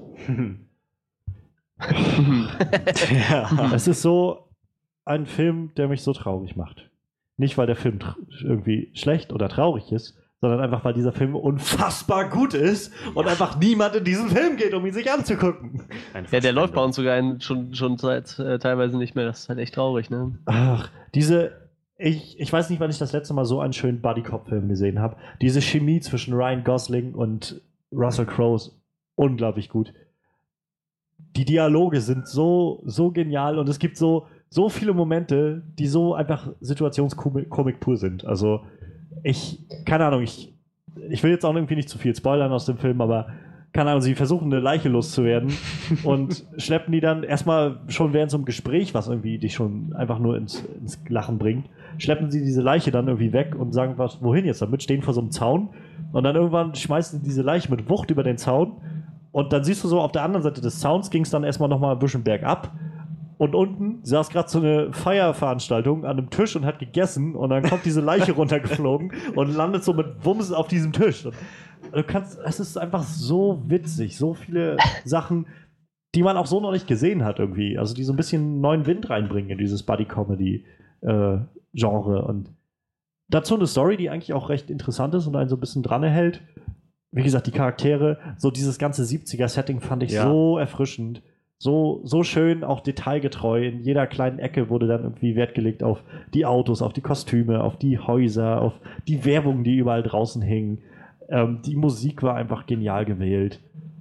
ja. Es ist so ein Film, der mich so traurig macht. Nicht, weil der Film tr- irgendwie schlecht oder traurig ist, sondern einfach, weil dieser Film unfassbar gut ist und einfach niemand in diesen Film geht, um ihn sich anzugucken. Ja, der läuft bei uns sogar in, schon, schon seit äh, teilweise nicht mehr, das ist halt echt traurig, ne? Ach, diese. Ich, ich weiß nicht, wann ich das letzte Mal so einen schönen Buddy-Cop-Film gesehen habe. Diese Chemie zwischen Ryan Gosling und Russell Crowe ist unglaublich gut. Die Dialoge sind so, so genial und es gibt so, so viele Momente, die so einfach Situationskomik Komik pur sind. Also, ich, keine Ahnung, ich, ich will jetzt auch irgendwie nicht zu viel spoilern aus dem Film, aber keine Ahnung, sie versuchen eine Leiche loszuwerden und schleppen die dann erstmal schon während so einem Gespräch, was irgendwie dich schon einfach nur ins, ins Lachen bringt, schleppen sie diese Leiche dann irgendwie weg und sagen, was, wohin jetzt damit, stehen vor so einem Zaun und dann irgendwann schmeißen sie diese Leiche mit Wucht über den Zaun und dann siehst du so, auf der anderen Seite des Zauns ging es dann erstmal nochmal ein bisschen bergab und unten saß gerade so eine Feierveranstaltung an einem Tisch und hat gegessen und dann kommt diese Leiche runtergeflogen und landet so mit Wumms auf diesem Tisch. Und du kannst, es ist einfach so witzig, so viele Sachen, die man auch so noch nicht gesehen hat irgendwie, also die so ein bisschen neuen Wind reinbringen in dieses Buddy-Comedy-Genre äh, und dazu eine Story, die eigentlich auch recht interessant ist und einen so ein bisschen dran hält. Wie gesagt, die Charaktere, so dieses ganze siebziger-Setting fand ich ja. so erfrischend, so, so schön, auch detailgetreu. In jeder kleinen Ecke wurde dann irgendwie Wert gelegt auf die Autos, auf die Kostüme, auf die Häuser, auf die Werbung, die überall draußen hing. Ähm, die Musik war einfach genial gewählt.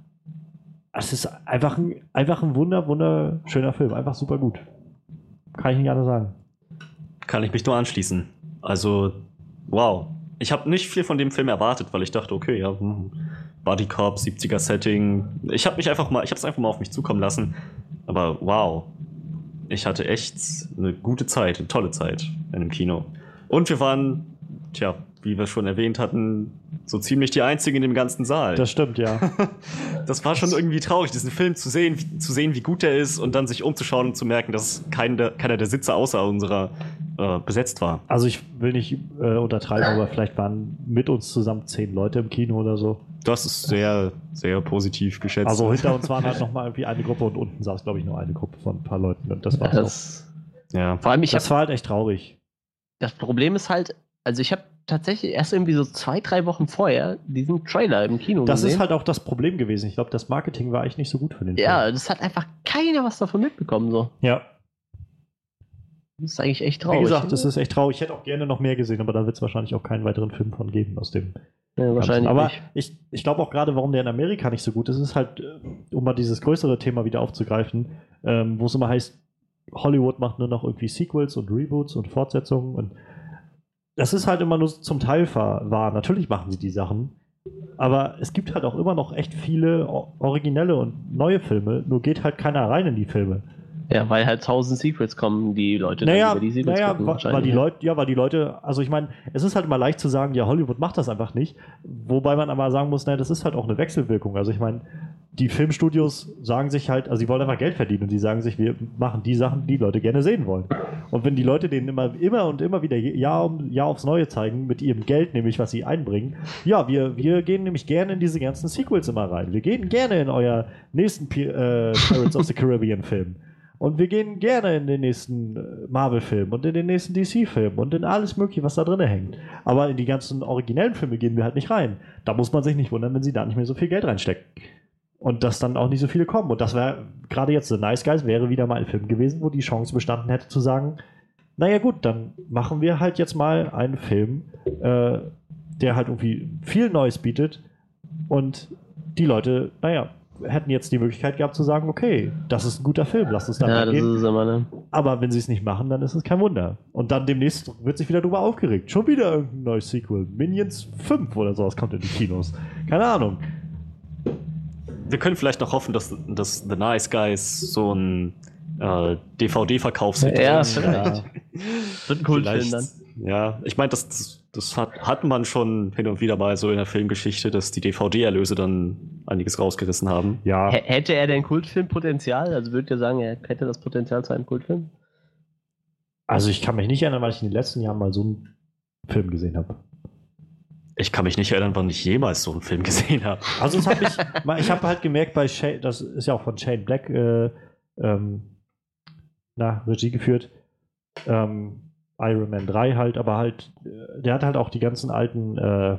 Es ist einfach ein, einfach ein wunder, wunderschöner Film. Einfach super gut. Kann ich nicht anders sagen. Kann ich mich nur anschließen. Also, wow. Ich habe nicht viel von dem Film erwartet, weil ich dachte, okay, ja, hm, Buddy Cop, siebziger-Setting. Ich habe mich einfach mal, ich habe es einfach mal auf mich zukommen lassen. Aber wow. Ich hatte echt eine gute Zeit, eine tolle Zeit in dem Kino. Und wir waren, tja, wie wir schon erwähnt hatten, so ziemlich die Einzigen in dem ganzen Saal. Das stimmt, ja. Das war schon irgendwie traurig, diesen Film zu sehen, wie, zu sehen, wie gut er ist und dann sich umzuschauen und zu merken, dass kein der, keiner der Sitze außer unserer äh, besetzt war. Also ich will nicht äh, untertreiben, aber vielleicht waren mit uns zusammen zehn Leute im Kino oder so. Das ist sehr, sehr positiv geschätzt. Also hinter uns waren halt nochmal irgendwie eine Gruppe und unten saß, glaube ich, nur eine Gruppe von ein paar Leuten. Und das war das, so. Ja. Vor allem ich das hab, war halt echt traurig. Das Problem ist halt, also ich habe tatsächlich erst irgendwie so zwei, drei Wochen vorher diesen Trailer im Kino das gesehen. Das ist halt auch das Problem gewesen. Ich glaube, das Marketing war echt nicht so gut für den Film. Ja, das hat einfach keiner was davon mitbekommen. So. Ja. Das ist eigentlich echt traurig. Wie gesagt, das ist echt traurig. Ich hätte auch gerne noch mehr gesehen, aber da wird es wahrscheinlich auch keinen weiteren Film von geben aus dem. Ja, wahrscheinlich aber nicht. ich, ich glaube auch gerade, warum der in Amerika nicht so gut ist, ist halt, um mal dieses größere Thema wieder aufzugreifen, ähm, wo es immer heißt, Hollywood macht nur noch irgendwie Sequels und Reboots und Fortsetzungen und das ist halt immer nur zum Teil wahr. Natürlich machen sie die Sachen, aber es gibt halt auch immer noch echt viele originelle und neue Filme, nur geht halt keiner rein in die Filme. Ja, weil halt tausend Secrets kommen, die Leute naja, dann über die Secrets naja, gucken. Weil die Leute, ja, weil die Leute, also ich meine, es ist halt immer leicht zu sagen, ja, Hollywood macht das einfach nicht, wobei man aber sagen muss, naja, das ist halt auch eine Wechselwirkung. Also ich meine, die Filmstudios sagen sich halt, also sie wollen einfach Geld verdienen und die sagen sich, wir machen die Sachen, die Leute gerne sehen wollen. Und wenn die Leute denen immer, immer und immer wieder Jahr um Jahr aufs Neue zeigen, mit ihrem Geld, nämlich was sie einbringen, ja, wir, wir gehen nämlich gerne in diese ganzen Sequels immer rein. Wir gehen gerne in euer nächsten P- äh, Pirates of the Caribbean Film. Und wir gehen gerne in den nächsten Marvel-Film und in den nächsten D C-Film und in alles Mögliche, was da drin hängt. Aber in die ganzen originellen Filme gehen wir halt nicht rein. Da muss man sich nicht wundern, wenn sie da nicht mehr so viel Geld reinstecken. Und dass dann auch nicht so viele kommen. Und das wäre, gerade jetzt The Nice Guys, wäre wieder mal ein Film gewesen, wo die Chance bestanden hätte zu sagen, naja gut, dann machen wir halt jetzt mal einen Film, äh, der halt irgendwie viel Neues bietet und die Leute, naja, hätten jetzt die Möglichkeit gehabt zu sagen, okay, das ist ein guter Film, lass uns da ja, reingehen. das ist immer, ne? Aber wenn sie es nicht machen, dann ist es kein Wunder. Und dann demnächst wird sich wieder drüber aufgeregt. Schon wieder irgendein neues Sequel. Minions fünf oder sowas kommt in die Kinos. Keine Ahnung. Wir können vielleicht noch hoffen, dass, dass The Nice Guys so ein äh, D V D-Verkaufshit ja, ist. vielleicht. Ja. Wird ein Kultfilm dann. Ja, ich meine, das, das, das hat, hat man schon hin und wieder mal so in der Filmgeschichte, dass die D V D-Erlöse dann einiges rausgerissen haben. Ja. H- hätte er denn Kultfilmpotenzial? Also würdet ihr sagen, er hätte das Potenzial zu einem Kultfilm? Also ich kann mich nicht erinnern, weil ich in den letzten Jahren mal so einen Film gesehen habe. Ich kann mich nicht erinnern, wann ich jemals so einen Film gesehen habe. Also das hab ich, ich habe halt gemerkt bei Shane, das ist ja auch von Shane Black äh, ähm, na, Regie geführt. Ähm, Iron Man drei halt, aber halt, der hat halt auch die ganzen alten äh,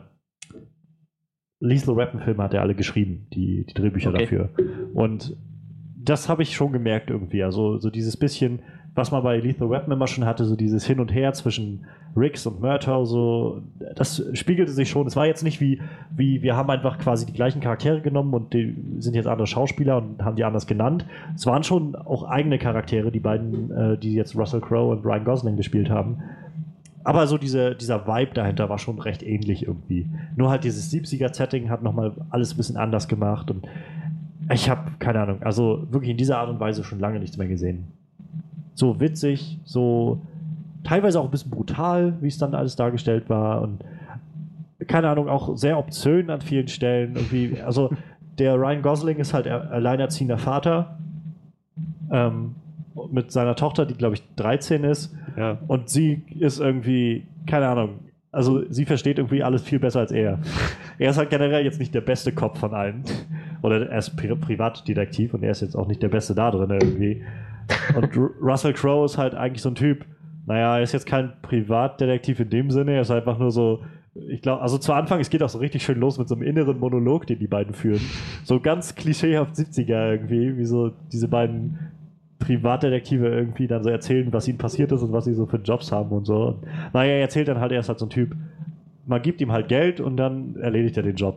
Lethal Weapon Filme hat er alle geschrieben, die, die Drehbücher okay. dafür. Und das habe ich schon gemerkt irgendwie, also so dieses bisschen, was man bei Lethal Weapon immer schon hatte, so dieses Hin und Her zwischen Riggs und Murtaugh, so, das spiegelte sich schon. Es war jetzt nicht wie, wie, wir haben einfach quasi die gleichen Charaktere genommen und die sind jetzt andere Schauspieler und haben die anders genannt. Es waren schon auch eigene Charaktere, die beiden, äh, die jetzt Russell Crowe und Ryan Gosling gespielt haben. aber so diese, dieser Vibe dahinter war schon recht ähnlich irgendwie. Nur halt dieses siebziger-Setting hat nochmal alles ein bisschen anders gemacht und ich habe keine Ahnung, also wirklich in dieser Art und Weise schon lange nichts mehr gesehen. So witzig, so teilweise auch ein bisschen brutal, wie es dann alles dargestellt war und keine Ahnung, auch sehr obszön an vielen Stellen. Irgendwie, also der Ryan Gosling ist halt alleinerziehender Vater ähm, mit seiner Tochter, die glaube ich dreizehn ist. Ja. Und sie ist irgendwie, keine Ahnung, also sie versteht irgendwie alles viel besser als er. Er ist halt generell jetzt nicht der beste Kopf von allen. Oder er ist Pri- Privatdetektiv und er ist jetzt auch nicht der Beste da drin irgendwie. Und R- Russell Crowe ist halt eigentlich so ein Typ, naja, er ist jetzt kein Privatdetektiv in dem Sinne, er ist einfach nur so, ich glaube, also zu Anfang, es geht auch so richtig schön los mit so einem inneren Monolog, den die beiden führen. So ganz klischeehaft siebziger irgendwie, wie so diese beiden Privatdetektive irgendwie dann so erzählen, was ihnen passiert ist und was sie so für Jobs haben und so. Und, naja, er erzählt dann halt, er ist halt so ein Typ, man gibt ihm halt Geld und dann erledigt er den Job.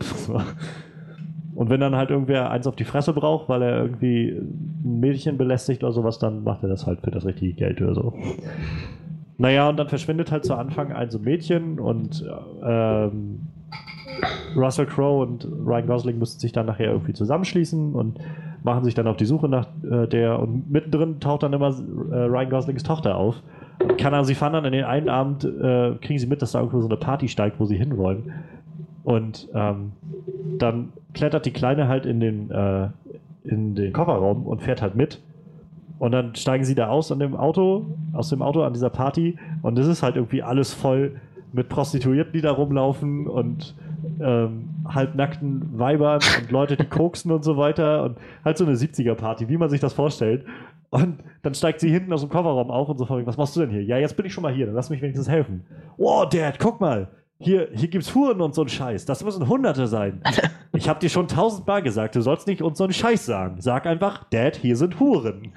Und wenn dann halt irgendwer eins auf die Fresse braucht, weil er irgendwie ein Mädchen belästigt oder sowas, dann macht er das halt für das richtige Geld oder so. Naja, und dann verschwindet halt zu Anfang ein so Mädchen und ähm, Russell Crowe und Ryan Gosling müssen sich dann nachher irgendwie zusammenschließen und machen sich dann auf die Suche nach äh, der und mittendrin taucht dann immer äh, Ryan Goslings Tochter auf. Und kann also, sie fahren dann in den einen Abend, äh, kriegen sie mit, dass da irgendwo so eine Party steigt, wo sie hinwollen. Und ähm, dann klettert die Kleine halt in den, äh, in den Kofferraum und fährt halt mit. Und dann steigen sie da aus an dem Auto, aus dem Auto an dieser Party und es ist halt irgendwie alles voll mit Prostituierten, die da rumlaufen und ähm, halbnackten Weibern und Leute, die koksen und so weiter und halt so eine siebziger-Party, wie man sich das vorstellt. Und dann steigt sie hinten aus dem Kofferraum auf und so, was machst du denn hier? Ja, jetzt bin ich schon mal hier, dann lass mich wenigstens helfen. Wow, Dad, guck mal, hier, hier gibt's Huren und so einen Scheiß. Das müssen Hunderte sein. Ich hab dir schon tausendmal gesagt, du sollst nicht uns so einen Scheiß sagen. Sag einfach, Dad, hier sind Huren.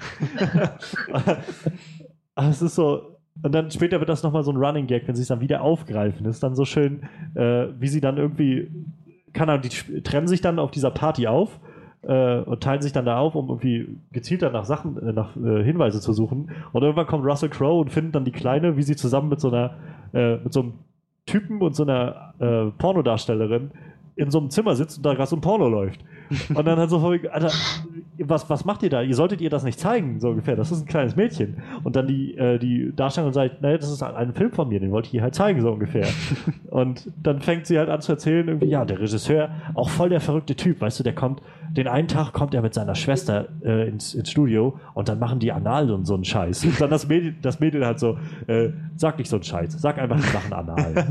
Es ist so. Und dann später wird das nochmal so ein Running Gag, wenn sie es dann wieder aufgreifen. Das ist dann so schön, äh, wie sie dann irgendwie, keine Ahnung, die trennen sich dann auf dieser Party auf äh, und teilen sich dann da auf, um irgendwie gezielter nach Sachen, äh, nach äh, Hinweise zu suchen. Und irgendwann kommt Russell Crowe und findet dann die Kleine, wie sie zusammen mit so einer, äh, mit so einem Typen und so einer äh, Pornodarstellerin in so einem Zimmer sitzt und da gerade so ein Porno läuft. Und dann halt so, Alter, was, was macht ihr da? Ihr solltet ihr das nicht zeigen, so ungefähr. Das ist ein kleines Mädchen. Und dann die, äh, die Darstellerin sagt, naja, das ist ein Film von mir, den wollte ich ihr halt zeigen, so ungefähr. Und dann fängt sie halt an zu erzählen, irgendwie, ja, der Regisseur, auch voll der verrückte Typ, weißt du, der kommt, den einen Tag kommt er mit seiner Schwester äh, ins, ins Studio und dann machen die Anal und so einen Scheiß. Und dann das Mädchen, das Mädchen halt so, äh, sag nicht so einen Scheiß, sag einfach, die machen Anal.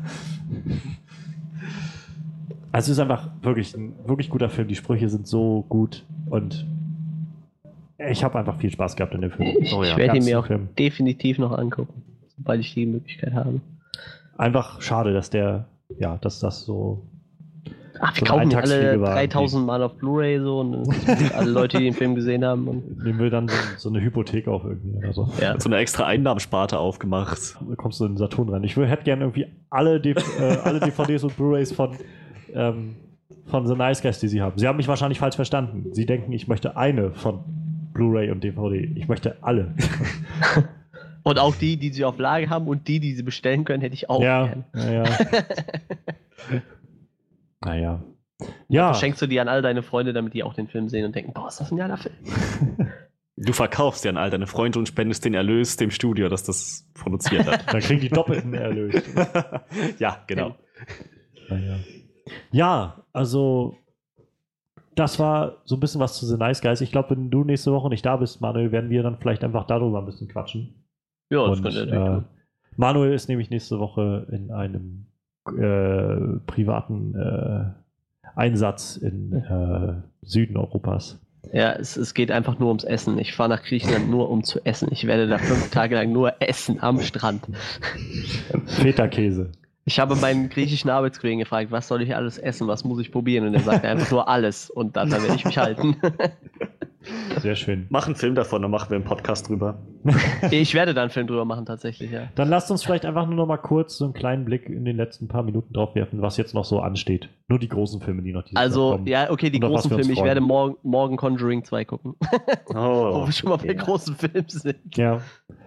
Also es ist einfach wirklich ein wirklich guter Film. Die Sprüche sind so gut und ich habe einfach viel Spaß gehabt in dem Film. Ich, oh ja, ich werde ihn mir auch Film. definitiv noch angucken, sobald ich die Möglichkeit habe. Einfach schade, dass der, ja, dass das so. Ach, wir so kaufen alle dreitausend Mal auf Blu-ray so und alle Leute, die den Film gesehen haben. Und nehmen wir dann so, so eine Hypothek auf irgendwie oder so. Ja. So eine extra Einnahmensparte aufgemacht. Da kommst du in den Saturn rein. Ich hätte gerne irgendwie alle, D- äh, alle D V Ds und Blu-rays von ähm, von The Nice Guys, die sie haben. Sie haben mich wahrscheinlich falsch verstanden. Sie denken, ich möchte eine von Blu-ray und D V D. Ich möchte alle. Und auch die, die sie auf Lager haben und die, die sie bestellen können, hätte ich auch ja, gerne. Ja, ja. Naja. Ja. Also schenkst du die an all deine Freunde, damit die auch den Film sehen und denken, boah, ist das ein geiler Film. Du verkaufst ja an all deine Freunde und spendest den Erlös dem Studio, das das produziert hat. Dann kriegen die doppelten Erlös. Ja, genau. Naja. Ja, also das war so ein bisschen was zu The Nice Guys. Ich glaube, wenn du nächste Woche nicht da bist, Manuel, werden wir dann vielleicht einfach darüber ein bisschen quatschen. Ja, das könnte äh, Manuel ist nämlich nächste Woche in einem äh, privaten äh, Einsatz in äh, Süden Europas. Ja, es, es geht einfach nur ums Essen. Ich fahre nach Griechenland nur um zu essen. Ich werde da fünf Tage lang nur essen am Strand. Feta-Käse. Ich habe meinen griechischen Arbeitskollegen gefragt, was soll ich alles essen, was muss ich probieren? Und er sagt einfach nur alles. Und dann, dann werde ich mich halten. Sehr schön. Mach einen Film davon, dann machen wir einen Podcast drüber. Ich werde da einen Film drüber machen, tatsächlich, ja. Dann lasst uns vielleicht einfach nur noch mal kurz so einen kleinen Blick in den letzten paar Minuten drauf werfen, was jetzt noch so ansteht. Nur die großen Filme, die noch dieses Also, Jahr kommen. ja, okay, die großen Filme. Ich werde morgen, morgen Conjuring zwei gucken. Oh, Wo wir schon mal bei ja. großen Filmen sind. Ja.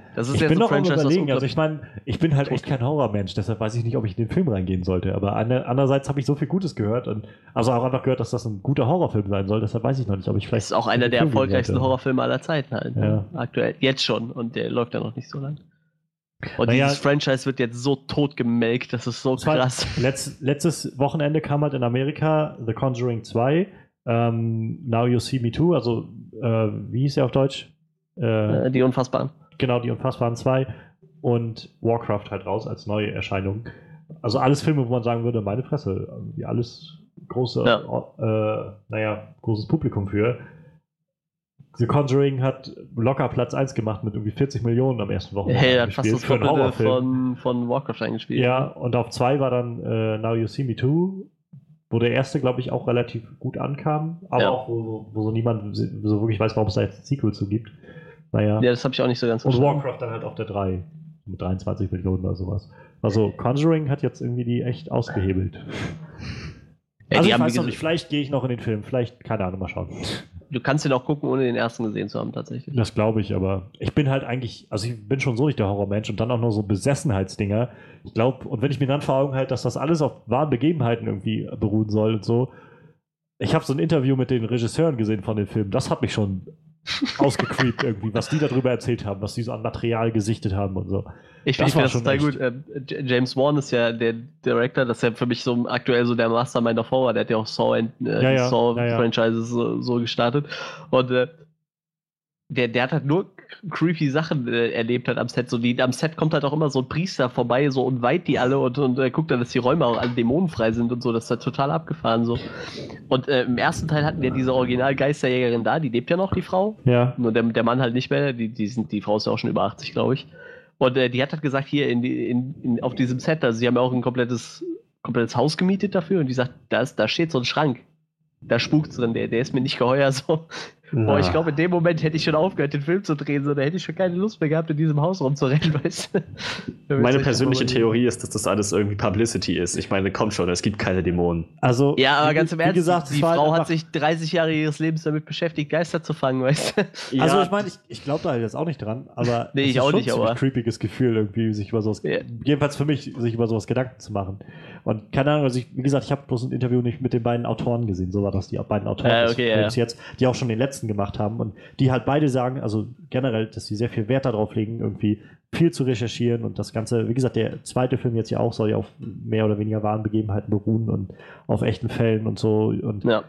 Das ist ich jetzt bin ein noch am Franchise, überlegen, was also ich meine, ich bin halt echt kein Horrormensch, deshalb weiß ich nicht, ob ich in den Film reingehen sollte, aber andererseits habe ich so viel Gutes gehört und also auch einfach gehört, dass das ein guter Horrorfilm sein soll, deshalb weiß ich noch nicht, ob ich vielleicht... Das ist auch einer der erfolgreichsten Horrorfilme aller Zeiten halt, ne? Ja. Aktuell, jetzt schon und der läuft ja noch nicht so lang. Und Naja, dieses Franchise wird jetzt so tot gemelkt, das ist so krass. Letz, letztes Wochenende kam halt in Amerika The Conjuring zwei, ähm, Now You See Me Too, also äh, wie hieß der auf Deutsch? Äh, die Unfassbaren. Genau, die Unfassbaren zwei und Warcraft halt raus als neue Erscheinung. Also alles Filme, wo man sagen würde, meine Fresse, irgendwie alles große, ja. äh, naja, großes Publikum für. The Conjuring hat locker Platz eins gemacht mit irgendwie vierzig Millionen am ersten Wochenende. Hey, er hat fast das Doppelte von, von Warcraft eingespielt. Ja, und auf zwei war dann äh, Now You See Me Too, wo der erste, glaube ich, auch relativ gut ankam, aber ja. auch wo, wo so niemand so wirklich weiß, warum es da jetzt ein Sequel zu gibt. Naja. Ja, das habe ich auch nicht so ganz verstanden. Und Warcraft dann halt auf der drei mit dreiundzwanzig Millionen oder sowas. Also Conjuring hat jetzt irgendwie die echt ausgehebelt. Ja, also ich weiß noch nicht, vielleicht gehe ich noch in den Film, vielleicht, keine Ahnung, mal schauen. Du kannst den auch gucken, ohne den ersten gesehen zu haben, tatsächlich. Das glaube ich, aber ich bin halt eigentlich, also ich bin schon so nicht der Horrormensch und dann auch noch so Besessenheitsdinger. Ich glaube, und wenn ich mir dann vor Augen halte, dass das alles auf wahren Begebenheiten irgendwie beruhen soll und so. Ich habe so ein Interview mit den Regisseuren gesehen von den Filmen, das hat mich schon ausgecreept irgendwie, was die darüber erzählt haben, was die so an Material gesichtet haben und so. Ich finde das total gut. Äh, James Wan ist ja der Director, das ist ja für mich so aktuell so der Mastermind of Horror, der hat ja auch Saw, äh, ja, ja, Saw ja, ja. Franchises so, so gestartet. Und äh, der, der hat halt nur creepy Sachen äh, erlebt hat am Set. So die, am Set kommt halt auch immer so ein Priester vorbei, so und weiht die alle und, und äh, guckt dann, dass die Räume auch alle dämonenfrei sind und so. Das ist halt total abgefahren so. Und äh, im ersten Teil hatten wir diese Original-Geisterjägerin da, die lebt ja noch, die Frau. Ja. Nur der, der Mann halt nicht mehr. Die, die, sind, die Frau ist ja auch schon über achtzig, glaube ich. Und äh, die hat halt gesagt, hier in, in, in, auf diesem Set, also sie haben ja auch ein komplettes, komplettes Haus gemietet dafür und die sagt, da, ist, da steht so ein Schrank. Da spukt's drin, der, der ist mir nicht geheuer so. Boah, ich glaube, in dem Moment hätte ich schon aufgehört, den Film zu drehen, so, da hätte ich schon keine Lust mehr gehabt, in diesem Haus rumzurennen, weißt du? Meine persönliche Theorie ist, dass das alles irgendwie Publicity ist. Ich meine, kommt schon, es gibt keine Dämonen. Also, ja, aber wie, ganz im Ernst, gesagt, die Frau hat sich dreißig Jahre ihres Lebens damit beschäftigt, Geister zu fangen, weißt du? Ja. Also ich meine, ich, ich glaube da jetzt auch nicht dran, aber nee, es ich ist auch schon nicht, ein ziemlich aber creepiges Gefühl, irgendwie sich über sowas, ja. jedenfalls für mich, sich über sowas Gedanken zu machen. Und keine Ahnung, also ich, wie gesagt, ich habe bloß ein Interview nicht mit den beiden Autoren gesehen, so war das, die beiden Autoren äh, des okay, Films ja. jetzt, die auch schon den letzten gemacht haben und die halt beide sagen, also generell, dass sie sehr viel Wert darauf legen, irgendwie viel zu recherchieren und das Ganze, wie gesagt, der zweite Film jetzt ja auch soll ja auf mehr oder weniger wahren Begebenheiten beruhen und auf echten Fällen und so und ja.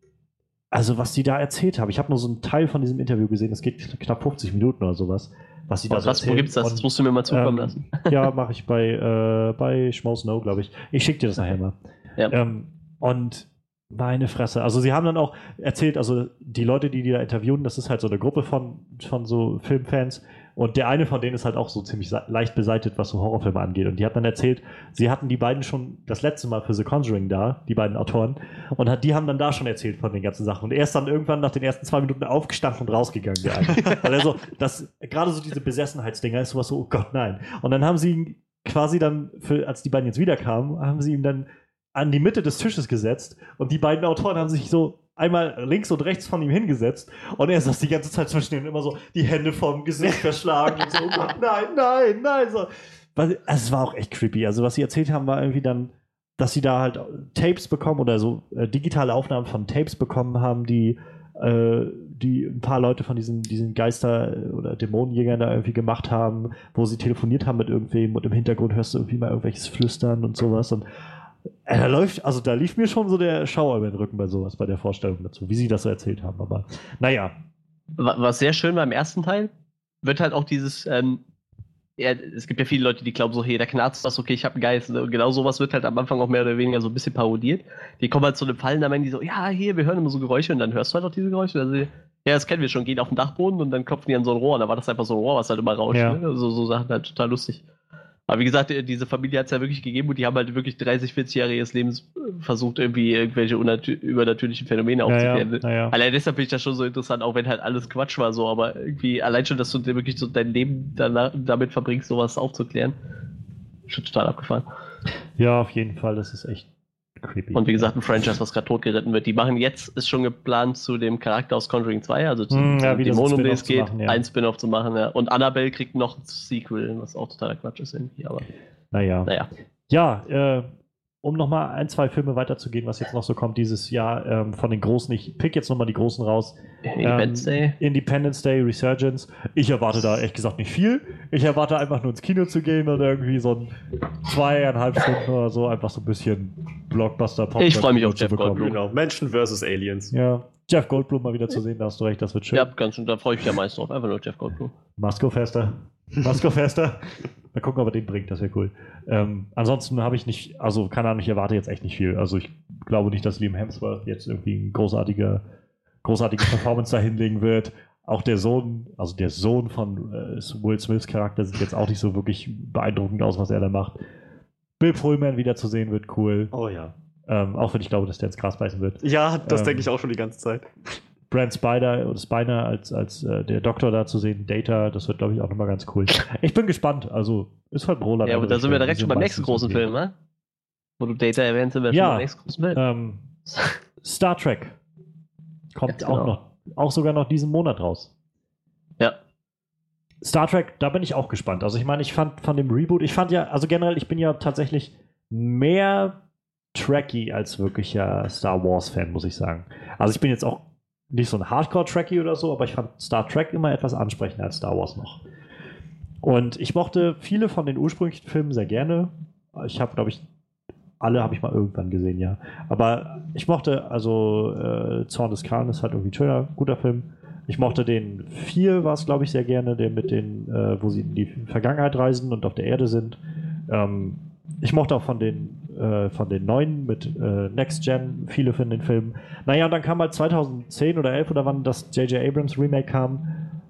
Also was die da erzählt haben, ich habe nur so einen Teil von diesem Interview gesehen, das geht knapp fünfzig Minuten oder sowas, was sie oh, da so was, erzählen. Wo gibt's das? Und, das musst du mir mal zukommen ähm, lassen. Ja, mache ich bei, äh, bei Schmo Snow, glaube ich. Ich schicke dir das nachher mal. Ja. Ähm, und meine Fresse. Also sie haben dann auch erzählt, also die Leute, die die da interviewen, das ist halt so eine Gruppe von, von so Filmfans und der eine von denen ist halt auch so ziemlich leicht beseitigt, was so Horrorfilme angeht. Und die hat dann erzählt, sie hatten die beiden schon das letzte Mal für The Conjuring da, die beiden Autoren, und hat, die haben dann da schon erzählt von den ganzen Sachen. Und er ist dann irgendwann nach den ersten zwei Minuten aufgestanden und rausgegangen, der eine. Weil er so, das, gerade so diese Besessenheitsdinger ist sowas so, oh Gott, nein. Und dann haben sie ihn quasi dann, für, als die beiden jetzt wiederkamen, haben sie ihn dann an die Mitte des Tisches gesetzt und die beiden Autoren haben sich so einmal links und rechts von ihm hingesetzt und er saß die ganze Zeit zwischen ihnen immer so die Hände vorm Gesicht verschlagen und so, oh Gott, nein, nein, nein. So. Also, es war auch echt creepy. Also was sie erzählt haben, war irgendwie dann, dass sie da halt Tapes bekommen oder so äh, digitale Aufnahmen von Tapes bekommen haben, die äh, die ein paar Leute von diesen, diesen Geister- oder Dämonenjägern da irgendwie gemacht haben, wo sie telefoniert haben mit irgendwem und im Hintergrund hörst du irgendwie mal irgendwelches Flüstern und sowas und Äh, da läuft, also da lief mir schon so der Schauer über den Rücken bei sowas, bei der Vorstellung dazu, wie sie das so erzählt haben. Aber naja. Was sehr schön beim ersten Teil wird halt auch dieses, ähm, ja, es gibt ja viele Leute, die glauben so, hey, da knarzt was, okay, ich habe einen Geist. Und genau sowas wird halt am Anfang auch mehr oder weniger so ein bisschen parodiert. Die kommen halt zu einem Fallen, da meinen die so, ja, hier, wir hören immer so Geräusche und dann hörst du halt auch diese Geräusche. Also, ja, das kennen wir schon, gehen auf den Dachboden und dann klopfen die an so ein Rohr und dann war das einfach so ein Rohr, was halt immer rauscht. Ja. Ne? So, so Sachen halt total lustig. Aber wie gesagt, diese Familie hat es ja wirklich gegeben und die haben halt wirklich dreißig, vierzig Jahre ihres Lebens versucht, irgendwie irgendwelche übernatürlichen Phänomene aufzuklären. Ja, ja, ja. Allein deshalb finde ich das schon so interessant, auch wenn halt alles Quatsch war, so, aber irgendwie allein schon, dass du dir wirklich so dein Leben danach, damit verbringst, sowas aufzuklären. Schon total abgefahren. Ja, auf jeden Fall, das ist echt creepy. Und wie gesagt, ein Franchise, was gerade totgeritten wird. Die machen jetzt, ist schon geplant zu dem Charakter aus Conjuring zwei, also zu Mm, ja, dem wieder so ein Dämonen, um den es Spin-off zu geht, machen, ja. ein Spin-off zu machen. Ja. Und Annabelle kriegt noch ein Sequel, was auch totaler Quatsch ist irgendwie. Aber Naja. naja. Ja, äh, um nochmal ein, zwei Filme weiterzugehen, was jetzt noch so kommt dieses Jahr, ähm, von den Großen, ich pick jetzt nochmal die Großen raus. Independence ähm, Day. Independence Day, Resurgence. Ich erwarte da ehrlich gesagt nicht viel. Ich erwarte einfach nur ins Kino zu gehen und irgendwie so ein zweieinhalb Stunden oder so, einfach so ein bisschen Blockbuster-Pop. Ich freue mich auf Jeff Goldblum. Genau, Menschen versus Aliens. Ja, Jeff Goldblum mal wieder zu sehen, da hast du recht, das wird schön. Ja, ganz schön, da freue ich mich am meisten drauf. Einfach nur Jeff Goldblum. Masco Fester. Masco Fester. Mal gucken, ob er den bringt, das wäre cool. Ähm, ansonsten habe ich nicht, also keine Ahnung, ich erwarte jetzt echt nicht viel. Also ich glaube nicht, dass Liam Hemsworth jetzt irgendwie eine großartige, großartige Performance da hinlegen wird. Auch der Sohn, also der Sohn von äh, Will Smiths Charakter sieht jetzt auch nicht so wirklich beeindruckend aus, was er da macht. Bill Pullman wieder zu sehen wird cool. Oh ja. Ähm, auch wenn ich glaube, dass der ins Gras beißen wird. Ja, das Ähm, denke ich auch schon die ganze Zeit. Brent Spiner oder Spiner als, als äh, der Doktor da zu sehen, Data, das wird, glaube ich, auch nochmal ganz cool. Ich bin gespannt, also ist halt ein Roller. Ja, aber da sind wir direkt schon beim nächsten großen Film, ne? Wo du Data erwähnst, sind wir Ja. schon beim nächsten großen Film. Ähm, Star Trek kommt Ganz genau. auch noch, auch sogar noch diesen Monat raus. Ja. Star Trek, da bin ich auch gespannt. Also ich meine, ich fand von dem Reboot, ich fand ja, also generell, ich bin ja tatsächlich mehr Trekkie als wirklicher Star Wars-Fan, muss ich sagen. Also ich bin jetzt auch nicht so ein Hardcore-Trekkie oder so, aber ich fand Star Trek immer etwas ansprechender als Star Wars noch. Und ich mochte viele von den ursprünglichen Filmen sehr gerne. Ich habe, glaube ich, alle habe ich mal irgendwann gesehen, ja. Aber ich mochte, also äh, Zorn des Khan ist halt irgendwie ein schöner, guter Film. Ich mochte den vier, war es, glaube ich, sehr gerne, der mit den, äh, wo sie in die Vergangenheit reisen und auf der Erde sind. Ähm, ich mochte auch von den äh, von den neuen mit äh, Next Gen viele von den Filmen. Naja, und dann kam halt zweitausendzehn oder elf oder wann das J J Abrams Remake kam.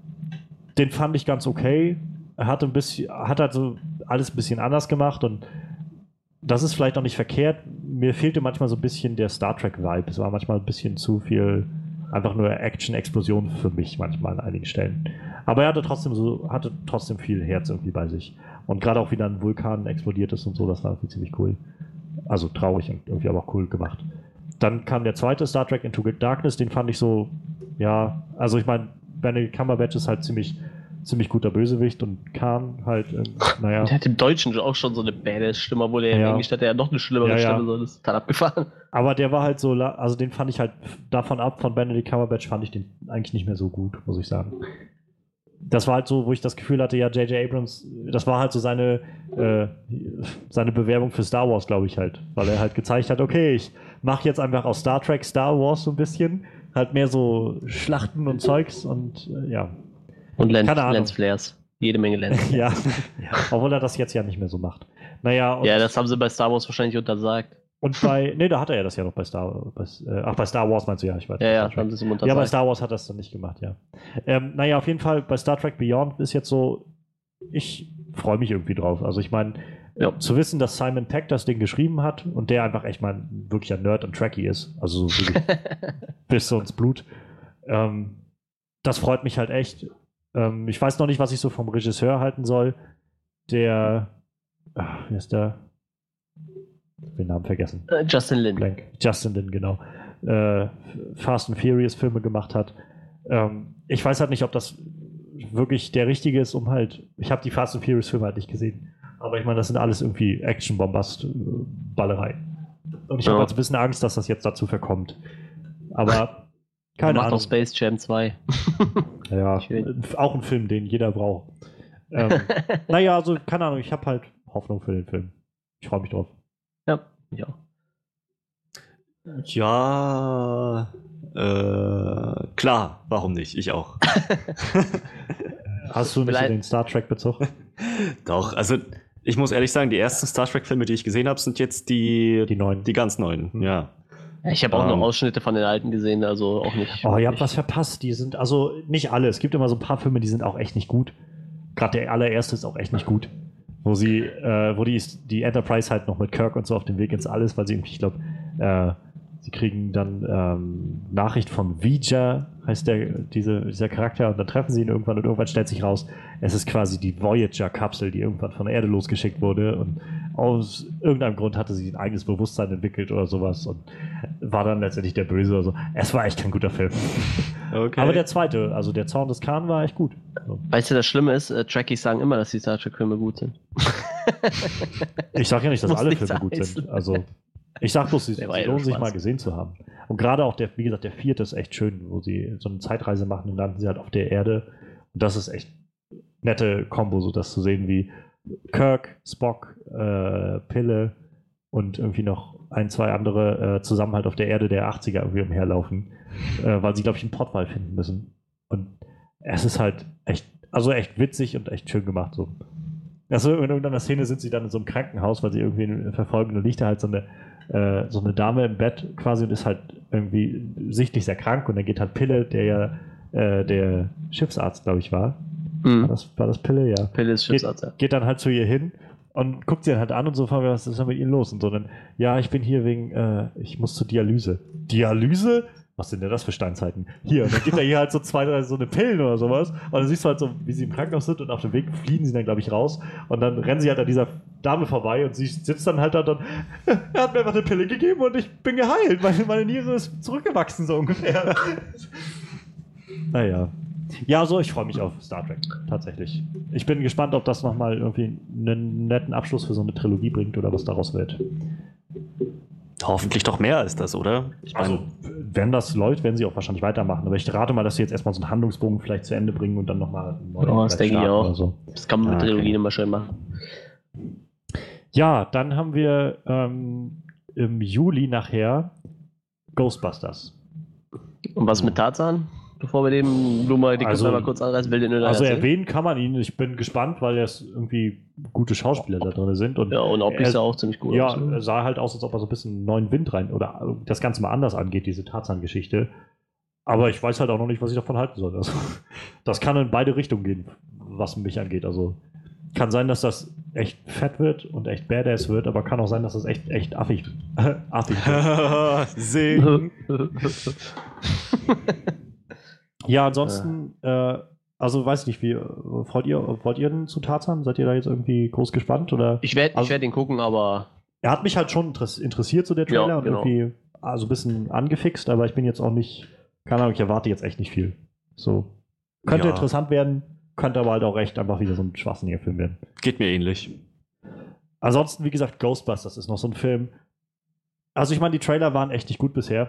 Den fand ich ganz okay. Er hat ein bisschen, hat halt so alles ein bisschen anders gemacht und das ist vielleicht auch nicht verkehrt. Mir fehlte manchmal so ein bisschen der Star Trek-Vibe. Es war manchmal ein bisschen zu viel einfach nur Action-Explosion für mich manchmal an einigen Stellen. Aber er hatte trotzdem so, hatte trotzdem viel Herz irgendwie bei sich. Und gerade auch wie dann ein Vulkan explodiert ist und so, das war irgendwie ziemlich cool. Also traurig und irgendwie aber auch cool gemacht. Dann kam der zweite Star Trek Into Darkness, den fand ich so, ja, also ich meine, Benedict Cumberbatch ist halt ziemlich, ziemlich guter Bösewicht und Khan halt, äh, naja. Der hat im Deutschen auch schon so eine Badass-Stimme, obwohl der Ja. im Englisch hat er ja noch eine schlimmere Ja, ja. Stimme, so das ist total abgefahren. Aber der war halt so, la- also den fand ich halt davon ab, von Benedict Cumberbatch fand ich den eigentlich nicht mehr so gut, muss ich sagen. Das war halt so, wo ich das Gefühl hatte, ja, J J Abrams, das war halt so seine, äh, seine Bewerbung für Star Wars, glaube ich halt. Weil er halt gezeigt hat, okay, ich mache jetzt einfach aus Star Trek Star Wars so ein bisschen. Halt mehr so Schlachten und Zeugs und äh, ja. Und Lens, Keine Ahnung. Lensflares. Jede Menge Lens. ja. Obwohl er das jetzt ja nicht mehr so macht. Naja, und, Ja, das haben sie bei Star Wars wahrscheinlich untersagt. und bei, nee, da hat er ja das ja noch bei Star bei, äh, ach, bei Star Wars meinst du, ja, ich weiß. Ja, bei ja, Star Trek. haben sie es ihm Ja, bei untersagt. Star Wars hat er es dann nicht gemacht, ja. Ähm, naja, auf jeden Fall bei Star Trek Beyond ist jetzt so, ich freue mich irgendwie drauf. Also ich meine, Ja. zu wissen, dass Simon Pegg das Ding geschrieben hat und der einfach echt mal ein wirklicher Nerd und Trekkie ist, also so wirklich bis so ins Blut, ähm, das freut mich halt echt. Ähm, ich weiß noch nicht, was ich so vom Regisseur halten soll. Der, ach, wie ist der? Den Namen vergessen. Äh, Justin Lin. Blank. Justin Lin, genau. Äh, Fast and Furious Filme gemacht hat. Ähm, ich weiß halt nicht, ob das wirklich der richtige ist, um halt. Ich habe die Fast and Furious Filme halt nicht gesehen. Aber ich meine, das sind alles irgendwie Action-Bombast-Ballerei. Und ich Ja. habe halt so ein bisschen Angst, dass das jetzt dazu verkommt. Aber keine Macht Ahnung. auch Space Jam zwei. Ja, Schön. auch ein Film, den jeder braucht. Ähm, naja, also keine Ahnung, ich habe halt Hoffnung für den Film. Ich freue mich drauf. Ja, ich auch. Ja, äh, klar, warum nicht? Ich auch. Hast du nicht so Vielleicht- den Star Trek-Bezug? Doch, also ich muss ehrlich sagen, die ersten Star Trek-Filme, die ich gesehen habe, sind jetzt die, Die neuen. die ganz neuen. Hm. Ja. Ja, Ich habe auch Ähm. noch Ausschnitte von den alten gesehen, also auch nicht. Oh, ihr habt nicht- was verpasst. Die sind, also nicht alle. Es gibt immer so ein paar Filme, die sind auch echt nicht gut. Gerade der allererste ist auch echt nicht gut. Wo sie, äh, wo die, die Enterprise halt noch mit Kirk und so auf dem Weg ins Alles, weil sie irgendwie, ich glaube, äh, sie kriegen dann ähm, Nachricht von Vija, heißt der, diese, dieser Charakter, und dann treffen sie ihn irgendwann und irgendwann stellt sich raus, es ist quasi die Voyager-Kapsel, die irgendwann von der Erde losgeschickt wurde. Und aus irgendeinem Grund hatte sie ein eigenes Bewusstsein entwickelt oder sowas und war dann letztendlich der Böse oder so. Es war echt kein guter Film. Okay. Aber der zweite, also der Zorn des Khan, war echt gut. So. Weißt du, das Schlimme ist, äh, Trekkies sagen immer, dass die Star Trek-Filme gut sind. Ich sage ja nicht, dass Muss alle nichts Filme gut heißen. sind. Also ich sag bloß, sie Der war ja lohnen nur sich Spaß. mal gesehen zu haben. Und gerade auch der, wie gesagt, der vierte ist echt schön, wo sie so eine Zeitreise machen und landen sie halt auf der Erde. Und das ist echt nette Kombo, so das zu sehen, wie Kirk, Spock, äh, Pille und irgendwie noch ein, zwei andere äh, zusammen halt auf der Erde der achtziger irgendwie umherlaufen, äh, weil sie, glaube ich, einen Portwall finden müssen. Und es ist halt echt, also echt witzig und echt schön gemacht. So. Also in irgendeiner Szene sind sie dann in so einem Krankenhaus, weil sie irgendwie verfolgen und liegt da halt so eine, äh, so eine Dame im Bett quasi und ist halt irgendwie sichtlich sehr krank und dann geht halt Pille, der ja äh, der Schiffsarzt, glaube ich, war. War Mhm. das, war das Pille? Ja. Pille ist Geht, Schiffsarzt, ja. geht dann halt zu ihr hin und guckt sie dann halt an und so, fragen wir, was ist denn mit ihnen los? Und so dann, ja, ich bin hier wegen, äh, ich muss zur Dialyse. Dialyse? Was sind denn das für Steinzeiten? Hier, und dann gibt er hier halt so zwei, drei so eine Pillen oder sowas. Und dann siehst du halt so, wie sie im Krankenhaus sind und auf dem Weg fliegen sie dann, glaube ich, raus. Und dann rennen sie halt an dieser Dame vorbei und sie sitzt dann halt da und dann, er hat mir einfach eine Pille gegeben und ich bin geheilt. Meine, meine Niere ist zurückgewachsen, so ungefähr. Naja. Ja, so, ich freue mich auf Star Trek, tatsächlich. Ich bin gespannt, ob das nochmal irgendwie einen netten Abschluss für so eine Trilogie bringt oder was daraus wird. Hoffentlich doch mehr als das, oder? Ich Also, wenn das läuft, werden sie auch wahrscheinlich weitermachen. Aber ich rate mal, dass sie jetzt erstmal so einen Handlungsbogen vielleicht zu Ende bringen und dann nochmal einen neuen Ja, das vielleicht denke ich starten auch. oder so. Das kann man mit Ah, okay. Trilogien immer schön machen. Ja, dann haben wir ähm, im Juli nachher Ghostbusters. Und was mit Tarzan? Bevor wir dem nur mal die Also- also, mal kurz anreißen, will den nur Also erzählen? erwähnen kann man ihn. Ich bin gespannt, weil es irgendwie gute Schauspieler da drin sind. Und Ja, und optisch er- sah auch ziemlich gut Ja, aus. ne? er sah halt aus, als ob er so ein bisschen neuen Wind rein oder das Ganze mal anders angeht, diese Tarzan-Geschichte. Aber ich weiß halt auch noch nicht, was ich davon halten soll. Also, das kann in beide Richtungen gehen, was mich angeht. Also kann sein, dass das echt fett wird und echt badass wird, aber kann auch sein, dass das echt, echt affig, affig wird. Sing. Ja, ansonsten, äh, also weiß nicht, wie äh, wollt ihr, wollt ihr denn zu Tarzan? Seid ihr da jetzt irgendwie groß gespannt? Oder? Ich werde Also- ich werd ihn gucken, aber Er hat mich halt schon interess- interessiert, so der Trailer, Ja, und genau. irgendwie also ein bisschen angefixt, aber ich bin jetzt auch nicht, keine Ahnung, ich erwarte jetzt echt nicht viel. So. Könnte Ja. interessant werden, könnte aber halt auch echt einfach wieder so ein schwachsinniger Film werden. Geht mir ähnlich. Ansonsten, wie gesagt, Ghostbusters ist noch so ein Film. Also ich meine, die Trailer waren echt nicht gut bisher.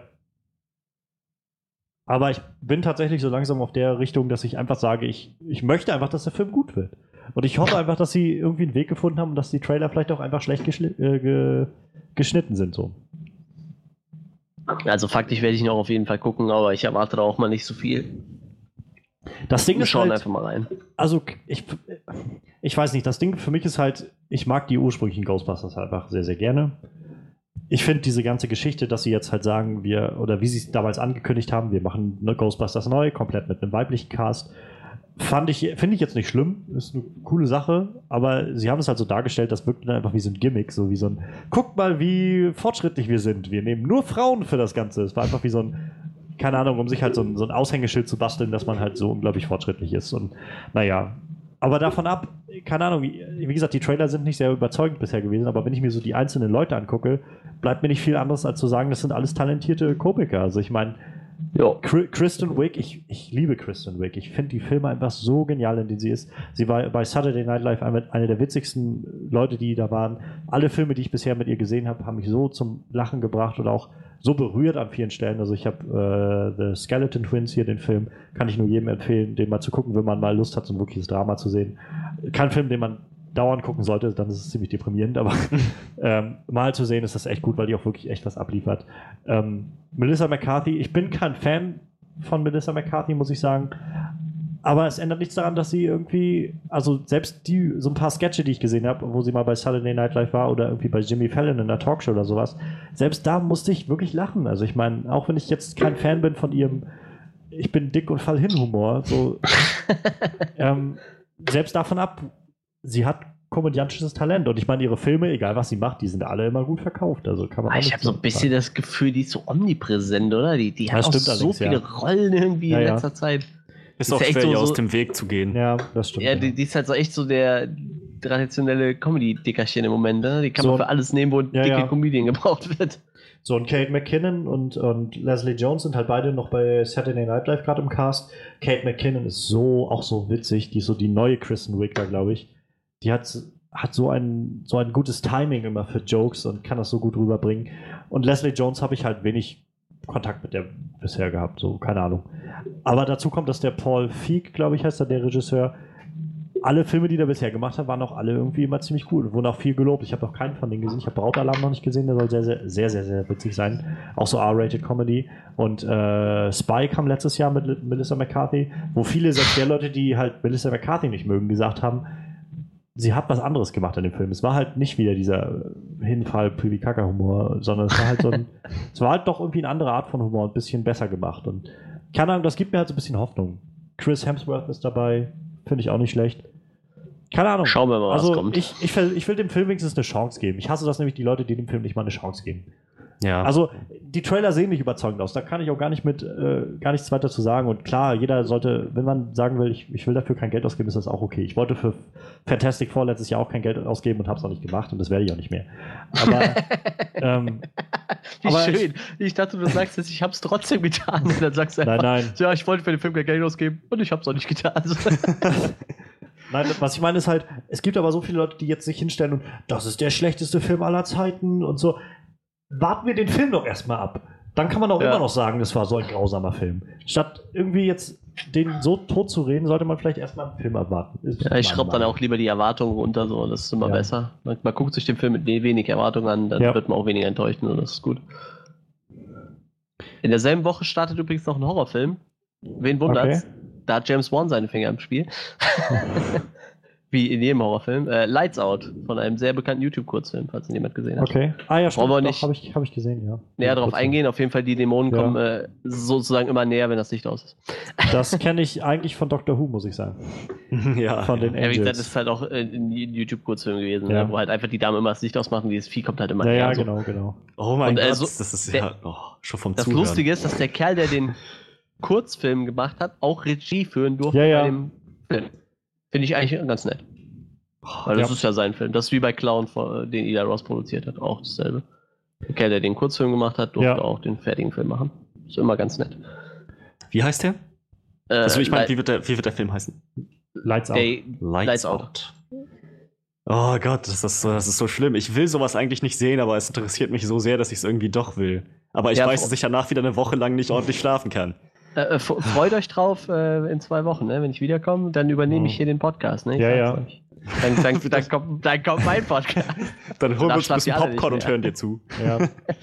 Aber ich bin tatsächlich so langsam auf der Richtung, dass ich einfach sage, ich, ich möchte einfach, dass der Film gut wird. Und ich hoffe einfach, dass sie irgendwie einen Weg gefunden haben und dass die Trailer vielleicht auch einfach schlecht geschli- äh, ge geschnitten sind. So. also faktisch werde ich ihn auch auf jeden Fall gucken, aber ich erwarte da auch mal nicht so viel. Das Ding Wir ist schauen halt, einfach mal rein. also ich, ich weiß nicht, das Ding für mich ist halt, ich mag die ursprünglichen Ghostbusters halt einfach sehr, sehr gerne. Ich finde diese ganze Geschichte, dass sie jetzt halt sagen, wir, oder wie sie es damals angekündigt haben, wir machen ne Ghostbusters neu, komplett mit einem weiblichen Cast, fand ich, finde ich jetzt nicht schlimm, ist eine coole Sache, aber sie haben es halt so dargestellt, das wirkt dann einfach wie so ein Gimmick, so wie so ein, guckt mal, wie fortschrittlich wir sind, wir nehmen nur Frauen für das Ganze. Es war einfach wie so ein, keine Ahnung, um sich halt so ein, so ein Aushängeschild zu basteln, dass man halt so unglaublich fortschrittlich ist. Und naja, aber davon ab, keine Ahnung, wie, wie gesagt, die Trailer sind nicht sehr überzeugend bisher gewesen, aber wenn ich mir so die einzelnen Leute angucke, bleibt mir nicht viel anderes als zu sagen, das sind alles talentierte Komiker. Also ich meine, Ja. Kri- Kristen Wiig, ich, ich liebe Kristen Wiig. Ich finde die Filme einfach so genial, in denen sie ist. Sie war bei Saturday Night Live eine, eine der witzigsten Leute, die da waren. Alle Filme, die ich bisher mit ihr gesehen habe, haben mich so zum Lachen gebracht oder auch so berührt an vielen Stellen. Also ich habe äh, The Skeleton Twins hier, den Film, kann ich nur jedem empfehlen, den mal zu gucken, wenn man mal Lust hat, so ein wirkliches Drama zu sehen. Kein Film, den man dauernd gucken sollte, dann ist es ziemlich deprimierend, aber ähm, mal zu sehen ist das echt gut, weil die auch wirklich echt was abliefert. Ähm, Melissa McCarthy, ich bin kein Fan von Melissa McCarthy, muss ich sagen, aber es ändert nichts daran, dass sie irgendwie, also selbst die, so ein paar Sketche, die ich gesehen habe, wo sie mal bei Saturday Night Live war oder irgendwie bei Jimmy Fallon in der Talkshow oder sowas, selbst da musste ich wirklich lachen. Also ich meine, auch wenn ich jetzt kein Fan bin von ihrem ich bin dick und fall hin Humor, so ähm, selbst davon ab, sie hat komödiantisches Talent und ich meine, ihre Filme, egal was sie macht, die sind alle immer gut verkauft. Also kann man Ah, auch ich nichts habe so ein sagen. bisschen das Gefühl, die ist so omnipräsent, oder? Die, die hat Das auch stimmt so allerdings, viele ja. Rollen irgendwie Ja, in ja. letzter Zeit. Ist Ist auch ja echt schwer, so- ihr aus so- dem Weg zu gehen. Ja, das stimmt. Ja, die, die ist halt so echt so der, traditionelle Comedy-Dickerchen im Moment. Ne? Die kann So, man für alles nehmen, wo ein ja, dicke ja. Comedian gebraucht wird. So, und Kate McKinnon und, und Leslie Jones sind halt beide noch bei Saturday Night Live gerade im Cast. Kate McKinnon ist so, auch so witzig. Die ist so die neue Kristen Wiig da, glaube ich. Die hat, hat so, ein, so ein gutes Timing immer für Jokes und kann das so gut rüberbringen. Und Leslie Jones habe ich halt wenig Kontakt mit der bisher gehabt, so, keine Ahnung. Aber dazu kommt, dass der Paul Feig, glaube ich, heißt er, der Regisseur, alle Filme, die der bisher gemacht hat, waren auch alle irgendwie immer ziemlich cool und wurden auch viel gelobt. Ich habe noch keinen von denen gesehen. Ich habe Brautalarm noch nicht gesehen. Der soll sehr, sehr, sehr, sehr, sehr witzig sein. Auch so R-Rated Comedy. Und äh, Spy kam letztes Jahr mit Melissa McCarthy, wo viele, selbst der Leute, die halt Melissa McCarthy nicht mögen, gesagt haben, sie hat was anderes gemacht in dem Film. Es war halt nicht wieder dieser Hinfall Pipi-Kaka-Humor, sondern es war halt so ein, es war halt doch irgendwie eine andere Art von Humor, ein bisschen besser gemacht. Und keine Ahnung, das gibt mir halt so ein bisschen Hoffnung. Chris Hemsworth ist dabei, finde ich auch nicht schlecht. Keine Ahnung. Schauen wir mal, also was kommt. Ich, ich, will, ich will dem Film wenigstens eine Chance geben. Ich hasse das nämlich, die Leute, die dem Film nicht mal eine Chance geben. Ja. Also die Trailer sehen nicht überzeugend aus. Da kann ich auch gar nicht mit äh, gar nichts weiter zu sagen. Und klar, jeder sollte, wenn man sagen will, ich, ich will dafür kein Geld ausgeben, ist das auch okay. Ich wollte für Fantastic Four letztes Jahr auch kein Geld ausgeben und habe es auch nicht gemacht und das werde ich auch nicht mehr. Aber ähm, Wie aber schön. ich, Ich dachte, du sagst jetzt, ich habe es trotzdem getan. Und dann sagst du einfach, nein, nein. ja, ich wollte für den Film kein Geld ausgeben und ich habe es auch nicht getan. Nein, was ich meine ist halt, es gibt aber so viele Leute, die jetzt sich hinstellen und das ist der schlechteste Film aller Zeiten und so. Warten wir den Film doch erstmal ab. Dann kann man auch Ja. immer noch sagen, das war so ein grausamer Film. Statt irgendwie jetzt den so tot zu reden, sollte man vielleicht erstmal einen Film abwarten. Ist Ja, ich schraube dann Meinung. auch lieber die Erwartungen runter, so, das ist immer Ja. besser. Man, man guckt sich den Film mit wenig Erwartungen an, dann Ja. wird man auch weniger enttäuscht und das ist gut. In derselben Woche startet übrigens noch ein Horrorfilm. Wen wundert's? Okay. Da hat James Wan seine Finger im Spiel. Wie in jedem Horrorfilm. Äh, Lights Out von einem sehr bekannten YouTube-Kurzfilm, falls ihn jemand gesehen hat. Okay. Ah ja, stimmt. Wollen wir Doch, nicht habe ich, hab ich gesehen, ja. Näher darauf Kurz- eingehen. Auf jeden Fall, die Dämonen Ja. kommen äh, sozusagen immer näher, wenn das Licht aus ist. Das kenne ich eigentlich von Doctor Who, muss ich sagen. ja. Von den Ja, wie gesagt, das Angels. ist halt auch äh, ein YouTube-Kurzfilm gewesen, Ja. ne, wo halt einfach die Dame immer das Licht ausmacht und dieses Vieh kommt halt immer Ja, näher. ja, so. genau, genau. Oh mein Und, äh, Gott, so- das ist der- ja oh, schon vom Das Zuhören. Lustige ist, dass der Kerl, der den Kurzfilm gemacht hat, auch Regie führen durfte Ja, ja. bei dem Film. Finde ich eigentlich ganz nett. Weil das Ja. ist ja sein Film. Das ist wie bei Clown, von- den Ida Ross produziert hat, auch dasselbe. Der Kerl, der den Kurzfilm gemacht hat, durfte Ja. auch den fertigen Film machen. Ist immer ganz nett. Wie heißt der? Äh, Also ich meine, Light- wie wird der, wie wird der Film heißen? Lights Out. Day- Lights, Lights Out. Out. Oh Gott, das ist, so, das ist so schlimm. Ich will sowas eigentlich nicht sehen, aber es interessiert mich so sehr, dass ich es irgendwie doch will. Aber ich Ja, weiß, vor- dass ich danach wieder eine Woche lang nicht ordentlich schlafen kann. Äh, äh, f- freut euch drauf äh, in zwei Wochen, ne? Wenn ich wiederkomme, dann übernehme ich hier den Podcast. Ne? Ich Ja, sag's ja. euch. Dann, dann, dann, kommt, dann kommt mein Podcast. Dann holen wir Danach uns ein bisschen schlaft ihr alle Popcorn und nicht mehr. hören dir zu. Ja.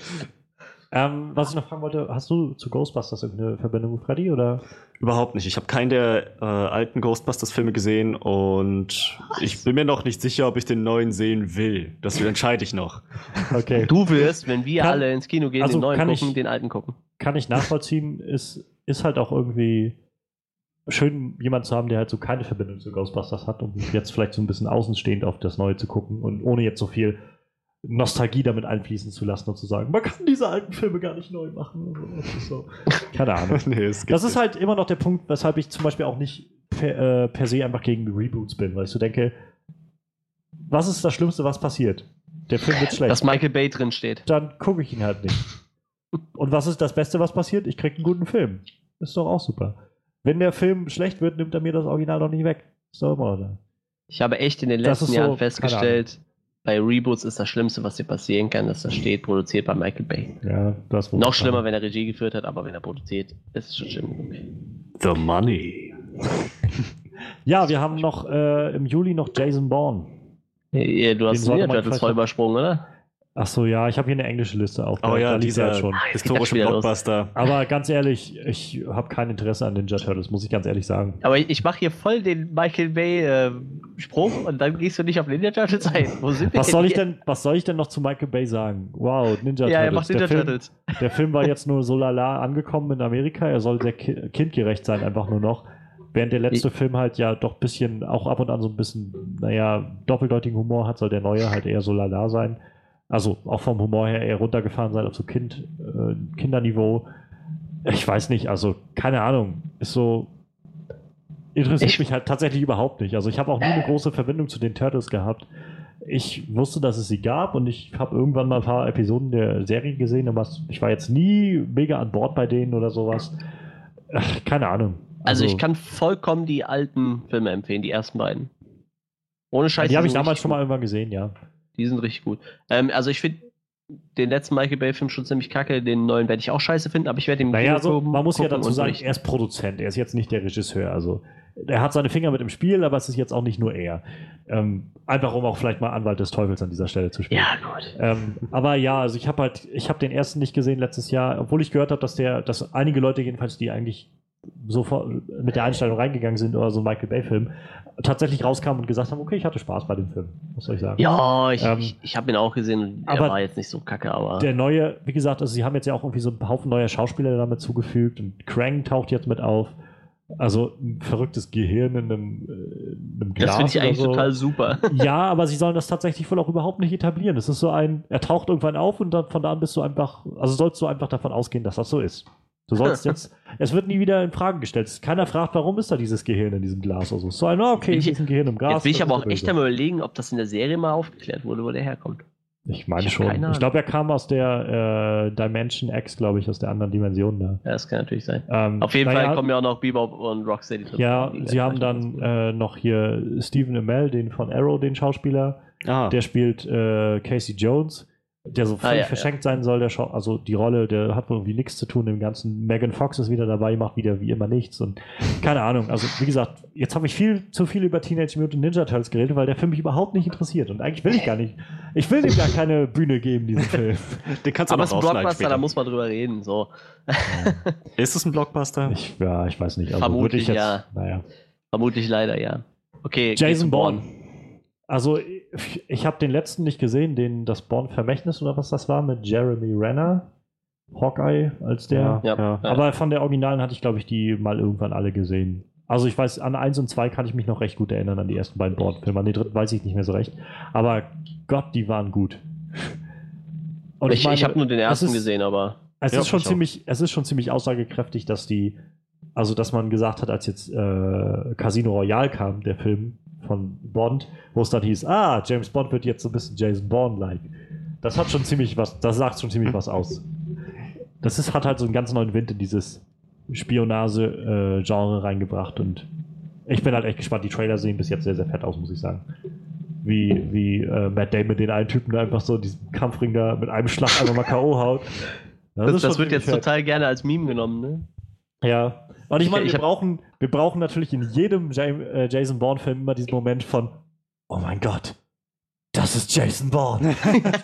ähm, was ich noch fragen wollte, hast du zu Ghostbusters irgendeine Verbindung mit Freddy oder? Überhaupt nicht. Ich habe keinen der äh, alten Ghostbusters-Filme gesehen und ich bin mir noch nicht sicher, ob ich den neuen sehen will. Das entscheide ich noch. Okay. Du wirst, wenn wir Kann- alle ins Kino gehen, also den neuen kann gucken, ich- den alten gucken. Kann ich nachvollziehen, ist, ist halt auch irgendwie schön, jemanden zu haben, der halt so keine Verbindung zu Ghostbusters hat und jetzt vielleicht so ein bisschen außenstehend auf das Neue zu gucken und ohne jetzt so viel Nostalgie damit einfließen zu lassen und zu sagen, man kann diese alten Filme gar nicht neu machen. Das ist so. Keine Ahnung. nee, es gibt Das ist halt immer noch der Punkt, weshalb ich zum Beispiel auch nicht per, äh, per se einfach gegen Reboots bin, weil ich so denke, was ist das Schlimmste, was passiert? Der Film wird schlecht. Dass Michael Bay drin steht. Dann gucke ich ihn halt nicht. Und was ist das Beste, was passiert? Ich kriege einen guten Film. Ist doch auch super. Wenn der Film schlecht wird, nimmt er mir das Original doch nicht weg. Ist doch immer noch da. Ich habe echt in den Das letzten ist so, Jahren keine festgestellt, bei Reboots ist das Schlimmste, was dir passieren kann, dass das steht, produziert bei Michael Bay. Ja, das wohl Noch schlimmer, wenn er Regie geführt hat, aber wenn er produziert, ist es schon schlimm. The Money. Ja, wir haben noch äh, im Juli noch Jason Bourne. Ja, du hast Den sollte Ninja man Turtles vielleicht voll noch- übersprungen, oder? Ach so, ja, ich habe hier eine englische Liste auf. Oh ja, da liegt er dieser halt schon. jetzt historische wieder los. Blockbuster. Aber ganz ehrlich, ich habe kein Interesse an Ninja Turtles, muss ich ganz ehrlich sagen. Aber ich, ich mache hier voll den Michael Bay-Sprung und dann gehst du nicht auf Ninja Turtles ein. Wo sind wir Was soll ich hier? denn, was soll ich denn noch zu Michael Bay sagen? Wow, Ninja Ja, er Turtles. macht Ninja der, Film, Turtles. der Film war jetzt nur so lala angekommen in Amerika. Er soll sehr ki kindgerecht sein, einfach nur noch. Während der letzte Ich- Film halt ja doch ein bisschen, auch ab und an so ein bisschen, naja, doppeldeutigen Humor hat, soll der neue halt eher so lala sein. Also auch vom Humor her eher runtergefahren sein auf so kind, äh, Kinderniveau. Ich weiß nicht, also keine Ahnung. Ist so. interessiert Ich- mich halt tatsächlich überhaupt nicht. Also ich habe auch nie eine große Verbindung zu den Turtles gehabt. Ich wusste, dass es sie gab und ich habe irgendwann mal ein paar Episoden der Serie gesehen, aber ich war jetzt nie mega an Bord bei denen oder sowas. Ach, keine Ahnung. Also, ich kann vollkommen die alten Filme empfehlen, die ersten beiden. Ohne Scheiß. Die habe ich sind damals richtig schon mal gut. irgendwann gesehen, ja. Die sind richtig gut. Ähm, also ich finde den letzten Michael Bay-Film schon ziemlich kacke, den neuen werde ich auch scheiße finden, aber ich werde den im Naja, Kino also gucken- man muss ja gucken dazu und sagen, berichten. er ist Produzent, er ist jetzt nicht der Regisseur. Also er hat seine Finger mit im Spiel, aber es ist jetzt auch nicht nur er. Ähm, einfach um auch vielleicht mal Anwalt des Teufels an dieser Stelle zu spielen. Ja, gut. Ähm, aber ja, also ich habe halt, ich habe den ersten nicht gesehen letztes Jahr, obwohl ich gehört habe, dass der, dass einige Leute jedenfalls, die eigentlich sofort mit der Einstellung reingegangen sind oder so ein Michael Bay-Film, tatsächlich rauskamen und gesagt haben, okay, ich hatte Spaß bei dem Film. Was soll ich sagen? Ja, ich, Ähm, ich, ich habe ihn auch gesehen und er aber war jetzt nicht so kacke, aber Der neue, wie gesagt, also sie haben jetzt ja auch irgendwie so einen Haufen neuer Schauspieler damit zugefügt und Krang taucht jetzt mit auf. Also ein verrücktes Gehirn in einem, äh, in einem Glas das finde ich oder eigentlich so. total super. Ja, aber sie sollen das tatsächlich wohl auch überhaupt nicht etablieren. Es ist so ein, er taucht irgendwann auf und dann von da an bist du einfach, also sollst du einfach davon ausgehen, dass das so ist. Du sollst jetzt, es wird nie wieder in Frage gestellt. Keiner fragt, warum ist da dieses Gehirn in diesem Glas oder so. So ein, oh, okay, Ich- es ist ein Gehirn im Glas. Jetzt bin ich das aber ist auch echt böse. am überlegen, ob das in der Serie mal aufgeklärt wurde, wo der herkommt. Ich meine Ich hab schon. keine Ahnung. Ich glaube, er kam aus der äh, Dimension X, glaube ich, aus der anderen Dimension da. Ja, das kann natürlich sein. Ähm, Auf jeden naja, Fall kommen ja auch noch Bebop und Rocksteady drin. Ja, Die sie haben werden dann äh, noch hier Stephen Amell, den von Arrow, den Schauspieler. Ah, Der spielt äh, Casey Jones, der so völlig Ah, ja, verschenkt sein soll. Der Schau also die Rolle, der hat wohl irgendwie nichts zu tun im Ganzen. Megan Fox ist wieder dabei, macht wieder wie immer nichts. Und keine Ahnung. Also, wie gesagt, jetzt habe ich viel zu viel über Teenage Mutant Ninja Turtles geredet, weil der Film mich überhaupt nicht interessiert. Und eigentlich will ich gar nicht. Ich will dem gar keine Bühne geben, diesen Film. den kannst du aber noch es ist ein rausschneiden Blockbuster, später. da muss man drüber reden. So. Ist es ein Blockbuster? Ich, ja, ich weiß nicht. Also Vermutlich, würde ich jetzt, ja. Naja. Vermutlich leider, ja. Okay, Jason Bourne. Also, ich, ich habe den letzten nicht gesehen, den das Bourne-Vermächtnis oder was das war, mit Jeremy Renner. Hawkeye als der. Ja, ja. Aber von der Originalen hatte ich, glaube ich, die mal irgendwann alle gesehen. Also ich weiß, an eins und zwei kann ich mich noch recht gut erinnern, an die ersten beiden Bourne-Filme. An den dritten weiß ich nicht mehr so recht. Aber Gott, die waren gut. Und ich meine, ich habe nur den ersten ist- gesehen, aber Es Ja, ist schon ich auch. ziemlich, es ist schon ziemlich aussagekräftig, dass die, also dass man gesagt hat, als jetzt äh, Casino Royale kam, der Film von Bond, wo es dann hieß, ah, James Bond wird jetzt so ein bisschen Jason Bourne-like. Das hat schon ziemlich was, das sagt schon ziemlich was aus. Das ist, hat halt so einen ganz neuen Wind in dieses Spionage-Genre reingebracht und ich bin halt echt gespannt. Die Trailer sehen bis jetzt sehr, sehr fett aus, muss ich sagen. Wie, wie äh, Matt Damon den einen Typen da einfach so in diesem Kampfring da mit einem Schlag einfach mal K O haut. das, ist das schon wird jetzt ziemlich fett. total gerne als Meme genommen, ne? Ja. Und ich meine, Ich wir, hab- brauchen, wir brauchen natürlich in jedem Jam äh, Jason Bourne-Film immer diesen Moment von, oh mein Gott, das ist Jason Bourne.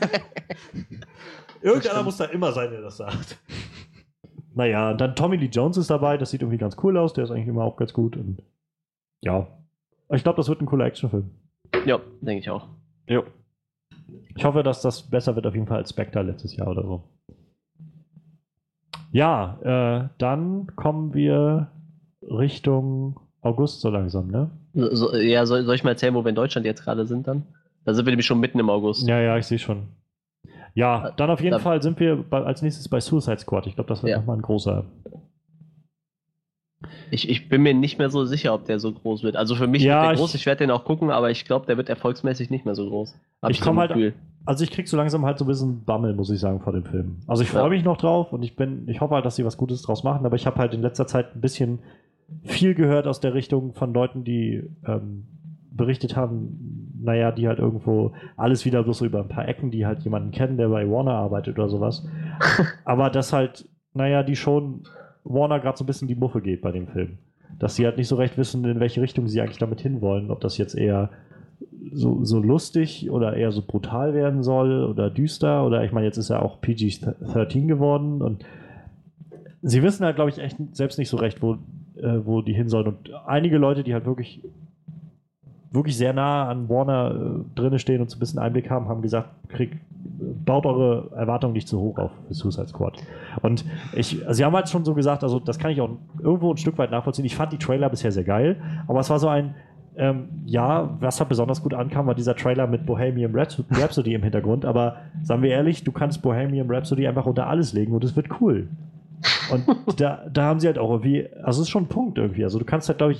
Irgendeiner muss da immer sein, der das sagt. Naja, und dann Tommy Lee Jones ist dabei, das sieht irgendwie ganz cool aus, der ist eigentlich immer auch ganz gut. Und ja, ich glaube, das wird ein cooler Actionfilm. Ja, denke ich auch. Jo. Ich hoffe, dass das besser wird auf jeden Fall als Spectre letztes Jahr oder so. Ja, äh, dann kommen wir Richtung August so langsam, ne? So, so, ja, soll, soll ich mal erzählen, wo wir in Deutschland jetzt gerade sind dann? Da sind wir nämlich schon mitten im August. Ja, ja, ich sehe schon. Ja, dann auf jeden Da- Fall sind wir bei, als nächstes bei Suicide Squad. Ich glaube, das wird Ja. nochmal ein großer. Ich, ich bin mir nicht mehr so sicher, ob der so groß wird. Also für mich Ja, wird der ich- groß, ich werde den auch gucken, aber ich glaube, der wird erfolgsmäßig nicht mehr so groß. Hab Ich so komm ein halt- Gefühl. Also ich krieg so langsam halt so ein bisschen Bammel, muss ich sagen, vor dem Film. Also ich freue Ja. mich noch drauf und ich bin, ich hoffe halt, dass sie was Gutes draus machen, aber ich habe halt in letzter Zeit ein bisschen viel gehört aus der Richtung von Leuten, die ähm, berichtet haben, naja, die halt irgendwo alles wieder bloß so über ein paar Ecken, die halt jemanden kennen, der bei Warner arbeitet oder sowas. Aber dass halt, naja, die schon Warner gerade so ein bisschen die Muffe geht bei dem Film. Dass sie halt nicht so recht wissen, in welche Richtung sie eigentlich damit hinwollen. Ob das jetzt eher so, so lustig oder eher so brutal werden soll oder düster oder ich meine, jetzt ist er auch P G dreizehn geworden und sie wissen halt, glaube ich, echt selbst nicht so recht, wo, äh, wo die hin sollen. Und einige Leute, die halt wirklich wirklich sehr nah an Warner äh, drinne stehen und so ein bisschen Einblick haben, haben gesagt, krieg, baut eure Erwartungen nicht zu hoch auf für Suicide Squad. Und ich, sie haben halt schon so gesagt, also das kann ich auch irgendwo ein Stück weit nachvollziehen. Ich fand die Trailer bisher sehr geil, aber es war so ein, ähm, ja, was halt besonders gut ankam, war dieser Trailer mit Bohemian Raps- Rhapsody im Hintergrund, aber seien wir ehrlich, du kannst Bohemian Rhapsody einfach unter alles legen und es wird cool. Und da, da haben sie halt auch irgendwie, also es ist schon ein Punkt irgendwie, also du kannst halt, glaube ich,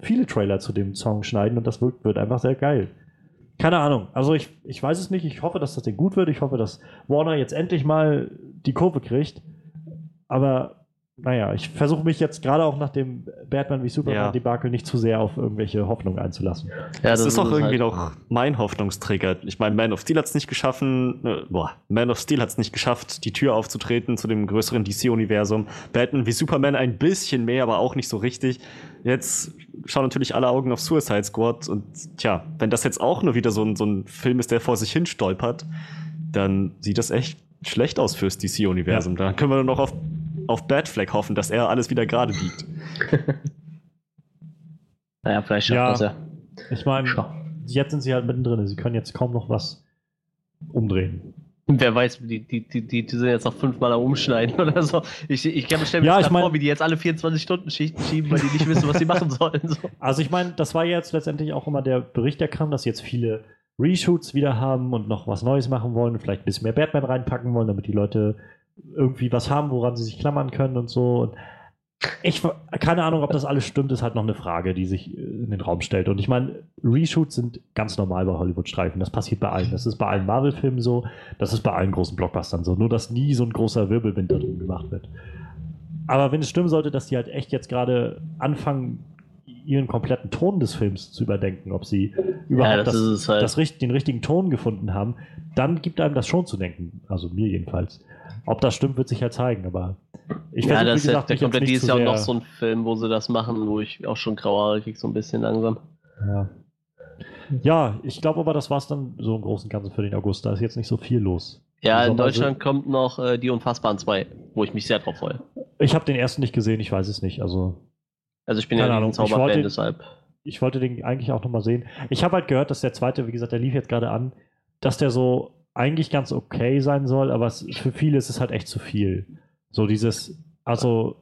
viele Trailer zu dem Song schneiden und das wird, wird einfach sehr geil. Keine Ahnung. Also ich, ich weiß es nicht. Ich hoffe, dass das Ding gut wird. Ich hoffe, dass Warner jetzt endlich mal die Kurve kriegt. Aber naja, ich versuche mich jetzt gerade auch nach dem Batman wie Superman-Debakel ja. nicht zu sehr auf irgendwelche Hoffnungen einzulassen. Ja, das, das ist auch irgendwie halt noch mein Hoffnungsträger. Ich meine, Man of Steel hat es nicht geschaffen, äh, boah, Man of Steel hat es nicht geschafft, die Tür aufzutreten zu dem größeren D C-Universum. Batman wie Superman ein bisschen mehr, aber auch nicht so richtig. Jetzt schauen natürlich alle Augen auf Suicide Squad und tja, wenn das jetzt auch nur wieder so ein, so ein Film ist, der vor sich hin stolpert, dann sieht das echt schlecht aus fürs D C-Universum. Ja. Da können wir nur noch auf auf Batfleck hoffen, dass er alles wieder gerade biegt. Naja, vielleicht schafft ja, das ja. Ich meine, jetzt sind sie halt mittendrin. Sie können jetzt kaum noch was umdrehen. Wer weiß, die, die, die, die sind jetzt noch fünfmal am Umschneiden oder so. Ich, ich kann mir stellen, ja, ich mein, vor, wie die jetzt alle vierundzwanzig Stunden Schichten schieben, weil die nicht wissen, was sie machen sollen. So. Also ich meine, das war jetzt letztendlich auch immer der Bericht, der kam, dass jetzt viele Reshoots wieder haben und noch was Neues machen wollen, vielleicht ein bisschen mehr Batman reinpacken wollen, damit die Leute irgendwie was haben, woran sie sich klammern können und so. Und ich keine Ahnung, ob das alles stimmt, ist halt noch eine Frage, die sich in den Raum stellt. Und ich meine, Reshoots sind ganz normal bei Hollywood-Streifen. Das passiert bei allen. Das ist bei allen Marvel-Filmen so, das ist bei allen großen Blockbustern so. Nur, dass nie so ein großer Wirbelwind da drin gemacht wird. Aber wenn es stimmen sollte, dass die halt echt jetzt gerade anfangen, ihren kompletten Ton des Films zu überdenken, ob sie überhaupt ja, das das, halt. das, den richtigen Ton gefunden haben, dann gibt einem das schon zu denken. Also mir jedenfalls. Ob das stimmt, wird sich halt zeigen, aber ich ja, versuche, das wie gesagt, der kommt dieses Jahr sehr... auch noch so ein Film, wo sie das machen, wo ich auch schon graue Haare kriege, so ein bisschen langsam. Ja, ja ich glaube aber, das war's dann so im Großen und Ganzen für den August. Da ist jetzt nicht so viel los. Ja, in Deutschland sind... kommt noch äh, Die Unfassbaren zwei, wo ich mich sehr drauf freue. Ich habe den ersten nicht gesehen, ich weiß es nicht. Also, also ich bin ja ein Zauberfan, deshalb. Ich wollte den eigentlich auch nochmal sehen. Ich habe halt gehört, dass der zweite, wie gesagt, der lief jetzt gerade an, dass der so eigentlich ganz okay sein soll, aber es, für viele ist es halt echt zu viel. So dieses, also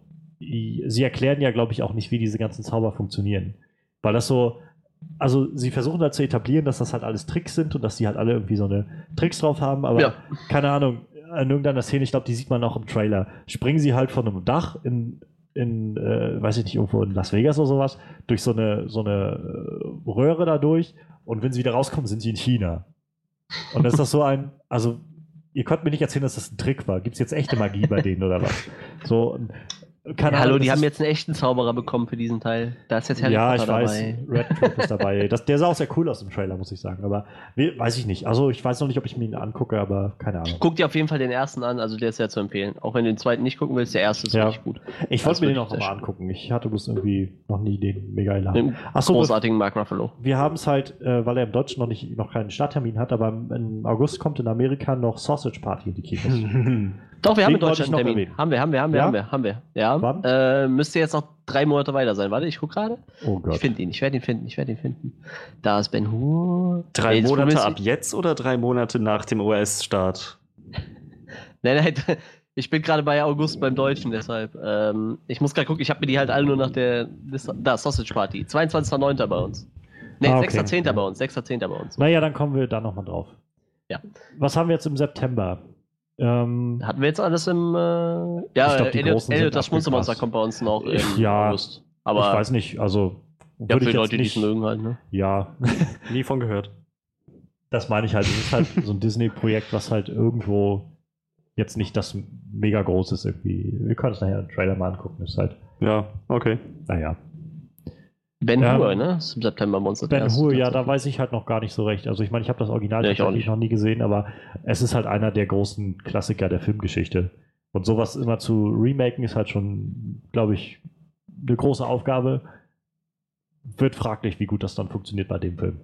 sie erklären ja, glaube ich, auch nicht, wie diese ganzen Zauber funktionieren. Weil das so, also sie versuchen halt zu etablieren, dass das halt alles Tricks sind und dass die halt alle irgendwie so eine Tricks drauf haben, aber ja. keine Ahnung, in irgendeiner Szene, ich glaube, die sieht man auch im Trailer, springen sie halt von einem Dach in, in äh, weiß ich nicht, irgendwo in Las Vegas oder sowas, durch so eine, so eine äh, Röhre da durch und wenn sie wieder rauskommen, sind sie in China. Und das ist das so ein, also ihr könnt mir nicht erzählen, dass das ein Trick war. Gibt es jetzt echte Magie bei denen oder was? So, keine ja, Hallo, Ahnung, die haben jetzt einen echten Zauberer bekommen für diesen Teil. Da ist jetzt Harry ja, Potter dabei. Ja, ich weiß, Radcliffe ist dabei. Das, der sah auch sehr cool aus im Trailer, muss ich sagen. Aber weiß ich nicht. Also ich weiß noch nicht, ob ich mir ihn angucke, aber keine Ahnung. Guck dir auf jeden Fall den ersten an, also der ist sehr zu empfehlen. Auch wenn du den zweiten nicht gucken willst, der erste ist ja. richtig gut. Ich wollte mir den auch mal angucken. Ich hatte bloß irgendwie noch nie den mega geladen. Achso, großartigen Mark Ruffalo. Wir haben es halt, äh, weil er im Deutschen noch nicht noch keinen Starttermin hat, aber im August kommt in Amerika noch Sausage Party in die Kinos. Doch, wir haben in Deutschland einen Termin. Haben wir, haben wir, haben wir, ja? haben wir, haben wir. Ja. Wann? Äh, müsste jetzt noch drei Monate weiter sein. Warte, ich gucke gerade. Oh Gott. Ich finde ihn, ich werde ihn finden, ich werde ihn finden. Da ist Ben Hur. Drei Ey, Monate ab jetzt oder drei Monate nach dem U S-Start? Nein, nein, ich bin gerade bei August beim Deutschen, deshalb. Ähm, ich muss gerade gucken, ich habe mir die halt alle nur nach der da, Sausage Party. zweiundzwanzigster neunter bei uns. Ne, ah, okay. sechster zehnter bei uns, sechster zehnter bei uns. Naja, dann kommen wir da nochmal drauf. Ja. Was haben wir jetzt im September? Ähm, Hatten wir jetzt alles im. Äh, ja, glaub, Elliot, Elliot das Schmunzelmonster kommt bei uns noch im ja, August. Aber ich weiß nicht, also. Ja, für die Leute, die es mögen halt, ne? Ja. Nie von gehört. Das meine ich halt. Es ist halt so ein Disney-Projekt, was halt irgendwo jetzt nicht das mega groß ist irgendwie. Wir können uns nachher einen Trailer mal angucken. Ist halt. Ja, okay. Naja. Ben Hur, ähm, ne? Ist im September Monster. Ben Hur, ja, da weiß ich halt noch gar nicht so recht. Also ich meine, ich habe das Original ja, tatsächlich noch nie gesehen, aber es ist halt einer der großen Klassiker der Filmgeschichte. Und sowas immer zu remaken ist halt schon, glaube ich, eine große Aufgabe. Wird fraglich, wie gut das dann funktioniert bei dem Film.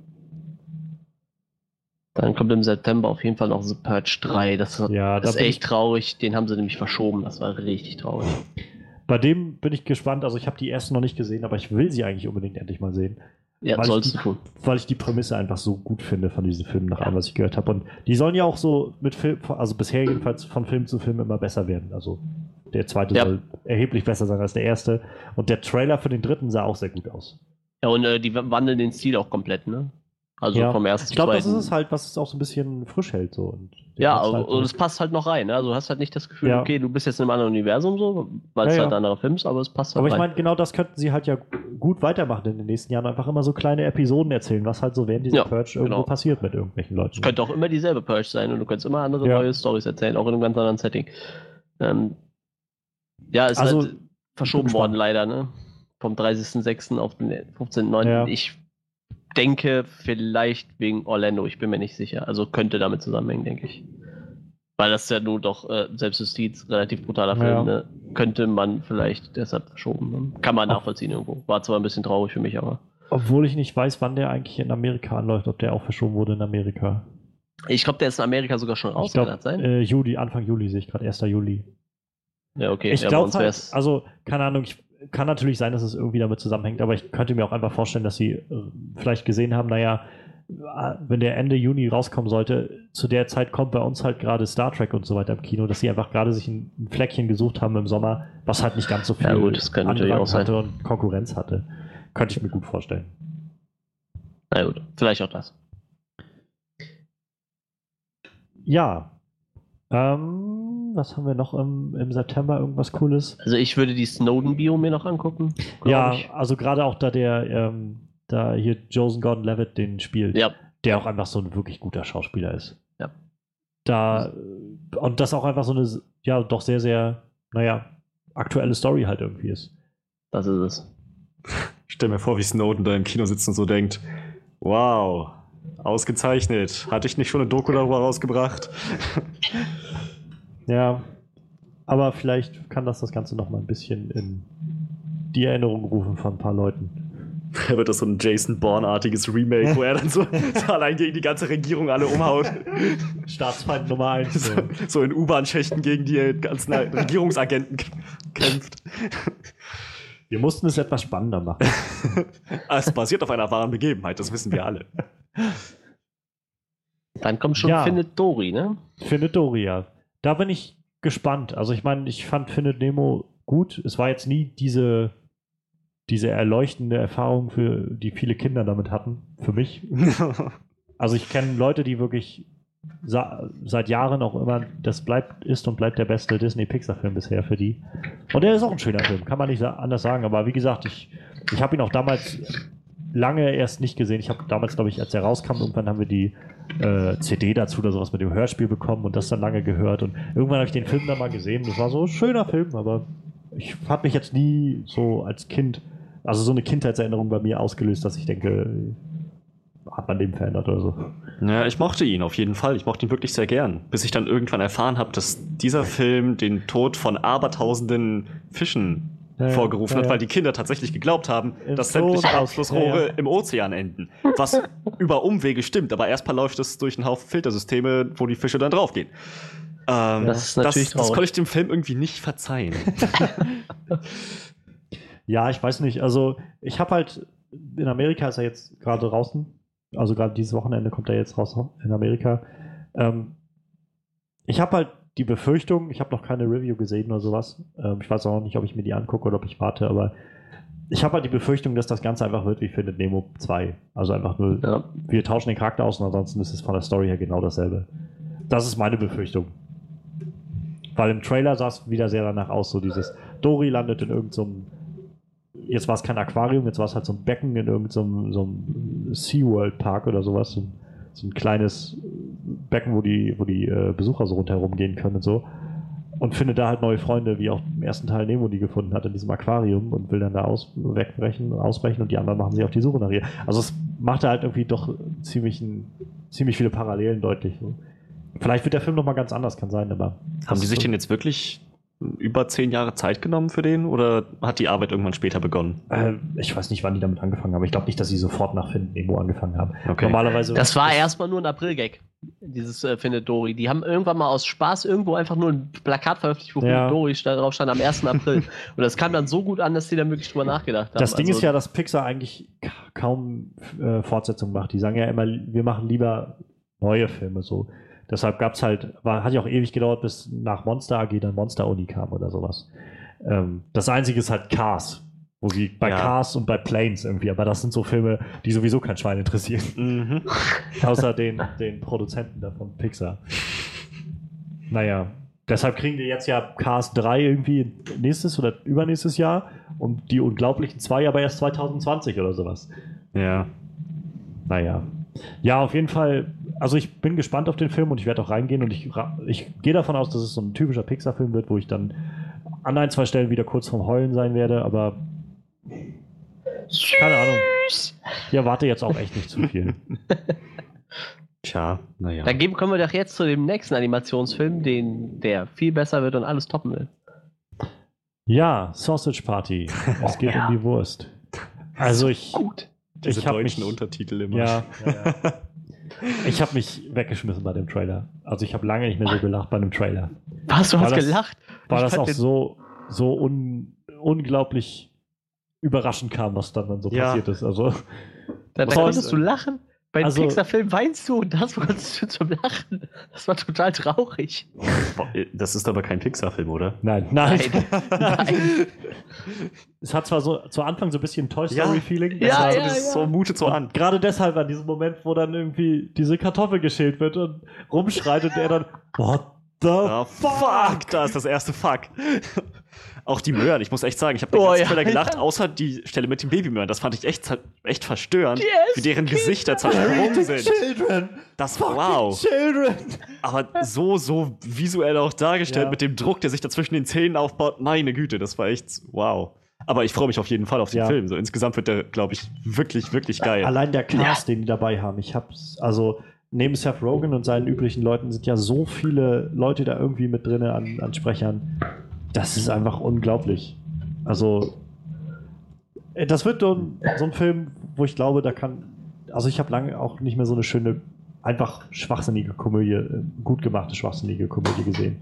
Dann kommt im September auf jeden Fall noch The Purge drei. Das, ja, das da ist echt traurig. Den haben sie nämlich verschoben. Das war richtig traurig. Bei dem bin ich gespannt. Also ich habe die ersten noch nicht gesehen, aber ich will sie eigentlich unbedingt endlich mal sehen. Ja, weil sollst ich die, du tun. Weil ich die Prämisse einfach so gut finde von diesen Filmen, nach allem, was ich gehört habe. Und die sollen ja auch so mit Film, also bisher jedenfalls von Film zu Film immer besser werden. Also der zweite ja. soll erheblich besser sein als der erste. Und der Trailer für den dritten sah auch sehr gut aus. Ja, und äh, die wandeln den Stil auch komplett, ne? Also Ja. vom ersten Ich glaube, das zweiten. ist es halt, was es auch so ein bisschen frisch hält. So. Und den Ja, hat's aber- halt und es passt halt noch rein. Ne? Also du hast halt nicht das Gefühl, Ja. okay, du bist jetzt in einem anderen Universum so, weil es Ja, halt ja. ein anderer Film ist, aber es passt halt Aber ich rein. meine, genau das könnten sie halt ja gut weitermachen in den nächsten Jahren. Einfach immer so kleine Episoden erzählen, was halt so während dieser Ja, Purge irgendwo genau. passiert mit irgendwelchen Leuten. Es könnte auch immer dieselbe Purge sein und du könntest immer andere Ja. neue Storys erzählen, auch in einem ganz anderen Setting. Ähm, ja, ist Also, halt verschoben bin worden gespannt. leider, ne? Vom dreißigsten sechsten auf den fünfzehnten neunten Ja. Ich denke vielleicht wegen Orlando, ich bin mir nicht sicher. Also könnte damit zusammenhängen, denke ich. Weil das ja nun doch äh, Selbstjustiz, relativ brutaler Film, Ja. ne? Könnte man vielleicht deshalb verschoben. Ne? Kann man Ach. nachvollziehen irgendwo. War zwar ein bisschen traurig für mich, aber. Obwohl ich nicht weiß, wann der eigentlich in Amerika anläuft, ob der auch verschoben wurde in Amerika. Ich glaube, der ist in Amerika sogar schon Ich raus, glaube, kann das sein? äh, Juli, Anfang Juli sehe ich gerade, erster Juli. Ja, okay. Ich ja, bei glaube uns halt, wär's- also, keine Ahnung, ich, kann natürlich sein, dass es irgendwie damit zusammenhängt, aber ich könnte mir auch einfach vorstellen, dass sie äh, vielleicht gesehen haben, naja, äh, wenn der Ende Juni rauskommen sollte, zu der Zeit kommt bei uns halt gerade Star Trek und so weiter im Kino, dass sie einfach gerade sich ein, ein Fleckchen gesucht haben im Sommer, was halt nicht ganz so viel Ja, gut, das könnte natürlich Andrang auch sein. hatte und Konkurrenz hatte. Könnte ich mir gut vorstellen. Na gut, vielleicht auch das. Ja. Ähm, was haben wir noch im, im September? Irgendwas Cooles? Also ich würde die Snowden-Bio mir noch angucken. glaub Ja, ich. also gerade auch da der, ähm, da hier Joseph Gordon-Levitt den spielt, Ja, der auch einfach so ein wirklich guter Schauspieler ist. Ja. Da, äh, und das auch einfach so eine, ja, doch sehr, sehr, naja, aktuelle Story halt irgendwie ist. das ist es. Stell mir vor, wie Snowden da im Kino sitzt und so denkt, wow, ausgezeichnet. Hatte ich nicht schon eine Doku darüber rausgebracht? Ja, aber vielleicht kann das das Ganze noch mal ein bisschen in die Erinnerung rufen von ein paar Leuten. Da wird das so ein Jason Bourne-artiges Remake, wo er dann so, so allein gegen die ganze Regierung alle umhaut. Staatsfeind Nummer eins. So, so in U-Bahn-Schächten gegen die ganzen Regierungsagenten k- kämpft. Wir mussten es etwas spannender machen. Es basiert auf einer wahren Begebenheit, das wissen wir alle. Dann kommt schon Ja. Findet Dory, ne? Findet Doria. Da bin ich gespannt. Also ich meine, ich fand Findet Nemo gut. Es war jetzt nie diese, diese erleuchtende Erfahrung, für die viele Kinder damit hatten. Für mich. Also ich kenne Leute, die wirklich sa- seit Jahren auch immer, das bleibt, ist und bleibt der beste Disney-Pixar-Film bisher für die. Und der ist auch ein schöner Film, kann man nicht sa- anders sagen. Aber wie gesagt, ich, ich habe ihn auch damals lange erst nicht gesehen. Ich habe damals, glaube ich, als er rauskam, irgendwann haben wir die äh, C D dazu oder sowas mit dem Hörspiel bekommen und das dann lange gehört. Und irgendwann habe ich den Film dann mal gesehen. Das war so ein schöner Film, aber ich habe mich jetzt nie so als Kind, also so eine Kindheitserinnerung bei mir ausgelöst, dass ich denke, hat man Leben verändert oder so. Ja, ich mochte ihn auf jeden Fall. Ich mochte ihn wirklich sehr gern. Bis ich dann irgendwann erfahren habe, dass dieser Film den Tod von abertausenden Fischen Ja, ja, vorgerufen ja, hat, ja. weil die Kinder tatsächlich geglaubt haben, Im dass Klo sämtliche und aus- Abflussrohre ja, ja. im Ozean enden. Was über Umwege stimmt, aber erstmal läuft es durch einen Haufen Filtersysteme, wo die Fische dann draufgehen. Ähm, Das ist natürlich das, das traurig. konnte ich dem Film irgendwie nicht verzeihen. Ja, ich weiß nicht. Also, ich habe halt, in Amerika ist er jetzt gerade draußen. Also, gerade dieses Wochenende kommt er jetzt raus in Amerika. Ähm, ich habe halt die Befürchtung, ich habe noch keine Review gesehen oder sowas. Ähm, ich weiß auch noch nicht, ob ich mir die angucke oder ob ich warte, aber ich habe halt die Befürchtung, dass das Ganze einfach wird wie Findet Nemo zwei. Also einfach nur, Ja. wir tauschen den Charakter aus und ansonsten ist es von der Story her genau dasselbe. Das ist meine Befürchtung. Weil im Trailer sah es wieder sehr danach aus, so dieses Dory landet in irgendeinem, jetzt war es kein Aquarium, jetzt war es halt so ein Becken in irgendeinem so einem SeaWorld Park oder sowas, so ein, so ein kleines Becken, wo die, wo die äh, Besucher so rundherum gehen können und so. Und findet da halt neue Freunde, wie auch im ersten Teil Nemo die gefunden hat in diesem Aquarium und will dann da aus, wegbrechen, ausbrechen und die anderen machen sich auf die Suche nach ihr. Also es macht da halt irgendwie doch ziemlich, ein, ziemlich viele Parallelen deutlich. So. Vielleicht wird der Film nochmal ganz anders, kann sein, aber. Haben die sich denn jetzt wirklich über zehn Jahre Zeit genommen für den oder hat die Arbeit irgendwann später begonnen? Äh, ich weiß nicht, wann die damit angefangen haben, aber ich glaube nicht, dass sie sofort nach Finden Nemo angefangen haben. Okay. Normalerweise. Das war erstmal nur ein April-Gag, dieses äh, Findet Dory. Die haben irgendwann mal aus Spaß irgendwo einfach nur ein Plakat veröffentlicht, wo Ja. Findet Dory sta- drauf stand am ersten April. Und das kam dann so gut an, dass die dann wirklich drüber nachgedacht haben. Das Ding Also, ist ja, dass Pixar eigentlich ka- kaum äh, Fortsetzungen macht. Die sagen ja immer, wir machen lieber neue Filme so. Deshalb gab es halt, war, hat ja auch ewig gedauert, bis nach Monster A G dann Monster Uni kam oder sowas. Ähm, das Einzige ist halt Cars, Wo wie bei Ja. Cars und bei Planes irgendwie. Aber das sind so Filme, die sowieso kein Schwein interessieren. Mhm. Außer den, den Produzenten davon, Pixar. Naja, deshalb kriegen wir jetzt ja Cars drei irgendwie nächstes oder übernächstes Jahr und die Unglaublichen zwei aber erst zwanzig zwanzig oder sowas. Ja. Naja. Ja, auf jeden Fall, also ich bin gespannt auf den Film und ich werde auch reingehen und ich, ich gehe davon aus, dass es so ein typischer Pixar-Film wird, wo ich dann an ein, zwei Stellen wieder kurz vorm Heulen sein werde, aber keine Ahnung. Ich erwarte jetzt auch echt nicht zu viel. Tja, naja. Dann geben, kommen wir doch jetzt zu dem nächsten Animationsfilm, den, der viel besser wird und alles toppen will. Ja, Sausage Party. Es geht Ja. um die Wurst. Also ich, Gut. Diese ich hab deutschen mich, Untertitel immer. Ja, ja, ja. Ich habe mich weggeschmissen bei dem Trailer. Also ich habe lange nicht mehr so gelacht bei dem Trailer. Was, du War hast das- gelacht? Weil Ich das fand auch den- so, so un, unglaublich überraschend kam, was dann, dann so Ja. passiert ist. Also Da, da Was konntest soll du ich- lachen. Bei Also- Pixar-Film weinst du und das konntest du zum Lachen. Das war total traurig. Das ist aber kein Pixar-Film, oder? nein, nein. Nein. Es hat zwar so zu Anfang so ein bisschen Toy Ja. Story-Feeling. Ja, aber- ja, das ist ja. so mutet so an. Gerade deshalb an diesem Moment, wo dann irgendwie diese Kartoffel geschält wird und rumschreit und er dann, what the Ah, fuck? fuck, da ist das erste Fuck. Auch die Möhren, ich muss echt sagen, ich habe den Oh, ganzen ja. Trailer gelacht, außer die Stelle mit den Babymöhren. Das fand ich echt, echt verstörend, Yes, wie deren Gesichter zersprungen sind. Children! Das Fucking wow. Children! Aber so, so visuell auch dargestellt, Ja. mit dem Druck, der sich da zwischen den Zähnen aufbaut. Meine Güte, das war echt wow. Aber ich freue mich auf jeden Fall auf den Ja. Film. So insgesamt wird der, glaube ich, wirklich, wirklich geil. Allein der Cast, den die dabei haben, ich hab's, also neben Seth Rogen und seinen üblichen Leuten sind ja so viele Leute da irgendwie mit drin an, an Sprechern. Das ist einfach unglaublich. Also, äh, das wird so ein, so ein Film, wo ich glaube, da kann, also ich habe lange auch nicht mehr so eine schöne, einfach schwachsinnige Komödie, äh, gut gemachte schwachsinnige Komödie gesehen.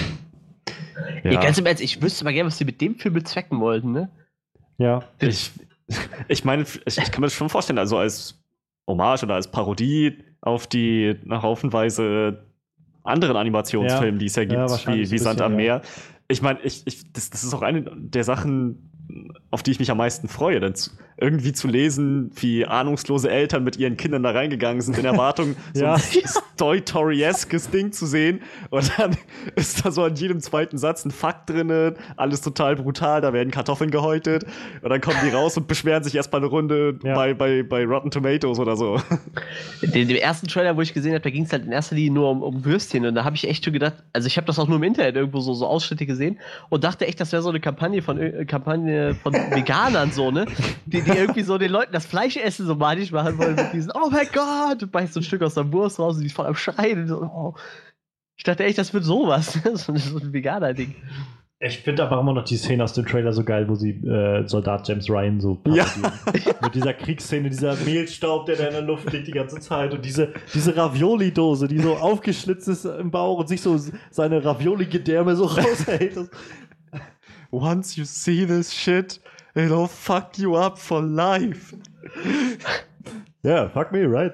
Ja. Ey, ganz im Ernst, ich wüsste mal gerne, was sie mit dem Film bezwecken wollten, ne? Ja. Ich, ich meine, ich, ich kann mir das schon vorstellen, also als Hommage oder als Parodie auf die nach haufenweise anderen Animationsfilmen, Ja. die es ja Ja, gibt, wahrscheinlich wie, wie so ein Sand am bisschen, ja. Meer. Ich meine, ich, ich, das, das ist auch eine der Sachen, auf die ich mich am meisten freue, dann zu, irgendwie zu lesen, wie ahnungslose Eltern mit ihren Kindern da reingegangen sind, in Erwartung, so Ja. ein Story-Story-eskes Ding zu sehen. Und dann ist da so an jedem zweiten Satz ein Fakt drin, alles total brutal, da werden Kartoffeln gehäutet. Und dann kommen die raus und beschweren sich erstmal eine Runde Ja. bei, bei, bei Rotten Tomatoes oder so. Den, den ersten Trailer, wo ich gesehen habe, da ging es halt in erster Linie nur um, um Würstchen. Und da habe ich echt schon gedacht, also ich habe das auch nur im Internet irgendwo so, so Ausschnitte gesehen und dachte echt, das wäre so eine Kampagne von, äh, Kampagne von Veganern, so, ne? Die, die irgendwie so den Leuten das Fleischessen so malig machen wollen mit diesen, oh mein Gott, du beißt so ein Stück aus der Wurst raus und die ist voll am Schreien. Und so, oh. Ich dachte echt, das wird sowas. so, so ein Veganer-Ding. Ich finde aber immer noch die Szene aus dem Trailer so geil, wo sie äh, Soldat James Ryan so Ja. parodieren. Mit dieser Kriegsszene, dieser Mehlstaub, der da in der Luft liegt die ganze Zeit und diese, diese Ravioli-Dose, die so aufgeschlitzt ist im Bauch und sich so seine Ravioli-Gedärme so raushält. Das, Once you see this shit, it'll fuck you up for life. ja, fuck me, right?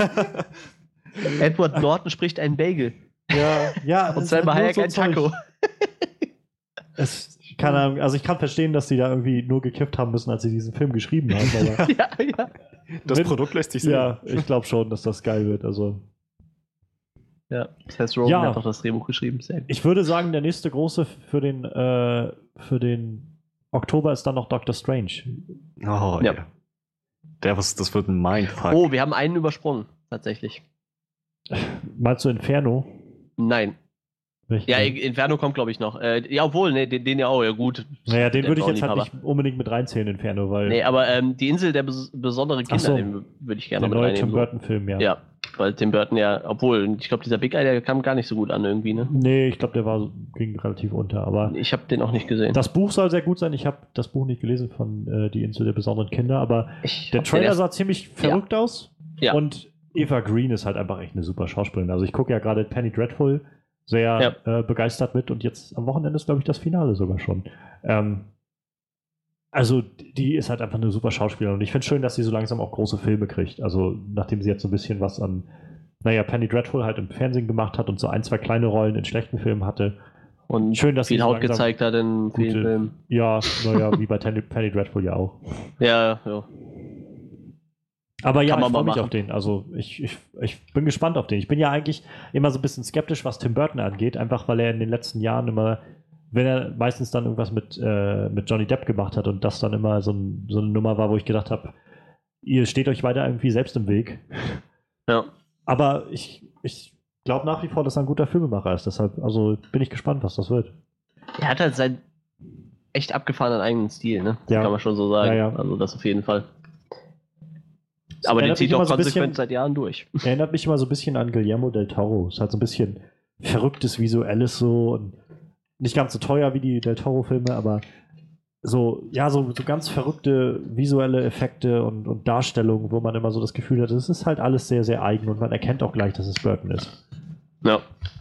Edward Norton spricht einen Bagel. ja, ja. Und es Selma ist halt Hayek nur ein so Zeug. Taco. Es, keine Ahnung, also ich kann verstehen, dass die da irgendwie nur gekifft haben müssen, als sie diesen Film geschrieben haben. Aber ja, ja. Das Wenn- Produkt lässt sich sehen. ja, ich glaube schon, dass das geil wird. Also Ja, Seth Rogen Ja. hat auch das Drehbuch geschrieben. Sehr gut. ich würde sagen, der nächste große für den, äh, für den Oktober ist dann noch Doctor Strange. Oh, Ja. ja. Der, was, das wird ein Mindfuck. Oh, wir haben einen übersprungen, tatsächlich. Meinst du Inferno? Nein. Welchen? Ja, Inferno kommt, glaube ich, noch. Äh, ja, obwohl, ne, den, den ja auch, ja gut. Naja, den Der würde ich ist auch jetzt halt Liebhaber. nicht unbedingt mit reinzählen, Inferno, weil Nee, aber ähm, die Insel der bes besonderen Ach Kinder, so. den würde ich der gerne mit neue Tim reinnehmen. Burton-Film, ja. Ja, weil Tim Burton ja, obwohl, ich glaube, dieser Big Eye, der kam gar nicht so gut an irgendwie, ne? Nee, ich glaube, der war, ging relativ unter, aber Ich habe den auch nicht gesehen. das Buch soll sehr gut sein. Ich habe das Buch nicht gelesen von äh, Die Insel der besonderen Kinder, aber Ich der hab den Trailer erst- sah ziemlich verrückt aus. Ja. Und Eva Green ist halt einfach echt eine super Schauspielerin. Also ich gucke ja gerade Penny Dreadful sehr äh, begeistert mit und jetzt am Wochenende ist, glaube ich, das Finale sogar schon. Ähm, also die ist halt einfach eine super Schauspielerin und ich finde es schön, dass sie so langsam auch große Filme kriegt. Also nachdem sie jetzt so ein bisschen was an, naja, Penny Dreadful halt im Fernsehen gemacht hat und so ein, zwei kleine Rollen in schlechten Filmen hatte Und Schön, dass viel sie so Haut langsam gezeigt hat in vielen gute- Filmen. Ja, naja, wie bei Penny, Penny Dreadful ja auch. Ja, ja. Aber ja, Kann man ich freue mal mich machen. auf den. Also ich, ich, ich bin gespannt auf den. Ich bin ja eigentlich immer so ein bisschen skeptisch, was Tim Burton angeht, einfach weil er in den letzten Jahren immer, wenn er meistens dann irgendwas mit, äh, mit Johnny Depp gemacht hat und das dann immer so, ein, so eine Nummer war, wo ich gedacht habe, ihr steht euch weiter irgendwie selbst im Weg. Ja. Aber ich, ich glaube nach wie vor, dass er ein guter Filmemacher ist. Deshalb, also bin ich gespannt, was das wird. Er hat halt seinen echt abgefahrenen eigenen Stil, ne? Das Ja. kann man schon so sagen. Ja, ja. Also das auf jeden Fall. Es Aber den erinnert zieht mich auch immer so ein konsequent bisschen- seit Jahren durch. Erinnert mich immer so ein bisschen an Guillermo del Toro. Ist halt so ein bisschen verrücktes Visuelles so und nicht ganz so teuer wie die Del Toro-Filme, aber so, ja, so, so ganz verrückte visuelle Effekte und, und Darstellungen, wo man immer so das Gefühl hat, es ist halt alles sehr, sehr eigen und man erkennt auch gleich, dass es Burton ist. Ja.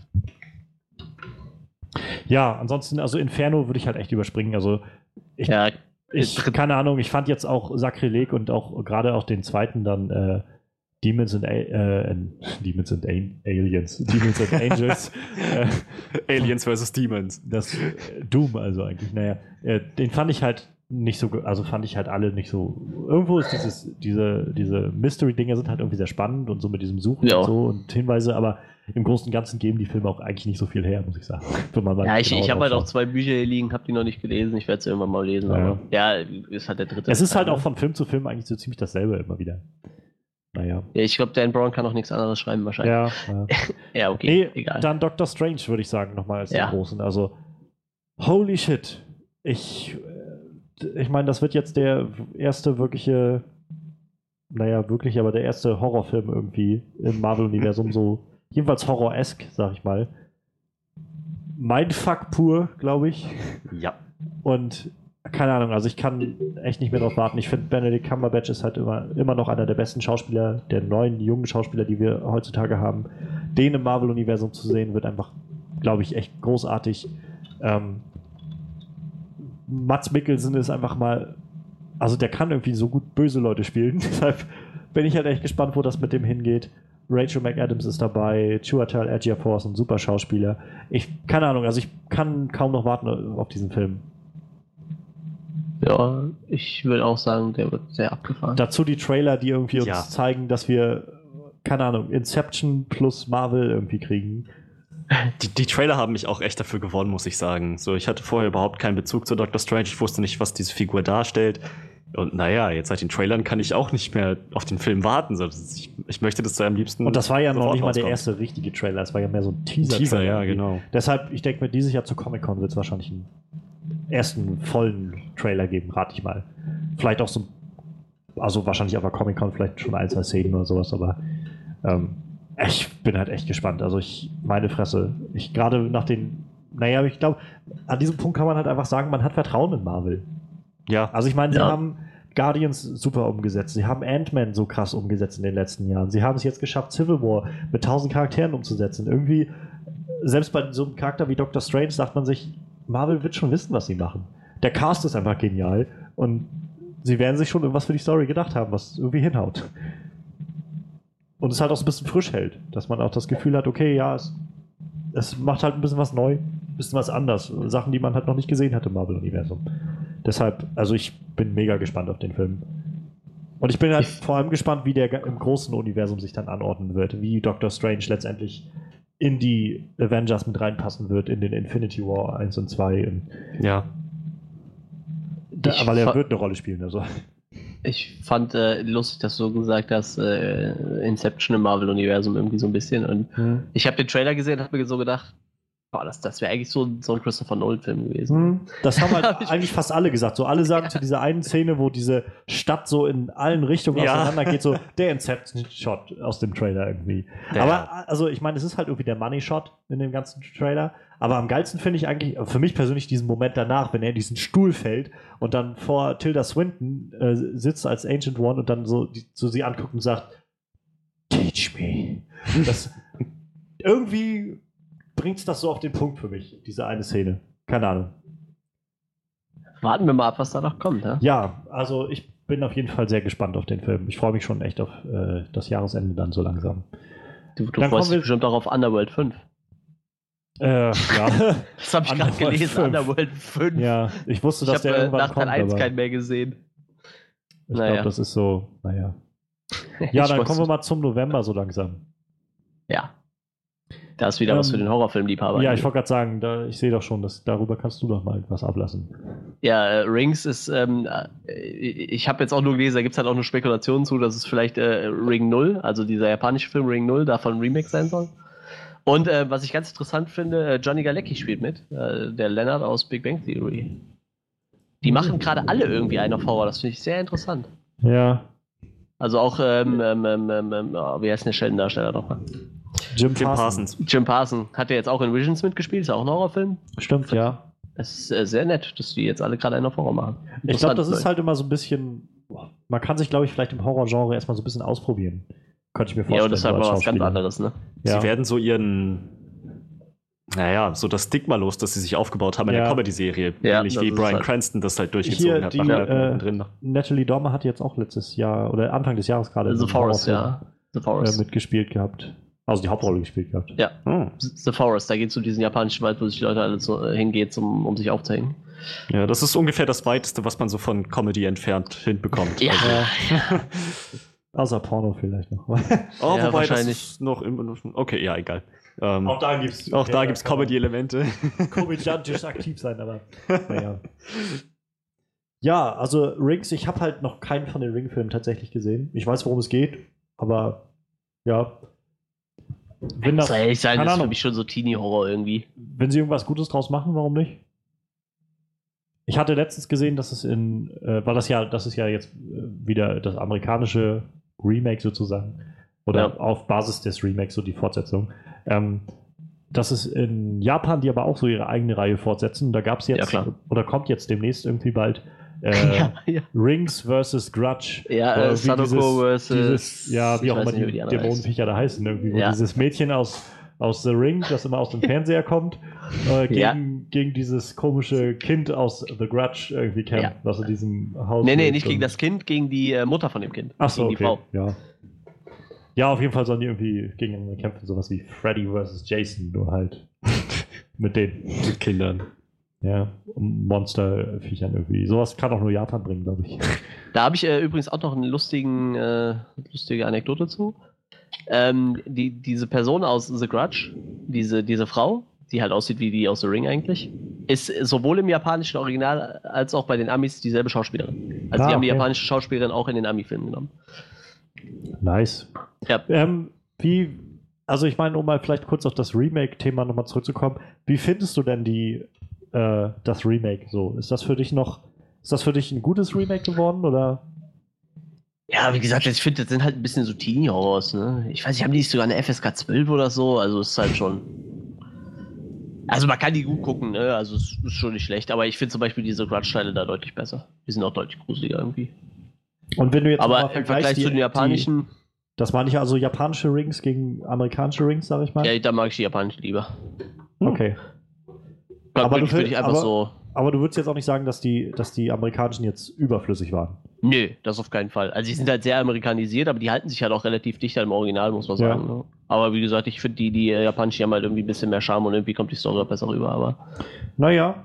Ja, ansonsten, also Inferno würde ich halt echt überspringen. Also ich, Ja, ich keine Ahnung, ich fand jetzt auch Sakrileg und auch gerade auch den zweiten dann äh, Demons and, A- äh, Demons and A- Aliens, Demons and Angels, äh, Aliens versus Demons. das äh, Doom also eigentlich, naja, äh, den fand ich halt nicht so, ge- also fand ich halt alle nicht so, irgendwo ist dieses, diese, diese Mystery-Dinger sind halt irgendwie sehr spannend und so mit diesem Suchen Ja. und so und Hinweise, aber im Großen und Ganzen geben die Filme auch eigentlich nicht so viel her, muss ich sagen. Wenn man mal ja, ich, genau ich habe halt drauf auch zwei Bücher hier liegen, habe die noch nicht gelesen. Ich werde sie irgendwann mal lesen. Ja. Aber ja, ist halt der dritte. Es ist halt Teil, auch ne? von Film zu Film eigentlich so ziemlich dasselbe immer wieder. Naja. Ja, ich glaube, Dan Brown kann auch nichts anderes schreiben wahrscheinlich. Ja, ja. Ja, okay, Nee, egal. dann Doctor Strange, würde ich sagen, nochmal als Ja. den großen. Also, holy shit. Ich, äh, ich meine, das wird jetzt der erste wirkliche, naja, wirklich, aber der erste Horrorfilm irgendwie im Marvel-Universum, so, jedenfalls horror-esk, sag ich mal. Mindfuck pur, glaube ich. Ja. Und keine Ahnung, also ich kann echt nicht mehr drauf warten. Ich finde, Benedict Cumberbatch ist halt immer, immer noch einer der besten Schauspieler, der neuen, jungen Schauspieler, die wir heutzutage haben. Den im Marvel-Universum zu sehen, wird einfach, glaube ich, echt großartig. Ähm, Mads Mikkelsen ist einfach mal, also der kann irgendwie so gut böse Leute spielen. Deshalb bin ich halt echt gespannt, wo das mit dem hingeht. Rachel McAdams ist dabei, Chiwetel Ejiofor ist ein super Schauspieler. Ich, keine Ahnung, also ich kann kaum noch warten auf diesen Film. Ja, ich würde auch sagen, der wird sehr abgefahren. Dazu die Trailer, die irgendwie uns Ja. zeigen, dass wir, keine Ahnung, Inception plus Marvel irgendwie kriegen. Die, die Trailer haben mich auch echt dafür gewonnen, muss ich sagen. So, ich hatte vorher überhaupt keinen Bezug zu Doctor Strange. Ich wusste nicht, was diese Figur darstellt. Und naja, jetzt seit den Trailern kann ich auch nicht mehr auf den Film warten. So, das- ich, ich möchte, dass er am liebsten. Und das war ja noch sofort nicht mal der rauskommt. erste richtige Trailer, es war ja mehr so ein Teaser. Teaser, ja, genau. Deshalb, ich denke mir, dieses Jahr zu Comic-Con wird es wahrscheinlich einen ersten vollen Trailer geben, rate ich mal. Vielleicht auch so, also wahrscheinlich auf der Comic-Con vielleicht schon ein, zwei Szenen oder sowas, aber ähm, ich bin halt echt gespannt. Also ich, meine Fresse, ich gerade nach den, naja, ich glaube, an diesem Punkt kann man halt einfach sagen, man hat Vertrauen in Marvel. Ja, Also ich meine, sie Ja. haben Guardians super umgesetzt, sie haben Ant-Man so krass umgesetzt in den letzten Jahren, sie haben es jetzt geschafft, Civil War mit tausend Charakteren umzusetzen. Irgendwie, selbst bei so einem Charakter wie Doctor Strange sagt man sich, Marvel wird schon wissen, was sie machen. Der Cast ist einfach genial und sie werden sich schon irgendwas für die Story gedacht haben, was irgendwie hinhaut. Und es halt auch so ein bisschen frisch hält, dass man auch das Gefühl hat, okay, ja, es, es macht halt ein bisschen was neu, ein bisschen was anders. Sachen, die man halt noch nicht gesehen hat im Marvel-Universum. Deshalb, also ich bin mega gespannt auf den Film. Und ich bin halt vor allem gespannt, wie der im großen Universum sich dann anordnen wird, wie Doctor Strange letztendlich in die Avengers mit reinpassen wird, in den Infinity War eins und zwei. Und ja. da, Ich weil er fa- wird eine Rolle spielen. Also. Ich fand äh, lustig, dass du so gesagt hast, äh, Inception im Marvel-Universum irgendwie so ein bisschen. Und ich habe den Trailer gesehen und habe mir so gedacht, boah, das, das wäre eigentlich so, so ein Christopher Nolan-Film gewesen. Hm, Das haben halt Hab ich- eigentlich fast alle gesagt. So alle sagen zu dieser einen Szene, wo diese Stadt so in allen Richtungen Ja. auseinander geht, so der Inception-Shot aus dem Trailer irgendwie. Der- Aber also ich meine, es ist halt irgendwie der Money-Shot in dem ganzen Trailer. Aber am geilsten finde ich eigentlich, für mich persönlich, diesen Moment danach, wenn er in diesen Stuhl fällt und dann vor Tilda Swinton äh, sitzt als Ancient One und dann so, die, so sie anguckt und sagt, Teach me. Das irgendwie bringt es das so auf den Punkt für mich, diese eine Szene. Keine Ahnung. Warten wir mal ab, was da noch kommt. Ja? Ja, also ich bin auf jeden Fall sehr gespannt auf den Film. Ich freue mich schon echt auf äh, das Jahresende dann so langsam. Du, du Dann freust kommen wir- dich bestimmt auch auf Underworld fünf. Äh, ja. Das habe ich gerade Underworld gelesen, fünf. Underworld fünf. Ja, ich wusste, Ich dass der habe äh, irgendwann nach Teil kommt, eins aber keinen mehr gesehen. ich Naja. glaube, das ist so, naja. Ja, Ich dann weiß kommen wir nicht. mal zum November so langsam. Ja. Da ist wieder was Ähm, für den Horrorfilmliebhaber. Ja, ich wollte gerade sagen, da, ich sehe doch schon, dass, darüber kannst du doch mal was ablassen. Ja, äh, Rings ist, ähm, äh, ich habe jetzt auch nur gelesen, da gibt es halt auch nur Spekulationen zu, dass es vielleicht äh, Ring null, also dieser japanische Film Ring null, davon ein Remake sein soll. Und äh, was ich ganz interessant finde, äh, Johnny Galecki spielt mit, äh, der Leonard aus Big Bang Theory. Die machen gerade alle irgendwie einen auf Horror, das finde ich sehr interessant. Ja, Also auch, ähm, ähm, ähm, ähm, oh, wie heißt denn der Sheldon-Darsteller nochmal? Jim, Jim Parsons. Parsons. Jim Parsons hat ja jetzt auch in Visions mitgespielt, ist ja auch ein Horrorfilm. Stimmt, ja. Es ist äh, sehr nett, dass die jetzt alle gerade einen auf Horror machen. Ich glaube, das ist Interessant, halt immer so ein bisschen, man kann sich, glaube ich, vielleicht im Horrorgenre erstmal so ein bisschen ausprobieren. Könnte ich mir vorstellen. Ja, und das ist halt so mal als was ganz Schauspieler. anderes, ne? Ja. Sie werden so ihren, naja, so das Stigma los, das sie sich aufgebaut haben in Ja. der Comedy-Serie. Ja, Ähnlich das wie ist Bryan halt- Cranston das halt durchgezogen Hier hat. die, Machen wir äh, mittendrin noch. Natalie Dormer hat jetzt auch letztes Jahr oder Anfang des Jahres gerade The in einem Forest, Horrorfilm, ja. The äh, Forest. mitgespielt gehabt. Also die Hauptrolle gespielt gehabt. Ja, Oh. The Forest, da geht es zu diesem japanischen Wald, wo sich die Leute alle so, äh, hingehen, zum, um sich aufzuhängen. Ja, das ist ungefähr das Weiteste, was man so von Comedy entfernt hinbekommt. Ja. Ja. Außer Porno vielleicht noch. Oh, Ja, wobei wahrscheinlich. das ist noch immer. Okay, ja, egal. Ähm, Auch da gibt es auch da gibt's Comedy-Elemente. komödiantisch aktiv sein, aber naja. Ja, also Rings, ich habe halt noch keinen von den Ring-Filmen tatsächlich gesehen. Ich weiß, worum es geht, aber ja. Wenn, das, Soll ehrlich sein, keine das ist für Ahnung. mich schon so Teenie-Horror irgendwie. wenn sie irgendwas Gutes draus machen, warum nicht? Ich hatte letztens gesehen, dass es in, äh, weil das ja, das ist ja jetzt äh, wieder das amerikanische Remake sozusagen, oder Ja. auf Basis des Remakes so die Fortsetzung, ähm, dass es in Japan, die aber auch so ihre eigene Reihe fortsetzen, da gab es Ja, jetzt, klar. oder kommt jetzt demnächst irgendwie bald, äh, ja, ja. Rings versus Grudge. Ja, Oder äh, wie Sadoko versus- dieses, ja, wie ich auch weiß immer nicht, wie die die andere Dämonenviecher da heißen, irgendwie, wo Ja. dieses Mädchen aus, aus The Ring, das immer aus dem Fernseher kommt, äh, gegen, Ja. gegen dieses komische Kind aus The Grudge irgendwie kämpft, Ja. was in diesem Haus Nee, nee, lebt nicht gegen und- das Kind, gegen die äh, Mutter von dem Kind. Ach so, gegen die okay. Frau. Ja. Ja, auf jeden Fall sollen die irgendwie gegeneinander kämpfen, sowas wie Freddy versus Jason, nur halt mit den Mit Kindern. ja, Monsterviechern irgendwie. Sowas kann auch nur Japan bringen, glaube ich. Da habe ich äh, übrigens auch noch eine lustigen, äh, lustige Anekdote zu. Ähm, die, diese Person aus The Grudge, diese, diese Frau, die halt aussieht wie die aus The Ring eigentlich, ist sowohl im japanischen Original als auch bei den Amis dieselbe Schauspielerin. Also Ah, die haben die okay. japanische Schauspielerin auch in den Ami-Filmen genommen. Nice. Ja. Ähm, wie, also ich meine, um mal vielleicht kurz auf das Remake-Thema nochmal zurückzukommen, wie findest du denn die, äh, das Remake so? Ist das für dich noch, ist das für dich ein gutes Remake geworden oder? Ja, wie gesagt, ich finde, das sind halt ein bisschen so Teenie-Horrors, ne? Ich weiß nicht, haben die nicht sogar eine F S K zwölf oder so? Also es ist halt schon. Also man kann die gut gucken, ne? Also es ist schon nicht schlecht, aber ich finde zum Beispiel diese Grudge-Teile da deutlich besser. Die sind auch deutlich gruseliger irgendwie. Und wenn du jetzt Aber mal im vergleichst, Vergleich die- zu den japanischen, die, das meine ich also japanische Rings gegen amerikanische Rings, sage ich mal. ja, da mag ich die japanischen lieber. Okay. Da Aber würde du ich, würd find- ich einfach aber- so. Aber du würdest jetzt auch nicht sagen, dass die, dass die amerikanischen jetzt überflüssig waren. Nö, das auf keinen Fall. Also die sind halt sehr amerikanisiert, aber die halten sich halt auch relativ dicht an dem Original, muss man Ja. sagen. Ne? Aber wie gesagt, ich finde, die, die äh, japanischen haben halt irgendwie ein bisschen mehr Charme und irgendwie kommt die Story auch besser rüber, aber. Naja.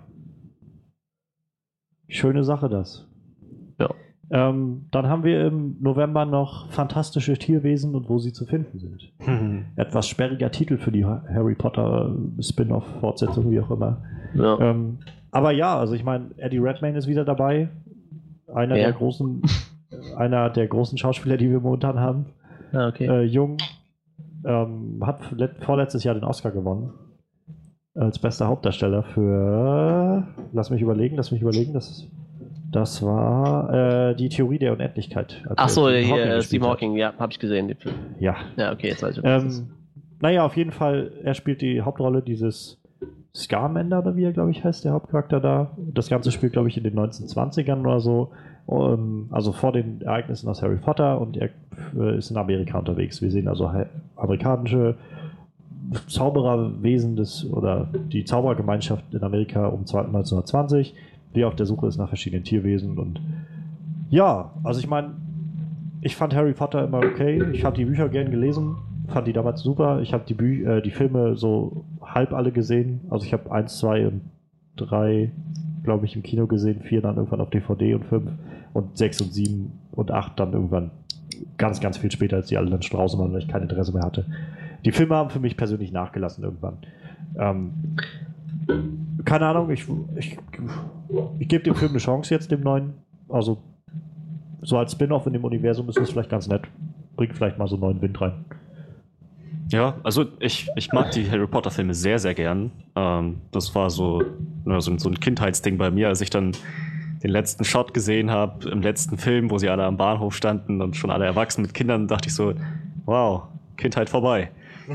Schöne Sache das. Ja. Ähm, dann haben wir im November noch fantastische Tierwesen und wo sie zu finden sind. Etwas sperriger Titel für die Harry Potter Spin-off-Fortsetzung, wie auch immer. Ja. Ähm, aber ja, also ich meine, Eddie Redmayne ist wieder dabei. Einer Ja. der großen, einer der großen Schauspieler, die wir momentan haben. Ja, okay. Äh, jung. Ähm, hat let- vorletztes Jahr den Oscar gewonnen. Als bester Hauptdarsteller für. Lass mich überlegen, lass mich überlegen. Das, das war äh, die Theorie der Unendlichkeit. als Ach er so, Stephen hier, Hawking äh, gespielt Stephen hat. Hawking, ja, hab ich gesehen, den Film. Ja. Ja, okay, jetzt weiß ich, was das ist. Ähm, naja, auf jeden Fall, er spielt die Hauptrolle dieses Scarmander, oder wie er, glaube ich, heißt, der Hauptcharakter da. Das Ganze spielt, glaube ich, in den neunzehnhundertzwanzigern oder so. Um, also vor den Ereignissen aus Harry Potter, und er äh, ist in Amerika unterwegs. Wir sehen also he- amerikanische Zaubererwesen des, oder die Zauberergemeinschaft in Amerika um neunzehnhundertzwanzig, die auf der Suche ist nach verschiedenen Tierwesen. Und ja, also ich meine, ich fand Harry Potter immer okay. Ich habe die Bücher gern gelesen. fand die damals super. Ich habe die, Bü äh, die Filme so halb alle gesehen. Also ich habe eins, zwei und drei, glaube ich, im Kino gesehen, vier dann irgendwann auf D V D und fünf und sechs und sieben und acht dann irgendwann ganz, ganz viel später, als die alle dann schon draußen waren, weil ich kein Interesse mehr hatte. Die Filme haben für mich persönlich nachgelassen irgendwann. Ähm, keine Ahnung, ich, ich, ich gebe dem Film eine Chance jetzt, dem neuen. Also so als Spin-off in dem Universum ist das vielleicht ganz nett. Bringt vielleicht mal so neuen Wind rein. Ja, also ich, ich mag die Harry Potter Filme sehr, sehr gern. Ähm, das war so, ja, so, so ein Kindheitsding bei mir, als ich dann den letzten Shot gesehen habe, im letzten Film, wo sie alle am Bahnhof standen und schon alle erwachsen mit Kindern, dachte ich so, wow, Kindheit vorbei.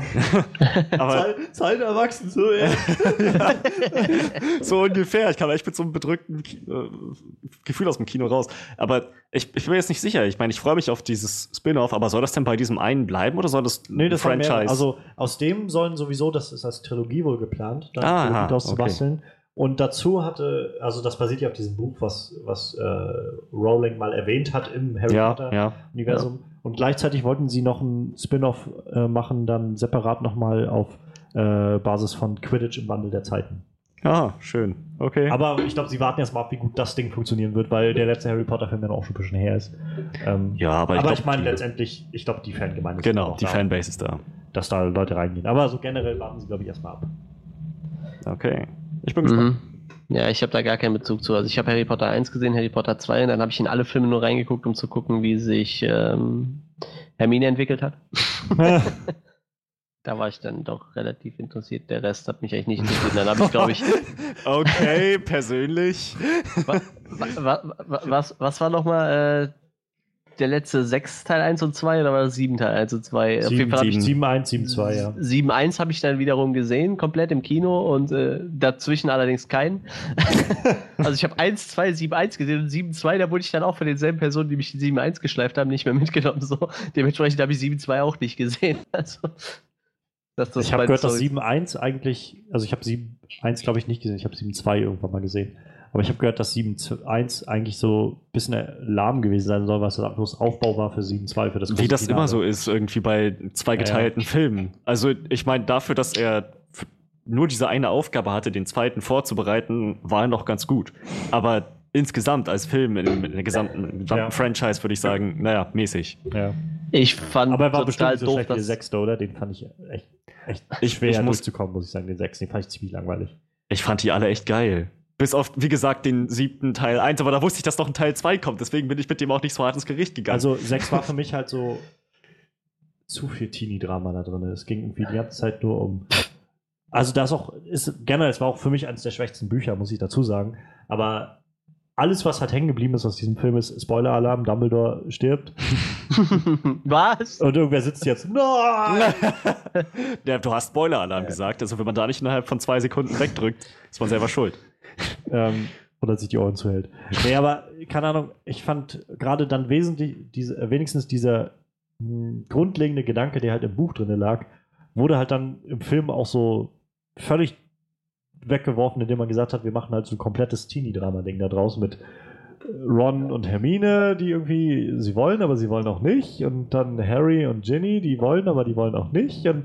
Aber Zeit erwachsen, so, ja. Ja, so ungefähr. Ich kam echt mit so einem bedrückten äh, Gefühl aus dem Kino raus. Aber ich, ich bin jetzt nicht sicher. Ich meine, ich freue mich auf dieses Spin-off, aber soll das denn bei diesem einen bleiben oder soll das nee, das Franchise? Mehr, also aus dem sollen sowieso, das ist als Trilogie wohl geplant, da ah, Trilogie draus okay. zu basteln. Und dazu hatte, also das basiert ja auf diesem Buch, was, was äh, Rowling mal erwähnt hat im Harry ja, Potter-Universum. Ja. Und gleichzeitig wollten sie noch einen Spin-off äh, machen, dann separat nochmal auf äh, Basis von Quidditch im Wandel der Zeiten. Ah, schön. Okay. Aber ich glaube, sie warten erst mal ab, wie gut das Ding funktionieren wird, weil der letzte Harry Potter-Film ja noch auch schon ein bisschen her ist. Ähm, ja, aber ich, aber glaub, ich meine die, letztendlich, ich glaube, die Fangemeinde ist genau, auch die da, Fanbase ist da. dass da Leute reingehen. Aber so generell warten sie, glaube ich, erstmal ab. Okay. Ich bin gespannt. Mhm. Ja, ich habe da gar keinen Bezug zu. Also ich habe Harry Potter eins gesehen, Harry Potter zwei, und dann habe ich in alle Filme nur reingeguckt, um zu gucken, wie sich ähm, Hermine entwickelt hat. Da war ich dann doch relativ interessiert. Der Rest hat mich eigentlich nicht interessiert. Dann habe ich, glaube ich... Okay, persönlich. wa, wa, wa, was, was war nochmal äh, der letzte sechs Teil eins und zwei oder war das sieben Teil eins und zwei? Auf jeden Fall habe ich sieben eins, sieben zwei, ja. sieben eins habe ich dann wiederum gesehen, komplett im Kino und äh, dazwischen allerdings keinen. Also ich habe eins, zwei, sieben eins gesehen und sieben zwei, da wurde ich dann auch von denselben Personen, die mich in sieben eins geschleift haben, nicht mehr mitgenommen. So. Dementsprechend habe ich sieben zwei auch nicht gesehen. Also, dass das ich habe gehört, dass Story- sieben eins eigentlich, also ich habe sieben eins glaube ich nicht gesehen, ich habe sieben zwei irgendwann mal gesehen. Aber ich habe gehört, dass sieben eins eigentlich so ein bisschen lahm gewesen sein soll, was das bloß Aufbau war für sieben zwei, für das Wie das Finale. immer so ist, irgendwie bei zwei geteilten Ja. Filmen. Also ich meine, dafür, dass er f- nur diese eine Aufgabe hatte, den zweiten vorzubereiten, war er noch ganz gut. Aber insgesamt als Film, in, in der gesamten, gesamten Ja. Franchise, würde ich sagen, naja, mäßig. Ja. Ich fand Aber er war total bestimmt nicht so doof, schlecht wie der dass sechste, oder? Den fand ich echt, echt Ich- schwer ich muss- durchzukommen, muss ich sagen, den sechsten. Den fand ich ziemlich langweilig. Ich fand die alle echt geil. Bis auf, wie gesagt, den siebten Teil eins, aber da wusste ich, dass noch ein Teil zwei kommt, deswegen bin ich mit dem auch nicht so hart ins Gericht gegangen. Also sechs war für mich halt so zu viel Teenie-Drama da drin. Es ging irgendwie die ganze Zeit nur um. Also das auch ist generell, es war auch für mich eines der schwächsten Bücher, muss ich dazu sagen. Aber alles, was halt hängen geblieben ist aus diesem Film, ist Spoiler-Alarm, Dumbledore stirbt Was? und irgendwer sitzt jetzt. Nein! ja, du hast Spoiler-Alarm gesagt, also wenn man da nicht innerhalb von zwei Sekunden wegdrückt, ist man selber schuld. ähm, oder sich die Ohren zuhält. Nee, aber keine Ahnung, ich fand gerade dann wesentlich, diese, äh, wenigstens dieser mh, grundlegende Gedanke, der halt im Buch drin lag, wurde halt dann im Film auch so völlig weggeworfen, indem man gesagt hat, wir machen halt so ein komplettes Teenie-Drama-Ding da draus mit Ron und Hermine, die irgendwie, sie wollen, aber sie wollen auch nicht. Und dann Harry und Ginny, die wollen, aber die wollen auch nicht. Und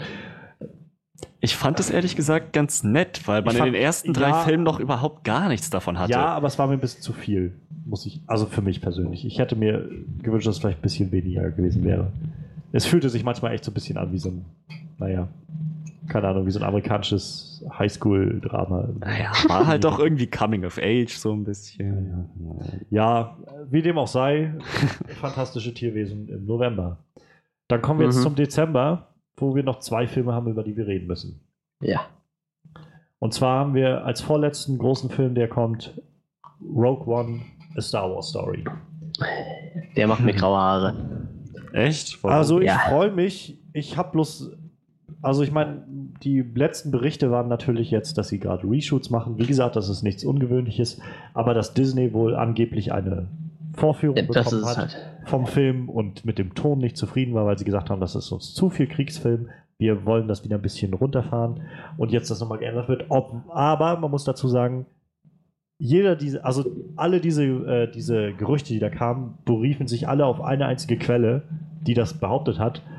Ich fand es ehrlich gesagt ganz nett, weil man Ich fand- in den ersten drei ja. Filmen noch überhaupt gar nichts davon hatte. ja, aber es war mir ein bisschen zu viel, muss ich, also für mich persönlich. Ich hätte mir gewünscht, dass es vielleicht ein bisschen weniger gewesen wäre. Es fühlte sich manchmal echt so ein bisschen an wie so ein, naja, keine Ahnung, wie so ein amerikanisches Highschool-Drama. Naja, war halt doch irgendwie Coming of Age, so ein bisschen. Ja, wie dem auch sei, fantastische Tierwesen im November. Dann kommen wir jetzt Mhm. zum Dezember, wo wir noch zwei Filme haben, über die wir reden müssen. Ja. Und zwar haben wir als vorletzten großen Film, der kommt, Rogue One, A Star Wars Story. Der macht mir graue Haare. Echt? Also ich Ja. freue mich. Ich habe bloß, also ich meine, die letzten Berichte waren natürlich jetzt, dass sie gerade Reshoots machen. Wie gesagt, das ist nichts Ungewöhnliches, aber dass Disney wohl angeblich eine Vorführung Ja, das bekommen ist hat halt. vom Film und mit dem Ton nicht zufrieden war, weil sie gesagt haben, das ist uns zu viel Kriegsfilm. Wir wollen das wieder ein bisschen runterfahren und jetzt das nochmal geändert wird. Ob, aber man muss dazu sagen, jeder diese, also alle diese, äh, diese Gerüchte, die da kamen, beriefen sich alle auf eine einzige Quelle, die das behauptet hat.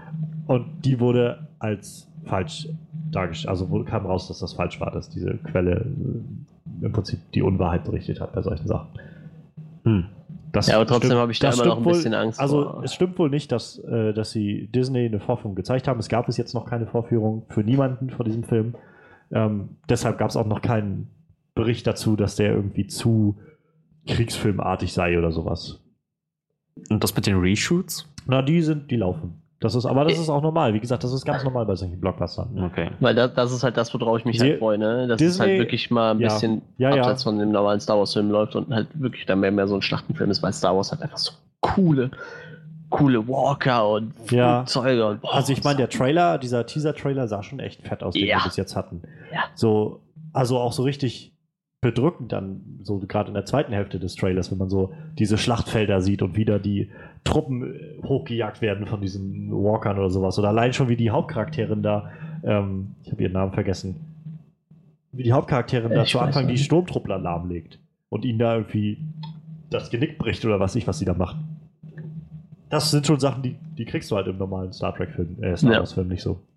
Und die wurde als falsch dargestellt. Also wurde, kam raus, dass das falsch war, dass diese Quelle äh, im Prinzip die Unwahrheit berichtet hat bei solchen Sachen. Hm. Das ja, aber trotzdem stimmt, habe ich da immer noch ein wohl, bisschen Angst also vor. es stimmt wohl nicht, dass, äh, dass sie Disney eine Vorführung gezeigt haben. Es gab bis jetzt noch keine Vorführung für niemanden vor diesem Film. Ähm, deshalb gab es auch noch keinen Bericht dazu, dass der irgendwie zu kriegsfilmartig sei oder sowas. Und das mit den Reshoots? Na, die sind, die laufen. Das ist, aber das ist auch normal. Wie gesagt, das ist ganz normal bei solchen Blockbustern. Okay. Weil das, das ist halt das, worauf ich mich Sie, halt freue, ne? Dass Disney, es halt wirklich mal ein ja, bisschen ja, ja. abseits von dem normalen Star Wars-Film läuft und halt wirklich dann mehr, mehr so ein Schlachtenfilm ist, weil Star Wars halt einfach so coole, coole Walker und ja. Flugzeuge und boah, also ich meine, der Trailer, dieser Teaser-Trailer sah schon echt fett aus, den ja. wir bis jetzt hatten. Ja. So, also auch so richtig bedrückend dann, so gerade in der zweiten Hälfte des Trailers, wenn man so diese Schlachtfelder sieht und wieder die Truppen hochgejagt werden von diesen Walkern oder sowas. Oder allein schon wie die Hauptcharakterin da, ähm, ich habe ihren Namen vergessen, wie die Hauptcharakterin da zu Anfang die Sturmtruppler lahmlegt und ihnen da irgendwie das Genick bricht oder was ich, was sie da macht. Das sind schon Sachen, die, die kriegst du halt im normalen Star Trek-Film, äh, Star Wars-Film nicht so.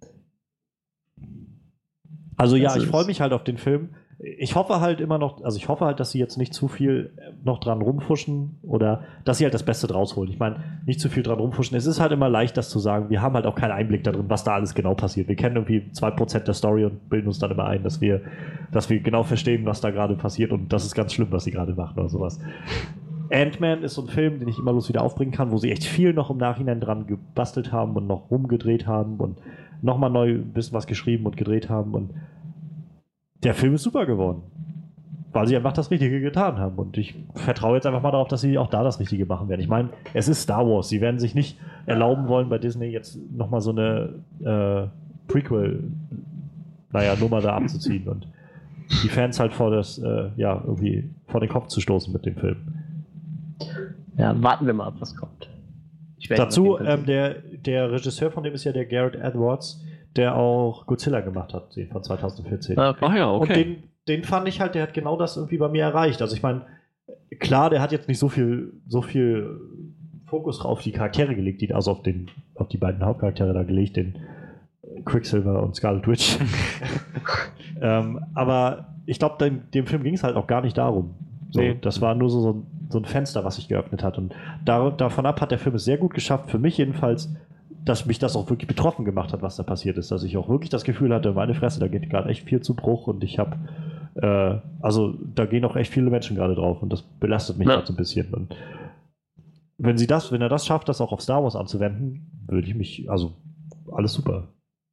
Also ja, ich freue mich halt auf den Film. Ich hoffe halt immer noch, also ich hoffe halt, dass sie jetzt nicht zu viel noch dran rumfuschen oder dass sie halt das Beste draus holen. Ich meine, nicht zu viel dran rumfuschen. Es ist halt immer leicht, das zu sagen. Wir haben halt auch keinen Einblick darin, was da alles genau passiert. Wir kennen irgendwie zwei Prozent der Story und bilden uns dann immer ein, dass wir, dass wir genau verstehen, was da gerade passiert und das ist ganz schlimm, was sie gerade machen oder sowas. Ant-Man ist so ein Film, den ich immer bloß wieder aufbringen kann, wo sie echt viel noch im Nachhinein dran gebastelt haben und noch rumgedreht haben und nochmal neu ein bisschen was geschrieben und gedreht haben und der Film ist super geworden, weil sie einfach das Richtige getan haben und ich vertraue jetzt einfach mal darauf, dass sie auch da das Richtige machen werden. Ich meine, es ist Star Wars, sie werden sich nicht erlauben wollen bei Disney jetzt nochmal so eine äh, Prequel naja, Nummer da abzuziehen und die Fans halt vor das, äh, ja, irgendwie vor den Kopf zu stoßen mit dem Film. Ja, warten wir mal ab, was kommt. Dazu, ähm, der, der Regisseur von dem ist ja der Gareth Edwards, der auch Godzilla gemacht hat, den von zwanzig vierzehn. Ah, okay. Ach ja, okay. Und den, den fand ich halt, der hat genau das irgendwie bei mir erreicht. Also ich meine, klar, der hat jetzt nicht so viel, so viel Fokus auf die Charaktere gelegt, die, also auf, den, auf die beiden Hauptcharaktere da gelegt, den Quicksilver und Scarlet Witch. ähm, aber ich glaube, dem, dem Film ging es halt auch gar nicht darum. So, nee. Das war nur so, so, ein, so ein Fenster, was sich geöffnet hat. Und da, davon ab hat der Film es sehr gut geschafft, für mich jedenfalls, dass mich das auch wirklich betroffen gemacht hat, was da passiert ist. Dass ich auch wirklich das Gefühl hatte, meine Fresse, da geht gerade echt viel zu Bruch und ich habe, äh, also da gehen auch echt viele Menschen gerade drauf und das belastet mich gerade so ein bisschen. Und wenn sie das, wenn er das schafft, das auch auf Star Wars anzuwenden, würde ich mich, also alles super.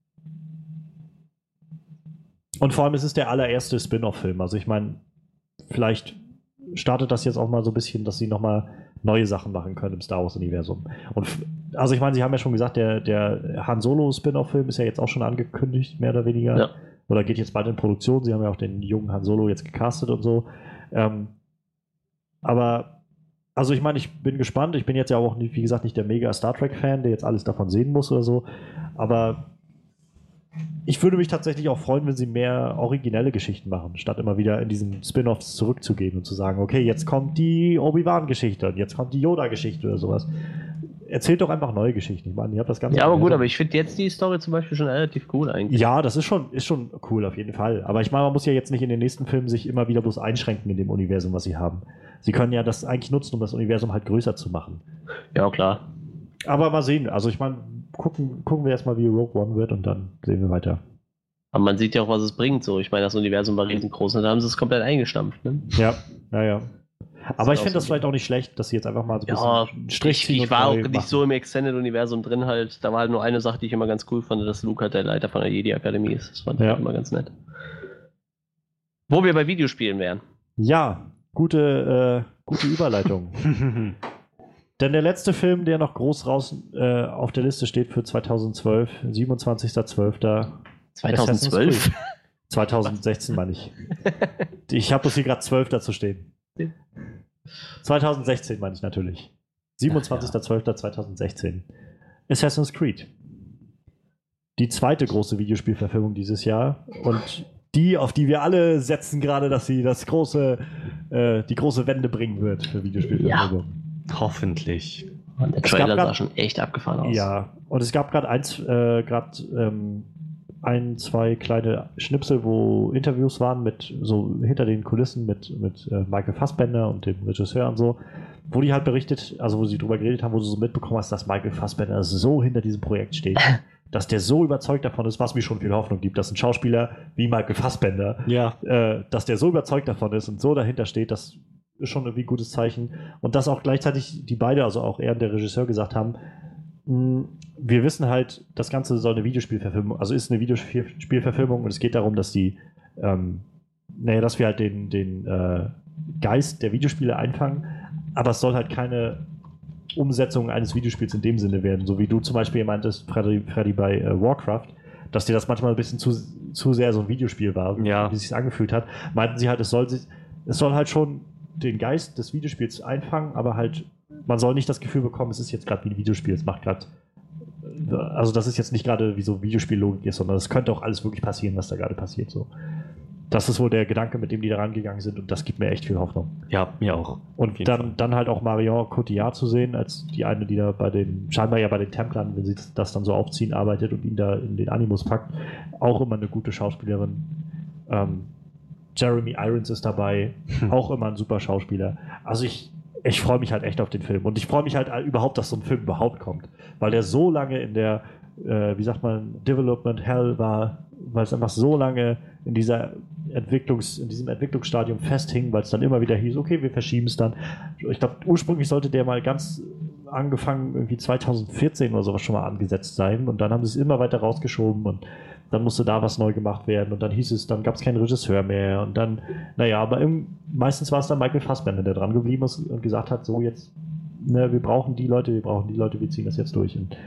Und vor allem ist es der allererste Spin-off-Film. Also ich meine, vielleicht startet das jetzt auch mal so ein bisschen, dass sie nochmal neue Sachen machen können im Star Wars-Universum. Und also ich meine, sie haben ja schon gesagt, der, der Han Solo-Spin-off-Film ist ja jetzt auch schon angekündigt, mehr oder weniger. Ja. Oder geht jetzt bald in Produktion. Sie haben ja auch den jungen Han Solo jetzt gecastet und so. Ähm, aber, also ich meine, ich bin gespannt. Ich bin jetzt ja auch, nicht, wie gesagt, nicht der mega Star Trek-Fan, der jetzt alles davon sehen muss oder so. Aber ich würde mich tatsächlich auch freuen, wenn sie mehr originelle Geschichten machen, statt immer wieder in diesen Spin-Offs zurückzugehen und zu sagen, okay, jetzt kommt die Obi-Wan-Geschichte und jetzt kommt die Yoda-Geschichte oder sowas. Erzählt doch einfach neue Geschichten. Ich meine, ihr habt das Ganze. Ja, aber gut, aber ich finde jetzt die Story zum Beispiel schon relativ cool eigentlich. Ja, das ist schon, ist schon cool auf jeden Fall. Aber ich meine, man muss ja jetzt nicht in den nächsten Filmen sich immer wieder bloß einschränken in dem Universum, was sie haben. Sie können ja das eigentlich nutzen, um das Universum halt größer zu machen. Ja, klar. Aber mal sehen. Also ich meine, gucken, gucken wir erstmal, wie Rogue One wird und dann sehen wir weiter. Aber man sieht ja auch, was es bringt. So, ich meine, das Universum war riesengroß und da haben sie es komplett eingestampft. Ne? Ja, ja, ja. Aber ich finde das vielleicht auch nicht schlecht, dass sie jetzt einfach mal so ein ja, bisschen einen Strich ziehen. Ich, ich war auch nicht machen. So im Extended-Universum drin halt. Da war halt nur eine Sache, die ich immer ganz cool fand, dass Luke halt der Leiter von der Jedi-Akademie ist. Das fand ich ja. immer ganz nett. Wo wir bei Videospielen wären. Ja, gute, äh, gute Überleitung. Denn der letzte Film, der noch groß raus äh, auf der Liste steht für zweitausendzwölf, siebenundzwanzigster zwölfter zweitausendzwölf? zweitausendsechzehn meine ich. Ich habe das hier gerade zwölf dazu stehen. zweitausendsechzehn meine ich natürlich. siebenundzwanzigster zwölfter zweitausendsechzehn. Assassin's Creed. Die zweite große Videospielverfilmung dieses Jahr und die, auf die wir alle setzen gerade, dass sie das große, äh, die große Wende bringen wird für Videospielverfilmung. Ja. Hoffentlich. Und der Es Trailer gab grad- sah schon echt abgefahren aus. Ja, und es gab gerade eins, äh, gerade ähm, ein, zwei kleine Schnipsel, wo Interviews waren mit so hinter den Kulissen mit, mit äh, Michael Fassbender und dem Regisseur und so, wo die halt berichtet, also wo sie drüber geredet haben, wo du so mitbekommen hast, dass Michael Fassbender so hinter diesem Projekt steht, dass der so überzeugt davon ist, was mir schon viel Hoffnung gibt, dass ein Schauspieler wie Michael Fassbender, Ja. äh, dass der so überzeugt davon ist und so dahinter steht, das ist schon irgendwie ein gutes Zeichen. Und dass auch gleichzeitig die beide, also auch er und der Regisseur, gesagt haben, mh, wir wissen halt, das Ganze soll eine Videospielverfilmung, also ist eine Videospielverfilmung und es geht darum, dass die, ähm, naja, dass wir halt den, den äh, Geist der Videospiele einfangen, aber es soll halt keine Umsetzung eines Videospiels in dem Sinne werden, so wie du zum Beispiel meintest, Freddy, Freddy bei äh, Warcraft, dass dir das manchmal ein bisschen zu, zu sehr so ein Videospiel war, Ja. wie es sich angefühlt hat, meinten sie halt, es soll, sich, es soll halt schon den Geist des Videospiels einfangen, aber halt, man soll nicht das Gefühl bekommen, es ist jetzt gerade wie ein Videospiel, es macht gerade, also das ist jetzt nicht gerade wie so Videospiellogik ist, sondern es könnte auch alles wirklich passieren, was da gerade passiert, so. Das ist wohl der Gedanke, mit dem die da rangegangen sind und das gibt mir echt viel Hoffnung. Ja, mir auch. Und dann, dann halt auch Marion Cotillard zu sehen, als die eine, die da bei den, scheinbar ja bei den Templern, wenn sie das dann so aufziehen, arbeitet und ihn da in den Animus packt, auch immer eine gute Schauspielerin. Ähm, Jeremy Irons ist dabei, auch immer ein super Schauspieler. Also ich, ich freue mich halt echt auf den Film und ich freue mich halt überhaupt, dass so ein Film überhaupt kommt, weil der so lange in der, äh, wie sagt man, Development Hell war, weil es einfach so lange in dieser Entwicklungs, in diesem Entwicklungsstadium festhing, weil es dann immer wieder hieß, okay, wir verschieben es dann. Ich glaube, ursprünglich sollte der mal ganz angefangen, irgendwie zwanzig vierzehn oder sowas schon mal angesetzt sein und dann haben sie es immer weiter rausgeschoben und dann musste da was neu gemacht werden und dann hieß es, dann gab es keinen Regisseur mehr und dann, naja, aber im, meistens war es dann Michael Fassbender, der dran geblieben ist und gesagt hat, so jetzt, ne, wir brauchen die Leute, wir brauchen die Leute, wir ziehen das jetzt durch. Und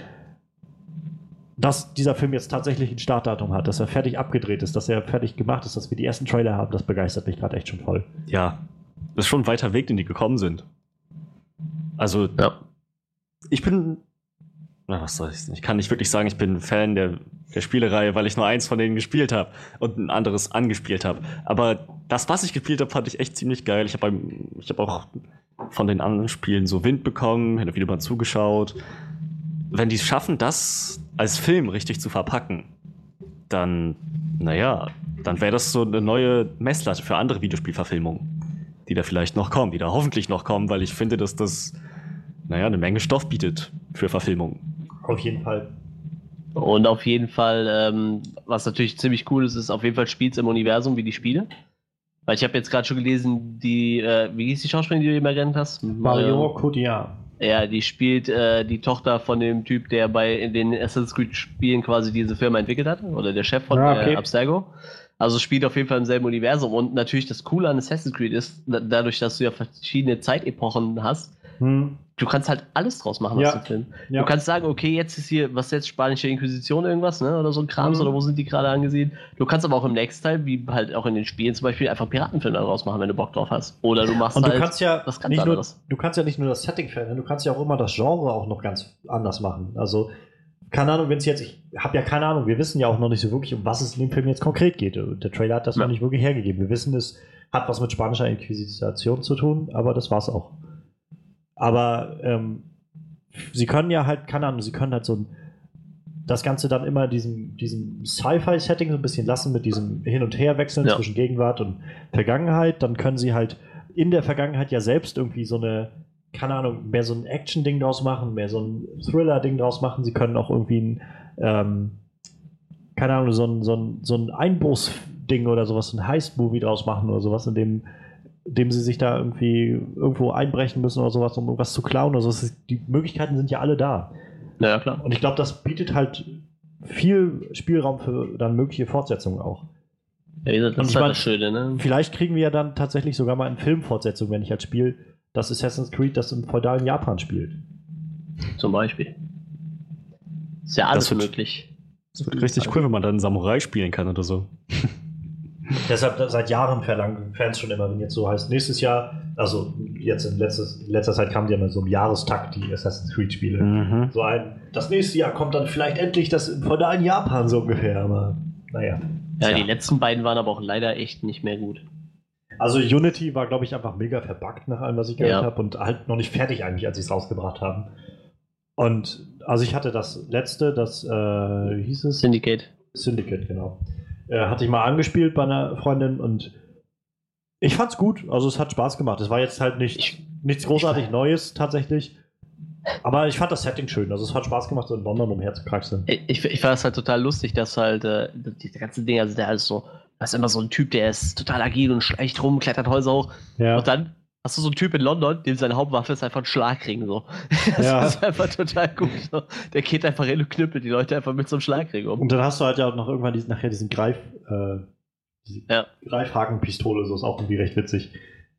dass dieser Film jetzt tatsächlich ein Startdatum hat, dass er fertig abgedreht ist, dass er fertig gemacht ist, dass wir die ersten Trailer haben, das begeistert mich gerade echt schon voll. Ja, das ist schon ein weiter Weg, den die gekommen sind. Also, Ja. ich bin, na, was soll ich, ich kann nicht wirklich sagen, ich bin Fan der, der Spielereihe, weil ich nur eins von denen gespielt habe und ein anderes angespielt habe. Aber das, was ich gespielt habe, fand ich echt ziemlich geil. Ich habe ich hab auch von den anderen Spielen so Wind bekommen, hätte wieder mal zugeschaut. Wenn die es schaffen, das als Film richtig zu verpacken, dann, naja, dann wäre das so eine neue Messlatte für andere Videospielverfilmungen, die da vielleicht noch kommen, die da hoffentlich noch kommen, weil ich finde, dass das, naja, eine Menge Stoff bietet für Verfilmungen. Auf jeden Fall. Und auf jeden Fall, ähm, was natürlich ziemlich cool ist, ist auf jeden Fall spielt es im Universum wie die Spiele. Weil ich habe jetzt gerade schon gelesen, die, äh, wie hieß die Schauspielerin, die du eben erwähnt hast? Marion Cotillard. Ja, die spielt äh, die Tochter von dem Typ, der bei in den Assassin's Creed Spielen quasi diese Firma entwickelt hat. Oder der Chef von Ah, okay. äh, Abstergo. Also spielt auf jeden Fall im selben Universum. Und natürlich das Coole an Assassin's Creed ist, da, dadurch, dass du ja verschiedene Zeitepochen hast, Hm. du kannst halt alles draus machen Ja. aus dem Film. Ja. Du kannst sagen, okay, jetzt ist hier, was ist jetzt, spanische Inquisition irgendwas, ne? Oder so ein Krams, Mhm. oder wo sind die gerade angesiedelt? Du kannst aber auch im nächsten Teil, wie halt auch in den Spielen zum Beispiel, einfach Piratenfilme daraus machen, wenn du Bock drauf hast. Oder du machst Und du halt kannst ja was ganz nicht nur, anderes. du kannst ja nicht nur das Setting verändern, du kannst ja auch immer das Genre auch noch ganz anders machen. Also, keine Ahnung, wenn es jetzt, ich habe ja keine Ahnung, wir wissen ja auch noch nicht so wirklich, um was es in dem Film jetzt konkret geht. Der Trailer hat das Ja. noch nicht wirklich hergegeben. Wir wissen, es hat was mit spanischer Inquisition zu tun, aber das war's auch. Aber ähm, sie können ja halt, keine Ahnung, sie können halt so ein, das Ganze dann immer diesem, diesem Sci-Fi-Setting so ein bisschen lassen, mit diesem Hin- und Herwechseln Ja. zwischen Gegenwart und Vergangenheit. Dann können sie halt in der Vergangenheit ja selbst irgendwie so eine, keine Ahnung, mehr so ein Action-Ding draus machen, mehr so ein Thriller-Ding draus machen. Sie können auch irgendwie ein, ähm, keine Ahnung, so ein, so ein, so ein Einbruchsding oder sowas, ein Heist-Movie draus machen oder sowas, in dem dem sie sich da irgendwie irgendwo einbrechen müssen oder sowas, um irgendwas zu klauen oder so. Die Möglichkeiten sind ja alle da. Naja, klar. Und ich glaube, das bietet halt viel Spielraum für dann mögliche Fortsetzungen auch. Ja, wie gesagt, das Und ist ich halt mein, das Schöne, ne? Vielleicht kriegen wir ja dann tatsächlich sogar mal eine Filmfortsetzung, wenn ich als Spiel das Assassin's Creed, das im feudalen Japan spielt. Zum Beispiel. Ist ja alles Das wird- möglich. Das wird richtig cool, wenn man dann Samurai spielen kann oder so. Deshalb seit Jahren verlangen Fans schon immer, wenn jetzt so heißt, nächstes Jahr, also jetzt in, letztes, in letzter Zeit kamen die ja mal so im Jahrestakt, die Assassin's Creed-Spiele. Mhm. So ein, das nächste Jahr kommt dann vielleicht endlich das von da in Japan so ungefähr, aber naja. Ja, Tja. die letzten beiden waren aber auch leider echt nicht mehr gut. Also Unity war, glaube ich, einfach mega verbuggt nach allem, was ich gehört Ja. habe und halt noch nicht fertig eigentlich, als sie es rausgebracht haben. Und also ich hatte das letzte, das äh, wie hieß es? Syndicate. Syndicate, genau. Äh, hatte ich mal angespielt bei einer Freundin und ich fand's gut. Also es hat Spaß gemacht. Es war jetzt halt nicht, Ich- nichts großartig ich, Neues tatsächlich. Aber ich fand das Setting schön. Also es hat Spaß gemacht, so in London umherzukraxeln. Ich, ich, ich fand es halt total lustig, dass halt äh, diese ganze Ding, also der alles so, das ist immer so ein Typ, der ist total agil und schleicht rum, klettert Häuser hoch. Ja. Und dann hast du so einen Typ in London, dem seine Hauptwaffe ist einfach ein Schlagring. So. Das Ja. ist einfach total gut. So. Der geht einfach hin und knüppelt die Leute einfach mit so einem Schlagring um. Und dann hast du halt ja auch noch irgendwann diesen, nachher diesen Greif, äh, diese Ja. Greifhakenpistole, so ist auch irgendwie recht witzig.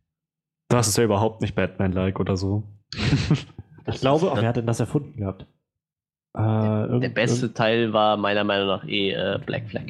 Das ist ja überhaupt nicht Batman-like oder so. Ich glaube, auch wer hat denn das erfunden gehabt? Äh, irgend- Der beste Teil war meiner Meinung nach eh äh, Black Flag.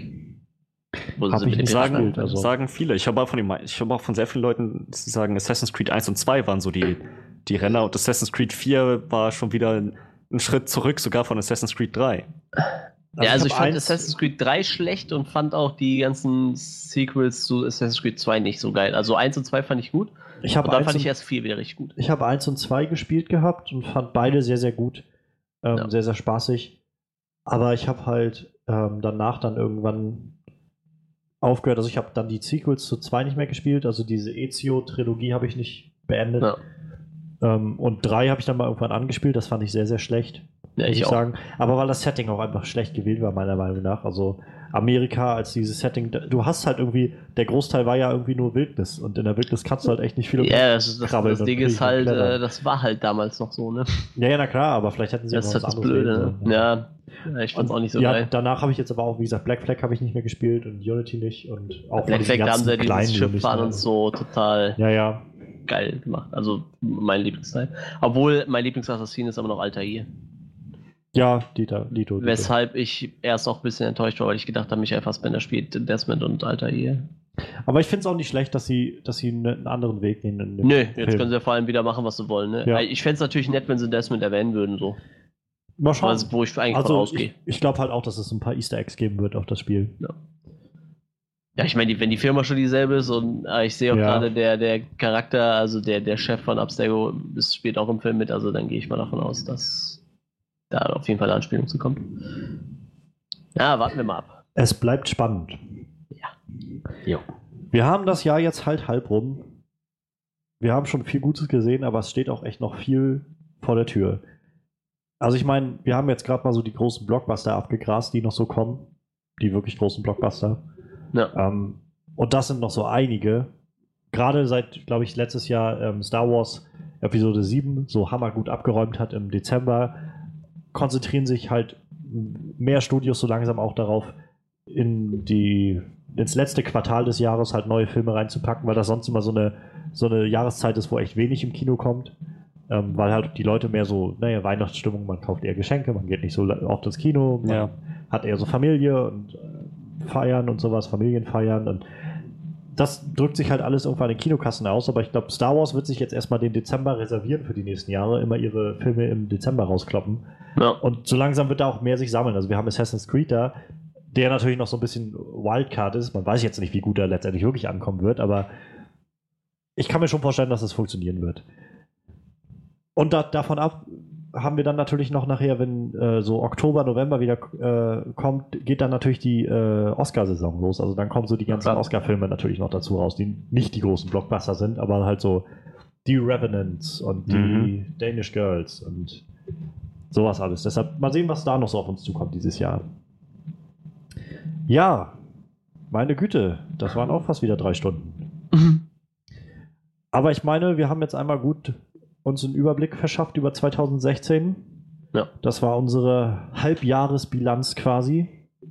Wo Hab sie ich mit den nicht Piraten- gespielt, also. Sagen viele. Ich habe auch von den, ich habe auch von sehr vielen Leuten die sagen, Assassin's Creed eins und zwei waren so die, die Renner und Assassin's Creed vier war schon wieder ein, ein Schritt zurück, sogar von Assassin's Creed drei. Ja, also ich hab fand eins- Assassin's Creed drei schlecht und fand auch die ganzen Sequels zu Assassin's Creed zwei nicht so geil. Also eins und zwei fand ich gut. Ich habe Und dann eins, fand ich und- erst vier wieder richtig gut. ich hab eins und zwei gespielt gehabt und fand beide sehr, sehr gut. Ähm, Ja. Sehr, sehr spaßig. Aber ich habe halt ähm, danach dann irgendwann aufgehört. Also ich habe dann die Sequels zu zwei nicht mehr gespielt. Also diese Ezio-Trilogie habe ich nicht beendet. Ja. Ähm, und drei habe ich dann mal irgendwann angespielt. Das fand ich sehr, sehr schlecht. Ja, muss ich ich auch. sagen. Aber weil das Setting auch einfach schlecht gewählt war, meiner Meinung nach. Also Amerika als dieses Setting, du hast halt irgendwie, der Großteil war ja irgendwie nur Wildnis und in der Wildnis kannst du halt echt nicht viel Ja, das, das, krabbeln das und Ding ist kriechen und halt, klettern. äh, das war halt damals noch so, ne? Ja, ja, na klar, aber vielleicht hätten sie Das auch ist noch halt was das anderes Blöde, wählen ne? sollen. Ja, ja ich fand's auch nicht so ja, geil. danach habe ich jetzt aber auch, wie gesagt, Black Flag habe ich nicht mehr gespielt und Unity nicht und auch Black von Flag, diesen da haben sie ja ganzen kleinen dieses Units Schifffahren mehr. und so total Ja, ja. geil gemacht. Also mein Lieblingsteil. Obwohl mein Lieblingsassassin ist aber noch Altair. Ja, Dieter, Dito. Dito. Weshalb ich erst auch ein bisschen enttäuscht war, weil ich gedacht habe, Michael Fassbender spielt Desmond und Altair. Aber ich finde es auch nicht schlecht, dass sie, dass sie einen anderen Weg gehen. In dem Nö, jetzt Film. können sie ja vor allem wieder machen, was sie wollen. Ne? Ja. Ich fände es natürlich nett, wenn sie Desmond erwähnen würden, so. Mal schauen. Also, wo ich eigentlich von Also ausgehe. ich, ich glaube halt auch, dass es ein paar Easter Eggs geben wird auf das Spiel. Ja, ich meine, die- wenn die Firma schon dieselbe ist und äh, ich sehe auch Ja. gerade der, der Charakter, also der, der Chef von Abstergo, ist, spielt auch im Film mit, also dann gehe ich mal davon aus, dass da auf jeden Fall eine Anspielung zu kommt. Ja, warten wir mal ab. Es bleibt spannend. Ja. Jo. Wir haben das Jahr jetzt halt halb rum. Wir haben schon viel Gutes gesehen, aber es steht auch echt noch viel vor der Tür. Also ich meine, wir haben jetzt gerade mal so die großen Blockbuster abgegrast, die noch so kommen. Die wirklich großen Blockbuster. Ja. Ähm, und das sind noch so einige. Gerade seit, glaube ich, letztes Jahr ähm, Star Wars Episode sieben so hammergut abgeräumt hat im Dezember, konzentrieren sich halt mehr Studios so langsam auch darauf, in die, ins letzte Quartal des Jahres halt neue Filme reinzupacken, weil das sonst immer so eine, so eine Jahreszeit ist, wo echt wenig im Kino kommt. Ähm, weil halt die Leute mehr so, naja, Weihnachtsstimmung, man kauft eher Geschenke, man geht nicht so oft ins Kino, man Ja. hat eher so Familie und äh, Feiern und sowas, Familienfeiern und das drückt sich halt alles irgendwann in den Kinokassen aus, aber ich glaube, Star Wars wird sich jetzt erstmal den Dezember reservieren für die nächsten Jahre, immer ihre Filme im Dezember rauskloppen. Ja. Und so langsam wird da auch mehr sich sammeln. Also wir haben Assassin's Creed da, der natürlich noch so ein bisschen Wildcard ist. Man weiß jetzt nicht, wie gut er letztendlich wirklich ankommen wird, aber ich kann mir schon vorstellen, dass es funktionieren wird. Und da, davon ab haben wir dann natürlich noch nachher, wenn äh, so Oktober, November wieder äh, kommt, geht dann natürlich die äh, Oscar-Saison los. Also dann kommen so die ganzen klar. Oscar-Filme natürlich noch dazu raus, die nicht die großen Blockbuster sind, aber halt so die Revenants und die Mhm. Danish Girls und sowas alles. Deshalb mal sehen, was da noch so auf uns zukommt dieses Jahr. Ja, meine Güte, das waren auch fast wieder drei Stunden. Aber ich meine, wir haben jetzt einmal gut uns einen Überblick verschafft über zwanzig sechzehn. Ja. Das war unsere Halbjahresbilanz quasi.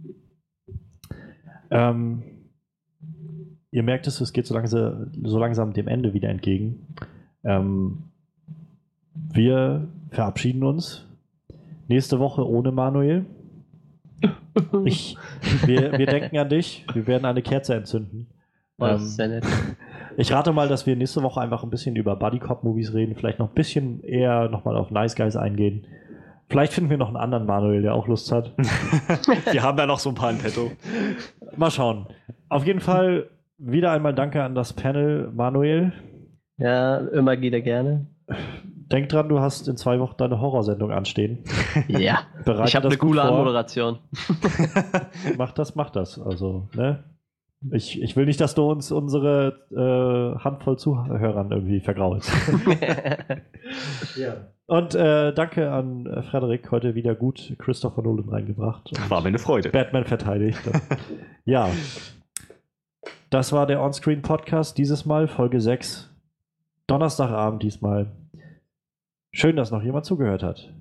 Ähm, ihr merkt es, es geht so langsam, so langsam dem Ende wieder entgegen. Ähm, wir verabschieden uns. Nächste Woche ohne Manuel. Ich, wir, wir denken an dich. Wir werden eine Kerze entzünden. Oh, das ist sehr Ähm, nett. ich rate mal, dass wir nächste Woche einfach ein bisschen über Buddy-Cop-Movies reden, vielleicht noch ein bisschen eher nochmal auf Nice Guys eingehen. Vielleicht finden wir noch einen anderen Manuel, der auch Lust hat. Wir haben ja noch so ein paar in petto. Mal schauen. Auf jeden Fall wieder einmal danke an das Panel, Manuel. Ja, immer geht er gerne. denk dran, du hast in zwei Wochen deine Horrorsendung anstehen. Ja, Bereite ich habe das eine gut coole vor. Anmoderation. Mach das, mach das. Also, ne? Ich, ich will nicht, dass du uns unsere äh, Handvoll Zuhörern irgendwie vergraulst. Ja. Und äh, danke an äh, Frederik, heute wieder gut Christopher Nolan reingebracht. und War mir eine Freude. Batman verteidigt. Ja. Das war der Onscreen Podcast, dieses Mal Folge sechs. Donnerstagabend diesmal. Schön, dass noch jemand zugehört hat.